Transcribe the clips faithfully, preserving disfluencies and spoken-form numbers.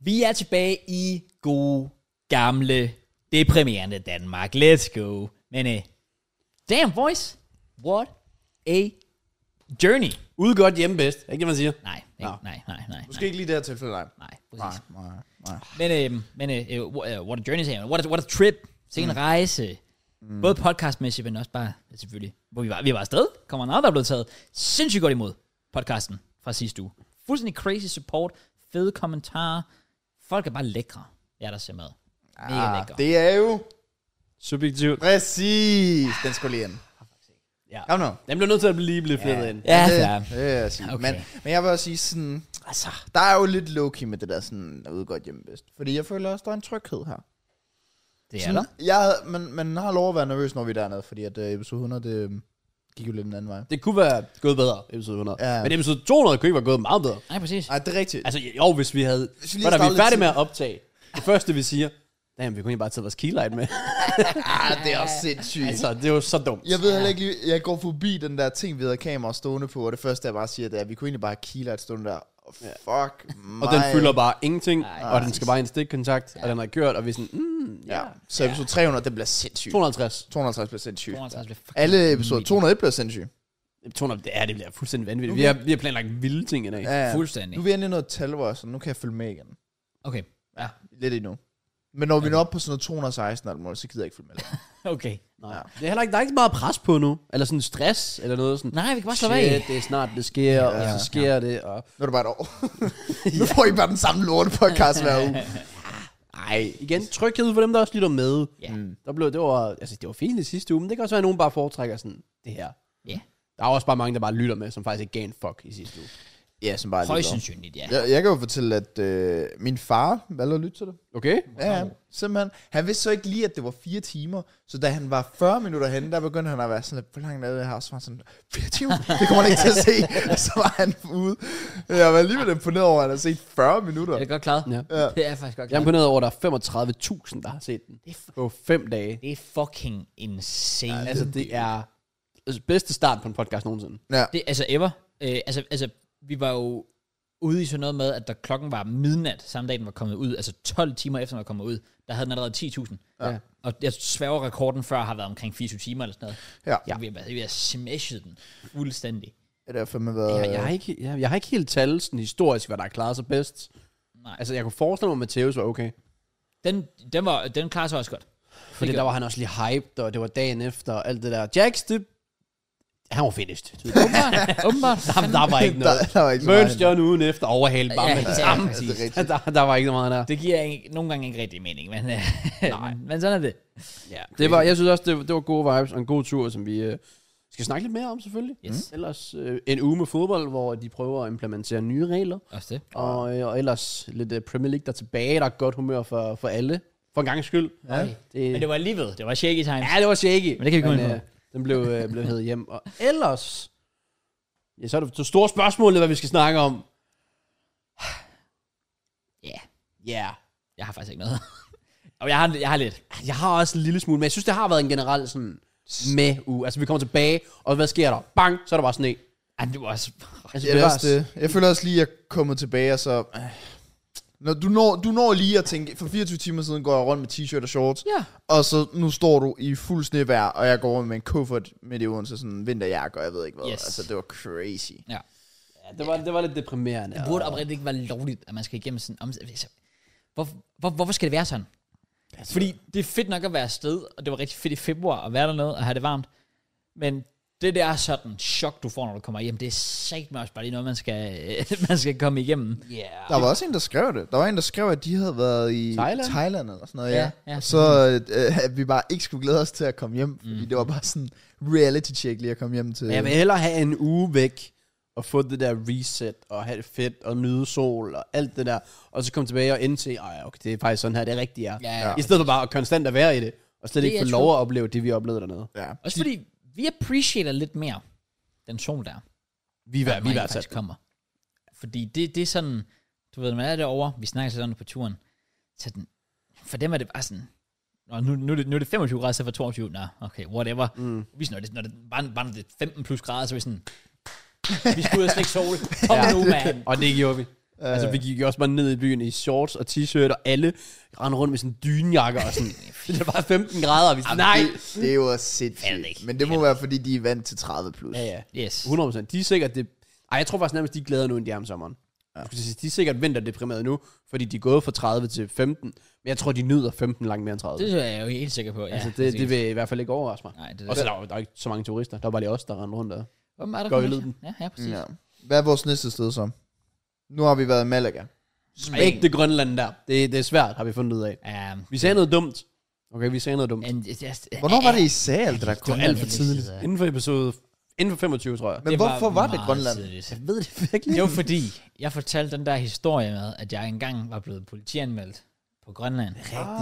Vi er tilbage i gode, gamle, deprimerende Danmark. Let's go. Men uh, damn voice, what a journey. Ude godt, hjemme bedst. Ikke det, man siger? Nej, ikke, nej, nej, nej, nej. Måske ikke lige det her tilfælde, nej. Nej, præcis. Nej, nej, nej. Men, øh, men øh, uh, what a journey, siger what a, what a trip. Sikke en mm. rejse. Mm. Både podcastmæssigt, men også bare, selvfølgelig, hvor vi var, vi var afsted. Kommer noget, der er blevet taget sindssygt godt imod podcasten fra sidste uge. Fuldstændig crazy support, fede kommentarer. Folk er bare lækre. Jeg der ser med. Mega ah, lækre. Det er jo... Subjektivt. Præcis. Den skulle lige ind. Ja. Kom nu. Den bliver nødt til at blive, blive flettet ind. Ja, det, ja. det vil jeg sige. Okay. Men, men jeg vil også sige sådan... Altså, der er jo lidt low-key med det der sådan, ude godt hjemme bedst. Fordi jeg føler også, der er en tryghed her. Det er sådan, der. Jeg, man, man har lov at være nervøs, når vi er dernede, fordi at uh, episode hundrede, det um, gik jo lidt en anden vej. Det kunne være gået bedre, episode hundrede. Ja. Men episode to hundrede kunne ikke være gået meget bedre. Nej, præcis. Nej, det er rigtigt. Altså, jo, hvis vi havde... Hvis vi lige Hvor er vi startede færdige lidt med at optage? Det første, vi siger... Damn, vi kunne egentlig bare tage vores keylight med. ah, det er også sindssygt. Altså, det er jo så dumt. Jeg ved heller ikke lige, jeg går forbi den der ting, vi havde kamera stående på, og det første, jeg bare siger, det er, at vi kunne egentlig bare have keylight stående der. Oh, fuck mig. Og den fylder bare ingenting, Ej, og den præcis. skal bare i en stikkontakt, Ja. og den har kørt, og vi er sådan, mm, ja. Ja, så episode tre hundrede, den bliver sindssygt. to hundrede og halvtreds. to hundrede og halvtreds bliver sindssygt. tooghalvtreds bliver fucking Alle episoder, vildt. to hundrede og et bliver sindssygt. to hundrede, det er det bliver fuldstændig vanvittigt. Vi har, vi har planlagt vilde ting i dag. Ja, ja. Fuldstændig. Nu er vi endelig noget tal, hvor jeg sådan, nu kan jeg følge med igen. Okay, ja. Lidt endnu. Men når vi når op på sådan noget to hundrede og seksten, eller noget, så gider jeg ikke følge med længere. Okay. Nej. Det er heller ikke, der er ikke så meget pres på nu. Eller sådan stress, eller noget sådan. Nej, vi kan bare slappe af. Shit, det er snart, det sker, Ja, og så sker det, og... Nu er det bare et år. Nu får I bare den samme lorte podcast hver uge. Ej, igen, tryghed for dem, der også lytter med. Ja. Mm. Der blev, det, var, altså, det var fint i sidste uge, men det kan også være, at nogen bare foretrækker sådan, det her. Ja. Der er også bare mange, der bare lytter med, som faktisk ikke gav en fuck i sidste uge. Ja, som bare Højst lytter. sandsynligt, ja. Jeg, jeg kan jo fortælle, at øh, min far valgte at lytte til det. Okay? Ja, ja, simpelthen. Han vidste så ikke lige, at det var fire timer. Så da han var fyrre minutter henne, der begyndte han at være sådan lidt, hvor langt er det her? Så var han sådan, fire timer? Det kommer han ikke til at se. Og så var han ude. Jeg var alligevel imponeret over, at han havde set fyrre minutter. Det er godt klaret. Ja. Ja. Det er faktisk godt Jeg er klaret. imponeret over, at der er femogtredive tusind, der har set den. Det er, fu- På fem dage. det er fucking insane. Ja, altså, det er altså, bedste start på en podcast nogensinde. Ja. Det, altså ever. Øh, altså, altså, vi var jo ude i sådan noget med, at da klokken var midnat, samme dag den var kommet ud, altså tolv timer efter den var kommet ud, der havde den allerede ti tusind. Ja. Og jeg sværger rekorden før har været omkring fireogtyve timer eller sådan noget. Ja. Ja. Vi har, vi har smashet den fuldstændig. Det har fandme været... Jeg, jeg, har ikke, jeg, jeg har ikke helt talt sådan historisk, hvad der er klaret sig bedst. Nej. Altså, jeg kunne forestille mig, at Matteus var okay. Den, den, var, den klarer sig også godt. Fordi Det der gør- var han også lige hyped, og det var dagen efter, og alt det der. Jax, det... Han var finished. Åbenbart. Åbenbart. Der, der var ikke noget. Der, der var ikke så Merge meget. John ugen efter, overhale bare Ja, med ja, det ja, samme. præcis. Det er rigtigt. Der, der var ikke noget der. Det giver ikke, nogle gange ikke rigtig mening, men, Nej. men, men sådan er det. Ja, det var, jeg synes også, det, det var gode vibes og en god tur, som vi øh, skal snakke lidt mere om, selvfølgelig. Yes. Ellers øh, en uge med fodbold, hvor de prøver at implementere nye regler. Også det. Og, øh, og ellers lidt øh, Premier League, der er tilbage. Der er godt humør for, for alle. For en gang skyld. Ja. Det, Men det var alligevel, det var shaky times. ja, det var shaky. Men det kan vi komme ind på. øh, Den blev, øh, blev hævet hjem. Og ellers... Ja, så er det så store spørgsmål, hvad vi skal snakke om. Ja, Ja. Yeah. jeg har faktisk ikke noget. Og jeg har, jeg har lidt. Jeg har også en lille smule, men jeg synes, det har været en generel sådan med uge. Altså, vi kommer tilbage, og hvad sker der? Bang, så er der bare sne. Ej, det var også... Altså, Ja, det er bevares. også det. Jeg føler også lige, at jeg er kommet tilbage, og så... øh, Når du, når, du når lige at tænke, for fireogtyve timer siden går jeg rundt med t-shirt og shorts, Ja. og så nu står du i fuld snevejr, og jeg går rundt med en kuffert midt i ugen, så sådan en vinterjakke, og jeg ved ikke hvad. Yes. Altså, det var crazy. Ja. Ja, det var, det var lidt deprimerende. Det burde og- oprigtigt ikke være lovligt, at man skal igennem sådan... Om, hvor, hvor, hvorfor skal det være sådan? Altså, Fordi det er fedt nok at være afsted, og det var rigtig fedt i februar at være dernede og have det varmt. Men det der sådan chok, du får, når du kommer hjem, det er satme også bare lige noget, man skal, man skal komme igennem. Yeah. Der var også en, der skrev det. Der var en, der skrev, at de havde været i Thailand? Thailand eller sådan noget, ja. Ja, ja. Og så øh, at vi bare ikke skulle glæde os til at komme hjem, fordi Mm. det var bare sådan reality check lige at komme hjem til. Men jeg vil hellere have en uge væk, og få det der reset, og have det fedt, og nyde sol, og alt det der, og så komme tilbage og indse, ej, okay, det er faktisk sådan her, det rigtige er. Ja, Ja. ja. I stedet for bare at konstant at være i det, og slet Det ikke er få true. lov at opleve det, vi oplevede dernede. Ja. Også fordi vi appreciater lidt mere den sol der. Vi er når værd, vi den er faktisk værdsat. kommer. Fordi det, det er sådan, du ved, når man er derovre, vi snakker sådan på turen, så den, for dem er det bare sådan, Nå, nu, nu, er det, nu er det femogtyve grader, så for toogtyve, nå, okay, whatever. Mm. Vi når det, når det, bare, bare når det er femten plus grader, så er vi sådan, vi skal ud og slikke sol. Kom Ja. nu, man. Og det gjorde vi. Altså, vi gik jo også bare ned i byen i shorts og t-shirt, og alle rendte rundt med sådan dynjakker og sådan. Det var femten grader, og vi sådan, nej. Det, det er jo også Fair sindssygt. ikke. Men det må være, fordi de er vant til tredive plus. Ja, ja. Yes. hundrede procent. De er sikkert det. Ej, jeg tror faktisk nærmest, de er gladere nu, end de er om sommeren. Ja. De er sikkert vinterdeprimeret nu, fordi de er gået fra tredive til femten. Men jeg tror, de nyder femten langt mere end tredive. Det er jeg jo helt sikker på. Ja, altså, det, det vil i hvert fald ikke overraske mig. Nej, det er Og så der, der er ikke så mange turister. Der var bare lige os, der rendte rundt der. Hvem er der Går i for lyden. Ja, ja, præcis. Ja. Hvad er vores næste sted så? Nu har vi været i Malaga. Ikke det Grønland der. Det, det er svært, har vi fundet ud af. Um, Vi sagde noget dumt. Okay, vi sagde noget dumt. and, yes, Hvornår var det, I sagde alt det der Det var Grønland? alt for tidligt. Inden for episode... Inden for femogtyve, tror jeg. Men hvorfor var det meget Grønland? tidligt. Jeg ved det virkelig. Det var fordi, jeg fortalte den der historie med, at jeg engang var blevet politianmeldt på Grønland.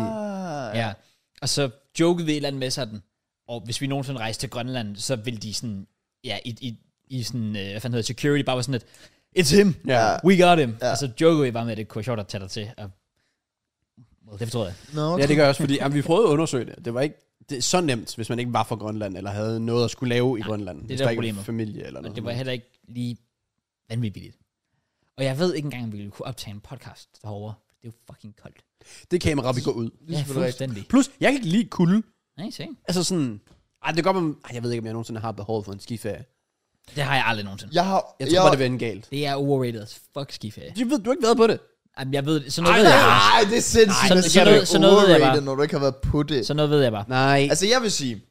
Ah, Ja. Og så jokede vi et eller andet med sådan, og hvis vi nogensinde rejste til Grønland, så ville de sådan, ja, i, i, i sådan, øh, hvad fanden hedder security, bare var sådan et, it's him, Ja. we got him. Ja. Og så jokede vi bare med, at det kunne være sjovt at tage dig til. Og, well, det fortrød jeg. Nå, Ja, det gør jeg også, fordi jamen, vi prøvede at undersøge det. Det var ikke det er så nemt, hvis man ikke var fra Grønland, eller havde noget at skulle lave i Nej, Grønland. det er hvis der der ikke problemet. var familie eller Men noget. det var heller ikke lige vanvittigt billigt. Og jeg ved ikke engang, om vi ville kunne optage en podcast derovre. Det er jo fucking koldt. Det kamera vi går ud. Det er Ja, selvfølgelig rigtigt. fuldstændig. Plus, jeg kan ikke lide kulde. Nej, se. Altså sådan... Ej, det går man... Ej, jeg ved ikke, om jeg nogensinde har behov for en skiferie. Det har jeg aldrig nogensinde. Jeg har... Jeg tror bare, det vil ende galt. Det er overrated as fuck skiferie. Du ved, du har ikke været på det. Jamen, jeg ved, sådan noget Ej, ved jeg bare. Nej, det er sindssygt. Nej, Men så- så er sådan det noget- sådan noget ved jeg overrated, bare. når du ikke har været på det. Sådan noget ved jeg bare. Nej. Altså, jeg vil sige,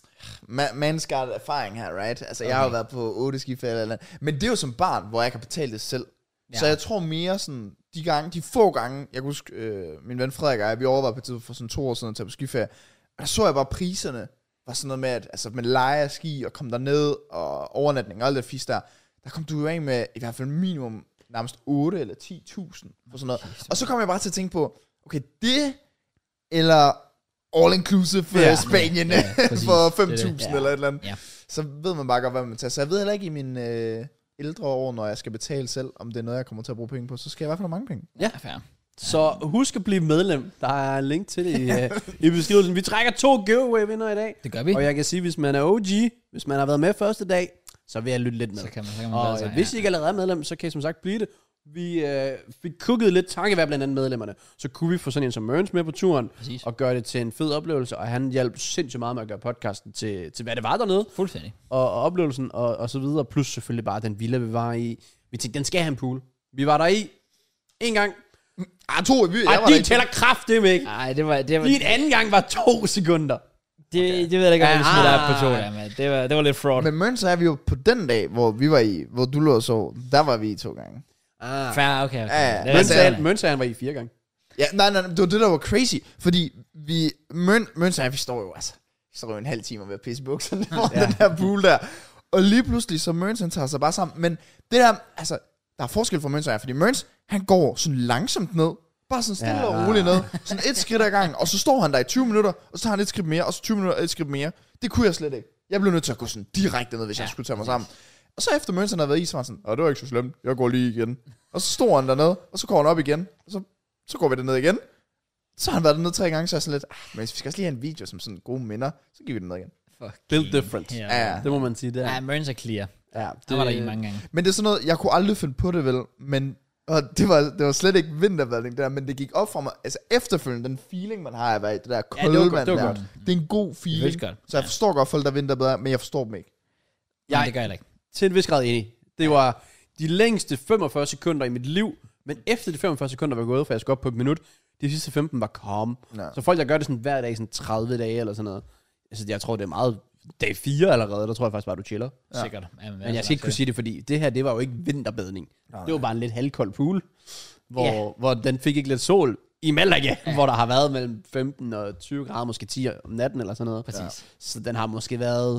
ma- man's got erfaring her, right? Altså, okay. Jeg har jo været på otte skifælder eller andet. Men det er jo som barn, hvor jeg kan betale det selv. Ja. Så Ja. jeg tror mere sådan, de gange, de få gange, jeg kan huske, øh, min ven Frederik og jeg, vi overvejede på tid for sådan to år siden at tage på skiferie. Og der så jeg bare priserne, var sådan noget med, at altså, med leje af ski og kom derned og overnatning og alt det fisk der, der kom du jo af med i hvert fald minimum nærmest otte eller ti tusind for sådan noget. Og så kom jeg bare til at tænke på, okay, det eller all-inclusive Ja. ja. Spanien Ja, ja, præcis. for Det fem er det. tusind Ja. eller et eller andet. Ja. Så ved man bare godt, hvad man tager. Så jeg ved heller ikke i mine øh, ældre år, når jeg skal betale selv, om det er noget, jeg kommer til at bruge penge på, så skal jeg i hvert fald have mange penge. Ja, fair. Så husk at blive medlem. Der er en link til det i, uh, i beskrivelsen. Vi trækker to giveaway-vinder i dag. Det gør vi. Og jeg kan sige, hvis man er O G, hvis man har været med første dag, så vil jeg lytte lidt med. Så kan man, så kan man Og glæde sig, øh, hvis I ikke allerede er medlem, så kan I som sagt blive det. Vi øh, fik kukket lidt takket være blandt andet medlemmerne. Så kunne vi få sådan en som Mørns med på turen, Præcis. og gøre det til en fed oplevelse. Og han hjalp sindssygt meget med at gøre podcasten til, til hvad det var dernede, Fuldstændig. og, og oplevelsen, og, og så videre. Plus selvfølgelig bare den villa, vi var i. Vi tænkte, den skal have en pool. Vi var der i en gang. Ah, to, vi, jeg Ej, var der de ikke. tæller kraftedeme ikke. Nej, det var... Det var Lige en anden gang var to sekunder. det, det ved jeg ikke, om jeg vil smide dig Ah. på to der, men det var, det var lidt fraud. Men Møn, så er vi jo på den dag, hvor vi var i, hvor du lå og sov, der var vi i to gange. Ah. Fair, okay, okay. Ja, ja. Det er Møns fair. sagde, Møns sagde, han var i fire gange. Ja, nej, nej, det var det, der var crazy, fordi vi, Møn, Møn så vi står jo, altså, vi står jo en halv time ved at pisse i bukserne over Ja. den her pool der, og lige pludselig, så Møns, han tager sig bare sammen, men det der, altså, der er forskel for Møns og jeg, fordi Møns, han går sådan langsomt ned, bare sådan stille Ja. og roligt ned, sådan et skridt ad gangen, og så står han der i tyve minutter, og så tager han et skridt mere, og så tyve minutter, et skridt mere. Det kunne jeg slet ikke. Jeg blev nødt til at gå sådan direkte ned, hvis ja. jeg skulle tage mig sammen. Og så efter Møns, han havde været i, så var han sådan, åh, det var ikke så slemt, jeg går lige igen. Og så står han dernede, og så går han op igen, og så, så går vi derned igen. Så har han været dernede tre gange, så er jeg sådan lidt, ah, men hvis vi skal også lige have en video som sådan gode minder, så giver vi den ned igen. Fuck. Build different. Ja. Ja. Det må man sige, det er. Ja, Mørns er clear. Ja, Det var der i mange gange. Men det er sådan noget, jeg kunne aldrig finde på det vel, men og det var, det var slet ikke vintervandring der, men det gik op for mig, altså efterfølgende, den feeling, man har af at være i det der Ja, kolde det var godt, vand det var der, godt. det er en god Det feeling. er godt. Så jeg forstår godt folk, der vinter bedre, men jeg forstår dem ikke. Nej, Jeg- det gør jeg ikke. Til en vis grad enig. Det var de længste femogfyrre sekunder i mit liv, men efter de femogfyrre sekunder var gået, for jeg skulle op på et minut, de sidste femten var calm. Ja. Så folk, der gør det sådan hver dag, sådan tredive dage eller sådan noget, altså jeg tror, det er meget dag fire allerede, der tror jeg faktisk bare, du chiller. Ja. Sikkert. Ja, Men jeg skal ikke kunne sige det, fordi det her, det var jo ikke vinterbadning. Nej, Det var bare en lidt halvkold pool, hvor, Ja. hvor den fik ikke lidt sol i Malaga, ja. Hvor der har været mellem femten og tyve grader, måske ti om natten eller sådan noget. Præcis. Ja. Så den har måske været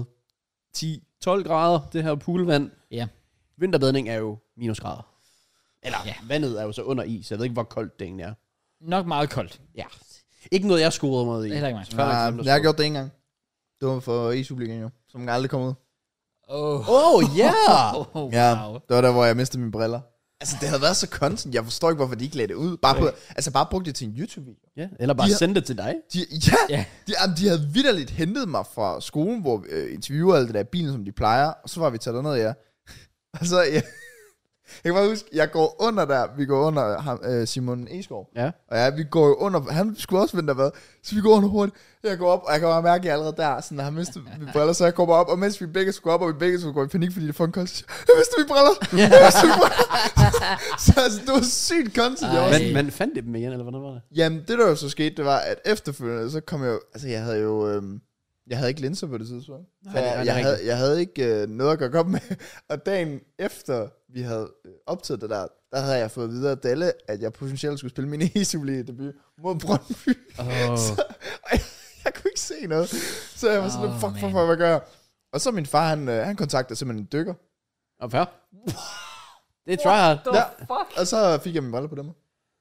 ti tolv grader, det her poolvand. Ja. Vinterbadning er jo minusgrader. Eller Ja. ja. vandet er jo så under is, så jeg ved ikke, hvor koldt det egentlig er. Nok meget koldt. Ja. Ikke noget, jeg scorede mod i. Det er heller ikke mig. Før jeg Nej, glemte at jeg har score. gjort det en gang. Det var for E S U-ligaen jo, som aldrig kom ud. Oh. Åh, ja! Oh, Ja, wow. det var der, hvor jeg mistede mine briller. Altså, det havde været så content. Jeg forstår ikke, hvorfor de ikke lagde det ud. Bare, på, altså, bare brugte det til en YouTube-video. Ja, eller bare De har- sende det til dig. De, ja, Ja. de, jamen, de havde vitterligt hentet mig fra skolen, hvor vi øh, interviewer alt det der i bilen, som de plejer. Og så var vi taget derned, ja. Og så, ja. Jeg kan bare huske, jeg går under der, vi går under ham, øh, Simon Eskov. Ja. Og ja, vi går jo under, han skulle også vente der hvad, så vi går under hurtigt. Jeg går op, og jeg kan bare mærke, at jeg allerede der, sådan, at han mistet mine briller, så jeg går bare op, og mens vi begge skulle op, og vi begge skulle gå i panik, fordi det får en kold, så jeg mistede mine briller, jeg mistede mine briller. Så altså, det var sygt content, jeg også. Men, men fandt det dem igen, eller hvordan var det? Jamen, det der jo så skete, det var, at efterfølgende, så kom jeg jo, altså jeg havde jo, øhm, jeg havde ikke linser på det tidspunkt. Så Nej, det er jeg, jeg, rigtigt. havde, jeg havde ikke øh, noget at gøre godt med. Og dagen efter, vi havde øh, optaget det der, der havde jeg fået videre af Dalle, at jeg potentielt skulle spille min e-Superliga-debut mod Brøndby. Oh. Så, og jeg, jeg kunne ikke se noget. Så jeg var sådan, Oh, fuck, fuck, man. fuck, hvad gør jeg? Og så min far, han, øh, han kontaktede simpelthen en dykker. Og fair. Det er tryhard. The Ja. fuck? Og så fik jeg min briller på dem.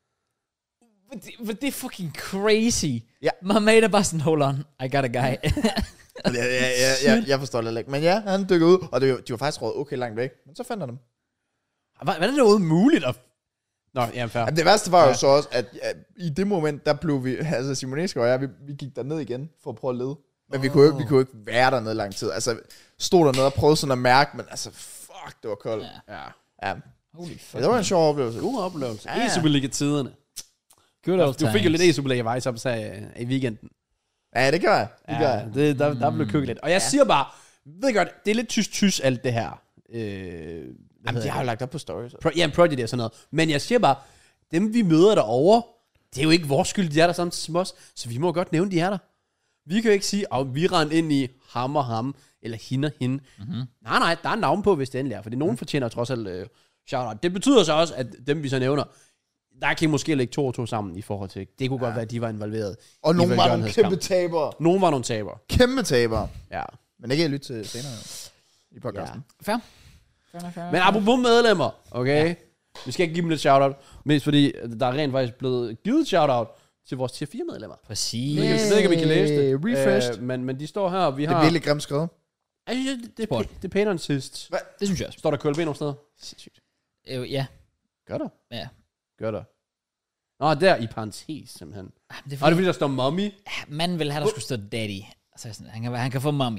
Men det, men det er fucking crazy. Ja. My mate er bare sådan, hold on, I got a guy. Jeg, jeg, jeg, jeg, jeg forstår det ikke. Men ja, han dykkede ud, og det, var- de var faktisk råd okay langt væk. Men så fandt han dem. Hvordan er det overhovedet muligt at... Nå, ja, fair. Jamen, det værste var jo Ja. så også, at ja, i det moment, der blev vi, altså Simonesko og jeg, vi, vi gik derned igen for at prøve at lede. Men oh. vi, kunne jo, ikke- vi kunne jo ikke være dernede lang tid. Altså, stod dernede og prøvede sådan at mærke, men altså, fuck, det var koldt. Ja. Ja. Ja. Holy fuck. Ja, det var en sjov oplevelse. God oplevelse. Ja, ja. E-Superliga-tiderne. Good old Du fik jo times. lidt e-Superliga-vibes op her i weekenden. Ja, det gør jeg. Det gør Ja, jeg. det, der, der blev køkket lidt. Og jeg siger bare, ved godt, det er lidt tysk-tysk alt det her. Øh, Jamen, de har jo lagt op på stories. Pro, ja, Project og sådan noget. Men jeg siger bare, dem vi møder derovre, det er jo ikke vores skyld, de er der samtidig som os. Så vi må godt nævne, de er der. Vi kan jo ikke sige, at vi rendte ind i ham og ham, eller hende og hende. Mm-hmm. Nej, nej, der er navn på, hvis det endelig er. Fordi nogen fortjener trods alt uh, shout-out. Det betyder så også, at dem vi så nævner, der kan I måske lægge to og to sammen i forhold til. Det kunne ja. godt være, at de var involveret. Og i nogle var nogle velgørenhedskamp. kæmpe tabere. Nogen var nogle tabere. Kæmpe tabere. Ja. Men det kan jeg lytte til senere i podcasten. Fair. Fair, fair, Men apropos medlemmer, okay? Ja. Vi skal ikke give dem lidt shout-out, mest fordi der er rent faktisk blevet givet shout-out til vores tier fire medlemmer. Præcis. Jeg ved ikke, om I kan læse det. Refreshed. Øh, men, men de står her, og vi Det har... er virkelig grimt skrevet. Jeg synes, det, det, er, Sport. pæ- det er pænere end sidst. Det synes jeg også. Står der K L B nogle steder? Øh, ja. Gør der? Ja. Gør der. Nå, der i parentes, simpelthen. Ah, men det er Og det er fordi, fordi, der står mommy. manden vil have, der skulle stå daddy. Så er jeg sådan, han, kan, han kan få mommy.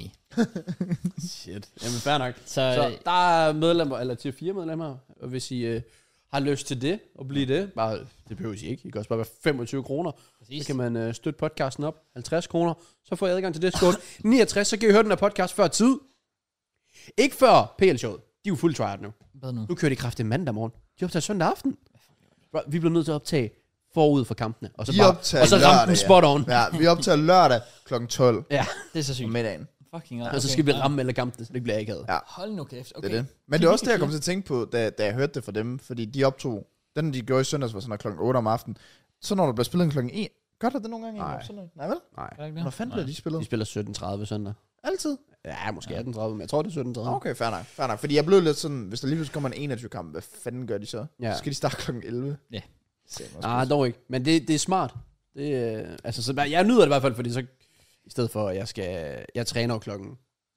Shit. Jamen, fair nok. Så, Så der er medlemmer, eller tier fire medlemmer, og hvis I øh, har lyst til det, og blive det, bare, det behøver I ikke. I kan også bare være femogtyve kroner. præcis. Så kan man øh, støtte podcasten op. halvtreds kroner. Så får I adgang til Discord. niogtres, så kan I høre den her podcast før tid. Ikke før P L-showet. De er jo full tryhard nu. Hvad nu? Nu kører de kraftigt mandag morgen. De optager søndag aften. Bro, vi bliver nødt til at optage forud for kampene. Og så, Vi bare, optager og så lørdag, ramme den spot on. Ja, vi optager lørdag klokken tolv Ja. Det er så om sygt. middagen. Fucking Og så skal vi ramme alle kampene, så det bliver ikke Ja. Hold nu kæft. Okay. Okay. Det er det. Men det er også det, jeg kom til at tænke på, da, da jeg hørte det fra dem. Fordi de optog, den de gjorde i søndags, var sådan noget klokken otte om aftenen. Så når der bliver spillet klokken en, gør der det nogle gange? Nej. egentlig om søndagen? Nej vel? Nej. Er det ikke Hvor det? fanden bliver de spillet? De spiller sytten tredive søndag. Altid? Ja, måske atten tredive, men jeg tror, det er sytten tredive. Okay, fair nok, fair nok. Fordi jeg blev lidt sådan, hvis der lige pludselig kommer en enogtyve kamp, hvad fanden gør de så? Ja. Så skal de starte klokken elleve? Ja. Nej, dog ikke. Men det, det er smart. Det, øh, altså, så, jeg nyder det i hvert fald, fordi så i stedet for, at jeg skal, jeg træner klokken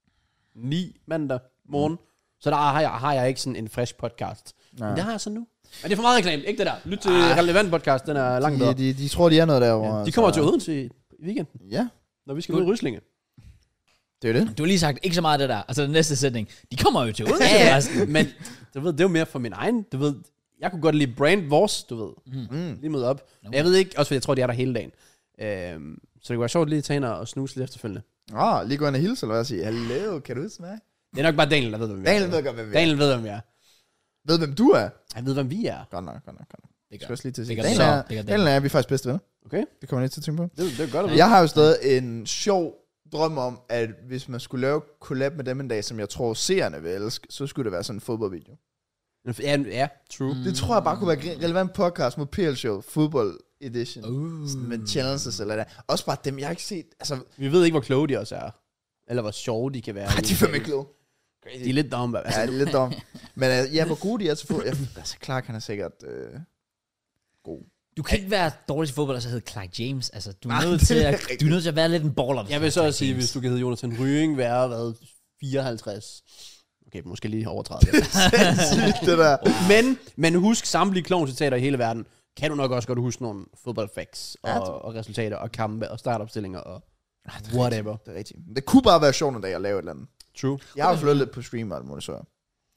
ni mandag morgen, mm. så der har jeg, har jeg ikke sådan en frisk podcast. Nej. Men det har jeg så nu. Men det er for meget reklame, ikke det der. Lyt til ah, relevant podcast, den er langt bedre. De, de, de tror, de er noget derovre. Ja, de kommer så- til Odense i, i weekenden, Ja, når vi skal ud i Ryslinge. det er jo det. Du har lige sagt ikke så meget af det der. Altså den næste sætning. De kommer jo til ud. Ja, ja. Men du ved, det er jo mere for min egen, du ved, jeg kunne godt lide brand vores, du ved, Mm. lige møde op. No. Jeg ved ikke, også fordi jeg tror, de er der hele dagen. Øhm, så det kunne være sjovt lige at tage ind og snuse lidt efterfølgende. Åh, lige gå ind og hilse, eller hvad, og sige, hallo, kan du huske mig? Det er nok bare Daniel, der ved, hvem vi er. Daniel ved godt, hvem vi er. Daniel ved, hvem vi er. Ved, hvem du er? Han ved, hvem vi er. Godt nok, godt nok, godt nok. Det Jeg gør skal også lige til at det sige. gør Daniel det. er, Det gør det. Daniel er vi faktisk bedste venner. Okay? Det kommer jeg lige til at tænke på. Det, det er godt at vide. Jeg har jo stadig en sjov drøm om, at hvis man skulle lave collab med dem en dag, som jeg tror seerne vil elske, så skulle det være sådan en fodboldvideo. Ja, ja, true. Mm. Det tror jeg bare kunne være en relevant podcast mod P L Show, fodbold edition. Uh. Sådan med challenges eller der. Også bare dem, jeg har ikke set. Altså, Vi ved ikke, hvor kloge de også er. Eller hvor sjove de kan være. ej, de er fandme ikke kloge. De er lidt dumme. Altså, Ja, det er lidt dumt. Men uh, ja, hvor gode de er til fodbold. Jeg, altså, Clark, han er sikkert øh, god. Du kan ikke være dårlig til fodbold, og så hedder Clark James. Altså, du er, Nej, nødt det til er at, rigtigt. du er nødt til at være lidt en baller. jeg vil så også sige, hvis du kan hedde Jonathan Røing, være hvad, fireoghalvtreds. Okay, måske lige over tredive. Sindssygt, det der. men, men husk samtlige klovncitater i hele verden. Kan du nok også godt huske nogle fodboldfacts og, Ja, og resultater og kampe og startopstillinger og det er whatever. Det er rigtigt. Det kunne bare være sjovt en dag at lave et eller andet. True. Jeg har jo flyttet lidt på stream og alt muligt, så.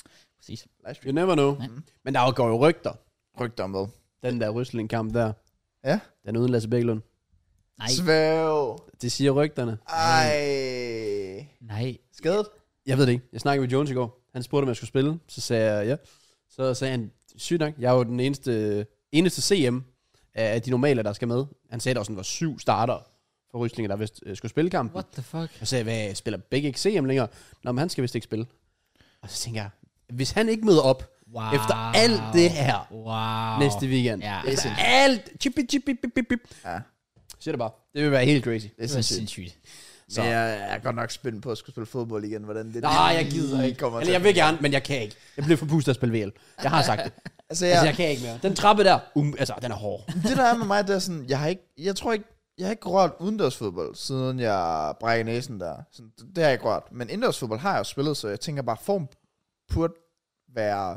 Præcis. You never know. Nej. Men der går jo rygter. Rygter om hvad? Den der wrestlingkamp der. Ja. Den uden Lasse Bækkelund. Nej. Svæv. Det siger rygterne. Ej. Nej. Skadet? Jeg ved det ikke. Jeg snakkede med Jones i går. Han spurgte, om jeg skulle spille. Så sagde jeg ja. Så sagde han, sygt nok, jeg er jo den eneste, eneste C M af de normale, der skal med. Han sagde, der var sådan var syv starter for Ryslinger, der vist øh, skulle spille kampen. What the fuck? Jeg sagde, hvad, spiller begge ikke C M længere? Nå, men han skal vist ikke spille. Og så tænker jeg, hvis han ikke møder op, Wow. efter alt det her wow. næste weekend, Ja. efter alt, chip, chip, chip, chip, chip, Ja. siger det bare. Det vil være helt crazy. Det er Det er sindssygt. sindssygt. Så. Men jeg er godt nok spændt på at skulle spille fodbold igen. Hvordan det Nej, jeg gider ikke. kommer Eller til. jeg vil gerne, men jeg kan ikke. Jeg bliver forpustet at spille V L. Jeg har sagt det. Altså, Altså, jeg, jeg kan ikke mere. Den trappe der, um, altså, den er hård. det der er med mig, det er sådan, jeg har ikke, jeg tror ikke, jeg har ikke rørt udendørsfodbold, siden jeg brækkede næsen der. Sådan, det har jeg ikke rørt. Men indendørsfodbold har jeg jo spillet, så jeg tænker bare, form burde være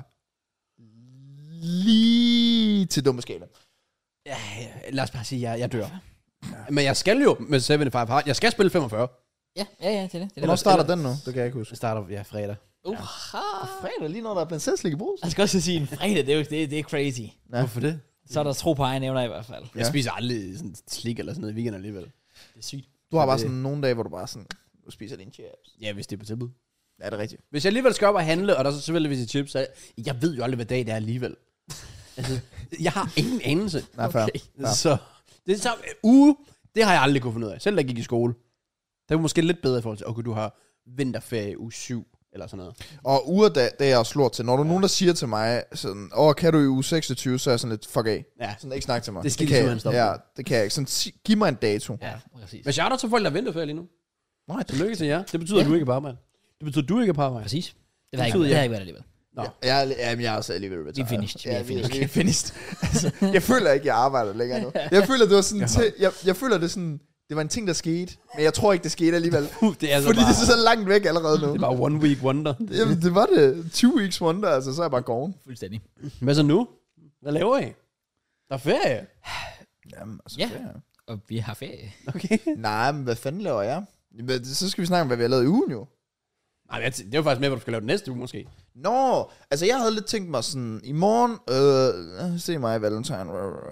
lige til dumme skala. Ja, lad os bare sige, jeg, jeg dør. Men jeg skal jo med syvoghalvfems hard. Jeg skal spille femogfyrre. Ja, ja, ja, det er det. det, er Hvornår det. starter den nu? Det kan jeg ikke huske. Jeg starter, ja, fredag. Uh, Fredag, lige når der er Princess League i brus. jeg skal også sige, en fredag, det er jo det, det er crazy. Ja. Hvorfor det? Så er der tro på egen evner i hvert fald. Jeg Ja. spiser aldrig sådan slik eller sådan noget i weekenden alligevel. Det er sygt. Du har bare det- sådan nogle dage, hvor du bare sådan, du spiser dine chips. Ja, hvis det er på tilbud. Ja, det er rigtigt. Hvis jeg alligevel skal op og handle, og der så selvfølgelig hvis jeg chips, så jeg ved jo aldrig, hvad dag det er alligevel. Altså, jeg har ingen anelse. Nej, fair. Okay. Ja. Så det er så uge, det har jeg aldrig kunne finde ud af. Selv da jeg gik i skole. Det var måske lidt bedre i forhold til, okay, du har vinterferie uge syv, eller sådan noget. Og uger, da, da jeg slår til, når du ja. nogen, der siger til mig, sådan, åh, kan du i uge seksogtyve, så er jeg sådan lidt, fuck af. Ja. Sådan, ikke snak til mig. Det skal kan de jeg, simpelthen stoppe ja, med. det kan jeg ikke. Sådan, sig, giv mig en dato. Ja, præcis. Men shout out til folk, der venter ferie lige nu. Nej, det Tillykke til jer. Det betyder, ja. at du ikke er på arbejde. Det betyder, at du ikke er på arbejde. Præcis. Det har jeg betyder, ikke, det har ja. jeg ikke været alligevel. Nå. Ja, jeg, er, jamen, jeg er også alligevel retired. Vi er finished. Vi er Ja, vi, finished. vi er finished. altså, jeg føler ikke, jeg arbejder længere nu. Jeg føler, det var sådan, til, jeg, jeg føler, det er sådan, det var en ting, der skete, men jeg tror ikke, det skete alligevel. Det er så Fordi bare, det er så langt væk allerede nu. det er bare one week wonder. Jamen, det var det. Two weeks wonder, altså, så er jeg bare gone. Fuldstændig. Hvad så nu? Hvad laver I? Der er ferie. Jamen, altså, Ja. ferie. Og vi har ferie. Okay. Nej, men hvad fanden laver jeg? Jamen, så skal vi snakke om, hvad vi har lavet i ugen jo. Nej, jeg t- det er jo faktisk med, hvad du skal lave den næste uge, måske. Nå, altså jeg havde lidt tænkt mig sådan, i morgen, øh, se mig i Valentine.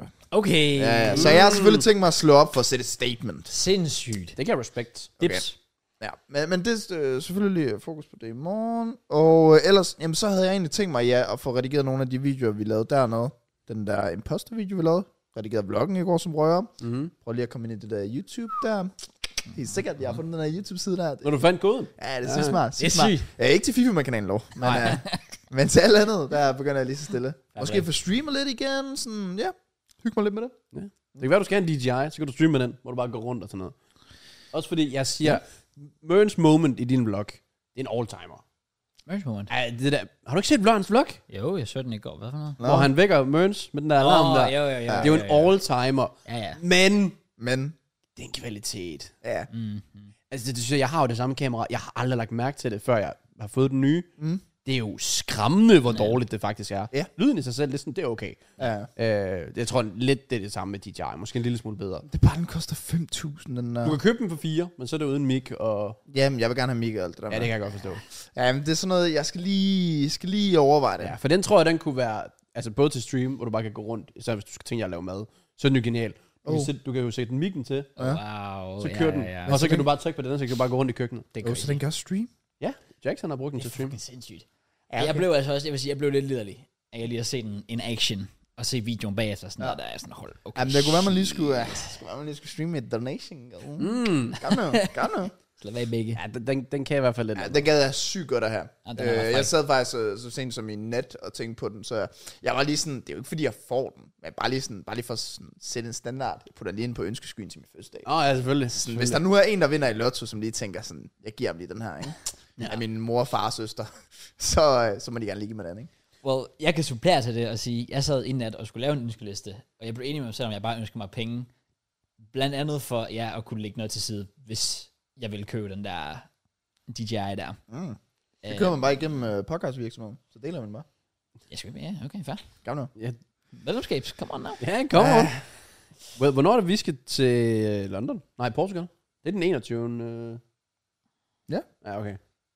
Okay. Ja, ja, så jeg har selvfølgelig tænkt mig at slå op for at sætte et statement. Sindssygt. Det kan jeg respekt. Dips. Ja, men, men det er øh, selvfølgelig fokus på det i morgen. Og øh, ellers, jamen så havde jeg egentlig tænkt mig, ja, at få redigeret nogle af de videoer, vi lavede dernede. Den der imposter-video, vi lavede. Redigeret vloggen i går som røger. Mm-hmm. Prøv lige at komme ind i det der YouTube der. Det er sikkert, jeg har fundet den der YouTube-side der. Når du fandt koden. Ja, det er så Ja, smart. det er smart. sygt. Ja, ikke til FIFA-kanalen lov, men, Nej. uh, men til alt andet, der begynder jeg lige så stille. Ja, Måske det. få streamet lidt igen, sådan, ja, hygge mig lidt med det. Det kan være, du skal have en D J I, så kan du streame med den, hvor du bare går rundt og sådan noget. Også fordi, jeg siger, Mørns moment i din vlog, det er en all-timer. Merge moment. Ja, det der, har du ikke set Blørens vlog? Jo, jeg så den i går. Hvad for noget? Nå. Hvor han vækker Mørns med den der alarm Åh, der. jo, jo, jo, Det er jo en jo, jo. all-timer. Ja, ja. Men Men, det er en kvalitet. ja, Mm, mm. Altså, det, det, synes jeg, jeg har jo det samme kamera. Jeg har aldrig lagt mærke til det, før jeg har fået den nye. Mm. Det er jo skræmmende, hvor Ja. dårligt det faktisk er. Ja. Lyden i sig selv, det er, sådan, det er okay. ja. Øh, jeg tror lidt, det er det samme med D J I. Måske en lille smule bedre. Det er bare, den koster fem tusind, den Du der. kan købe den for fire, men så er det uden mic og... Jamen, jeg vil gerne have Mika og alt det der. Ja, det med. kan jeg godt forstå. Ja, men det er sådan noget, jeg skal lige, skal lige overveje det. Ja, for den tror jeg, den kunne være... Altså både til stream, hvor du bare kan gå rundt, især hvis du skal tænke jer at lave mad, så er den jo genial. Du, Oh. kan, sætte, du kan jo sætte mikken til, Ja. Wow. så kører ja, den, Ja, ja. og så så kan den- du bare trykke på den, så kan du bare gå rundt i køkkenet. Det er Oh, så den gør stream? Ja, Jackson har brugt den Det til er stream. fucking sindssygt. Ja, Ja, okay. jeg blev altså også, jeg vil sige, jeg blev lidt liderlig. At jeg lige har set en, en action, og se videoen bagefter, sådan Ja. noget, der er sådan, hold, okay. Jamen, det kunne være, man lige skulle, uh, skulle være, man lige skulle streame et donation. Mm. Mm. Gør nu, gør nu. Slap af begge. Ja, den, den, den kan jeg i hvert fald lidt. Ja, den gad jeg sygt godt at have. Ja, den er øh, ret fræk. jeg sad faktisk så, så sent som i net og tænkte på den, så jeg, jeg var lige sådan, det er jo ikke fordi jeg får den, men bare lige, sådan, bare lige for at sådan, sætte en standard, jeg putter den lige ind på ønskeskyen til min fødselsdag. Åh, oh, ja, selvfølgelig. Sådan, hvis der nu er en, der vinder i Lotto, som lige tænker sådan, jeg giver ham lige den her, ikke? Ja. Af min mor, far og søster, så, øh, så må de gerne ligge med den, ikke? Well, jeg kan supplere til det og sige, jeg sad inden nat og skulle lave en ønskeliste, og jeg blev enig med mig selv, om jeg bare ønsker mig penge, blandt andet for ja, at kunne lægge noget til side, hvis jeg ville købe den der D J I der. Mm. Det Øh, kører man bare igennem øh, podcastvirksomheden, så deler man bare. Jeg skal ja, okay, fair. Gør nu. Ja, Medlemskab, come on now. ja kom on. Well, hvornår er det, vi skal til London? Nej, Portugal. Det er den enogtyvende Øh... Ja. Ja, okay.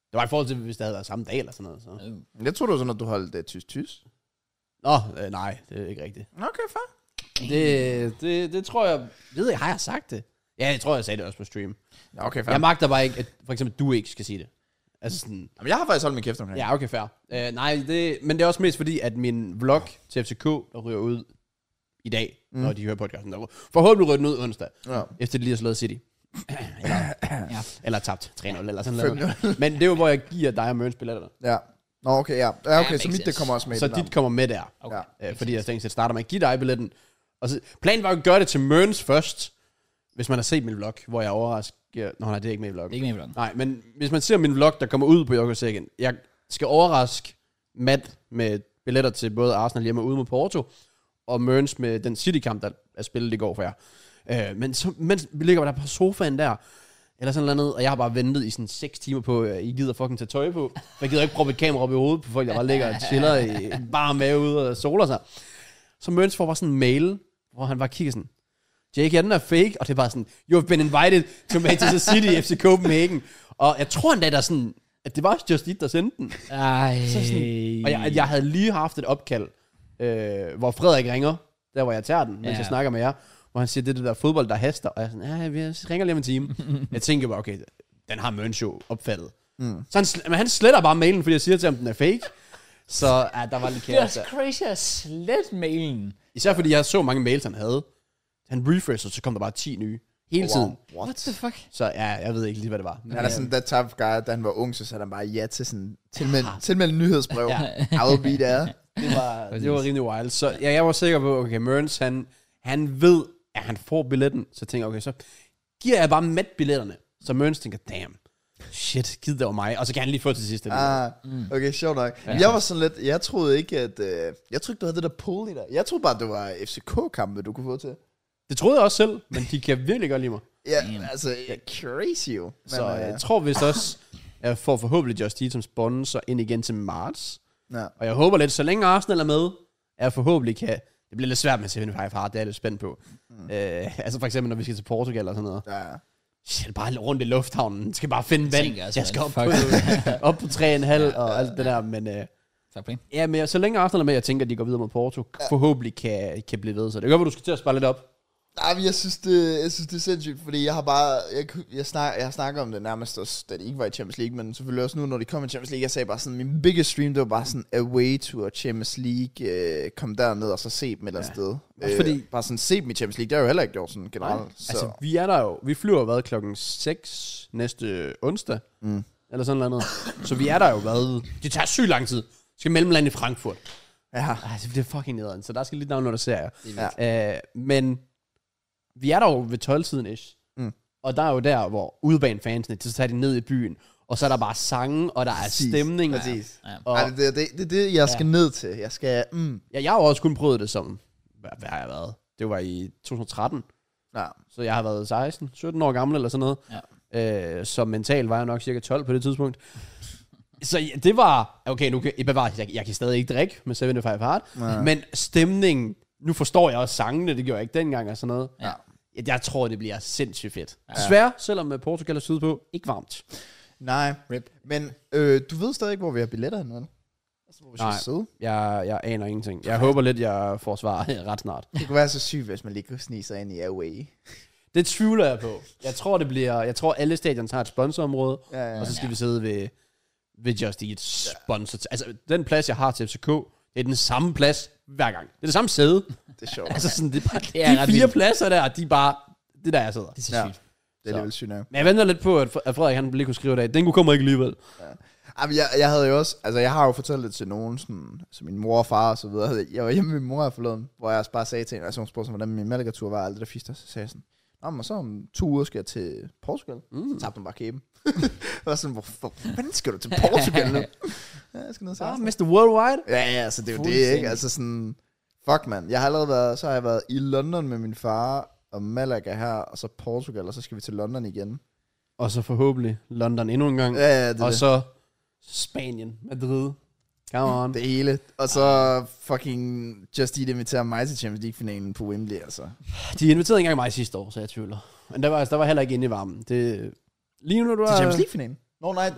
Det var i forhold til, hvis det havde været samme dag eller sådan noget. Så. Mm. Jeg tror det var sådan, at du holdt det tysk-tysk. Nå, øh, nej, det er ikke rigtigt. Okay, fair. Det, det, det tror jeg... Ved jeg, har jeg sagt det? Ja, jeg tror, jeg sagde det også på stream. Ja, okay, fair. Jeg magter bare ikke, at for eksempel du ikke skal sige det. Altså sådan... Jamen, jeg har faktisk holdt min kæft omkring. Ja, okay, fair. Uh, nej, det, men det er også mest fordi, at min vlog til F C K, der ryger ud i dag, mm. når de hører podcasten, der forhåbentlig ryger den ud onsdag, Ja. efter de lige har slået City. eller, Ja. eller tabt tre nul eller sådan noget. Men det er jo, hvor jeg giver dig og Mørns billetter. Ja. Nå, okay, ja. Ja, okay, Ja, så mit, det kommer også med. Så i den dit kommer med der. Okay. Ja. Uh, fordi jeg tænkte, at jeg starter med at give dig billetten. Og så, planen var jo at gøre det til Mørns først, hvis man har set min vlog, hvor jeg overrasker... Nå, nej, det er ikke med i vlog. Det er ikke med i vloggen. Nej, men hvis man ser min vlog, der kommer ud på Jokosækken, jeg skal overraske Matt med billetter til både Arsenal hjemme og ude mod Porto, og Mørns med den City-kamp, der er spillet i går for jer. Øh, men så, mens vi ligger der på sofaen der, eller sådan noget, og jeg har bare ventet i sådan seks timer på, at I gider fucking tage tøj på. Jeg gider ikke proppe et kamera op i hovedet på folk, der bare ligger og chiller i bare mave ude og soler sig. Så Mørns får bare sådan en mail, hvor han bare kigger sådan, Jake, ja, den er fake, og det er bare sådan, you've been invited to Manchester City F C Copenhagen. Og jeg tror endda, der sådan, at det var også Just Eat, der sendte den. Ej. Så sådan, og jeg, jeg havde lige haft et opkald, øh, hvor Frederik ringer, der hvor jeg tager den, mens Ja. jeg snakker med jer, hvor han siger, det er det der fodbold, der haster, og jeg er sådan, ja, vi ringer lige om en time. Jeg tænker bare, okay, den har Mørns jo opfattet. Mm. Så han, sl- men han sletter bare mailen, fordi jeg siger til ham, den er fake. Så ja, der var lidt Det er kaos også der. crazy at slet mailen. Især fordi jeg så mange mails, han havde. Han refreshede, så kom der bare ti nye. Hele Wow. tiden. What the fuck? Så ja, jeg ved ikke lige, hvad det var. Men, Han er sådan that type of guy, da han var ung, så satte han bare ja til sådan tilmeld, tilmeld nyhedsbrev. I will be there. det, var, det var rimelig wild. Så ja, jeg var sikker på, okay, Mørns, han, han ved, at han får billetten. Så tænker jeg, okay, så giver jeg bare Matt billetterne. Så Mørns tænker, damn, shit, giv det var mig. Og så kan han lige få til sidst. Ah, okay, sjovt nok. Ja. Jeg var sådan lidt, jeg troede ikke, at, øh, jeg troede ikke, du havde det der pool i dig. Jeg troede bare, det var F C K-kampe, du kunne få til. Det troede jeg også selv, men de kan virkelig godt lide mig. Ja, altså, crazy jo. Men, Så øh, jeg tror vist også, at jeg får forhåbentlig Just Eat som sponsor ind igen til marts. ja. Og jeg håber lidt, så længe Arsenal er med, at jeg forhåbentlig kan... Det bliver lidt svært med seventy-five Hard, det er jeg lidt spændt på. Mm. Øh, altså for eksempel, når vi skal til Portugal og sådan noget. Ja. Shit, bare rundt i lufthavnen. Jeg skal bare finde vand. tænker altså, Jeg skal op fuck. på, op på tre komma fem og alt det der. Men, øh, Tak for det. ja, men så længe Arsenal er med, jeg tænker, at de går videre mod Porto, ja. forhåbentlig kan, kan blive ved. Så det gør, at du skal til at spare lidt op. Nej, men jeg synes, det, jeg synes, det er sindssygt, fordi jeg har bare, jeg, jeg, snak, jeg har snakket om det nærmest også, da de ikke var i Champions League, men selvfølgelig også nu, når de kom i Champions League, jeg sagde bare sådan, min biggest stream, det var bare sådan, away tour Champions League, øh, kom derned og så se dem et eller andet sted. Også fordi- Øh, bare sådan, se dem i Champions League, det har jeg jo heller ikke gjort sådan generelt. Så. Altså, vi er der jo. Vi flyver hvad, klokken seks næste onsdag. Mm. Eller sådan noget. Så vi er der jo hvad. Det tager sygt lang tid. Vi skal mellemlande i Frankfurt. Ja. Altså, det er fucking nederen. Så der skal lige downloade serier. Ja. Øh, men vi er der jo ved tolv-tiden ish. Mm. Og der er jo der, hvor udebanefansene, så tager de ned i byen. Og så er der bare sange, og der er Præcis. stemning. Præcis. Ja. Og, Ej, det er det, det, det, det, jeg skal ja. ned til. Jeg skal, mm. ja, jeg har jo også kun prøvet det som, hvad, hvad har jeg været? Det var i to tusind og tretten. Ja. Så jeg har været seksten, sytten år gammel eller sådan noget. Ja. Øh, så mentalt var jeg nok cirka tolv på det tidspunkt. Så ja, det var, okay, nu kan jeg bevare, jeg, jeg kan stadig ikke drikke med seventy-five Hard, Ja. men stemningen, nu forstår jeg også sangene, det gjorde jeg ikke dengang og sådan noget. Ja. Jeg, jeg tror, det bliver sindssygt fedt. Ja. Desværre, selvom Portugal er sydpå, ikke varmt. Nej, Rip. men øh, du ved stadig ikke, hvor vi har billetter henne, vel? Altså, hvor vi skal Nej. sidde. Jeg, jeg aner ingenting. Jeg håber lidt, jeg får svar ret snart. Det kunne være så sygt, hvis man lige kunne snige sig ind i away. Det tvivler jeg på. Jeg tror, det bliver, jeg tror, alle stadions har et sponsorområde, Ja, ja. og så skal ja. vi sidde ved, ved Just Eat sponsor. Altså, den plads, jeg har til F C K, det er den samme plads hver gang. Det er det samme sæde. Det er sjovt. Altså sådan, det er bare, Det er de ret fire vildt. pladser der, de er bare, det er der, jeg sidder. Det er så Ja. sygt. Det er alligevel sygt nok. Men jeg venter lidt på, at at Frederik han lige kunne skrive det af. Den kunne komme ikke alligevel. Ej, men jeg, jeg havde jo også, altså jeg har jo fortalt det til nogen, sådan, altså min mor og far og så videre. Jeg var hjemme med min mor her forleden, hvor jeg også bare sagde til hende, altså hun spurgte, hvordan min Malaga-tur var, og alt det der fister, så sagde jeg sådan, nå, men så om to uger skal jeg til Portugal. Mm. Så tabte hun bare kæben. Jeg var sådan, hvor, hvor fanden skal du til Portugal nu? Ja, jeg skal ned til Ah, Arsenal. mister Worldwide. Ja, ja, altså det er jo det, Fuldstændig. ikke? Altså sådan, fuck man. Jeg har allerede været, så har jeg været i London med min far og Malaga her, og så Portugal, og så skal vi til London igen. Og så forhåbentlig London endnu en gang. Ja, ja, det er og det. så Spanien, Madrid. Come on. Det hele. Og så fucking Just Eat inviterer mig til Champions League-finalen på Wembley, altså. De inviterede engang mig sidste år, så jeg tvivler. Men der var, altså, der var heller ikke inde i varmen. Det, lige nu, når du Til er... Champions League-finalen? Nå, nej, ja.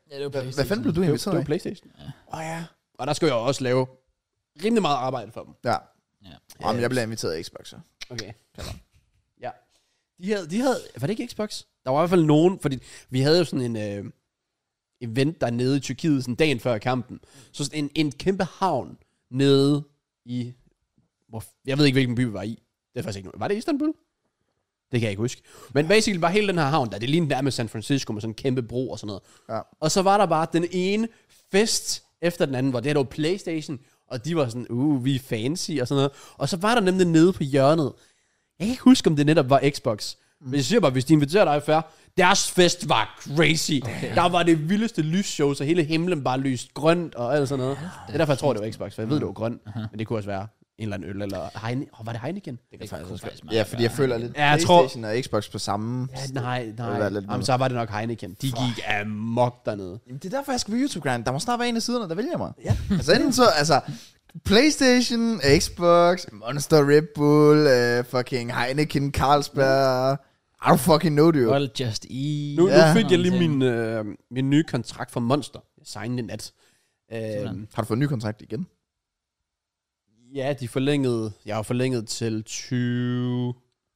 Ja, det Hvad, hvad fanden blev du Det var, inviteret det var af? PlayStation. Åh oh, ja. Og der skulle jeg også lave rimelig meget arbejde for dem. Ja. Ja. Oh, men jeg blev inviteret af Xbox, så. Okay. Ja. De havde, de havde, var det ikke Xbox? Der var i hvert fald nogen, fordi vi havde jo sådan en øh, event dernede i Tyrkiet, sådan dagen før kampen. Så sådan en, en kæmpe havn nede i, hvor, jeg ved ikke, hvilken by vi var i. Det er faktisk ikke noget. Var det Istanbul? Det kan jeg ikke huske. Men basically var hele den her havn, der det lignede nærmest San Francisco med sådan en kæmpe bro og sådan noget. Ja. Og så var der bare den ene fest efter den anden, hvor det her var PlayStation, og de var sådan, uh, vi er fancy og sådan noget. Og så var der nemlig nede på hjørnet. Jeg kan ikke huske, om det netop var Xbox. Men jeg siger bare, hvis de inviterer dig fair, deres fest var crazy. Okay. Der var det vildeste lysshow, så hele himlen bare lyst grønt og alt sådan noget. Det er derfor, jeg tror, det var Xbox, for jeg ved, det var grønt. Uh-huh. Men det kunne også være en eller anden øl, eller Heineken. Oh, var det Heineken? Det kan faktisk også være Ja, fordi jeg føler lidt Ja, jeg tror- PlayStation og Xbox på samme... Ja, nej, Det nej. vil være lidt Jamen, så var det nok Heineken. De gik amok dernede. Jamen, det er derfor, jeg skal på YouTube-grind. Der må snart være en af siderne, der vælger mig. Ja. Altså enten så, altså... PlayStation, Xbox, Monster, Red Bull, uh, fucking Heineken, Carlsberg... I don't fucking know, dude. Well, just eat. Nu, Ja. nu fik jeg lige min, øh, min nye kontrakt for Monster. Jeg signede i nat. Øh, Har du fået en ny kontrakt igen? ja, de forlængede... Jeg har forlænget til tyve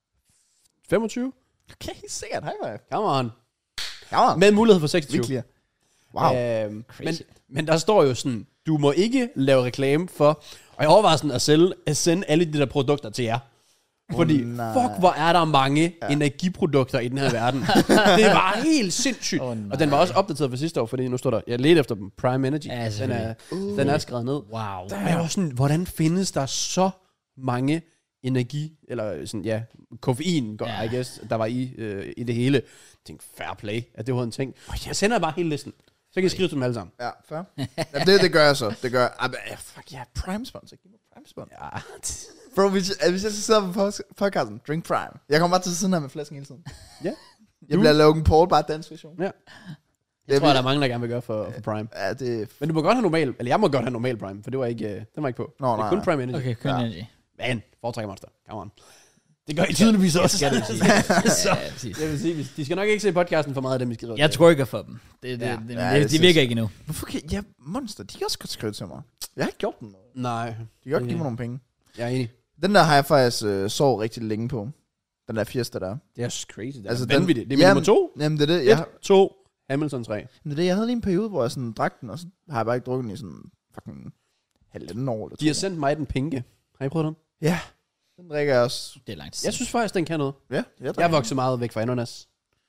femogtyve. Okay, sikkert. High five. Come on. Come on. Med mulighed for seksogtyve. Virkelig. Wow. Øhm, Crazy. men, men der står jo sådan, du må ikke lave reklame for, og jeg overvejer sådan at, sælge, at sende alle de der produkter til jer. Fordi, Oh, nej. fuck, hvor er der mange ja. energiprodukter i den her verden. Det var helt sindssygt. Oh, og den var også opdateret for sidste år, fordi nu står der, jeg ledte efter dem, Prime Energy. Ja, den, er, selvfølgelig. den er skrevet ned. Wow. Og jeg var sådan, hvordan findes der så mange energi, eller sådan, ja, koffein, Ja. ja. I guess, der var i, øh, i det hele. Jeg tænkte, fair play, at det var en ting. Jeg sender bare hele listen. Så kan jeg skrive til dem alle sammen. Ja, fair. Jamen, det, det gør jeg så. Det gør jeg. Ah, men, ja, fuck, ja, Prime sponsor. Giv mig Prime sponsor. Ja. Bro, hvis, jeg- hvis jeg skal sidde på pos- podcasten, drink Prime. Jeg kommer bare til siden her med flasken hele tiden. Ja. Jeg bliver Logan Paul, bare dansk version. Ja. Det Jeg tror, bliver- der er mange, der gerne vil gøre for, for Prime. Ja, det... Men du må godt have normal, eller jeg må godt have normal Prime, for det var ikke, øh, den var ikke på. Nå, det er nej, kun nej. Prime Energy. Okay, kun Ja. energy. Men, foretrækker Monster. Come on. Det gør I tydeligvis også. Skal det sige. Ja, præcis. Jeg vil sige, hvis- de skal nok ikke se podcasten for meget af dem, vi skal Jeg twerker for dem. Det, det, Ja. det, det, Ja, det, det de synes virker jeg. ikke endnu. Hvorfor kan... Ja, Monster, de kan også godt skrive til mig. Jeg har ikke gjort dem noget. Nej, De kan godt Okay. give mig nogle penge. jeg er enig. Den der har jeg faktisk øh, sovet rigtig længe på. Den der Fiesta der. Det er crazy. Det er Altså, altså den- vanvittigt. Det er min Jamen, nummer to. Jamen, det er det. Et, Jeg, to, Hamilton tre. men det er det, jeg havde lige en periode, hvor jeg sådan drak den, og så har jeg bare ikke drukket den i sådan fucking halvanden år. Eller De har to. sendt mig den pinke. Har I prøvet den? Ja, den drikker jeg også. Det er langt tid. Jeg synes faktisk, den kan noget. Ja, jeg, Jeg drikker er vokset meget væk fra ananas.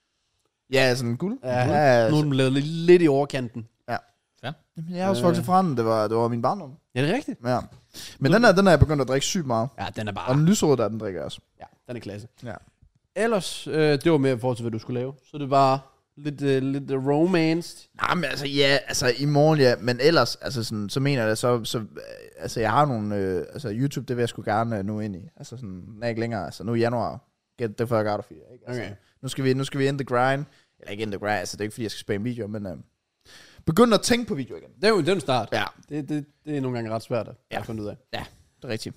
den. Ja, sådan guld. Ja, ja, nu er den lavet lidt, lidt i overkanten. Jamen, jeg har også vokset fra den. Det var, det var min barndom. Ja, det er rigtigt. Ja. Men den, er, den er jeg begyndt at drikke sygt meget. Ja, den er Og bare... den lyserøde der, den drikker jeg også. Ja, den er klasse. Ja. Ellers, øh, det var mere i forhold til, hvad du skulle lave. Så det var lidt, øh, lidt øh, romanced. Nej, men altså, ja, altså i morgen, ja. Men ellers, altså sådan, så mener jeg det, så, så øh, altså jeg har nogle, øh, altså YouTube, det vil jeg sgu gerne øh, nu ind i. Altså sådan, den er ikke længere, altså nu i januar, get the fuck out of here, ikke? Altså, Okay. nu skal vi, nu skal vi ind the grind. Eller ikke in the grind, altså det er ikke fordi, jeg skal spamme videoer, men øh, begynd at tænke på video igen. Det er jo det er en start. Ja, Det, det, det er nogle gange ret svært at Ja. ja. finde ud af. det er rigtigt.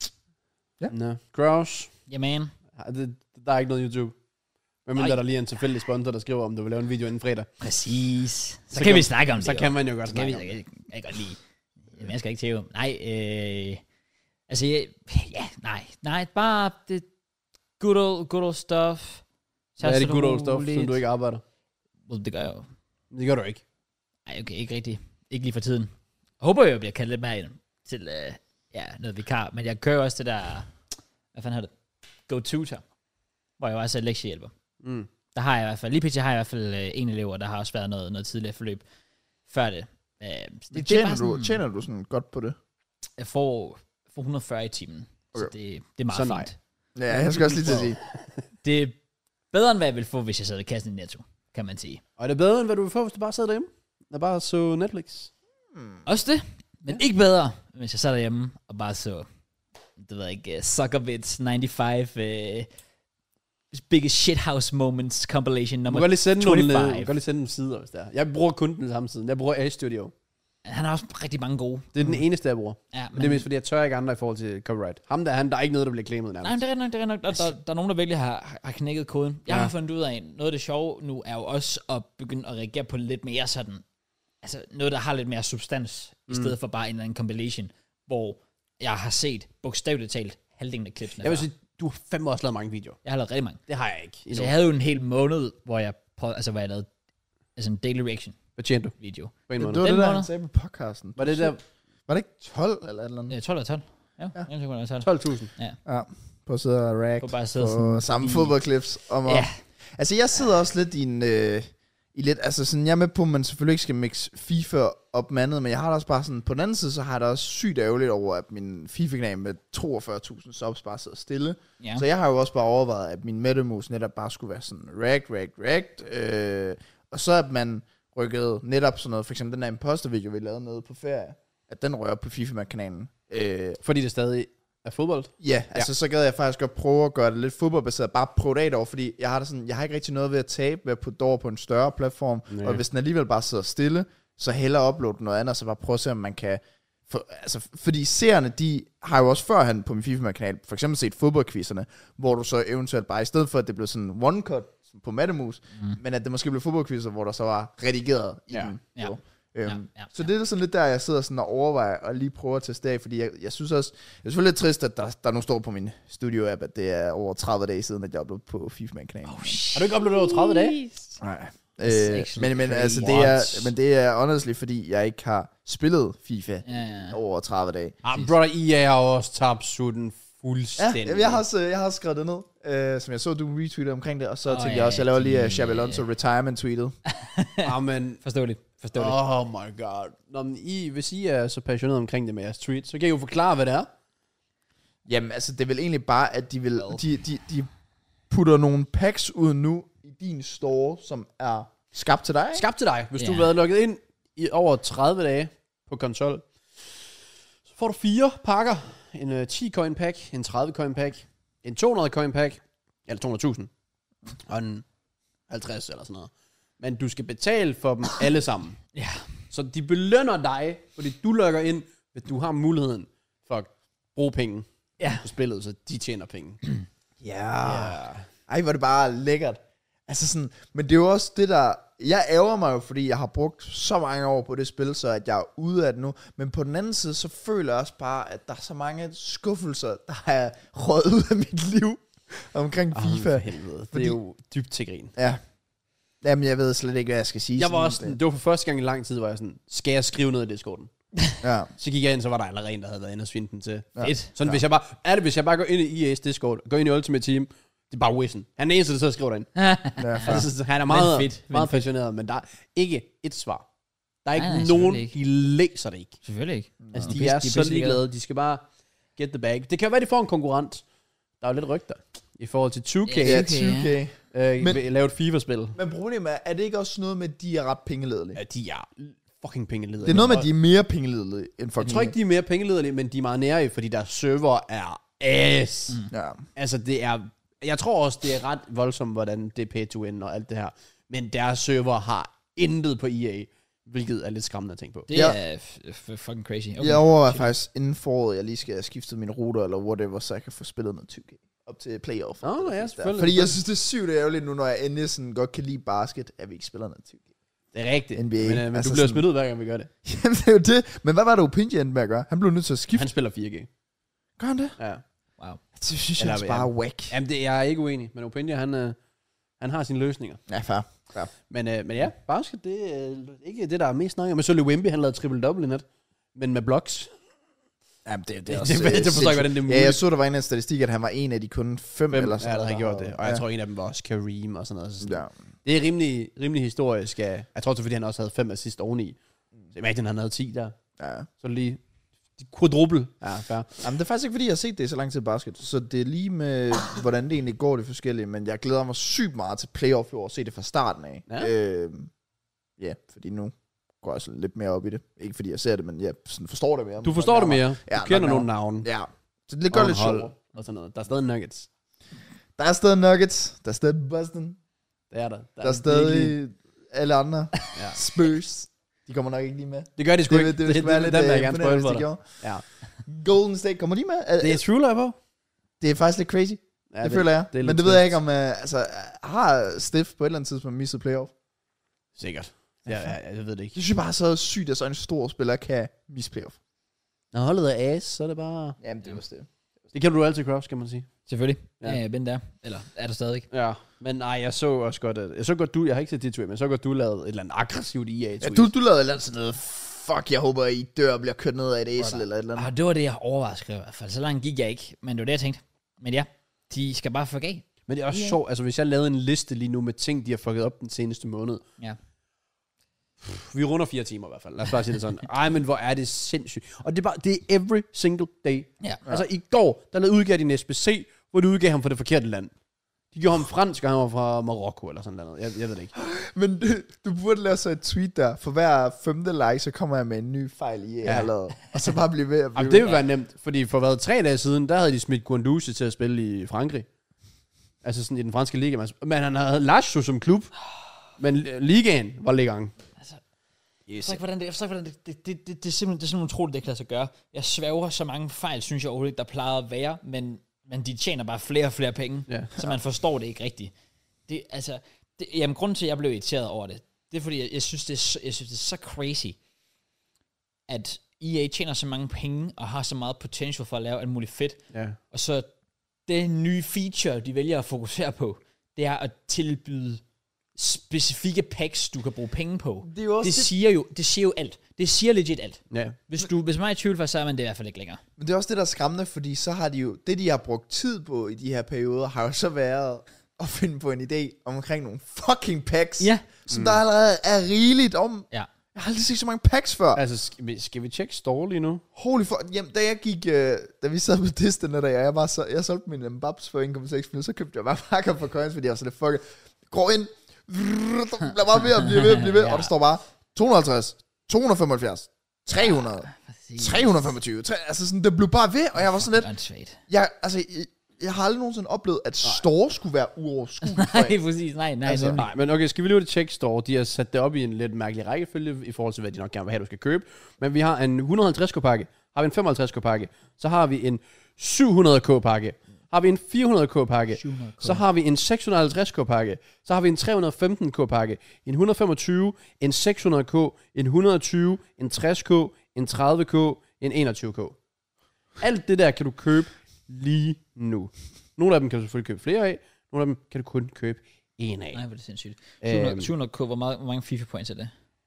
Ja. Nå. Grouse. Jamen. Ja, det, der er ikke noget YouTube. Men mindre Nej. der lige er en tilfældig sponsor, der skriver, om du vil lave en video inden fredag. Præcis. Så, Så så kan kan- vi snakke om Så det. kan jo. man jo godt Så kan vi, snakke så om kan det. jeg, jeg kan godt lide. Jamen, jeg skal ikke tæve. Nej, øh, altså, jeg, ja, nej, nej, bare det good old, good old stuff. Hvad er det så good old stuff, roligt. siden du ikke arbejder? Well, det gør jeg jo. Det gør du ikke. Nej, okay, ikke rigtigt. Ikke lige for tiden. Jeg håber, jeg bliver kaldt lidt mere ind til øh, ja, noget vikar, men jeg kører også det der, hvad fanden har det? Go-tutor, hvor jeg også er lektiehjælper. Mm. Der har jeg i hvert fald, lige pt. har jeg i hvert fald øh, en elev, og der har også været noget, noget tidligere forløb før det. Øh, det, Det det er tjener, bare du, sådan, tjener du sådan godt på det? jeg får, får et hundrede og fyrre i timen, okay. Så Okay. det, det er meget Så fint. nej. Ja, jeg skal også lige til at sige. Det er bedre, end hvad jeg ville få, hvis jeg sad i kassen i Netto, kan man sige. Og er det bedre, end hvad du vil få, hvis du bare sad derhjemme? Og bare så Netflix? Også det, men ja. ikke bedre, hvis jeg sad derhjemme og bare så, det ved jeg ikke, uh, Suckerbits nioghalvfems, uh, Biggest Shithouse Moments compilation Du nummer kan godt lige sende nogle, femogtyve. øh, du kan godt lige sende nogle sider, hvis det er. Jeg bruger kun den samme side. Jeg bruger A-Studio. Han har også rigtig mange gode. Det er den eneste, jeg bruger. Ja, Men det er mest, fordi jeg tør ikke andre i forhold til copyright. Ham der, han, der er ikke noget, der bliver claimet nærmest. Nej, men det er rigtig nok, det er rigtig nok. Der, der, der er nogen, der virkelig har, har knækket koden. Jeg Ja. har fundet ud af, noget af det sjove nu er jo også at begynde at reagere på lidt mere sådan altså noget, der har lidt mere substans, mm. i stedet for bare en eller anden compilation, hvor jeg har set bogstaveligt talt halvdelen af klipsene. Jeg vil sige, du har fandme også lavet mange videoer. Jeg har lavet rigtig mange. Det har jeg ikke. Så jeg havde jo en hel måned, hvor jeg prøvede, altså hvor jeg lavede altså en daily reaction Hvad tjente du? video. På en Det, måned. det var Den det, der måned. han sagde på podcasten. Var det der Var det ikke tolv eller et eller andet? Ja, tolv eller tolv. Ja, Ja. jeg synes, det var tolv. tolv tusind? Ja, på at sidde og På react bare at sidde på sådan samme i- fodboldclips. Om Ja. Altså, jeg sidder også lidt i en... Øh, i lidt, altså sådan, jeg er med på, at man selvfølgelig ikke skal mixe FIFA op med andet, men jeg har da også bare sådan, på den anden side, så har jeg da også sygt ærgerligt over, at min FIFA-kanal med toogfyrre tusind subs bare sidder stille. Ja. Så jeg har jo også bare overvejet, at min MetaMoves netop bare skulle være sådan react, react, react, øh, og så at man rykkede netop sådan noget, for eksempel den der imposter-video, vi lavede nede på ferie, at den rører på FIFA-kanalen. Øh, Fordi det stadig er fodbold? Ja, altså ja. Så gad jeg faktisk godt prøve at gøre det lidt fodboldbaseret, bare prøve det af over, fordi jeg har det sådan, jeg har ikke rigtig noget ved at tabe ved at putte det over på en større platform, Nej. og hvis den alligevel bare sidder stille, så hellere uploade noget andet, så bare prøve at se, om man kan, for, altså, fordi seerne, de har jo også førhen på min FIFA-kanal, for eksempel set fodboldquizzerne, hvor du så eventuelt bare, i stedet for at det blev sådan one-cut på MetaMoves, mm. men at det måske blev fodboldquizzer, hvor der så var redigeret i Ja. den. Ja. Jo. Øhm, Ja, ja, så det er sådan lidt der, jeg sidder sådan og overvejer og lige prøver at teste af, fordi jeg, jeg synes også, det er selvfølgelig lidt trist, at der, der nu står på min studio-app, at det er over tredive dage siden, at jeg uploadede på FIFA-kanalen. Oh, Har du ikke oplevet over tredive dage? Nej. That's Øh, actually men, men, crazy. altså, det er, men det er honestly, fordi jeg ikke har spillet FIFA Ja, ja. over tredive dage. Ah, brother, I A har også tabt sutten Ja, fuldstændig. jeg har, også, jeg har også skrevet det ned, øh, som jeg så, du retweetede omkring det, og så Åh, oh, tænkte ja, jeg også, jeg laver lige de- uh, Xabi Alonso retirement-tweetet. Amen. Forståeligt. Forståeligt. Oh my god. Nå, men I, hvis I er så passioneret omkring det med jeres tweet, så kan I jo forklare, hvad det er. Jamen, altså, det er vel egentlig bare, at de, vil, de, de, de putter nogle packs ud nu i din store, som er skabt til dig. Skabt til dig. Hvis Ja. du har været logget ind i over tredive dage på konsol, så får du fire pakker. En uh, ti coin pack, en tredive coin pack, en to hundrede coin pack, eller to hundrede tusind, og en halvtreds eller sådan noget. Men du skal betale for dem alle sammen. Ja. Så de belønner dig, fordi du logger ind, hvis du har muligheden for at bruge penge Ja. på spillet, så de tjener penge. Ja. Ja. Ej, hvor er det bare lækkert. Altså sådan, men det er jo også det der, jeg ærger mig jo, fordi jeg har brugt så mange år på det spil, så at jeg er ude af det nu. Men på den anden side, så føler jeg også bare, at der er så mange skuffelser, der er røget ud af mit liv omkring Oh, FIFA. for helvede. Det Fordi- er jo dybt til grin. Ja. Jamen, jeg ved slet ikke, hvad jeg skal sige. Jeg var sådan, også sådan, det var for første gang i lang tid, hvor jeg sådan, skal jeg skrive noget i Discorden? Ja. Så gik jeg ind, så var der allerede en, der havde været inde og svinde den til. Ja. Fedt. Sådan, Ja. hvis jeg bare, er det, hvis jeg bare går ind i E A's Discord, går ind i Ultimate Team, det er bare Wissen. Han er den eneste, der sidder og skriver derinde. Ja, Altså, så han er meget, Men fedt, men meget fedt. passioneret, men der er ikke et svar. Der er ikke Nej, nej, nogen, selvfølgelig de læser det ikke. Selvfølgelig ikke. Altså, De de er er pisse- så de er pisse ligeglade. De skal bare get the bag. Det kan jo være, de får en konkurrent. Der er jo lidt rygter i forhold til to K. Ja, ja okay, tyve K. Øh, Men- men, lave et FIFA-spil. Men problemet er, er det ikke også noget med, at de er ret pengeledelige? Ja, de er fucking pengeledige. Det er noget med, at de er mere pengeledelige end for Jeg tror ikke, de er mere pengeledige, men de er meget nære, fordi deres server er ass. Mm. Ja. Altså, det er... Jeg tror også, det er ret voldsomt, hvordan det er pay to win og alt det her. Men deres server har intet på E A, hvilket er lidt skræmmende at tænke på. Det Ja. er f- f- fucking crazy. Okay. Jeg overvejer faktisk inden foråret, jeg lige skal have skiftet mine ruter eller whatever, så jeg kan få spillet noget tyve K op til playoff. Nå, Eller ja, der. selvfølgelig. Fordi jeg synes, det er sygt ærgerligt nu, når jeg endelig sådan godt kan lide basket, at vi ikke spiller noget tyve K. Det er rigtigt. N B A. Men, øh, men Altså du bliver sådan- smidt ud, hver gang vi gør det. Jamen, det er jo det. Men hvad var det, Opinji endte med at gøre? Han blev nødt til at skifte. Han spiller fire G. Gør han det? Ja. Wow. Det synes Eller- jeg bare er whack. Jamen, det, jeg er ikke uenig. Men Opinja, han, øh, han har sine løsninger. Ja, fair. fair. Men, øh, men ja, basket, det er ikke det, der er mest snak om. Men så Wimby, han lavede triple-double i nat. Men med blocks. Jamen, det, Det- også, det- det øh, forstår jeg ikke, hvordan det er Ja, muligt. jeg så, der var en af statistik, at han var en af de kun fem, Hvem, eller sådan ja, der har gjort der det. har- Og jeg ja. tror, en af dem var også Kareem og sådan noget. Så sådan. Ja. Det er rimelig, rimelig historisk. øh, Jeg tror også, fordi han også havde fem assist oveni. Så imagine, han havde ti der. Ja. Så er det lige de quadruple. Ja, fair. Jamen, det er faktisk ikke, fordi jeg har set det i så lang tid i basket. Så det er lige med, hvordan det egentlig går, det forskellige. Men jeg glæder mig sygt meget til playoff i år, at se det fra starten af. Ja. Øh, ja, fordi nu går jeg sådan lidt mere op i det. Ikke fordi jeg ser det, men jeg sådan forstår det mere. Du forstår det mere. Du Ja, kender nok nogle nærmere. navne. Ja, så det gør Og lidt hold sjovt. og sådan noget. Der er stadig Nuggets. Der er stadig Nuggets, der er stadig Boston, Det er der. der er stadig virkelig- alle andre. Ja. Spurs, de kommer nok ikke lige med. Det gør de sgu Det, ikke. det, det, det, det, være lidt den vil jeg øh, gerne imponerende, spoil hvis for de dig. gjorde. Ja. Golden State, kommer de med? Er, Det er True Life på. det er faktisk lidt crazy, Ja, det, det føler jeg. det er Men lidt det ved jeg trist. ikke om, uh, altså, har Steph på et eller andet tidspunkt misset playoff? Sikkert. Ja, ja, jeg ved det ikke. Det synes jeg bare er så sygt, at så en stor spiller kan misse playoff. Når holdet er as, så er det bare... Jamen, det er også det. Det kan du altid, Cross, kan man sige. Selvfølgelig. Ja. Ja, Ben der. Eller er der stadig? Ja, men nej, jeg så også godt, at... Jeg så godt, du... Jeg har ikke set dit tweet, men jeg så godt, du lavede et eller andet aggressivt I A-tweet. Ja, du, du lavede et eller andet sådan noget, fuck, jeg håber, I dør og bliver kørt ned af et æsel eller et eller andet. Ah, det var det, jeg overvejede at skrive i hvert fald. Så langt gik jeg ikke, men det var det, jeg tænkte. Men ja, de skal bare fuck af. Men det er også Ja. sjovt, altså hvis jeg lavede en liste lige nu med ting, de har fucket op den seneste måned. Ja. Vi runder fire timer i hvert fald. Lad os bare sige det sådan. Ej, men hvor er det sindssygt. Og det er bare, det er every single day. Ja. Altså i går, der lavede udgav de en S B C, hvor de udgav ham fra det forkerte land. De gjorde ham fransk, og han var fra Marokko eller sådan noget. Jeg, jeg ved det ikke. Men du, du burde lave så et tweet der. For hver femte like, så kommer jeg med en ny fejl, I ja. har lavet. Og så bare blive ved at blive Jamen, det vil være nemt, fordi for hvad, tre dage siden, der havde de smidt Guendouzi til at spille i Frankrig. Altså sådan i den franske liga. Men han havde Lazio som klub. Men ligaen var ligaen. Altså, jeg forstår ikke, hvordan det, jeg forstår ikke, hvordan det, det, det, det, det, er simpelthen, det er simpelthen utroligt, det kan lade sig gøre. Jeg sværger så mange fejl, synes jeg overhovedet ikke, der plejede at være, men, men de tjener bare flere og flere penge, Ja. så man forstår det ikke rigtigt. Det, altså, det, jamen, grunden til, at jeg blev irriteret over det, det er, fordi jeg, jeg, synes, det er så, jeg synes, det er så crazy, at E A tjener så mange penge, og har så meget potential for at lave alt muligt fedt, Ja. og så det nye feature, de vælger at fokusere på, det er at tilbyde specifikke packs, du kan bruge penge på. Det er jo også det, det- siger jo, det siger jo alt. Det siger legit alt. Ja. Hvis, du, hvis man er i tvivl for, så er man det i hvert fald ikke længere. Men det er også det, der er skræmmende, fordi så har de jo, det de har brugt tid på i de her perioder, har jo så været at finde på en idé omkring nogle fucking packs, Ja. som mm. der allerede er rigeligt om. Ja. Jeg har aldrig set så mange packs før. Altså, skal vi, skal vi tjekke store lige nu? Holy fuck. Jamen, da jeg gik, øh, da vi sad på Disney der, og jeg bare så, jeg solgte min Mbappes for en komma seks minutter, så købte jeg bare pakker for coins, fordi jeg var sådan lidt, fuck it. Gå ind, lad bare ved at blive ved, blive ved, Ja. og der står bare to hundrede og halvtreds, to hundrede og femoghalvfjerds, tre hundrede, tre hundrede og femogtyve, tre, altså sådan, det blev bare ved, og jeg var sådan lidt, Åndssvagt. jeg, altså, jeg, jeg har aldrig nogensinde oplevet, at store skulle være uoverskueligt. for Nej, en. præcis. Nej, nej. Altså, Altså, Nej, men okay, skal vi lige tjekke store? De har sat det op i en lidt mærkelig rækkefølge i forhold til, hvad de nok gerne vil have, du skal købe. Men vi har en et hundrede og halvtreds k-pakke, har vi en femoghalvtreds k-pakke, så har vi en syv hundrede k-pakke, har vi en fire hundrede k-pakke, så har vi en seks hundrede og halvtreds k-pakke, så har vi en tre hundrede og femten k-pakke, en et hundrede og femogtyve, en seks hundrede k, en et hundrede og tyve, en tres k, en tredive k, en enogtyve k. Alt det der kan du købe lige nu. Nogle af dem kan du selvfølgelig købe flere af, nogle af dem kan du kun købe en af. nej, hvor er det sindssygt. Øhm. syv hundrede k, hvor, meget, hvor mange FIFA points er det?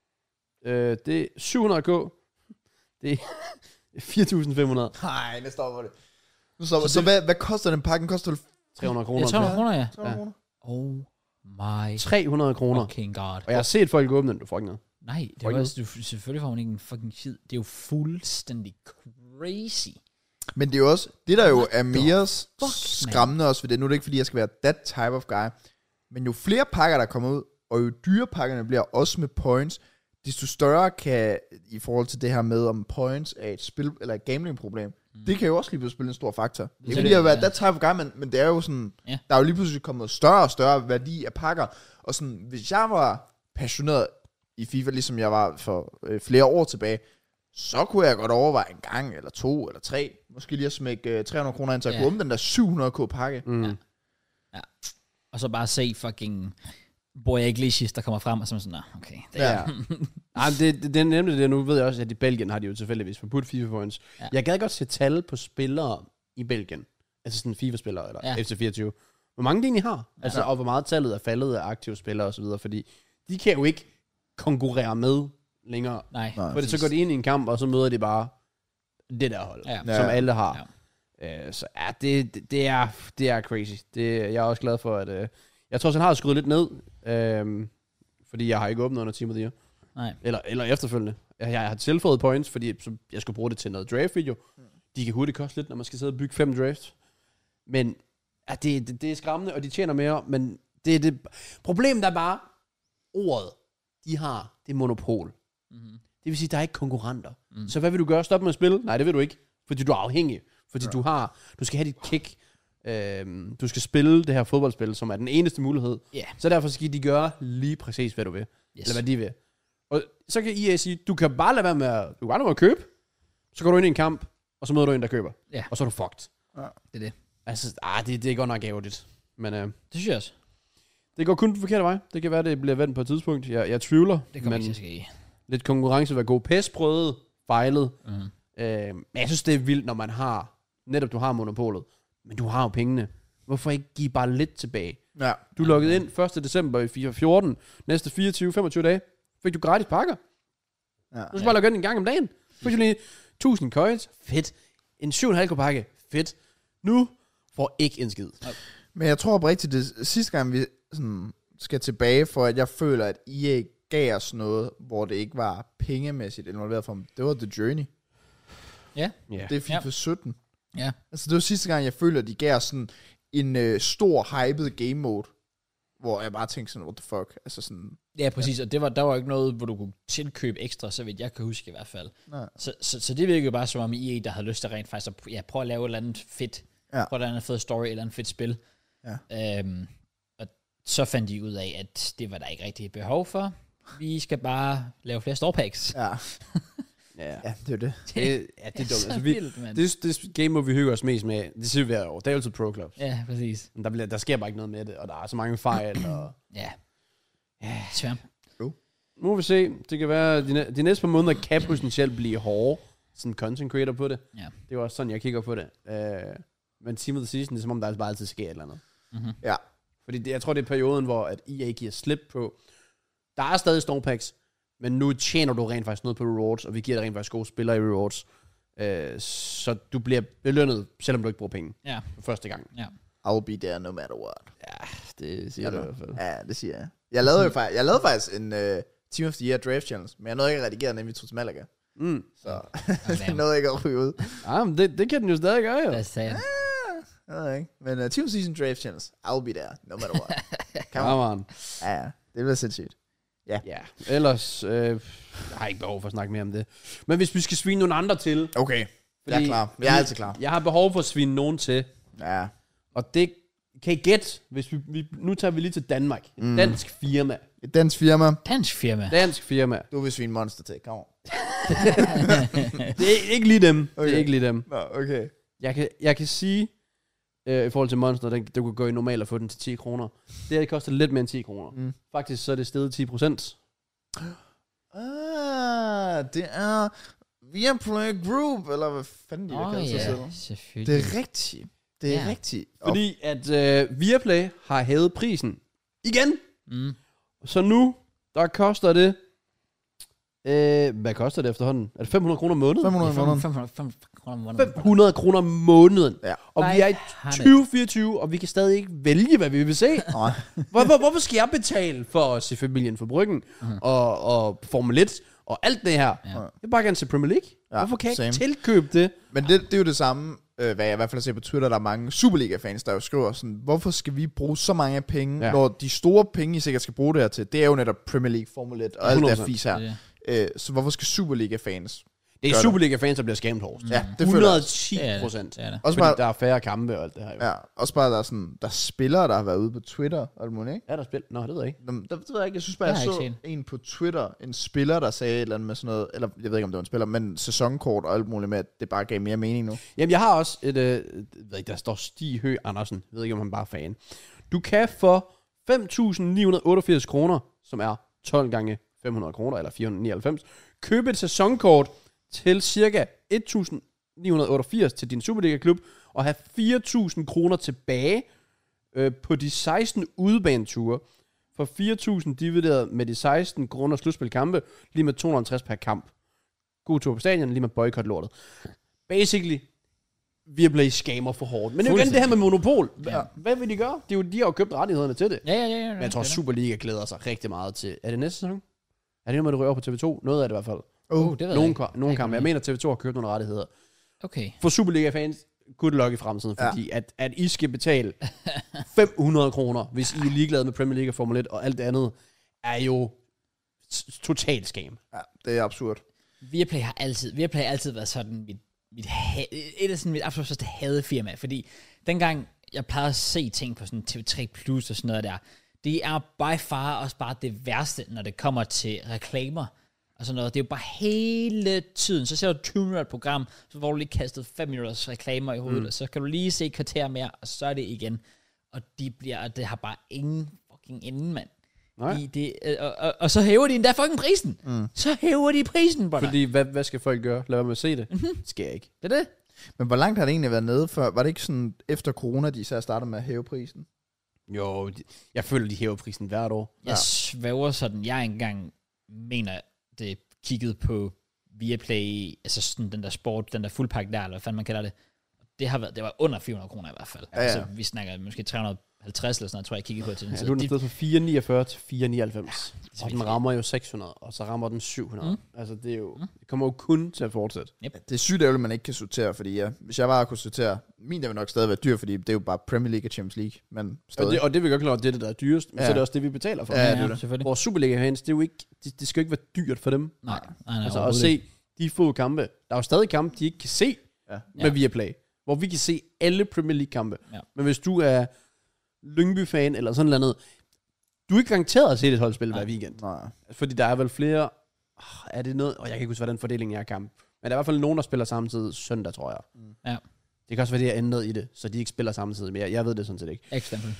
Øh, det er syv hundrede k, det er fire tusind fem hundrede, Nej, nu stopper det. Nu stopper. Så, så hvad, hvad koster den pakke? Den koster vel tre hundrede kroner. Ja, tre hundrede kroner, ja. tre hundrede kroner? Oh my tre hundrede kroner. fucking god. Og jeg har set folk åbne den, du får ikke noget. Nej, det Får var ikke også, du, selvfølgelig får man ikke en fucking shit. Det er jo fuldstændig crazy. Men det er jo også, det der jo What er mere fuck, skræmmende også ved det, nu er det ikke fordi, jeg skal være that type of guy, men jo flere pakker, der kommer ud, og jo dyre pakkerne bliver også med points, desto større kan, i forhold til det her med, om points er et spil, eller et gambling-problem, mm. det kan jo også lige pludselig spille en stor faktor. Det er ikke fordi, jeg vil være ja. that type of guy, men, men det er jo sådan, Ja. der er jo lige pludselig kommet større og større værdi af pakker, og sådan, hvis jeg var passioneret i FIFA, ligesom jeg var for øh, flere år tilbage, så kunne jeg godt overveje en gang, eller to, eller tre, måske lige at smække øh, tre hundrede kroner ind, så jeg Ja. kunne åbne den der syv hundrede k pakke. Mm. Ja. Og så bare se fucking Borja Iglesias, der kommer frem, og så er man sådan, nah, okay. Det er, Ja. Ej, men det, det, det er nemlig det. Nu ved jeg også, at i Belgien har de jo tilfældigvis forbudt FIFA points. Ja. Jeg gad godt se tal på spillere i Belgien. Altså sådan FIFA-spillere, eller Ja. F C fireogtyve. Hvor mange de egentlig har. Altså, og hvor meget tallet er faldet af aktive spillere osv. Fordi de kan jo ikke konkurrere med længere. Nej. Nej. For så går de ind i en kamp, og så møder de bare det der hold, Ja. som Ja. alle har. Ja. Øh, så ja, det, det, det, er, det er crazy. Det, jeg er også glad for, at... Øh, jeg tror også, han har skruet lidt ned. Øh, fordi jeg har ikke åbnet under Team of the Year. Nej. Eller, eller efterfølgende. Jeg, jeg har tilføjet points, fordi så jeg skulle bruge det til noget draft-video. De kan hurtigt koste lidt, når man skal sidde og bygge fem drafts. Men ja, det, det, det er skræmmende, og de tjener mere. Men det, det, problemet er bare, ordet, de har, det er monopol. Mm-hmm. Det vil sige, der er ikke konkurrenter. Mm. Mm. Så hvad vil du gøre? Stoppe med at spille? Nej, det vil du ikke. Fordi du er afhængig. Fordi ja. du har, du skal have dit kick. Øhm, du skal spille det her fodboldspil, som er den eneste mulighed. Yeah. Så derfor skal de gøre lige præcis, hvad du vil. Yes. Eller hvad de vil. Og så kan E A sige, du kan bare lade være med at, du kan bare lade være med at købe. Så går du ind i en kamp, og så møder du en, der køber. Ja. Og så er du fucked. Det er det. Altså, ah, det, det er godt nok ærgerligt. Men øh, Det synes jeg også. Det går kun den forkerte vej. Det kan være, det bliver vendt på et tidspunkt. Jeg, jeg tvivler. Det kommer men ikke til at ske. lidt konkurrence vil være god. P E S prøvede, fejlede. Mm. Øh, men jeg synes, det er vildt, når man har, netop du har monopolet, men du har jo pengene. Hvorfor ikke give bare lidt tilbage? Ja. Du loggede ind første december i FIFA fjorten. Næste fireogtyve femogtyve dage fik du gratis pakker. Ja. Du skal bare logge ind en gang om dagen. Fik du lige tusind coins. Fedt. En syv komma fem pakke. Fedt. Nu får ikke en skid. Men jeg tror oprigtigt, det sidste gang, vi sådan skal tilbage, for at jeg føler, at E A gav os noget, hvor det ikke var pengemæssigt involveret for dem. Det var The Journey. Ja. Ja. Det er FIFA Ja. sytten. Ja. Altså, det var sidste gang, jeg føler, at de gav os sådan en øh, stor, hyped game mode, hvor jeg bare tænkte sådan, what the fuck? Altså sådan... Ja, præcis, og det var, der var ikke noget, hvor du kunne tilkøbe ekstra, så vidt jeg kan huske i hvert fald. Nej. Så, så, så det virkede jo bare som om E A, der havde lyst til rent faktisk at ja, prøve at lave et eller andet fedt, Ja. prøve at lave en fed story, eller en fedt spil. Ja. Øhm, og så fandt de ud af, at det var der ikke rigtig behov for. Vi skal bare lave flere store packs. Ja, Ja. ja det er jo det. Det, ja, det er dumt. så Altså, vi, vildt, mand. det, det game, hvor vi hygger os mest med, det siger vi hver år. Det er jo altid Pro Clubs. Ja, præcis. Men der, bliver, der sker bare ikke noget med det, og der er så mange fejl. Og Ja. Ja, svært. nu må vi se. Det kan være, de, næ- de næste par måneder kan potentielt blive hårde. Sådan content creator på det. Ja. Det er jo også sådan, jeg kigger på det. Uh, men Team of the Season, det er som om, der bare altid sker et eller andet. Mm-hmm. Ja. Fordi det, jeg tror, det er perioden, hvor at E A giver slip på. Der er stadig store packs, men nu tjener du rent faktisk noget på rewards, og vi giver dig rent faktisk gode spillere i rewards. Uh, så du bliver belønnet, selvom du ikke bruger penge Ja. for første gang. Ja. I'll be there no matter what. Ja, det siger Ja, du i hvert fald. Ja, det siger jeg. Jeg lavede jo faktisk, jeg lavede faktisk en uh, Team of the Year Draft Challenge, men jeg nåede ikke at redigere den, inden vi tog til Malaga. Mm. Så jeg nåede ikke at ryge ud. Ja, men det, det kan den jo stadig gøre, jo. Lad os sige det. Jeg ved ikke. Men uh, Team Season Draft Challenge, I'll be there, no matter what. Come Ja, on. man. Ja, ja. Det bliver sindssygt. Ja, ellers... Øh, jeg har ikke behov for at snakke mere om det. Men hvis vi skal svine nogle andre til... Okay, jeg er klar. Jeg er altid klar. Jeg har behov for at svine nogen til. Ja. Og det kan I gætte, hvis vi, vi... Nu tager vi lige til Danmark. Et Mm. dansk firma. Et dansk firma. Dansk firma. Dansk firma. Du vil svine monster til, kom on. Det er ikke lige dem. Okay. Det Okay. er ikke lige dem. Nå, okay. Jeg kan, jeg kan sige... Øh, I forhold til Monster, den, du kan gå i normalt og få den til ti kroner. Det her koster lidt mere end ti kroner. Mm. Faktisk så er det steget ti procent. Ah, det er Viaplay Group, eller hvad fanden de vil Åh kalde sig selv. ja, selvfølgelig. Det er rigtigt. Det er Ja. rigtigt. Fordi at øh, Viaplay har hævet prisen igen. Mm. Så nu, der koster det... Øh, hvad koster det efterhånden? Er det fem hundrede kroner om måneden? fem hundrede fem kroner. hundrede kroner om måneden. fem hundrede kroner om måneden. Ja. Og vi er i tyve fireogtyve, og vi kan stadig ikke vælge, hvad vi vil se. Nej. Hvorfor, hvorfor skal jeg betale for at se Familien for Bryggen, Mhm. og, og Formel et, og alt det her? Ja. Jeg vil bare gerne se Premier League. Ja, Hvorfor kan jeg same. ikke tilkøbe det? Men det, det er jo det samme, øh, hvad jeg i hvert fald ser på Twitter, der er mange Superliga-fans, der jo skriver sådan, hvorfor skal vi bruge så mange penge, Ja. ja. når de store penge, I sikkert skal bruge det her til, det er jo netop Premier League, Formel et og alt det hundrede der procent. fis her. Det er Øh, så hvorfor skal Superliga-fans? Det er Gør det. Superliga-fans, der bliver skamt hårdest. Ja, det føler hundrede jeg. og ti Det er det. procent. Det er det. Også Fordi bare, der er færre kampe og alt det her. Jo. ja, også bare, der er, sådan, der er spillere, der har været ude på Twitter, og alt muligt, ikke? Er der spil? Nå, det ved jeg ikke. Nå, der ved jeg ikke, jeg synes bare, Jeg jeg, har så ikke en på Twitter, en spiller, der sagde et eller andet med sådan noget, eller jeg ved ikke, om det var en spiller, men sæsonkort og alt muligt med, at det bare gav mere mening nu. Jamen, jeg har også et... Øh, jeg ved ikke, der står Stig Høgh Andersen. Jeg ved ikke, om han bare er fan. Du kan for fem tusind ni hundrede otteogfirs kroner, som er tolv gange fem hundrede kroner, eller fire hundrede nioghalvfems, købe et sæsonkort til cirka et tusind ni hundrede otteogfirs til din Superliga-klub, og have fire tusind kroner tilbage øh, på de seksten udebaneture, for fire tusind divideret med de seksten kroner slutspilkampe, lige med to hundrede og halvtreds per kamp. God tur på stadion, lige med boykot lortet. Basically, Viaplay scammer for hårdt. Men det er jo igen det her med monopol. Hvad, Ja. hvad vil de gøre? Det er jo, de har jo købt rettighederne til det. Ja, ja, ja. ja Men jeg tror, det er Superliga glæder sig rigtig meget til... Er det næste sæson? Er det noget med, det rører på T V to? Noget af det i hvert fald. der. Uh, det ved jeg Nogle, ikke. ka- nogle Ikke kampe. Jeg noget. mener, T V to har købt nogle rettigheder. Okay. For Superliga-fans, good luck i fremtiden, Ja. fordi at, at I skal betale fem hundrede kroner, hvis I er ligeglade med Premier League og Formel et, og alt det andet, er jo s- totalt scam. Ja, det er absurd. Viaplay har altid, Viaplay har altid været sådan mit, mit ha- et af sådan mit absolut største hadefirma, fordi dengang jeg plejede at se ting på sådan T V tre Plus og sådan noget der, det er by far også bare det værste, når det kommer til reklamer og sådan noget. Det er jo bare hele tiden, så ser du tyve minutter et program, så får du lige kastet fem minutters reklamer i hovedet, mm. og så kan du lige se et kvarter mere, og så er det igen. Og de bliver, og det har bare ingen fucking inde, mand. Nej. I det, øh, og, og, og så hæver de endda fucking prisen. Mm. Så hæver de prisen, brother. Fordi, hvad, hvad skal folk gøre? Lad være med at se det. Mhm. Det skal jeg ikke. Det er det. Men hvor langt har det egentlig været nede før? Var det ikke sådan, efter corona, de så startede med at hæve prisen? Jo, de, jeg føler, de hæver prisen hvert år. Jeg ja. svæver sådan, jeg engang mener, det kiggede på Viaplay, altså sådan den der sport, den der fuldpakke der, eller hvad fanden man kalder det. Det har været, det var under fire hundrede kroner i hvert fald. Ja, ja. Altså, vi snakker måske tre hundrede og halvtreds eller sådan noget, tror jeg, jeg kiggede på til den Ja, tid. nu er den Det- stedet fra fire hundrede niogfyrre til fire hundrede nioghalvfems. det er Og den vildt. rammer jo seks hundrede, og så rammer den syv hundrede. Mm. Altså, det er jo, Mm. det kommer jo kun til at fortsætte. Det er sygt ærgerligt, at man ikke kan sortere, fordi ja, hvis jeg bare kunne sortere, min der vil nok stadig være dyr, fordi det er jo bare Premier League og Champions League, men stadig. Og det, og det vil godt klare, det er det, der er dyrest, men Ja. så er det også det, vi betaler for. Ja, Ja, det er ja, det. selvfølgelig. Vores Superliga-fans, det er jo ikke, det, det skal jo ikke være dyrt for dem. Nej, nej, nej. Altså at overhovedet se ikke. de få kampe. Der er jo stadig kampe, de ikke kan se Ja. med Viaplay. Hvor vi kan se alle Premier League-kampe. Ja. Men hvis du er Lyngby-fan eller sådan noget, du er ikke garanteret at se det holdspil hver weekend. Nej. Fordi der er vel flere... Oh, er det noget... Og jeg kan ikke huske, hvordan fordelingen er af kamp. Men der er i hvert fald nogen, der spiller samtidig søndag, tror jeg. Mm. Ja. Det kan også være, det er ændret i det, så de ikke spiller samtidig. Men jeg, jeg ved det sådan set ikke. Eksempel.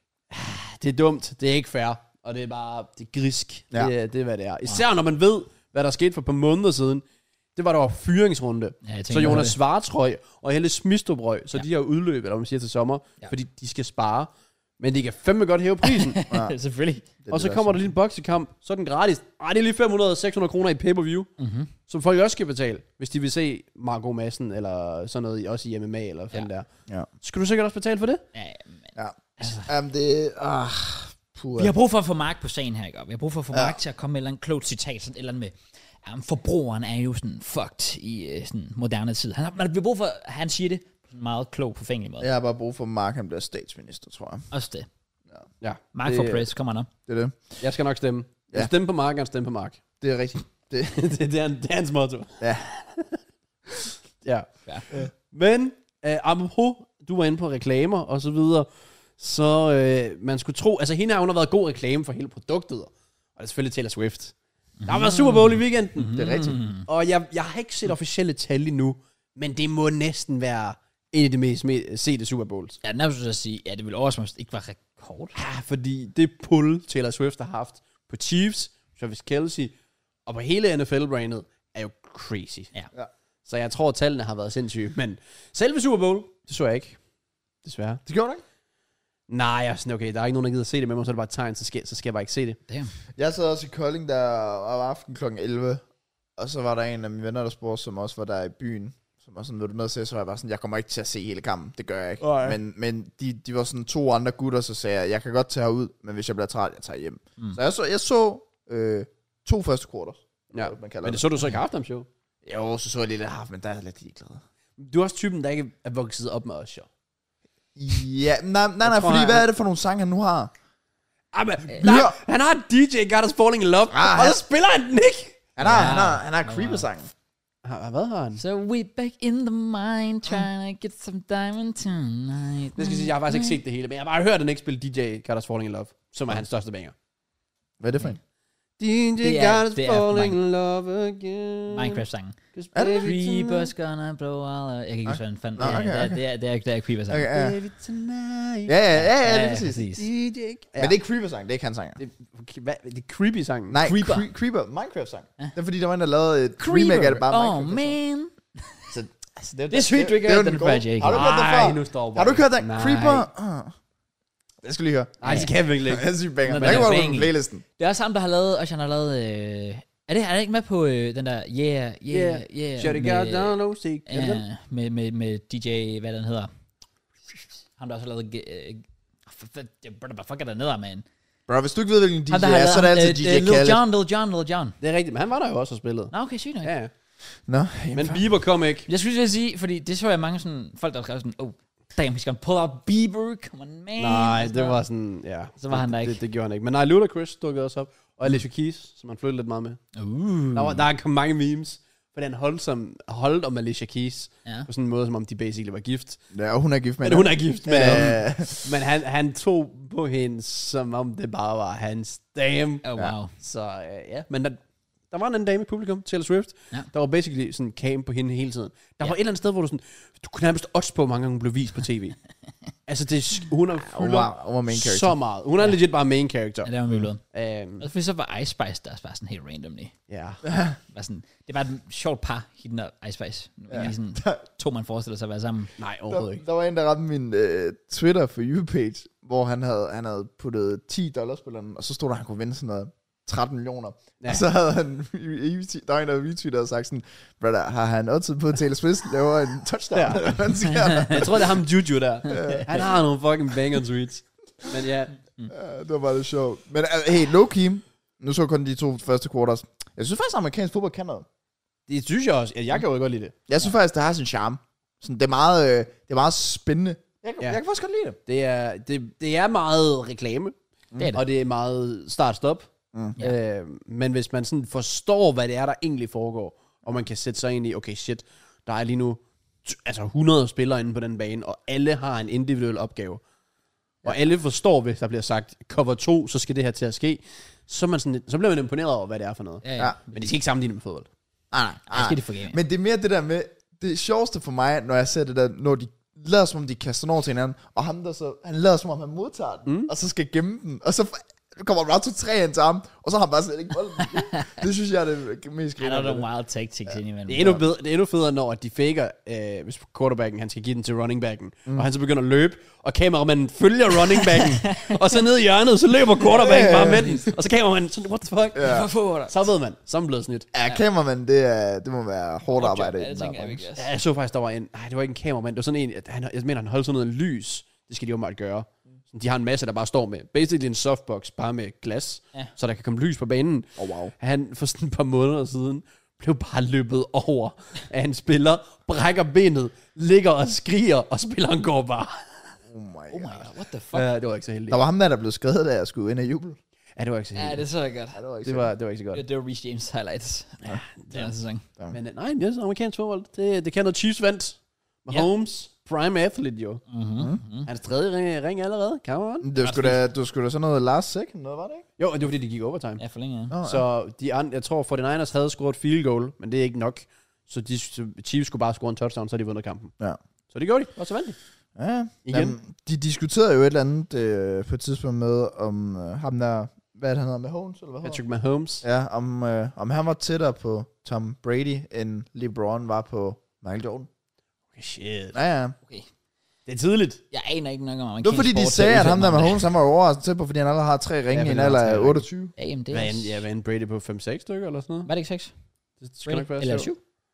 Det er dumt. Det er ikke fair. Og det er bare... Det er grisk. Ja. Det, er, det er, hvad det er. Især når man ved, hvad der skete for et par måneder siden. Det var der var fyringsrunde. Ja, jeg Så tænker Jonas på Svartrøj og Helle Smistrup røg, så Ja. de har udløbet, eller hvad man siger, til sommer, Ja. fordi de skal spare. Men de kan fandme godt hæve prisen. Ja. det. Selvfølgelig. Det er og så det, kommer er der lige en boksekamp, så er den gratis. Ej, det er lige fem hundrede til seks hundrede kroner i pay-per-view, Mm-hmm. som folk også skal betale, hvis de vil se Marco Madsen, eller sådan noget, også i M M A, eller hvad fanden Ja. der. Ja. Skal du sikkert også betale for det? Ja, men, Ja. altså, Jamen det ah, puha. vi har brug for at få Mark på sagen her, ikke? Vi har brug for at få Ja. Mark til at komme med et eller andet klogt citat, sådan et eller andet med, jamen, forbrugeren er jo sådan fucked i uh, sådan moderne tid. Han har, man har brug for, at han siger det på en meget klog, forfængelig måde. Jeg har bare brug for, at Mark han bliver statsminister, tror jeg. Også det. Ja. Mark det, for press, kommer han op. Det er det. Jeg skal nok stemme. Jeg Ja. stemme på Mark, jeg stemme på Mark. Det er rigtigt. Det, det, det, er, det er hans motto. ja. Ja. Ja. Men, øh, apropos, du var inde på reklamer og så videre, så øh, man skulle tro, altså hende har hun har været god reklame for hele produktet, og det er selvfølgelig Taylor Swift. Mm. Der var Super Bowl i weekenden, mm. Det er rigtigt. og jeg, jeg har ikke set officielle tal endnu, men det må næsten være en af de mest me- sete Super Bowls. Ja, nærmest at sige, ja, det ville overraske mig, hvis det ikke var rekord. Ja, fordi det pull Taylor Swift har haft på Chiefs, Travis Kelce, og på hele N F L-brandet, er jo crazy. Ja. Ja. Så jeg tror, at tallene har været sindssyge, men selve Super Bowl, det så jeg ikke. Desværre. Det gjorde du ikke? Nej, jeg er sådan, okay, der er ikke nogen, der gider se det med mig, så er det bare et tegn, så skal, så skal jeg bare ikke se det. Damn. Jeg sad også i Kolding der om aftenen klokken elleve, og så var der en af mine venner, der spurgte, som også var der i byen, som var sådan, vil du med at se, så var jeg bare sådan, jeg kommer ikke til at se hele kampen, det gør jeg ikke. Nej. Men, men de, de var sådan to andre gutter, så sagde jeg, jeg kan godt tage herud, men hvis jeg bliver træt, jeg tager hjem. Mm. Mm. Så jeg så, jeg så øh, to første quarters, Ja, hvad man kalder men det så du så ikke halftime show. Jo, så så jeg lidt af half, men der er jeg lidt ligeglad. Du er også typen, der ikke er vokset op med Usher. Ja, nej, nej, nej, tror, fordi jeg- hvad er det for nogle sange, han nu har? Ah, men, Hør. nej, han har D J Got Us Falling in Love, Ah, og han- så spiller han den ikke. Han har, Ja. han har, han har Ja. creeper-sangen. Ah, hvad har han? So we back in the mind, trying to get some diamond tonight. Det skal sige, jeg har faktisk ikke set det hele, men jeg har bare hørt den ikke spille D J Got Us Falling in Love, som er hans største banger. Hvad er det for en? D J Det er- Got Us det er Falling Mine- in Love again. Minecraft-sangen. Er det? Creepers gonna blow all... Jeg kan ikke huske, hvad den fandt. Nå, Ja, okay, det er- okay. Det er, det er, det er Creepers-sangen. Okay, ja. Baby tonight. Ja, ja, ja, ja, det Ja, er præcis. præcis. D J. Ja. Men det er creeper-sang, det er ikke hans sang. Det, okay, hvad, det er creepy sangen. Nej, Creeper. Creeper, Creeper Minecraft-sang. Ja. Det er fordi, der var en, der lavede et Creeper. remake af det bare Oh, Minecraft. man. Så, altså, det, Det er sygt, du ikke har hørt den før, Jake. Har du hørt den Nej, før? nu står Har du ikke hørt den? Nej. Creeper? Uh. Jeg skal lige høre. Nej, det skal jeg virkelig ikke. Jeg synes, banger. Men Jeg kan den er bare på banging. playlisten. Det er også ham, der har lavet... Og han har lavet... Øh, er, det, er det ikke med på øh, den der... Yeah, yeah, yeah. Shut it med- got down, no stick. Ja, med, med, med D J... Hvad den hedder? Ham, der også har lavet... Øh, hvad fuck er der nede, man? Bro, hvis du ikke ved, hvilken D J Ham, der har er, så er det lavet... altid øh, D J øh, Lil Khaled. Jon, Lil Jon, Lil Jon. Det er rigtigt, men han var der jo også og spillet. Nå, okay, sygt nok. Ja, ja. Nå, Men jamen, Bieber kom ikke. Jeg skulle lige sige, fordi det så jeg mange sådan, folk, der skrev sådan, oh, damn, he's gonna pull out Bieber, come on, man. Nej, Og sådan det noget. var sådan, ja. Så var han der det, ikke. Det, det gjorde han ikke. Men nej, Ludacris dukkede også op. Og Alicia Keys, som han flyttede lidt meget med. Uh. Der, var, der kom mange memes. Fordi han holdt, som, holdt om Alicia Keys. Ja. På sådan en måde, som om de basically var gift. ja, og hun er gift med Men hun er gift med Ja. ham. Men han, han tog på hende, som om det bare var hans dame. Oh, wow. Så øh, ja, men der, der var en anden dame i publikum, Taylor Swift. Ja. Der var basically sådan en cam på hende hele tiden. Der Ja. var et eller andet sted, hvor du sådan, du kunne nærmest odds på, hvor mange gange hun blev vist på tv. Altså, det, hun er Hun var, hun var main character. så meget. Hun er Ja. legit bare main character. Ja, det var vi blevet. Øhm, Og fordi så var Ice Spice der bare sådan helt randomly. ja. Var sådan, det var et sjovt par, hende og Ice Spice. Ja. Lige sådan, to man forestiller sig at være sammen. Nej, overhovedet Der, ikke. der var en, der ramte min øh, Twitter for you-page, hvor han havde, han havde puttet ti dollars på den, og så stod der, at han kunne vinde sådan noget tretten millioner. Ja. Ja. Og så havde han, der var en, der retweetet og sagt sådan, brother, har han oddset på, at Taylor Swift laver en touchdown? Ja. Ja. Hvad sker der? Jeg tror, det er ham Juju der. Han har nogle fucking banger tweets. Men ja, Ja, det var bare lidt sjovt. Men uh, hey, low-key, nu så jeg kun de to første quarters. Jeg synes faktisk, at amerikansk fodbold kan noget. det synes jeg også. Jeg kan jo godt lide det. Jeg synes faktisk, det har sin charme. Sådan, det, er meget, øh, det er meget spændende. Jeg, Ja. ja. jeg kan faktisk godt lide det. Det er, det, det er meget reklame. Det er det. Og det er meget start-stop. Mm. Ja. Øh, men hvis man sådan forstår, hvad det er, der egentlig foregår, og man kan sætte sig ind i, okay shit, der er lige nu t- altså hundrede spillere inde på den bane, og alle har en individuel opgave. Og alle forstår, hvis der bliver sagt cover to, så skal det her til at ske. Så, er man sådan, lidt- så bliver man imponeret over, hvad det er for noget. Ja, ja. Ja. Men det skal ikke sammenligne med fodbold. Nej, nej, Ej, skal de få game. Men det er mere det der med, det sjoveste for mig, når jeg ser det der, når de lader som om, de kaster den over til hinanden, og ham der så, han lader som om, han modtager den, mm. og så skal gemme den, og så kommer der bare to tre ind til ham, og så har han bare slet ikke bolden. Det synes jeg er det mest Ja, der griner. er nogle wild tactics ja. indimellem. Det er endnu, bedre, det er endnu federe, når de faker, øh, hvis quarterbacken, han skal give den til running backen, mm. og han så begynder at løbe, og kameramanden følger running backen, og så ned i hjørnet, så løber quarterbacken bare med den, og så kameramanden sådan, what the fuck? Ja. Hvorfor? Så ved man, så er man blevet snydt. Ja, kameramand, det, er, det må være hårdt arbejde. i Ja, den det der tænker jeg branche. virkelig også. Ja, jeg så faktisk, der var en, nej, det var ikke en kameramand, det var sådan en, at han, jeg mener, han holdt sådan noget lys, det skal de jo meget gøre. Så de har en masse, der bare står med, basically en softbox, bare med glas, Ja. så der kan komme lys på banen. Oh, wow. Han for sådan et par måneder siden blev bare løbet over af en spiller, brækker benet, ligger og skriger, og spilleren går bare. Oh my Oh my god. god, what the fuck? Ja, det var ikke så heldigt. Der var ham der, der blev skadet, da jeg skulle ind og juble. Ja, det var ikke så Ja, heldigt. det er så godt. Ja, det var ikke Det var, det var ikke så godt. Det, det var Reece James highlights. Ja, det er sæson. Men øh, nej, det er amerikansk fodbold. Det, det kan noget. Chiefs vandt. Mahomes, prime athlete jo. Mhm. Mm-hmm. Hans tredje ring, ring allerede. Come on. Det var sgu da, du skulle da sådan noget last second, noget var det ikke? Jo, og det var fordi, de gik overtime. Ja, for længe. Ja. Nå, ja. Så de andre, jeg tror, forty-niners havde scoret field goal, men det er ikke nok. Så de så Chiefs skulle bare score en touchdown, så havde de vundet kampen. Ja. Så det gjorde de, og så vandt de. Ja, Igen. Jamen, de diskuterede jo et eller andet øh, på et tidspunkt med, om øh, ham der, hvad er det, han hedder, Mahomes, eller hvad hedder Patrick Mahomes. han? Ja, om, øh, om han var tættere på Tom Brady, end LeBron var på Michael Jordan. Okay, shit. Ja, ja. Okay. Det er tidligt. Jeg aner ikke nok om Det amerikansk var fordi, de sport, sagde, så at ham der udtaler mig om Mahomes, han var jo overrasket tæt på, fordi han allerede har tre ringe Ja, i en fordi han alder har tre af ringe. otteogtyve. det. Ja, jamen, det er Hvad også... end, ja, hvad end Brady på fem seks stykker eller sådan noget? Var det ikke seks? Det skal nok være Eller sjovt. syv?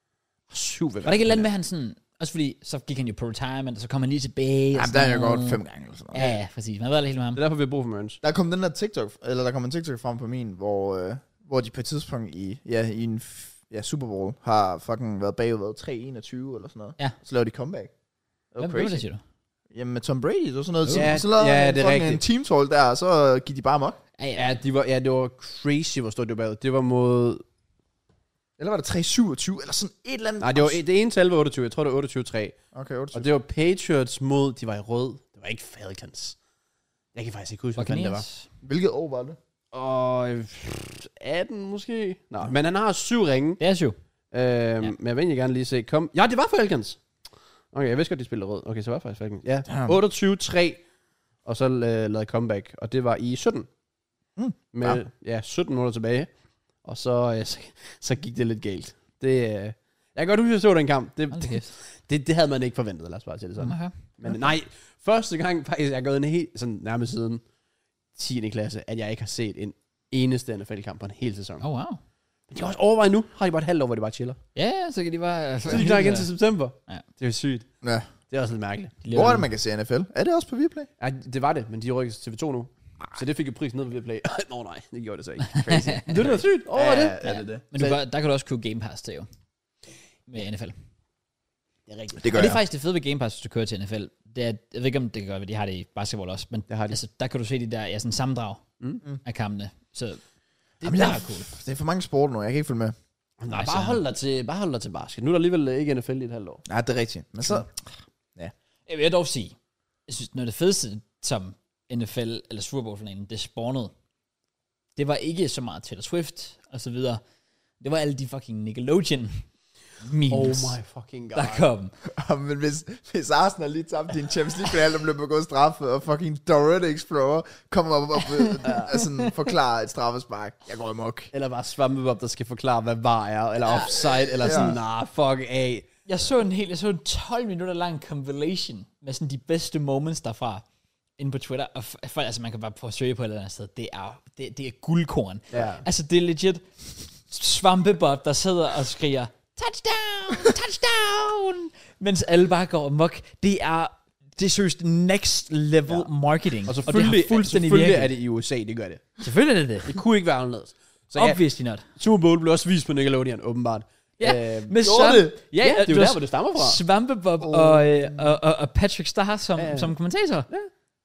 Syv. Var det ikke et eller andet med, han sådan... Også fordi, så gik han jo på retirement, og så kom han lige tilbage. Jamen, der er jeg godt fem gange eller sådan noget. Ja, ja, præcis. Man ved det helt med ham. Det er derfor, vi har brug for Mørns. Der kom den der TikTok, eller der kom en TikTok frem på min, hvor, øh, hvor de på et tidspunkt i, ja, i en f- ja, Super Bowl har fucking været bagud været tre enogtyve eller sådan noget. Ja. Så lavede de comeback. Det var Hvem, hvem er crazy. det, siger du? Jamen med Tom Brady, det var sådan noget. Så, Ja, så lavede ja, han det er fucking en rigtigt. team talk der, og så gik de bare amok. Ja, ja. Ja, de var, ja, det var crazy, hvor stort det var bagud. Det var mod... Eller var det tre syvogtyve, eller sådan et eller andet. Nej, det var det ene tal var otteogtyve. Jeg tror, det var otteogtyve tre. Okay, otteogtyve. Og det var Patriots mod... De var i rød. Det var ikke Falcons. Jeg kan faktisk ikke huske, hvad fanden det var. Buccaneers. Hvilket år var det? Og øh, atten måske. Nå, men han har syv ringe. Det er syv. Øh, ja. Men jeg vil egentlig gerne lige se. Kom. Ja, det var Falcons. Okay, jeg vidste godt, de spillede rød. Okay, så var det faktisk Falcons. Ja, Damn. otteogtyve tre. Og så øh, lavede comeback. Og det var i sytten. Mm. Med Ja. ja, sytten minutter tilbage. Og så, øh, så, så gik det lidt galt. Det, øh, jeg kan godt huske, at jeg så den kamp. Det, Hold da det, kæft. det, det havde man ikke forventet, lad os bare sige det sådan. Okay. Men nej, første gang faktisk, jeg er gået ind helt, sådan nærmest siden tiende klasse, at jeg ikke har set en eneste N F L-kamp på en hel sæson. Oh, wow. Men de kan også overveje nu, har de bare et halvt år, hvor de bare chiller. Ja, ja, så kan de bare... Så er de klar igen til september. Ja. Det er jo sygt. Ja. Det er også lidt mærkeligt. De lever Hvor er det, nu. man kan se N F L? Er det også på Viaplay? Ja, det var det, men de rykker til T V to nu. Så det fik jo prisen ned ved Viaplay. Nå nej, det gjorde det så ikke. Crazy. det er da sygt. Over ja, det. Ja, det er det. Men du kan, der kan du også købe Game Pass til jo. Med N F L. Det er rigtigt. Det gør Og det er jeg. faktisk det fede ved Game Pass, hvis du kører til N F L. Det er, jeg ved ikke, om det kan gøre, hvad de har det i basketball også, men Det har de. altså, der kan du se de der ja, sådan sammendrag Mm. af kampene. Så det, Jamen, det jeg, er cool. det er for mange sport nu, jeg kan ikke følge med. Nej, så- bare hold dig til, bare hold dig til basket. Nu er der alligevel ikke N F L i et halvt år. Nej, det er rigtigt. Men så... Jeg vil dog sige, jeg synes, noget af det fedeste, som N F L eller Super Bowl-finalen, det spawnede, det var ikke så meget Taylor Swift og så videre. Det var alle de fucking Nickelodeon memes, Oh my fucking god. der kom. Men hvis, hvis Arsenal lige tabte din Champions League-finale, der blev begået straffe, og fucking Dorette Explorer kommer op og ja. sådan, forklarer et straffespark. Jeg går amok. Eller bare Svampebob, der skal forklare, hvad var er, eller offside, eller sådan, Ja. nah, fuck af. Jeg så en helt, jeg så en tolv minutter lang compilation med sådan de bedste moments derfra inde på Twitter, og f- folk, altså man kan bare prøve at søge på et eller andet sted. Det er, det, det er guldkorn. Ja. Altså det er legit Svampebob, der sidder og skriger, touchdown, touchdown, mens alle bare går amok. Det er, det er seriøst next level ja. marketing. Og selvfølgelig, og det har fuldstændig selvfølgelig virket. er det i U S A, det gør det. Selvfølgelig er det det. Det kunne ikke være anderledes. Så ja, Obviously not. Super Bowl blev også vist på Nickelodeon, åbenbart. Ja, Øh, med gjorde svamp- det? Ja, ja, det er jo var der, hvor det stammer fra. Svampebob Oh. og, øh, og, og, og Patrick Star som, Ja, ja. som kommentator. Ja.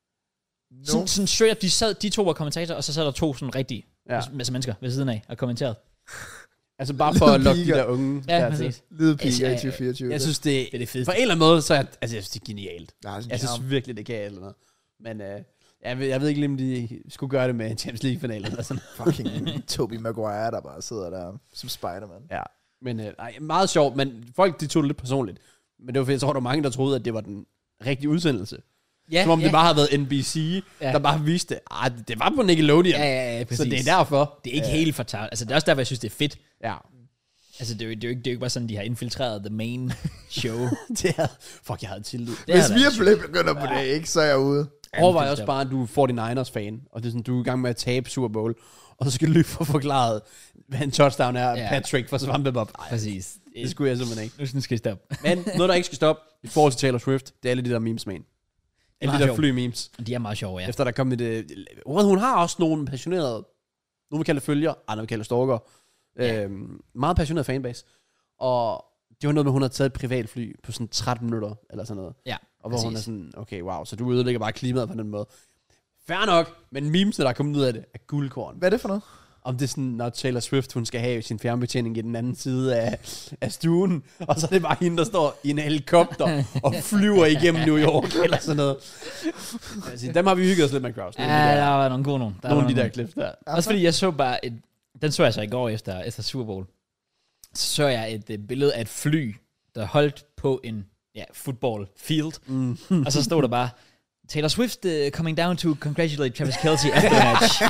No. Sådan, sådan straight up, de, sad, de to var kommentatorer, og så sad der to sådan rigtige Ja. ja. masse mennesker ved siden af og kommenterede. Altså bare for at lokke de Piger. der unge Ja, dertil. præcis. Lille pige Altså, i tyve fireogtyve. Jeg synes, det, Det er det fedeste. på en eller anden måde, så er, altså, jeg synes, det er genialt. Ja, sådan, Jeg synes virkelig, det kan eller noget. Men øh, jeg, ved, jeg ved ikke lige, om de skulle gøre det med en Champions League-finale eller sådan. fucking Tobey Maguire, der bare sidder der som Spider-Man. Ja, men øh, ej, meget sjovt, men folk de tog det lidt personligt. Men det var fordi, så var der mange, der troede, at det var den rigtige udsendelse. Ja, Som om ja. det bare havde været N B C, Ja. der bare viste, at det var på Nickelodeon. Ja, ja, ja, præcis. Så det er derfor. Det er ikke Ja. helt fortalt. Altså, det er også derfor, jeg synes, det er fedt. Ja. Altså, det er jo, det er jo, ikke, det er jo ikke bare sådan, de har infiltreret the main show. Det havde, fuck, jeg havde tillid. Det Hvis har vi været er begynder på det, ikke, så er jeg ude. Overvej også bare, at du er forty-niners-fan, og det er sådan, du er i gang med at tabe Super Bowl, og så skal du lige få forklaret, hvad en touchdown er, Ja. Patrick for Svampebob. Ej, Præcis. det skulle jeg simpelthen ikke. Nu skal jeg stoppe. Men noget, der ikke skal stoppe, i forhold til Taylor Swift, det er alle de der memes, man. Alle de Meget der sjovt. fly-memes. De er meget sjove, ja. Efter der kom et... Øh, hun har også nogle passionerede, nogle vil kalde det følger, andre vil kalde det stalker. Ja. Øhm, meget passioneret fanbase. Og det var noget med, at hun havde taget et privatfly på sådan tretten minutter, eller sådan noget. Ja, Og hvor hun er præcis. sådan, okay, wow, så du ødelægger bare klimaet på den måde. Fair nok, men memesene, der er kommet ud af det, er guldkorn. Hvad er det for noget? Om det er sådan, når Taylor Swift, hun skal have sin fjernbetjening i den anden side af, af stuen, og så er det bare hende, der står i en helikopter og flyver igennem New York, eller sådan noget. Altså, dem har vi hygget os lidt med, Kraus. Ja, der var nogle gode nogle. Der Nogle var af de der nogle. clips der. Også fordi jeg så bare et, den så jeg så i går efter, efter Super Bowl. Så så jeg et, et billede af et fly, der holdt på en ja, football field. Mm. Og så stod der bare, Taylor Swift uh, coming down to congratulate Travis Kelce after the match.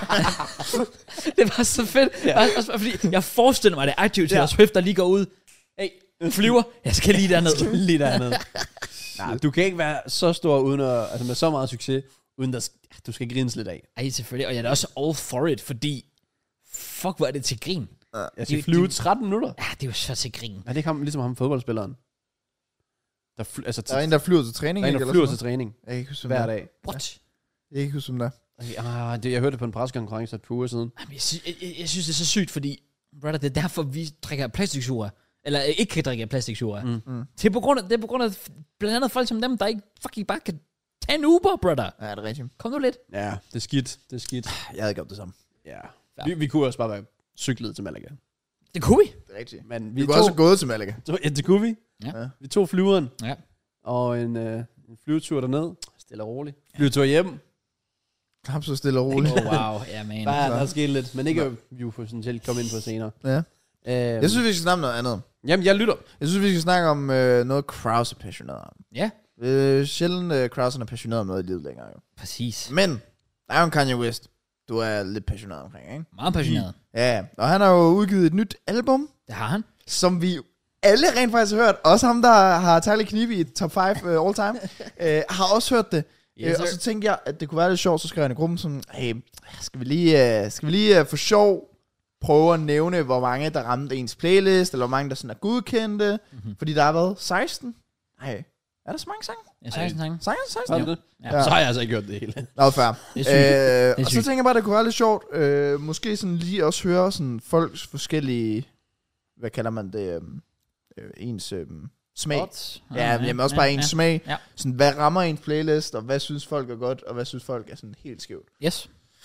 Det var så fedt. Ja. Også, også fordi jeg forestiller mig, det er aktivt Taylor Ja. Swift, der lige går ud. Hey, flyver. Jeg skal lige derned. Lige dernede. Nej, du kan ikke være så stor uden at, altså med så meget succes, uden at du skal grines lidt af. Ej, selvfølgelig. Og jeg er da også all for it, fordi fuck, hvor er det til grin. Jeg skal Det- flyve det- tretten minutter. Ja, det er jo så til grin. Er det ikke ham, ligesom ham fodboldspilleren? Der, fly, altså, Der er en, der flyver til træning, der, er en, ikke? der Eller flyver sådan til træning noget? Jeg kan ikke huske, hver hvem det er. dag. What? Jeg kan ikke huske, hvem det er. Okay, ah, det, jeg hørte det på en pressekonference et par uger siden. Jamen, jeg, sy- jeg, jeg, jeg synes, det er så sygt, fordi, brother, det er derfor, vi drikker plastiksuger. Eller øh, ikke kan drikke plastiksuger. Mm. Mm. Det er på grund af, det er på grund af blandt andet folk som dem, der ikke fucking bare kan tage en Uber, brother. Ja, det er rigtigt. Kom nu lidt. Ja, det er skidt. Det er skidt. Jeg havde gjort det samme. Ja. Ja. Vi, vi kunne også bare være cyklet til Malaga. Det kunne vi. Det er rigtigt. Men Vi vi kunne tog, også have gået til Malaga. tog, ja, det kunne vi. Ja. Vi tog flyveren Ja. og en, øh, en flyvetur derned. Stille og roligt. Flyvetur hjem. Ham så stille og roligt. Oh, wow. Ja, man. Der, er- så. der er sket lidt, men ikke vi jo potentielt komme ind på senere. Ja. Øhm, Jeg synes, vi skal snakke om noget andet. Jamen, jeg lytter. Jeg synes, vi skal snakke om øh, noget, Kraus er passioneret om. Ja, Øh, sjældent øh, Kraus er passioneret om noget i livet længere, jo. præcis. Men, der er jo en Kanye West, du er lidt passioneret omkring, ikke? Meget passioneret. Ja, og han har jo udgivet et nyt album, Det har han. som vi alle rent faktisk har hørt. Også ham, der har Tyler Kniebe i top fem uh, all time, uh, har også hørt det. Yes, Yes, uh, og så tænkte jeg, at det kunne være lidt sjovt, så skrev jeg i gruppen sådan, hey, skal vi lige, uh, skal vi lige uh, for sjov prøve at nævne, hvor mange der ramte ens playlist, eller hvor mange der sådan er godkendte, Mhm. fordi der har været seksten. Nej, er der så mange sange? Ja, seksten sange. seksten, seksten? Har du det? Ja. Så har jeg altså ikke hørt det hele. Nå, fair. Det er sygt. Øh, er og så sygt. tænker jeg bare, det kunne være lidt sjovt. Øh, måske sådan lige også høre sådan folks forskellige, hvad kalder man det, øhm, øh, ens øh, smag. Odds. Ja, ja, jamen også bare ens ja. smag. Ja. Sådan, hvad rammer ens playlist, og hvad synes folk er godt, og hvad synes folk er sådan helt skævt. Yes.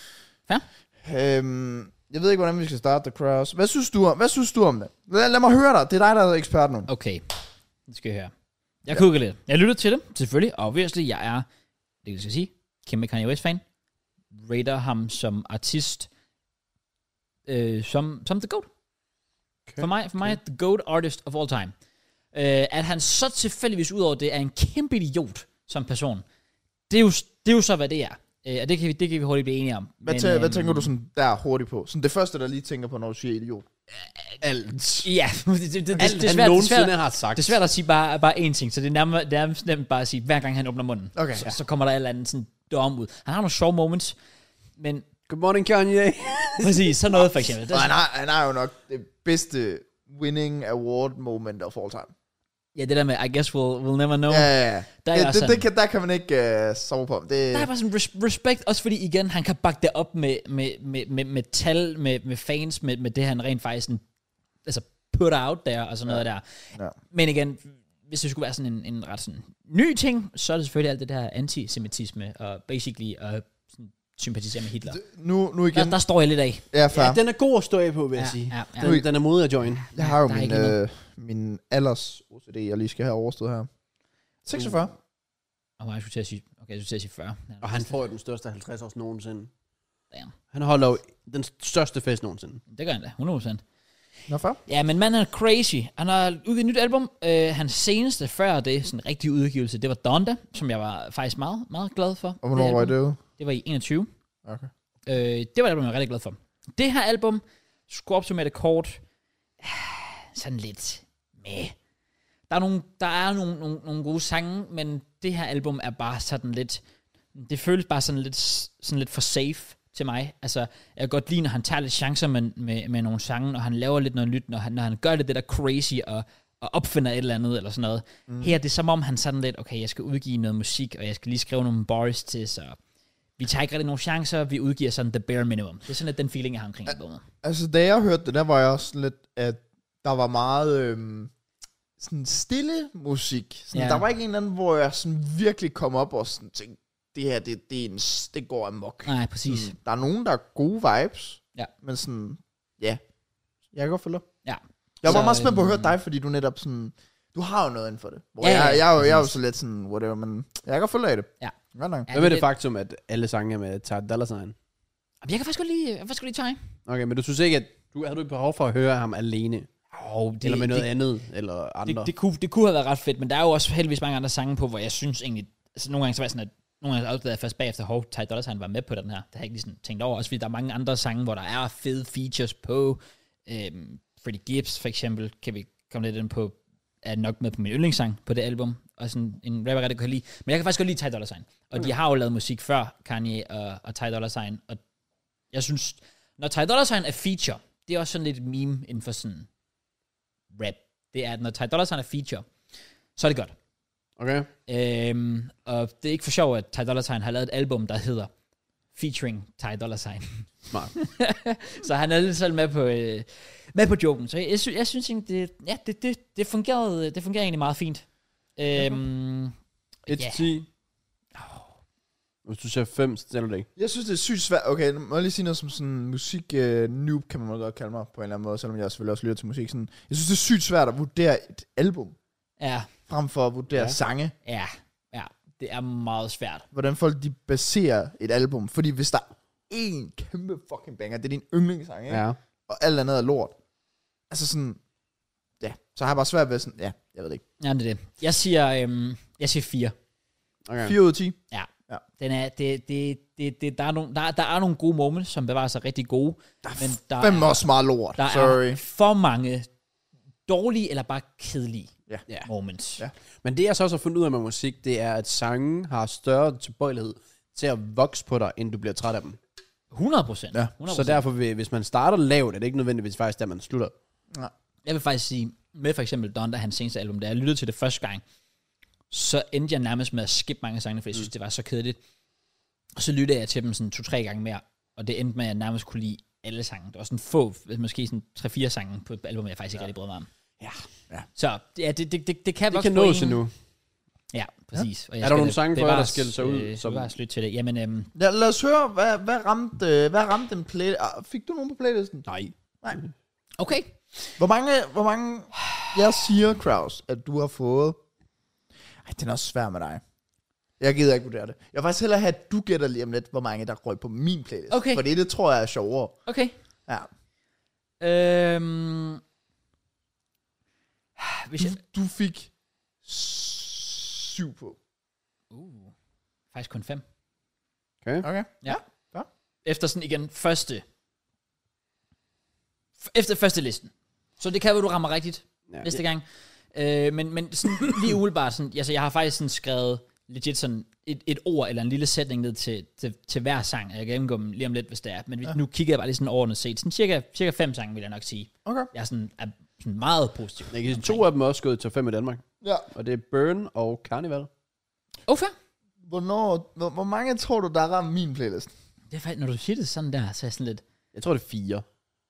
Øhm, jeg ved ikke, hvordan vi skal starte The Crows. Hvad synes du om, hvad synes du om det? Lad, lad mig høre dig. Det er dig, der er ekspert nu. Okay. Det skal jeg høre. Jeg ja. kugger lidt. Jeg lytter til det, selvfølgelig. Obviously, jeg er, det kan jeg sige, kæmpe Kanye West-fan. Rater ham som artist, øh, som, som The GOAT. Okay. For mig, for mig okay. the GOAT artist of all time. Uh, at han så tilfældigvis ud over det er en kæmpe idiot som person, det er jo, det er jo så, hvad det er. Uh, og det kan, vi, det kan vi hurtigt blive enige om. Hvad, Men, tæ- hvad tænker du sådan der hurtigt på? Sådan det første, der lige tænker på, når du siger idiot? Alt. Ja, det, det, det, det, Alt, det, det, er svært, det, svært, har sagt. det er svært at sige bare, bare én ting, så det er nærmest, det er nærmest nemt bare at sige, hver gang han åbner munden, okay, så, ja. så kommer der et eller andet sådan dom ud. Han har nogle sjove moments, men... Good morning, Kanye. Præcis, sådan noget for eksempel. Og han har, han har jo nok det bedste winning award moment of all time. Ja, det der med, I guess we'll, we'll never know. Ja, ja, ja. Der er det, det, sådan, det kan, der kan man ikke uh, sove på. Det, der er bare sådan res- respekt, også fordi igen, han kan bakke det op med, med, med, med, med tal, med, med fans, med, med det han rent faktisk sådan, altså put out der, og sådan ja. noget der. Ja. Men igen, hvis det skulle være sådan en, en ret sådan ny ting, så er det selvfølgelig alt det der antisemitisme, og basically uh, sådan, sympatisere med Hitler. Nu, nu igen. Der, der står jeg lidt af. Ja, ja, den er god at stå af på, vil jeg ja, sige. Ja, ja. Den, den er modig at join. Jeg har jo der min, øh, min alders O C D, jeg lige skal have overstået her. seksogfyrre. Og jeg skulle til at sige, okay, jeg skulle til at sige fyrre. Ja, og han får jo den største halvtreds års nogensinde. Damn. Han holder jo den største fest nogensinde. Det gør han da, hundrede procent. Nå, for? Ja, men manden er crazy. Han har udgivet et nyt album. Uh, hans seneste før det, sådan en rigtig udgivelse, det var Donda, som jeg var faktisk meget, meget glad for. Og hvornår var det ude? Det var i enogtyve. Okay. Uh, det var et album, jeg var rigtig glad for. Det her album, skulle opsummere det kort, sådan lidt med. Der er nogle, der er nogle, nogle, nogle gode sange, men det her album er bare sådan lidt, det føles bare sådan lidt, sådan lidt for safe til mig. Altså, jeg kan godt lide, når han tager lidt chancer med, med, med nogle sange, og han laver lidt noget nyt, når han, når han gør det, det der crazy, og, og opfinder et eller andet, eller sådan noget. Mm. Her, det er som om, han sådan lidt, okay, jeg skal udgive noget musik, og jeg skal lige skrive nogle bars til, så vi tager ikke rigtig nogle chancer, vi udgiver sådan the bare minimum. Det er sådan lidt den feeling, jeg har omkring albumet. Altså, da jeg hørte det, der var jeg også lidt, at der var meget øhm, sådan stille musik. Sådan, ja. Der var ikke en eller anden, hvor jeg sådan virkelig kom op og sådan tænkte, det her, det, det, er en, det går amok. Nej, præcis. Sådan, der er nogen, der er gode vibes, ja. Men sådan, ja, jeg kan godt følge. Ja. Jeg var så, meget spændt på at høre dig, fordi du netop sådan, du har jo noget inden for det. Hvor ja, jeg, ja, jeg, jeg, jeg er jo så lidt sådan, whatever, men jeg kan godt følge af det. Ja. Godt nok. Hvad med det faktum, at alle sange er med Ty Dolla $ign? Jeg kan faktisk godt lide, jeg kan faktisk godt lide Ty. Okay, men du synes ikke, at du havde du ikke behov for at høre ham alene? Oh, det, eller med noget det, andet, eller andre? Det, det, kunne, det kunne have været ret fedt, men der er jo også heldigvis mange andre sange på, hvor jeg synes egentlig, altså nogle gange så var jeg sådan, at nogle gange opdagede jeg først bagefter, hov, Ty Dolla $ign var med på den her. Det har jeg ikke lige sådan tænkt over, også fordi der er mange andre sange, hvor der er fede features på. Øhm, Freddie Gibbs for eksempel, kan vi komme lidt ind på, er nok med på min yndlingssang på det album, og sådan en rapper, jeg rigtig kan lide. Men jeg kan faktisk godt lide Ty Dolla $ign, og okay. De har jo lavet musik før, Kanye og, og Ty Dolla $ign, og jeg synes, når Ty Dolla $ign er feature, det er også sådan lidt et meme inden for sådan rap. Det er, at når Ty Dolla $ign er feature, så er det godt. Okay. Øhm, og det er ikke for sjov, at Ty Dolla $ign har lavet et album, der hedder Featuring Ty Dolla $ign. Smart. Så han er lidt selv med på, øh, med på joken. Så jeg, jeg, synes, jeg synes egentlig, det, ja, det, det, det, fungerede, det fungerer egentlig meget fint. Øhm, et til ti. Hvis du siger fem, så tæller det ikke. Jeg synes, det er sygt svært. Okay, må jeg lige sige noget som sådan musik uh, noob, kan man godt kalde mig på en eller anden måde, selvom jeg selvfølgelig også lytter til musik. Sådan. Jeg synes, det er sygt svært at vurdere et album, ja. frem for at vurdere ja. sange. Ja, ja, det er meget svært. Hvordan folk de baserer et album. Fordi hvis der er én kæmpe fucking banger, det er din yndlingssang, ikke? Ja. Og alt andet er lort. Altså sådan, ja, så har jeg bare svært ved sådan, ja, jeg ved det ikke. Ja, det er det. Jeg siger, øhm, jeg siger fire. Okay. fire ud af ti? Ja. Ja. Den er, det, det, det, det, der, er nogle, der, der er nogle gode moments, som bevarer sig rigtig gode. Der er men der fandme er også meget lort. Der Sorry. er for mange dårlige eller bare kedelige ja. moments. Ja. Men det jeg så også har fundet ud af med musik, det er, at sangen har større tilbøjelighed til at vokse på dig, end du bliver træt af dem. hundrede procent. Ja. Så derfor, hvis man starter lavt, er det ikke nødvendigvis faktisk, der man slutter. Ja. Jeg vil faktisk sige, med for eksempel Donda, hans seneste album, da jeg lyttede til det første gang, så endte jeg nærmest med at skippe mange sange, for jeg synes, mm. det var så kedeligt. Og så lyttede jeg til dem sådan to-tre gange mere, og det endte med, at jeg nærmest kunne lide alle sange. Der var sådan få, måske sådan tre-fire sange på albumet, jeg faktisk ikke ja. rigtig brød mig om. Ja. ja. Så ja, det, det, det, det kan det vokse kan på nås endnu. Ja, præcis. Ja. Er der nogle sange for jer, der skiller sig ud? Øh, som var slut til det. Jamen, øhm, ja, lad os høre, hvad, hvad ramte, hvad ramte den playlist? Fik du nogen på playlisten? Nej. Nej. Okay. Hvor mange, hvor mange, jeg siger, Kraus, at du har fået. Ej, den er også svær med dig. Jeg gider ikke vurdere det. Jeg vil faktisk hellere have, at du gætter lige om lidt, hvor mange der røg på min playlist. Okay. Fordi det tror jeg er sjovere. Okay. Ja. Øhm, hvis jeg... Du, du fik syv på. Uh, faktisk kun fem. Okay. Okay. Ja. Ja. Efter sådan igen første... F- efter første listen. Så det kan være, du rammer rigtigt Ja. næste gang. Øh, men, men sådan lige umiddelbart, sådan, altså jeg har faktisk sådan skrevet legit sådan et, et ord eller en lille sætning ned til, til, til hver sang. Jeg kan gennemgå dem lige om lidt, hvis det er. Men ja. Nu kigger jeg bare lige sådan overordnet set. Sådan cirka, cirka fem sange, vil jeg nok sige. Okay. Jeg er sådan, er sådan meget positiv. Jeg kan sige, to af dem er også gået til fem i Danmark. Ja. Og det er Burn og Carnival. Oh, fair. Hvornår, hvor, hvor mange tror du, der rammer min playlist? Det er faktisk, når du siger det sådan der, så er jeg sådan lidt... Jeg tror, det er fire.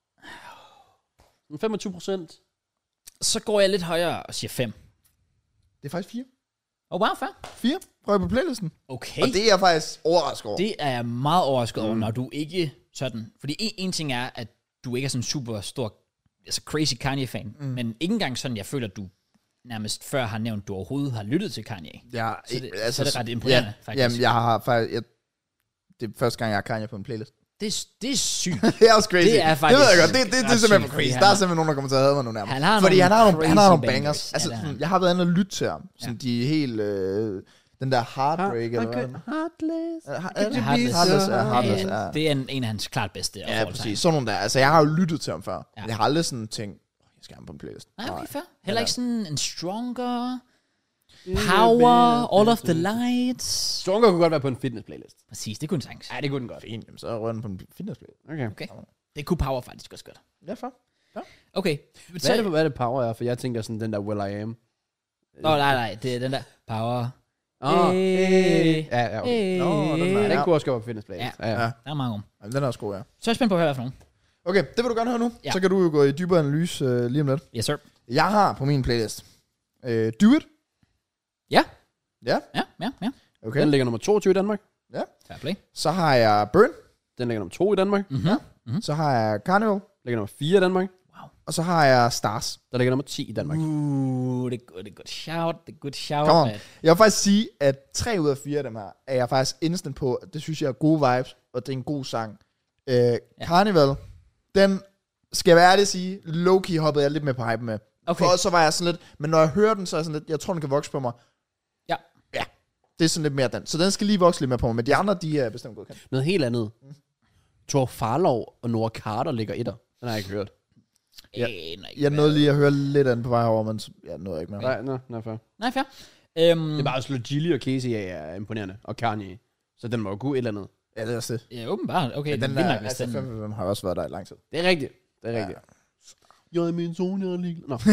femogtyve procent. Så går jeg lidt højere og siger fem. Det er faktisk fire. Oh, wow, fair. Fire. Prøv jeg på playlisten. Okay. Og det er jeg faktisk overrasket over. Det er jeg meget overrasket over, mm. når du ikke sådan... Fordi en, en ting er, at du ikke er sådan super stor, altså crazy Kanye-fan, mm. men ikke engang sådan, jeg føler, at du nærmest før har nævnt, at du overhovedet har lyttet til Kanye. Ja, Så det, altså, så er det ret imponerende, ja, faktisk. Jamen, jeg har faktisk... Jeg, det er første gang, jeg har Kanye på en playlist. Det, er- det er sygt. Det er også crazy. Det er faktisk det ved jeg godt. Det, det, det, det er ret simpelthen sygt, for crazy. fordi Der er han simpelthen nogen, der kommer til at have mig nu nærmere. Han har Fordi nogle han har nogle, han har crazy nogle bangers. bangers. Altså, Ja, det har sådan, han. jeg har været inde og lytte til ham. Sådan, Ja. de er helt... Øh, den der Heartbreak, eller hvad? Heartless. Øh, har- Ja, er det Heartless. Heartless, ja, Heartless, Ja, ja. det er en, en af hans klart bedste. Ja, præcis. Sådan nogle der. Altså, jeg har jo lyttet til ham før. Ja. Jeg har aldrig sådan tænkt, "Åh, jeg skal have ham på en playlist. Nej, okay, fair. Heller Ja. ikke sådan en stronger, power, all of the lights. Stronger kunne godt være på en fitness playlist. Præcis, det kunne en sang. Ja, det kunne den godt. Fint, jamen, så rører den på en fitness playlist. Okay. Okay. Det kunne power faktisk også godt. Ja, for. Okay. Hvad er, det, hvad er det power er? For jeg tænker sådan den der Will I Am. Åh, oh, nej, nej, det er den der power. Åh, Hey. ja, ja, okay. Hey. Nå, den er- Ja, den Ja. kunne også godt være fitness playlist. Ja. Ja, ja. Ja. Der er mange om. Jamen, den er også god, ja. Så er jeg spændt på at høre, hvad for nogen. Okay, det vil du gerne høre nu. Ja. Så kan du jo gå i dybere analyse øh, lige om lidt. Yes, sir. Jeg har på min playlist øh, Do It. Ja. Ja. Ja, ja, ja. Okay. Den ligger nummer toogtyve i Danmark. Fair play. Så har jeg Burn. Den ligger nummer to i Danmark. Mm-hmm. Så har jeg Carnival. Ligger nummer fire i Danmark. Og så har jeg Stars. Der ligger nummer ti i Danmark. Uh, det er godt, det er godt shout, det er godt shout. Come on. mand. Jeg vil faktisk sige, at tre ud af fire af dem her, er jeg faktisk instant på. Det synes jeg er gode vibes, og det er en god sang. Øh, ja. Carnival, den skal jeg være ærlig at sige, low-key hoppede jeg lidt med på hype med. Okay. For så var jeg sådan lidt, men når jeg hører den, så er jeg sådan lidt, jeg tror, den kan vokse på mig. Ja. Ja, det er sådan lidt mere den. Så den skal lige vokse lidt mere på mig, men de andre, de er bestemt godkendt. Noget helt andet. Thor Farlov og Nora Carter ligger etter. Den har jeg ikke hørt. Ja. Øh, nej, Jeg nåede lige at høre lidt af den på vej over, men så- jeg nåede ikke med. Nej, nej, nej, fair. Nej, fair. Øhm, Det er bare at slå Gilly og Casey af er imponerende. Og Kanye. Så den må jo gå et eller andet. Ja, det er også det. Ja, åbenbart. Okay, Men den den er der, nok, hvis altså den... fem af dem har også været der i lang tid. Det er rigtigt. Det er Ja. rigtigt. Jeg er min zone, jeg er ligeglad. Nå.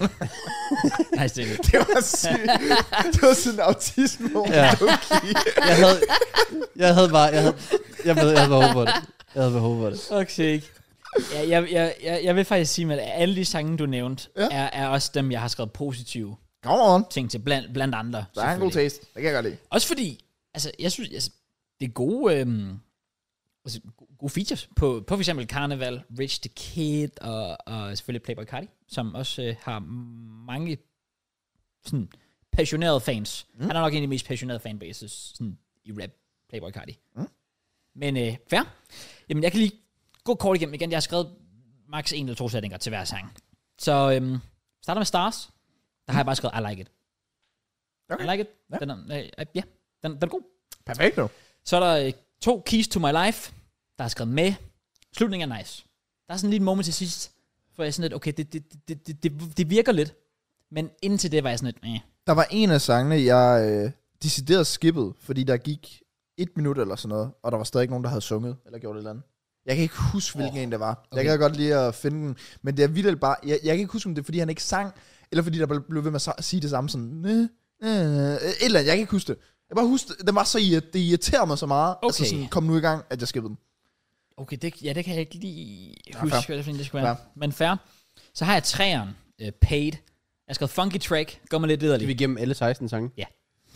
Nej, det er Det var sygt. Det var sådan en autisme. Ja. jeg havde, jeg havde bare, jeg havde, jeg ved, jeg havde behov for det. Jeg havde behov for det. Okay. Ja, jeg, jeg, jeg, jeg vil faktisk sige, at alle de sange, du nævnte, Ja. er, er også dem, jeg har skrevet positive Come on. ting til, blandt, blandt andre. Der er en god selvfølgelig. taste. Det kan jeg godt lide. Også fordi, altså, jeg synes, altså, det er gode, øhm, altså, gode features på, på for eksempel Carnival, Rich the Kid og, og selvfølgelig Playboi Carti, som også øh, har mange sådan passionerede fans. Mm. Han er nok en af de mest passionerede fanbases sådan, i rap, Playboi Carti. Mm. Men øh, fair. Jamen, jeg kan lige gå kort igennem igen. Jeg har skrevet max en eller to sætninger til hver sang. Så øhm, starter med Stars. Der har jeg bare skrevet, I like it. Okay. I like it. Ja. Den er, øh, ja, den, den er god. Perfekt nu. Så er der øh, to Keys to my life, der er skrevet med. Slutningen er nice. Der er sådan lige et moment til sidst, hvor jeg er sådan lidt, okay, det, det, det, det, det, det virker lidt. Men indtil det var jeg sådan lidt, eh. Der var en af sangene, jeg øh, decideret skippede, fordi der gik et minut eller sådan noget, og der var stadig ikke nogen, der havde sunget, eller gjort et eller andet. Jeg kan ikke huske, hvilken oh, en det var. Okay. Jeg kan godt lide at finde den, men det er vildt bare, jeg, jeg kan ikke huske, om det er, fordi han ikke sang, eller fordi der blev ved med at sige det samme, sådan, øh, øh, et eller andet, jeg kan ikke huske det. Jeg bare huske, det var så irrit- det irriterer mig så meget, Okay. altså sådan, kom nu i gang, at jeg skippede den. Okay, det, ja, det kan jeg ikke lige Ja, huske, fair. hvad det, for en, det skulle være. Fair. Men fair. Så har jeg træeren, uh, Paid. Jeg har skrevet Funky Track, går mig lidt Skal vi lederligt. igennem alle seksten sange? Ja.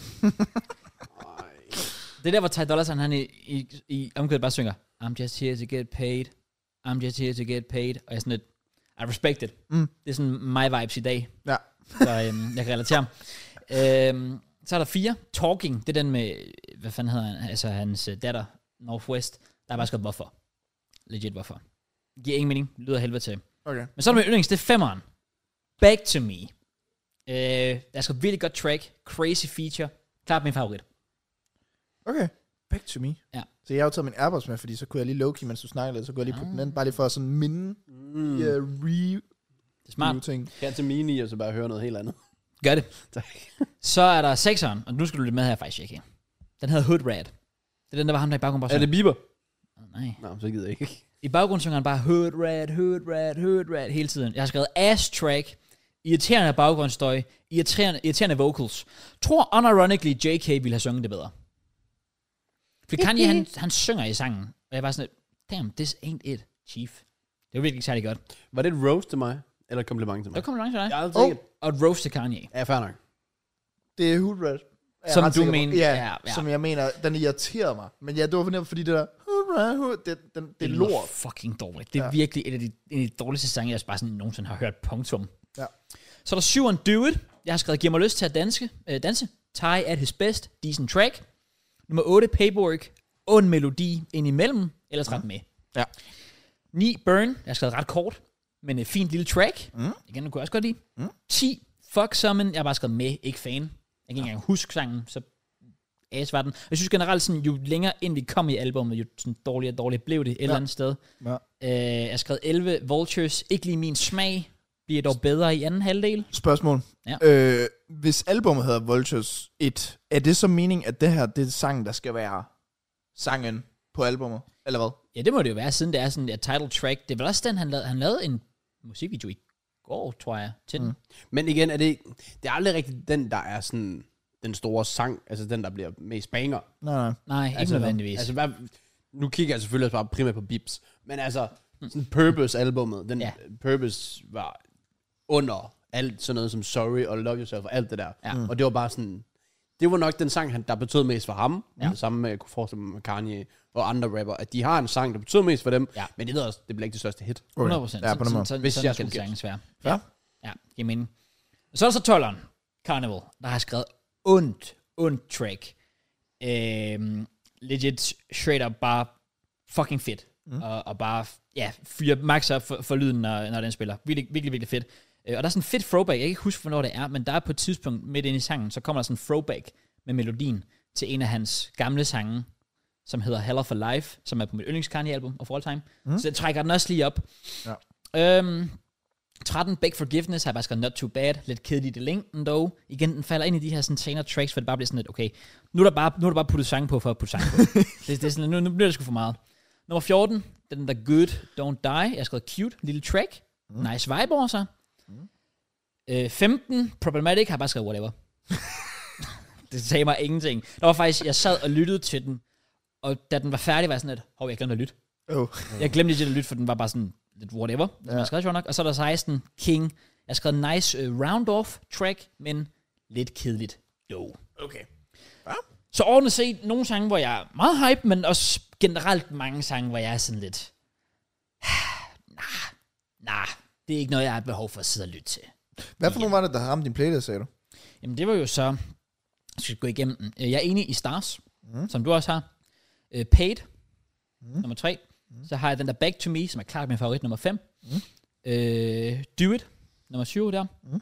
Det er der, hvor Ty Dolla Sign, han i, i, i omkvædet bare synger, I'm just here to get paid. I'm just here to get paid. Og jeg er sådan lidt, I respect it. Mm. Det er sådan my vibes i dag. Ja. Så øhm, jeg kan relatere. Øhm, så er der fire. Talking, det er den med, hvad fanden hedder han, altså hans øh, datter, Northwest. Der er bare skrevet hvorfor. Legit hvorfor. Giver ingen mening. Lyder helvede til. Okay. Men så er der med yndlings, det er femmeren. Back to me. Øh, der er sgu et virkelig godt track. Crazy feature. Klart min favorit. Okay. Back to me. Ja. Så jeg har jo taget min AirPods med, fordi så kunne jeg lige low-key, mens du snakkede lidt, så kunne jeg lige putte den ind, bare lige for at sådan minde Mm. ja, re Det er smart. ting. Kan jeg tage mini, og så bare høre noget helt andet. Gør det. Tak. Så er der sekseren, og nu skal du lidt med her faktisk, Jackie. Den hedder Hood Rat. Det er den, der var ham, der i baggrunden bare Er det Bieber? oh, nej. Nej, så gider jeg ikke. I baggrunden synger han bare Hood Rat, Hood Rat, Hood Rat hele tiden. Jeg har skrevet ass track, irriterende baggrundsstøj, irriterende, irriterende vocals. Tror unironically J K ville have sunget det bedre. For Kanye, han, han synger i sangen, og jeg var sådan lidt, damn, this ain't it, chief. Det var virkelig ikke særlig godt. Var det et roast til mig? Eller et kompliment til mig? Der kommer langt til dig. Jeg har altid Oh. ikke... Og et roast til Kanye. Ja, fair nok. Det er Hood Rat. Jeg er Som ret du sikker på- mener- Ja, ja, ja. som jeg mener, den irriterede mig. Men ja, det var fornemt, fordi det der Hood Rat, Hood, det, den, det er lyder lort. fucking dårligt. Det er Ja. virkelig et af de, en af de dårligste sange, jeg bare sådan nogensinde har hørt, punktum. Ja. Så er der syveren Do It. Jeg har skrevet, giver mig lyst til at danse. Øh, danse. Ty at his best. Decent track. Nummer otte, Paperwork. Og en melodi ind imellem. Ellers ret med. Ja. ni, Burn. Jeg har skrevet ret kort. Men et fint lille track. Mm. Igen, det kunne jeg også godt lide. Mm. ti, Fuck Summon. Jeg har bare skrevet med, ikke fan. Jeg kan ikke engang huske sangen, så as var den. Jeg synes generelt, sådan, jo længere ind vi kom i albumet, jo sådan dårligere og dårligere blev det et ja. eller andet sted. Ja. Øh, jeg har skrevet elleve, Vultures. Ikke lige min smag. Bliver dog bedre i anden halvdel. Spørgsmål. Ja. Øh, hvis albumet hedder Vultures et, er det så mening, at det her, det er sangen, der skal være sangen på albumet? Eller hvad? Ja, det må det jo være, siden det er sådan et title track. Det var også den, han lavede, han lavede en musikvideo i går, tror jeg, til den. Mm. Men igen, er det, det er aldrig rigtigt den, der er sådan den store sang, altså den, der bliver mest banger. Nej, nej. Nej, ikke Altså, nødvendigvis. Altså, hvad, nu kigger jeg selvfølgelig også bare primært på Bips, men altså, sådan Purpose-albummet, den Ja. Purpose var under alt sådan noget som Sorry og Love Yourself og alt det der. Ja. Og det var bare sådan, det var nok den sang, han, der betød mest for ham. Ja. Det samme med, jeg kunne forestille mig med Kanye og andre rapper, at de har en sang, der betød mest for dem, Ja. men det, er også, det bliver ikke det største hit. hundrede procent. Ja, på den måde. Sådan, Hvis sådan jeg skal det skulle sagtens være. Ja. Ja, giver mening. Så er der så tolveren, Carnival, der har skrevet ondt, ondt track. Øhm, legit, straight up, bare fucking fedt. Mm. Og, og bare, ja, fyre max op for, for lyden, når, når den spiller. Virkelig, virkelig, virkelig fedt. Øh, og der er sådan en fedt throwback, jeg kan ikke huske, hvornår det er, men der er på et tidspunkt midt inde i sangen, så kommer der sådan en throwback med melodien til en af hans gamle sange, som hedder Hell of a Life, som er på mit yndlings Kanye-album of all time. Mm. Så jeg trækker den også lige op. Ja. Øhm, tretten, Beg Forgiveness, har jeg bare skrevet Not Too Bad, lidt kedeligt i længden dog. Igen, den falder ind i de her sådan senere tracks, for det bare bliver sådan lidt, okay, nu er der bare, nu er der bare puttet sang på, for at putte sang på. det, det er sådan, nu, nu bliver det sgu for meget. Nummer fjorten, den der Good, Don't Die, jeg har skrevet cute, lille track, mm. nice vibe over sig. Mm. Øh, femten, Problematic, har jeg bare skrevet whatever. Det sagde mig ingenting. Der var faktisk, jeg sad og lyttede til den, og da den var færdig, var jeg sådan lidt, hov, jeg glemte at lytte. Oh. Jeg glemte lidt at lytte, for den var bare sådan lidt whatever, som Ja. jeg skrev sjovt nok. Og så er der seksten, King. Jeg har skrevet nice uh, round-off track, men lidt kedeligt dog. Okay. Så ordentligt set, nogle sange, hvor jeg er meget hype, men også generelt mange sange, hvor jeg er sådan lidt, nah, nah, det er ikke noget, jeg har behov for at sidde og lytte til. Hvad for nogle var det, der ramte din playlist, sagde du? Jamen det var jo så, jeg skal gå igennem den. Jeg er enig i Stars, mm. som du også har. Uh, Paid, mm. nummer tre. Mm. Så har jeg den der Back to Me, som er klart min favorit, nummer fem. Mm. Uh, Do It, nummer syv der. Mm.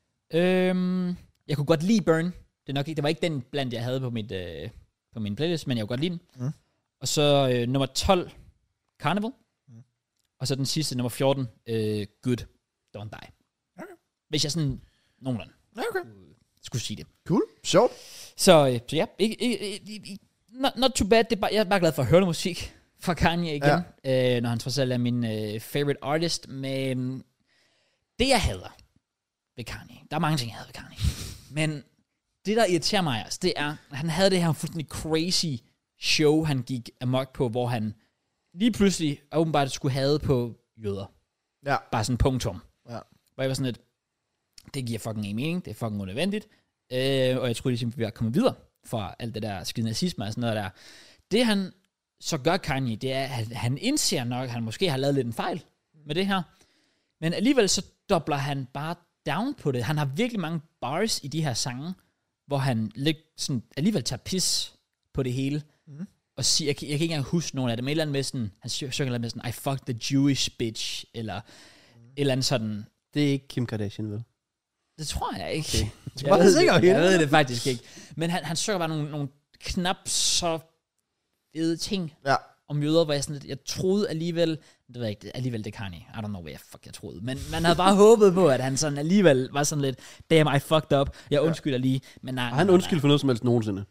Uh, jeg kunne godt lide Burn. Det, er nok ikke, det var ikke den blandt, jeg havde på, mit, uh, på min playlist, men jeg kunne godt lide den. Mm. Og så uh, nummer tolv, Carnival. Mm. Og så den sidste, nummer fjorten, uh, Good, Don't Die. Okay. Hvis jeg sådan nogenlunde Okay. skulle sige det. Cool. Sjovt. Så, øh, så ja, ikke, ikke, ikke, not, not too bad. Det er bare, jeg er bare glad for at høre noget musik fra Kanye igen, ja. øh, når han trods alt er min øh, favorite artist. Men det, jeg hader ved Kanye, der er mange ting, jeg hader ved Kanye, men det, der irriterer mig også, det er, at han havde det her fuldstændig crazy show, han gik amok på, hvor han lige pludselig åbenbart skulle have på jøder. Ja. Bare sådan punktum. Ja. Hvor jeg var sådan lidt, det giver fucking ingen mening, det er fucking unødvendigt. Øh, og jeg troede ligesom, vi var kommet videre fra alt det der skide nazisme og sådan noget der. Det han så gør Kanye, det er, at han indser nok, at han måske har lavet lidt en fejl med det her. Men alligevel så dobler han bare down på det. Han har virkelig mange bars i de her sange, hvor han lidt sådan, alligevel tager pis på det hele. Mm. Og siger, jeg, jeg kan ikke engang huske nogen af dem. Et eller andet med sådan, han synger med sådan, I fucked the Jewish bitch, eller mm. et eller andet sådan. Det er ikke Kim Kardashian, vel? Det tror jeg ikke. Okay. Jeg, bare ved sikker, det, jeg okay? ved det faktisk ikke. Men han, han søger bare nogle, nogle knap så fede ting Ja. om jøder, hvor jeg sådan lidt, jeg troede alligevel, det ved jeg ikke, alligevel det kan I, I don't know hvad fuck jeg troede, men man havde bare håbet på, at han sådan alligevel var sådan lidt, damn, I fucked up, jeg undskylder lige, men nej. Har han undskyldt for noget som helst nogensinde?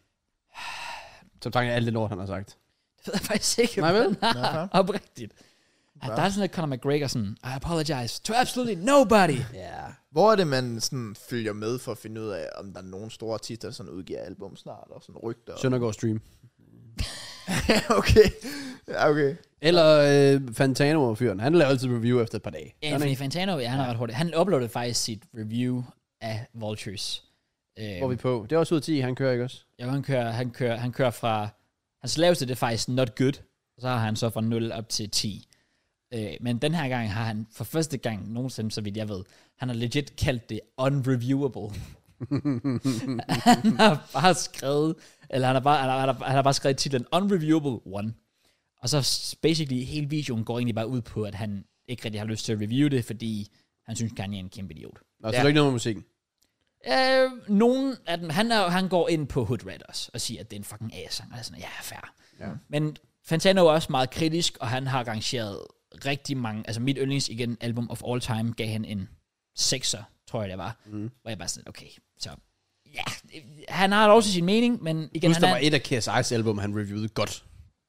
Som tanken af alt det lort, han har sagt. Det ved jeg faktisk ikke, Nej, vel? Nej, oprigtigt. Ja, der er sådan lidt Conor McGregor sådan, I apologize to absolutely nobody. Ja. Hvor er det, man sådan følger med for at finde ud af, om der er nogen store artister, der sådan udgiver album snart, og sådan rygter? Søndergaard Stream. okay. Ja, okay. Eller øh, Fantano-fyren. Han laver altid review efter et par dage. Ja, Anthony Fantano, ja, han er ret hurtigt. Han uploadede faktisk sit review af Vultures. Hvor er vi på? Det er også ud af ti, han kører, ikke også? Ja, han kører, han kører, han kører fra, hans laveste det er faktisk not good, og så har han så fra nul op til ti. Øh, men den her gang har han for første gang nogensinde, så vidt jeg ved, han har legit kaldt det unreviewable. Han har bare skrevet, eller han har bare, han har, han har, han har bare skrevet titlen unreviewable one. Og så basically hele videoen går egentlig bare ud på, at han ikke rigtig har lyst til at review det, fordi han synes, Kanye er en kæmpe idiot. Nå, så er der ikke noget med musikken. Øh, nogen af dem, han, er, han går ind på Hood Rat også, og siger, at det er en fucking A-sang, og jeg er sådan, ja, fair. Ja. Men Fantano er også meget kritisk, og han har arrangeret rigtig mange, altså mit yndlings igen album of all time, gav han en sekser, tror jeg det var, mm. hvor jeg bare sådan, okay, så ja, han har også sin mening, men igen, Plus, han der er, var et af K S I's album, han reviewede godt.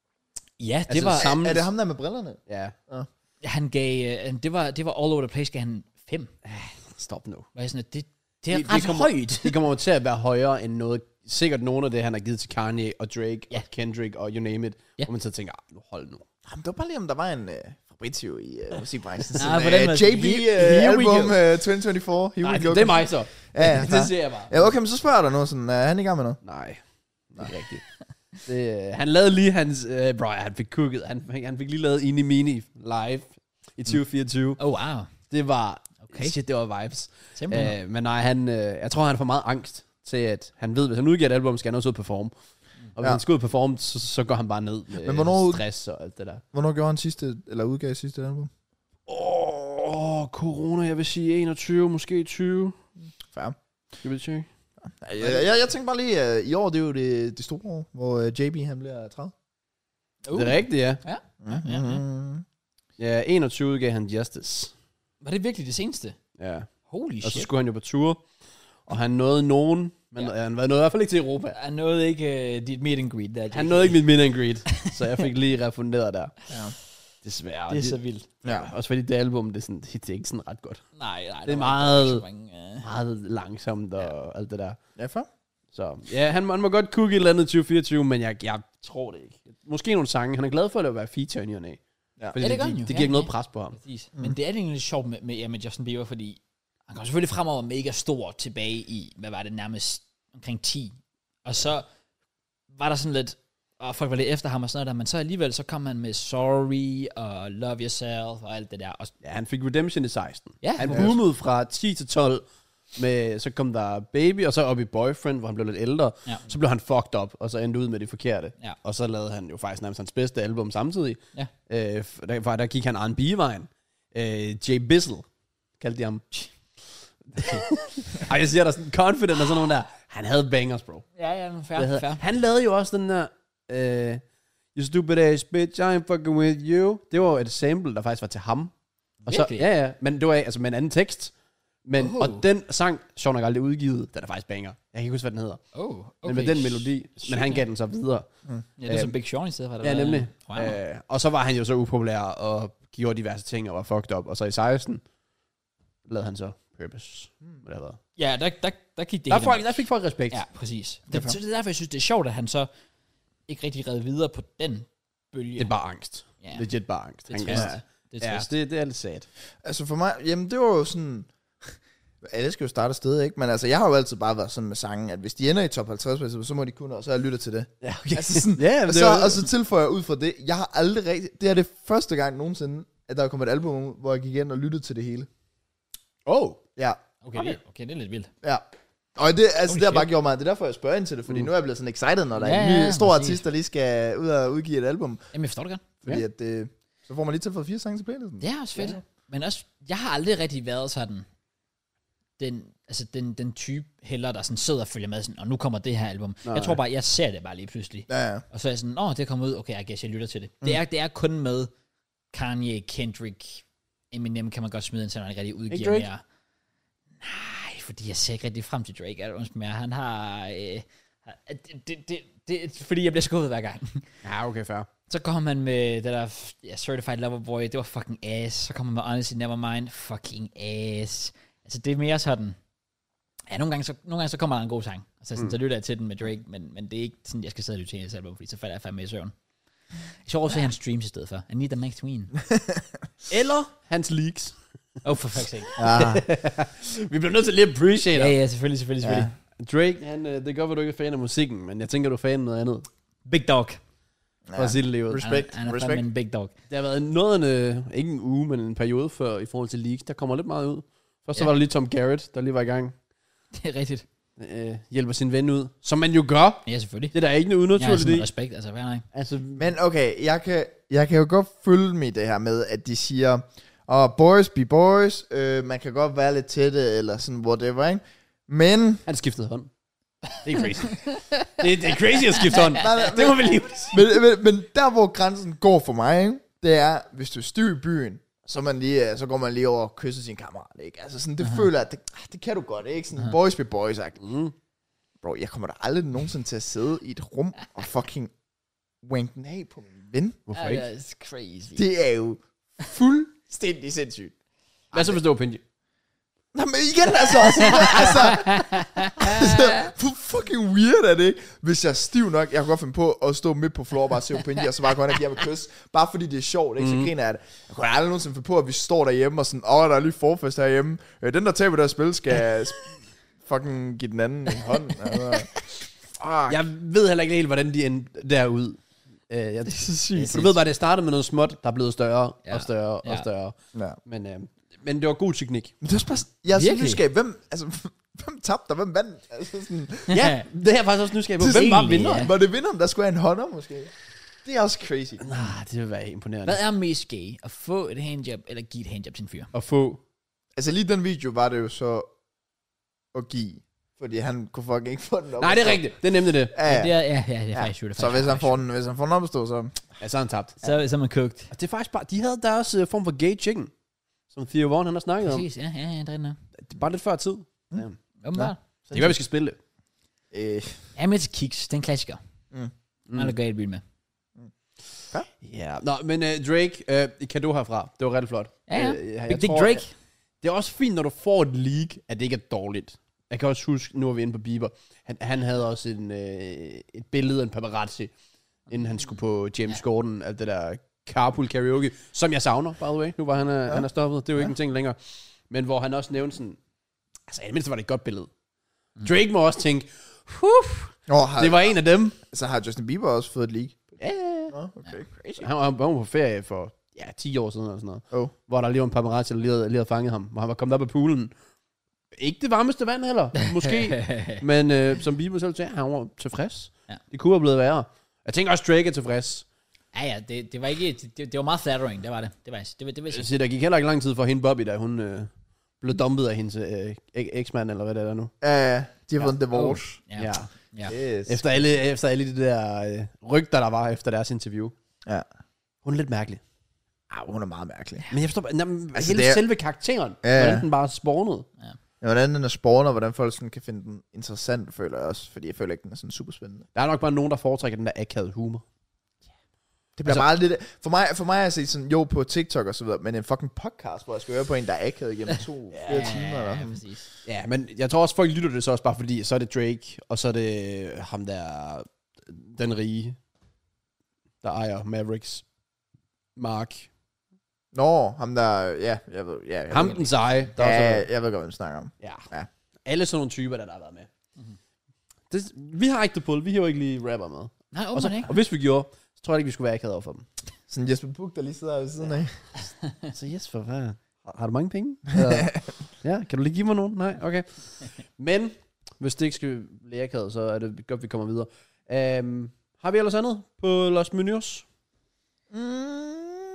ja, det Altså, var, samme- Er det ham der med brillerne? Ja. han gav, øh, det var, det var all over the place, gav han fem, Stop nu. hvor jeg sådan, det, det er Det- det ret kommer- højt. Det kommer jo til at være højere end noget, sikkert nogen af det, han har givet til Kanye og Drake Ja. og Kendrick og you name it. Ja. Hvor man så tænker, ah, nu hold nu. Jamen, det var bare lige, om der var en uh, Fabrizio i uh, musikbranchen. Nej, Sådan, på den uh, måde. J B Here- uh, here we album go. uh, tyve tyve-fire. Here Nej, we go. det er mig så. Ja, ja, det klar. ser jeg bare. Ja, okay, men så spørger jeg dig nu sådan, er han i gang med noget? Nej, det er ikke rigtigt. Det, øh, han lavede lige hans, øh, bro, han fik cooket, han, han fik lige lavet Ini Mini live i tyve fireogtyve. Oh wow, Det var, Okay. shit, det var vibes. simpelthen. Øh, men nej, han, øh, jeg tror, han får meget angst til, at han ved, hvis han udgiver et album, skal han også ud og performe. Og hvis Ja. han skal ud og performe, så, så går han bare ned med Men hvornår- stress og alt det der. Hvornår gjorde han sidste, eller udgav sidste album? Åh, oh, corona, jeg vil sige enogtyve, måske tyve. Fair. Skal vi tjekke? Jeg, jeg, jeg tænkte bare lige, uh, i år, det er jo det, det store år, hvor uh, J B han bliver tredive. Uh. Det er rigtigt, ja. Ja, ja, ja. Mm. Ja, enogtyve udgav han Justice. Var det virkelig det seneste? Ja. Holy Og så shit. skulle han jo på tur, og han nåede nogen, men Ja. ja. han nåede i hvert fald ikke til Europa. Han nåede ikke uh, dit meet and greet der. Han nåede ikke mit meet and greet, så jeg fik lige refunderet der. Ja. Desværre. Det er så vildt. Ja. Også fordi det album, det er, sådan, det er ikke sådan ret godt. Nej, nej. Det er der var meget- ikke så mange, uh... Meget langsomt og ja. alt det der. Ja, fair. Så ja, han, han må godt cookie et eller andet tyve fireogtyve, men jeg, jeg tror det ikke. Måske nogle sange. Han er glad for at være feature i ny og næ. Ja. Fordi Ja, det det, gør det, han jo. det, det Ja, giver ikke noget ja. pres på ham. Præcis. Mm. Men det er egentlig lidt sjovt med, med, ja, med Justin Bieber, fordi han kom selvfølgelig fremover mega stor tilbage i, hvad var det, nærmest omkring ti. Og så var der sådan lidt, og folk var lidt efter ham og sådan noget der, men så alligevel, så kom han med Sorry og Love Yourself og alt det der. Og, Ja, han fik Redemption i seksten. Ja, han ja. boomede fra ti til tolv. Med, så kom der Baby, og så op i Boyfriend, hvor han blev lidt ældre. Ja. Så blev han fucked up, og så endte ud med det forkerte. Ja. Og så lavede han jo faktisk nærmest hans bedste album samtidig. Ja. Øh, f- der, der gik han R and B-vejen. Øh, Jay Bizzle, kaldte de ham. Ej, jeg siger der sådan confident og sådan nogen der. Han havde bangers, bro. ja, ja, men fair, Det havde- fair. Han lavede jo også den der, øh, You stupid ass bitch, I ain't fucking with you. Det var jo et sample, der faktisk var til ham. Og så, Virkelig? ja, ja, men det var altså med en anden tekst. Men, Oh. og den sang, sjovt nok aldrig udgivet, den er faktisk banger. Jeg kan ikke huske, hvad den hedder. Oh, okay. Men med den melodi, men han gav den så videre. Ja, det er som Big Sean i stedet for. Ja, nemlig. Wow. Øh, og så var han jo så upopulær og gjorde diverse ting og var fucked up. Og så i seksten lavede han så Purpose. Hvad det har været. Ja, der, der, der gik det Der, hele folk, med. der fik folk respekt. Ja, præcis. Det er Det, så det er derfor, jeg synes, det er sjovt, at han så ikke rigtig red videre på den bølge. Det er bare angst. Ja. Legit bare angst. Det er Han- trist. ja, Det er ja, trist. det, det er lidt sad. Altså for mig, jamen det var jo sådan... Alle skal jo starte et sted, ikke? Men altså, jeg har jo altid bare været sådan med sangen, at hvis de ender i top halvtreds, så må de kunne, og så har jeg lyttet til det. Ja, okay. Altså sådan, ja, men og, det så, var- og så tilføjer jeg ud fra det, jeg har aldrig rigtig... Det er det første gang nogensinde, at der er kommet et album ud, hvor jeg gik ind og lyttede til det hele. Oh. Ja, Okay, okay. Det, okay, det er lidt vildt. ja. Og det, altså, Holy det har bare shit. gjort mig, det er derfor, jeg spørger ind til det, fordi Mm. nu er jeg blevet sådan excited, når der er Ja, en ny ja, stor præcis. artist, der lige skal ud og udgive et album. Jamen, jeg forstår det godt. Fordi Ja. at, øh, så får man lige tilføjet fire sange til playlisten. Det er også fedt. Men også, jeg har aldrig rigtig været sådan... den, altså den, den type heller, der sådan sidder og følger med, sådan, og nu kommer det her album. Nej. Jeg tror bare, jeg ser det bare lige pludselig. Ja, ja. Og så er jeg sådan, åh, det kommer ud, okay, jeg guess, jeg lytter til det. Mm. Det, er, det er kun med Kanye, Kendrick, Eminem kan man godt smide ind, så han rigtig udgiver mere. Nej, fordi jeg ser ikke rigtig frem til Drake, er det mere. Han har... Øh, det, det, det, det, fordi jeg bliver skuffet hver gang. Ja, okay, fair. Så kommer man med det der ja, Certified Lover Boy, det var fucking ass. Så kommer man med Honestly Nevermind, fucking ass. Altså det er mere sådan, ja, nogle gange så, nogle gange så kommer der en god sang. Altså sådan, mm. så lytter jeg til den med Drake, men, men det er ikke sådan, jeg skal sidde og lytte til hendes album, fordi så falder jeg fandme i søvn. Jeg skal også se hans streams i stedet for. I need the Max Tween. Eller hans leaks. Oh, for fuck's sake. Ja. Vi bliver nødt til lige at appreciate Ja, ja, selvfølgelig, selvfølgelig, selvfølgelig. ja. Drake, han, det er godt, at du ikke er fan af musikken, men jeg tænker, du er fan af noget andet. Big dog. For at sige det lige ud. Respekt. Han er, han er Respekt. fandme en big dog. Det har været noget af en, ikke en uge, men en periode før i forhold til leaks. Der kommer lidt meget ud. Først så Ja. var der lige Tom Garrett, der lige var i gang. Det er rigtigt. Øh, hjælper sin ven ud. Som man jo gør. Ja, selvfølgelig. Det er der ikke noget Jeg har unaturligt sådan i. respekt, altså hvad er det? Altså, Men okay, jeg kan, jeg kan jo godt følge med det her med, at de siger, oh, boys be boys, øh, man kan godt være lidt tætte, eller sådan whatever, ikke? Men, han skiftede hånd. Det er crazy. det, det er crazy at skifte hånd. Det må vi lige men, men, men der hvor grænsen går for mig, ikke? Det er, hvis du er stiv i byen, så, er man lige, så går man lige over og kysser sin kammerat, ikke? Altså sådan, det uh-huh. føler at det, det kan du godt, ikke? Sådan uh-huh. boys be boys, sagt. Mm. Bro, jeg kommer da aldrig nogensinde til at sidde i et rum og fucking wank den af på min ven. Hvorfor ikke? Det er crazy. Det er jo fuldstændig sindssygt. Hvad så hvis det var Pinji? Nå, men igen, altså, altså, altså, altså, hvor fucking weird er det ikke? Hvis jeg er stiv nok, jeg kan godt finde på at stå midt på floor og bare se Opinji, og så bare gå ind og give ham et kys, bare fordi det er sjovt, ikke? Så Mhm. griner jeg det. Jeg kunne aldrig nogensinde finde på, at vi står derhjemme og sådan, åh, der er lige forfest herhjemme. Øh, Den, der taber det her spil, skal fucking give den anden en hånd. Altså. Fuck. Jeg ved heller ikke helt, hvordan de endte derud. Uh, jeg, Det er så sygt. du ved bare, det startede med noget småt, der er blevet større Ja. og større Ja. og større. Ja. Men, uh, men det var god teknik. Men det er også bare, jeg er så Virkelig? nysgerrig, hvem, altså, hvem tabte og hvem vandt? Altså sådan, Ja, det er jeg faktisk også nysgerrig på. Det er Hvem var egentlig, vinderen? ja. var det vinderen, der skulle have en hånder måske? Det er også crazy. Nej, det vil være imponerende. Hvad er mest gay? At få et handjob, eller give et handjob til en fyr? At få... Altså lige den video var det jo så at give, fordi han kunne fucking ikke få den op. Nej, det er rigtigt. Det er nemlig det. Ja, Ja, ja. det er, ja, ja, det er Ja. faktisk true. Det er Så faktisk hvis han, true. får den, hvis han får den op at stå, så... Ja, så har han tabt. Så, så er man cooked. Og det er faktisk bare... De havde deres uh, form for gay chicken, som Theo Vaughn han har snakket om. Præcis, ja, ja, ja, det er det. Det er bare lidt før tid. Mm. Ja. Åbenbart. Det kan være, vi skal spille det. Øh, Ja, med til Kicks, det er en klassiker. Mm. Mm. Meget galt bil med. Ja, nå, men uh, Drake, uh, kado herfra. Det var rigtig flot. Ja, ja. Øh, jeg Big Dick tror, Drake. Det er også fint, når du får et leak, at det ikke er dårligt. Jeg kan også huske, nu er vi inde på Bieber. Han, han havde også en, øh, et billede af en paparazzi, inden han skulle på James ja. Gordon, alt det der carpool karaoke, som jeg savner, by the way. Nu var han, ja. han er stoppet. Det er jo ja. ikke en ting længere. Men hvor han også nævnte sådan, altså i det mindste var det et godt billede. Mm. Drake må også tænke, Huff, oh, har, det var en af dem. Så har Justin Bieber også fået et leak? Ja, Oh, okay, crazy. han var, han var på ferie for ja, ti år siden eller sådan noget. Oh. Hvor der lige var en paparazzi, der lige havde, lige havde fanget ham. Hvor han var kommet op af poolen. Ikke det varmeste vand heller, måske. Men øh, som Bieber selv sagde, han var tilfreds. Ja. Det kunne have blevet værre. Jeg tænker også, Drake er tilfreds. Ja, ja, det, det var ikke, det, det var meget flattering, det var det. Det var det, det, det vil jeg Så sige. der gik heller ikke lang tid for hende Bobby, da hun øh, blev dumpet af hendes øh, eksmand, eller hvad det er nu. Ja, uh, de har fået en Oh, divorce. ja. Ja. Ja. Yes. Efter alle, efter alle de der øh, rygter, der var efter deres interview. Ja. Hun er lidt mærkelig. Ah, hun er meget mærkelig. Men jeg forstår bare, altså, Altså, hele det er- selve karakteren, Ja, ja. hvordan den bare spawnede. Ja, hvordan den er spawner, hvordan folk sådan kan finde den interessant, føler jeg også. Fordi jeg føler ikke, den er sådan super spændende. Der er nok bare nogen, der foretrækker den der akavede humor. Det bliver Altså- altså, meget lidt... For mig, for mig er jeg set sådan, jo, på TikTok og så videre, men en fucking podcast, hvor jeg skal høre på en, der er akavet gennem to, flere timer. Eller Ja, sådan. præcis. Ja, men jeg tror også, folk lytter det så også bare fordi, så er det Drake, og så er det ham der, den rige, der ejer Mavericks. Mark. Nå, ham der... Ja, jeg ved... Ja, jeg Ham ved, den seje. Der ja, er også, jeg ved godt, hvad du snakker om. ja. Ja. Alle sådan nogle typer, der, der har været med. Mm-hmm. Det, vi har ikke det pull, vi har jo ikke lige rapper med. Nej, Og, åbenbart så, ikke. og hvis vi gjorde, så tror jeg ikke, vi skulle være akavet over for dem. Sådan Jesper Buch, der lige sidder ved siden af. Så yes, for hvad? Har, har du mange penge? Eller, ja, kan du lige give mig nogen? Nej, okay. Men, hvis det ikke skal blive akavet, så er det godt, vi kommer videre. Um, har vi ellers andet på Los Munoz? Mm,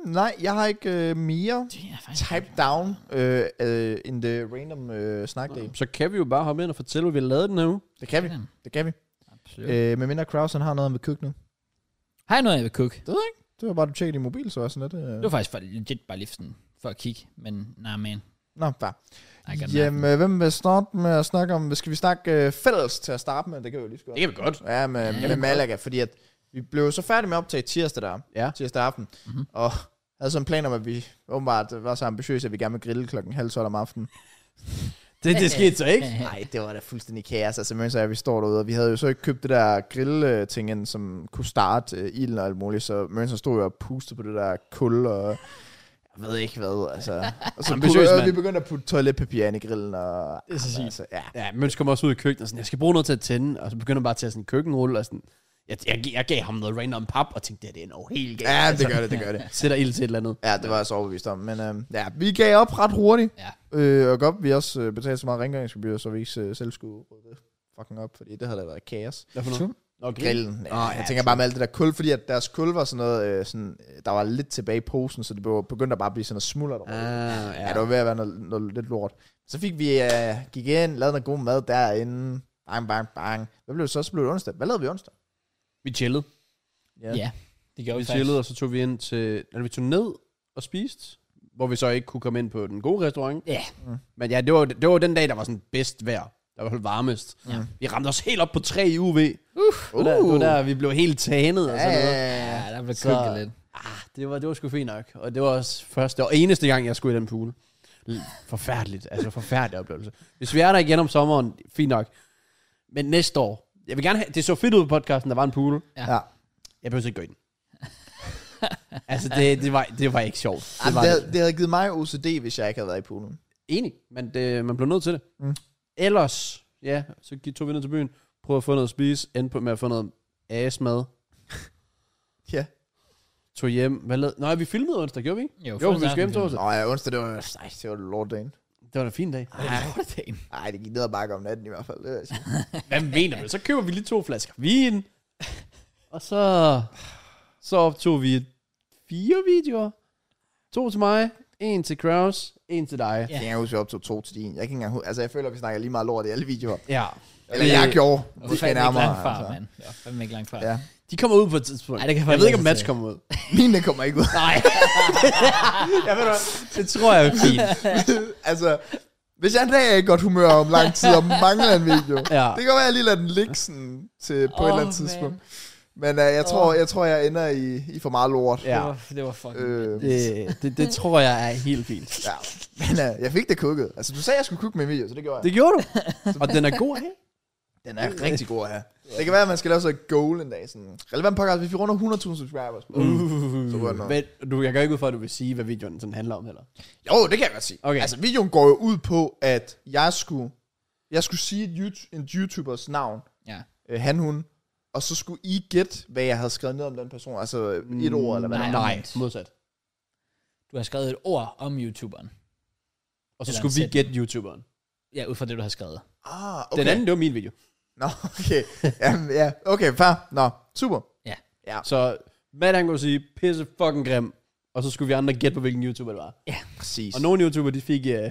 nej, jeg har ikke øh, mere Det er faktisk type down øh, øh, in the random øh, snakdag. Så kan vi jo bare hoppe ind og fortælle, hvad vi har lavet den her uge. Det kan vi, det kan vi. absolut. Øh, med mindre Kraus, han har noget, han vil cook nu. Har jeg noget, jeg vil cook? Det ved jeg ikke. Det var bare, du tjekkede din mobil, så var sådan lidt. Øh. Det var faktisk for, legit bare lige sådan, for at kigge, men nej, nah, man. Nå, bare. I got Jamen, øh, hvem vil starte med at snakke om, skal vi snakke øh, fælles til at starte med? Det kan vi jo lige så godt. Det kan vi godt. Ja, med, Ja, med, det med Malaga, fordi at vi blev så færdige med at optage tirsdag der, Ja. tirsdag aften, Mhm. og havde sådan en plan om, at vi åbenbart var så ambitiøse, at vi gerne vil grille klokken halv tolv om aftenen. Det, det skete så ikke. Nej, det var da fuldstændig kaos. Altså, Møns og jeg, vi står derude, og vi havde jo så ikke købt det der grill-ting ind, som kunne starte øh, ilden og alt muligt, så Møns stod jo og pustede på det der kul, og jeg ved ikke hvad, altså. Og så Ambitiøs kunne, mand. vi begyndte at putte toiletpapir ind i grillen, og Det er så sygt. altså, ja. Ja, Møns kommer også ud i køkkenet og sådan, jeg skal bruge noget til at tænde, og så begynder han bare at tage sådan en køkkenrulle, og sådan, jeg, jeg, jeg gav ham noget random pap, og tænkte, det, det er noget helt galt. Ja, det gør det, det gør det. Sætter ild til et eller andet. Ja, det var jeg så overbevist om. Men øh, ja, vi gav op ret hurtigt. Ja. Øh, og godt, vi også øh, betalte så meget rengøringsgebyr, så vi ikke øh, selv skulle rydde det fucking op, fordi det havde da været kaos. Hvad for noget? Nå, grill. Grillen. Ja, Åh, jeg ja, tænker bare med alt det der kul, fordi at deres kul var sådan noget, øh, sådan, øh, der var lidt tilbage i posen, så det blev, begyndte at bare blive sådan noget smuldret. Ah, Ja. ja. ja, det var ved at være noget, noget lidt lort. Så fik vi, øh, gik ind, lavede noget god mad derinde. Bang, bang, bang. Hvad blev det så? Så blev det onsdag. Hvad lavede vi onsdag? Vi chillede. Ja, ja det gjorde Vi vi chillede, faktisk. og så tog vi ind til, eller vi tog ned og spiste, hvor vi så ikke kunne komme ind på den gode restaurant. Ja, Men ja, det var, det var den dag, der var sådan bedst vejr. Der var i hvert fald varmest. Ja. Vi ramte os helt op på tre i U V. Uh. Det, var der, det var der, vi blev helt tanet og sådan noget. ja, der blev Så- køkket lidt. Ah, det var, det var sgu fint nok. Og det var også første og eneste gang, jeg skulle i den pool. L- Forfærdeligt. Altså forfærdelig oplevelse. Hvis vi er der igen om sommeren, fint nok. Men næste år, jeg vil gerne have, det så fedt ud på podcasten, der var en pool. Ja. Jeg behøver ikke gå i den. altså, det, det, var, det var ikke sjovt. Det Jamen, var det, det. havde, det havde givet mig O C D, hvis jeg ikke havde været i poolen. Enig, men det, man blev nødt til det. Mm. Ellers, ja, så gik- tog vi ned til byen, prøvede at få noget at spise, endte på med at få noget asmad, Ja. tog hjem. Hvad lavede? Nej, vi filmede onsdag, gjorde vi ikke? Jo, Jo, vi skal hjem torsdag. Nå ja, onsdag, det var, nej, det var lortdagen. Det var en fin dag. Nej, det gik ned ad bakke om natten i hvert fald. Det vil jeg sige. Hvad mener du? Så køber vi lige to flasker vin, og så, så optog vi fire videoer. To til mig, en til Kraus, en til dig. Ja. Jeg kan ikke huske, at vi optog to til din. Jeg kan ikke engang hu- altså, jeg føler, at vi snakker lige meget lort i alle videoer. Ja. Eller jeg gjorde. Det var Måske fandme ikke nærmere. langt fra, Altså. mand. Det var fandme ikke langt fra. Ja. De kommer ud på et tidspunkt. Ej, det kan jeg ved ikke, om faktisk Mats se. kommer ud. Mine kommer ikke ud. Nej. jeg ved du, det tror jeg er fint. altså, hvis jeg en dag er i godt humør om lang tid og mangler en video, Ja. det kan godt være, at jeg lige lader den ligge sådan til på Åh, et eller andet man. tidspunkt. Men uh, jeg, tror, Åh. jeg tror, jeg ender i, i for meget lort. Ja. Det var, det var fucking... Øh, Det, det, det tror jeg er helt fint. ja. Men uh, jeg fik det kukket. Altså, du sagde, at jeg skulle kukke med en video, så det gjorde jeg. Det gjorde du. Og den er god her. Den er rigtig god at have. Det kan være, at man skal lave sådan et goal en dag. Sådan relevant podcast, hvis vi runder hundrede tusind subscribers. Uh. Så går det noget. Men du, jeg går ikke ud fra, at du vil sige, hvad videoen sådan handler om heller. Jo, det kan jeg godt sige. Okay. Altså, videoen går jo ud på, at jeg skulle, jeg skulle sige et YouTube, en YouTubers navn. Ja. Øh, han, hun. Og så skulle I gætte, hvad jeg havde skrevet ned om den person. Altså et ord, eller hvad Nej, det var. Nej, omvendt. modsat. Du har skrevet et ord om YouTuberen. Og så Eller skulle en vi sætning. gætte YouTuberen. Ja, ud fra det, du har skrevet. Ah, okay. Okay. Den anden, det var min video. Nå, okay. Jamen, ja, okay, fair. Nå, super. Ja. Ja, Så Matt han kunne sige, pisse fucking grim. Og så skulle vi andre gætte på, hvilken YouTuber det var. præcis. Og nogle YouTuber, de fik... Uh,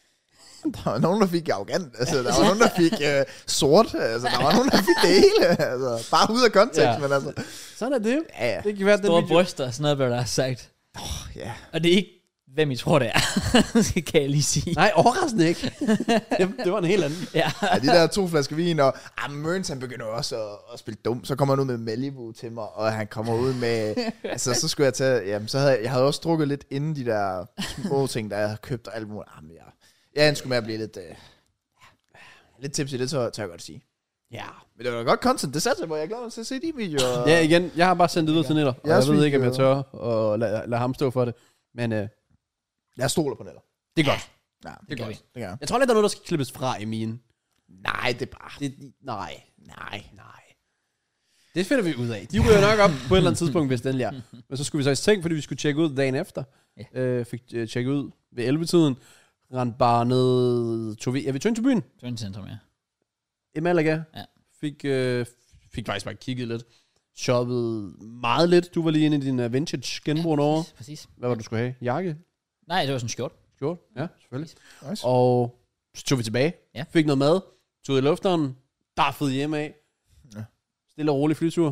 Der var nogen, der fik arrogant. Altså, der var nogen, der fik øh, sort. Altså, der var nogen, der fik det hele. Altså, bare ud af kontekst, Ja. men altså... sådan er det jo. Ja, ja. Det kan være, den Store video. bryster og sådan noget, blev der sagt. ja. Og det er ikke, hvem I tror, det er. det kan jeg lige sige. Nej, overraskende ikke. det, det var en helt anden. Ja. Ja, de der to flasker vin, og ah, Mørns, han begynder også at, at spille dum. Så kommer han ud med Malibu til mig, og han kommer ud med... altså, så skulle jeg tage... Jamen, så havde jeg, jeg havde også drukket lidt inden de der små ting, der jeg havde købt og alt muligt. Jamen, jeg, jeg endte sgu med at blive lidt... Øh, lidt tipsy, det tør, tør jeg godt sige. Ja. Men det var da godt content, det satte jeg på. Jeg glæder mig til at se de videoer. Ja, igen, jeg har bare sendt det ud til Neller. Og Jeres jeg ved ikke, om jeg video. tør at lade, lade ham stå for det. Men uh, Jeg stoler på Neller. det er godt. Ja, Det det gør gør vi. Det gør jeg. Jeg tror lidt, der er noget, der skal klippes fra i mine. Nej, det er bare... Det, nej, nej, nej. Det finder vi ud af. De ryger nok op på et eller andet tidspunkt, hvis den er. Men så skulle vi så i tænke, fordi vi skulle tjekke ud dagen efter. Ja. Øh, fik øh, tjekket ud ved elleve-tiden. Rent bare ned... Tog vi, ja, vi tog ind til byen. Twin Centrum, ja. I Malaga. Ja. Fik, øh, fik faktisk bare kigget lidt. shoppet meget lidt. Du var lige inde i din uh, vintage genbrug over. Præcis, præcis. Hvad var det, du skulle have? Jakke? Nej, det var sådan en skjort. Skjort? Ja, selvfølgelig. Nice. Og så tog vi tilbage. Ja. Fik noget mad. Tog ud i lufthavnen. Daffede hjemme af. Ja. Stille og rolig flytur.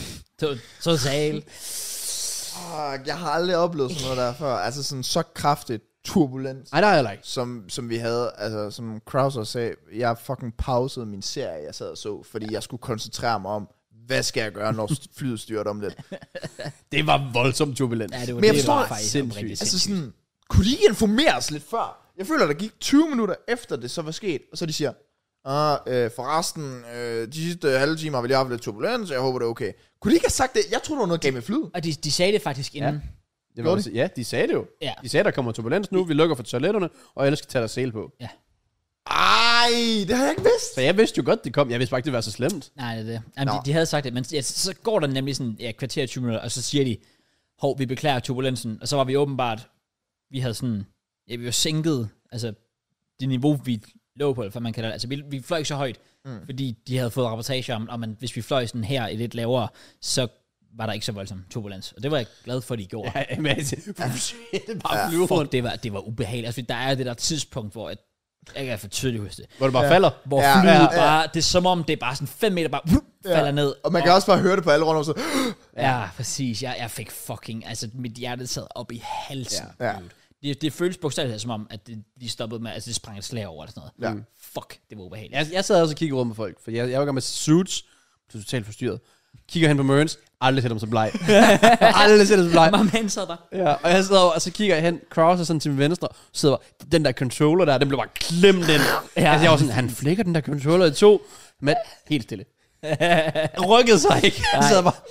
Total. Fuck, jeg har aldrig oplevet sådan noget der før. Altså sådan så kraftigt turbulent, Nej, det har jeg ikke. som, som vi havde. Altså som Krauser sagde, jeg fucking pausede min serie, jeg sad og så, fordi jeg skulle koncentrere mig om, hvad skal jeg gøre, når flyet styrter om lidt. Det var voldsomt turbulent. Ja, det var, Men jeg det forstår var det. faktisk Sindssygt. oprigtigt Altså sindssygt. sådan, kunne de ikke informere os lidt før? Jeg føler, der gik tyve minutter efter det så var sket, og så de siger, ah, øh, forresten, øh, de sidste halve timer har vi lige haft lidt turbulens, jeg håber det er okay. Kunne de ikke have sagt det? Jeg troede, det var noget game med flyet. Og de, de sagde det faktisk inden. Ja. Det var også, ja, de sagde det jo. Ja. De sagde, der kommer turbulens nu, vi lukker for toiletterne, og ellers skal tage dig sæl på. Ja. Ej, det har jeg ikke vidst. Så jeg vidste jo godt, det kom. Jeg vidste bare ikke, det var så slemt. Nej, det er det. Jamen, de, de havde sagt det, men ja, så går der nemlig sådan ja, kvarter tyve minutter, og så siger de, hov, vi beklager turbulensen, og så var vi åbenbart, vi havde sådan, ja, vi var sænket, altså det niveau, vi lå på, for man kan altså vi, vi fløj ikke så højt, mm. fordi de havde fået rapportager om, om man, hvis vi fløj sådan her i lidt lavere, så var der ikke så voldsom turbulens. Og det var jeg glad for, de gjorde. Ja, men jeg siger, det er bare Ja, flyve rundt. Fuck, det var, det var ubehageligt. Altså, det der er det der tidspunkt, hvor at, jeg kan for tydeligt huske det. Hvor det bare Ja. falder. Hvor Ja, flyet ja, ja. bare, det er som om, det er bare sådan fem meter bare wup, Ja. falder ned. Og man kan også bare høre det på alle rundt om, så... Ja, præcis. Jeg, jeg fik fucking, altså mit hjerte sad op i halsen. Ja. Ja. Det, det føles bogstaveligt som om, at det, de stoppede med, altså det sprang et slag over eller sådan noget. Ja. Fuck, det var ubehageligt. Jeg, jeg sad også og kiggede rundt med folk, for jeg, jeg var i gang med Suits, blev totalt forstyrret. Kigger hen på Mørens, aldrig set ham så bleg. aldrig set ham så bleg. Mamma sad der. Ja, og jeg sidder over, og så kigger jeg hen, Kraus er sådan til min venstre, sidder den der controller der, den blev bare klemt ind. Ja. Altså jeg var sådan, han flækker den der controller i to, men helt stille. Rykkede sig ikke. Han sidder bare...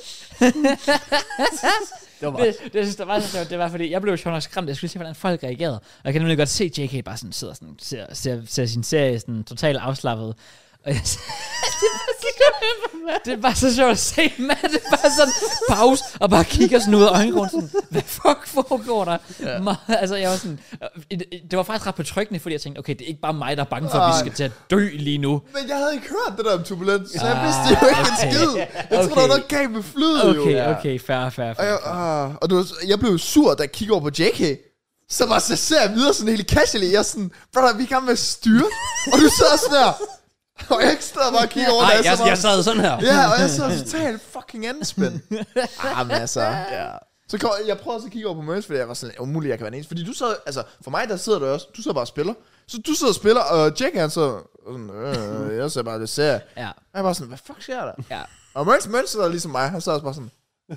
det var bare... Det, det, synes, det, var, så sjovt. Det var fordi, jeg blev jo nok skræmt. Jeg skulle se, hvordan folk reagerede. Og jeg kan nemlig godt se, at J K bare sådan sidder sådan, ser, ser, ser sin serie sådan totalt afslappet. Og jeg, det var så sjovt at se, Matt. Det var sådan pause, og bare kigger sådan ud af øjenkrogen, sådan, hvad fuck foregår der? Ja. Altså, jeg var sådan, det var faktisk ret betryggende, fordi jeg tænkte, okay, det er ikke bare mig, der er bange for, at vi skal til at dø lige nu. Men jeg havde ikke hørt det der om turbulens, så jeg vidste jo ikke en skid. Jeg troede, der var noget galt med flyet, jo. Okay, okay, fair, fair, Og fair. jeg, uh, og du, ved, jeg blev sur, da jeg kiggede over på J K. Så bare så ser jeg videre sådan helt casually. Jeg er sådan, brother, vi er i gang med at styre. Og du sidder sådan der. Og jeg sidder bare og kigger over, Nej, der jeg, så bare, jeg sad sådan her. ja, og jeg sidder totalt fucking anspændt. Ah, men altså. Ja. Så kom, jeg prøvede også at kigge over på Mørens, fordi jeg var sådan, umuligt, jeg kan være den eneste. Fordi du sad, altså, for mig der sidder du også, du sidder bare og spiller. Så du sidder og spiller, og Jack han så, og sådan, øh, jeg ser bare det ser. Ja, Og jeg var sådan, hvad fuck sker der? ja. Og Mørens, Mørens sidder ligesom mig, han sidder også bare sådan,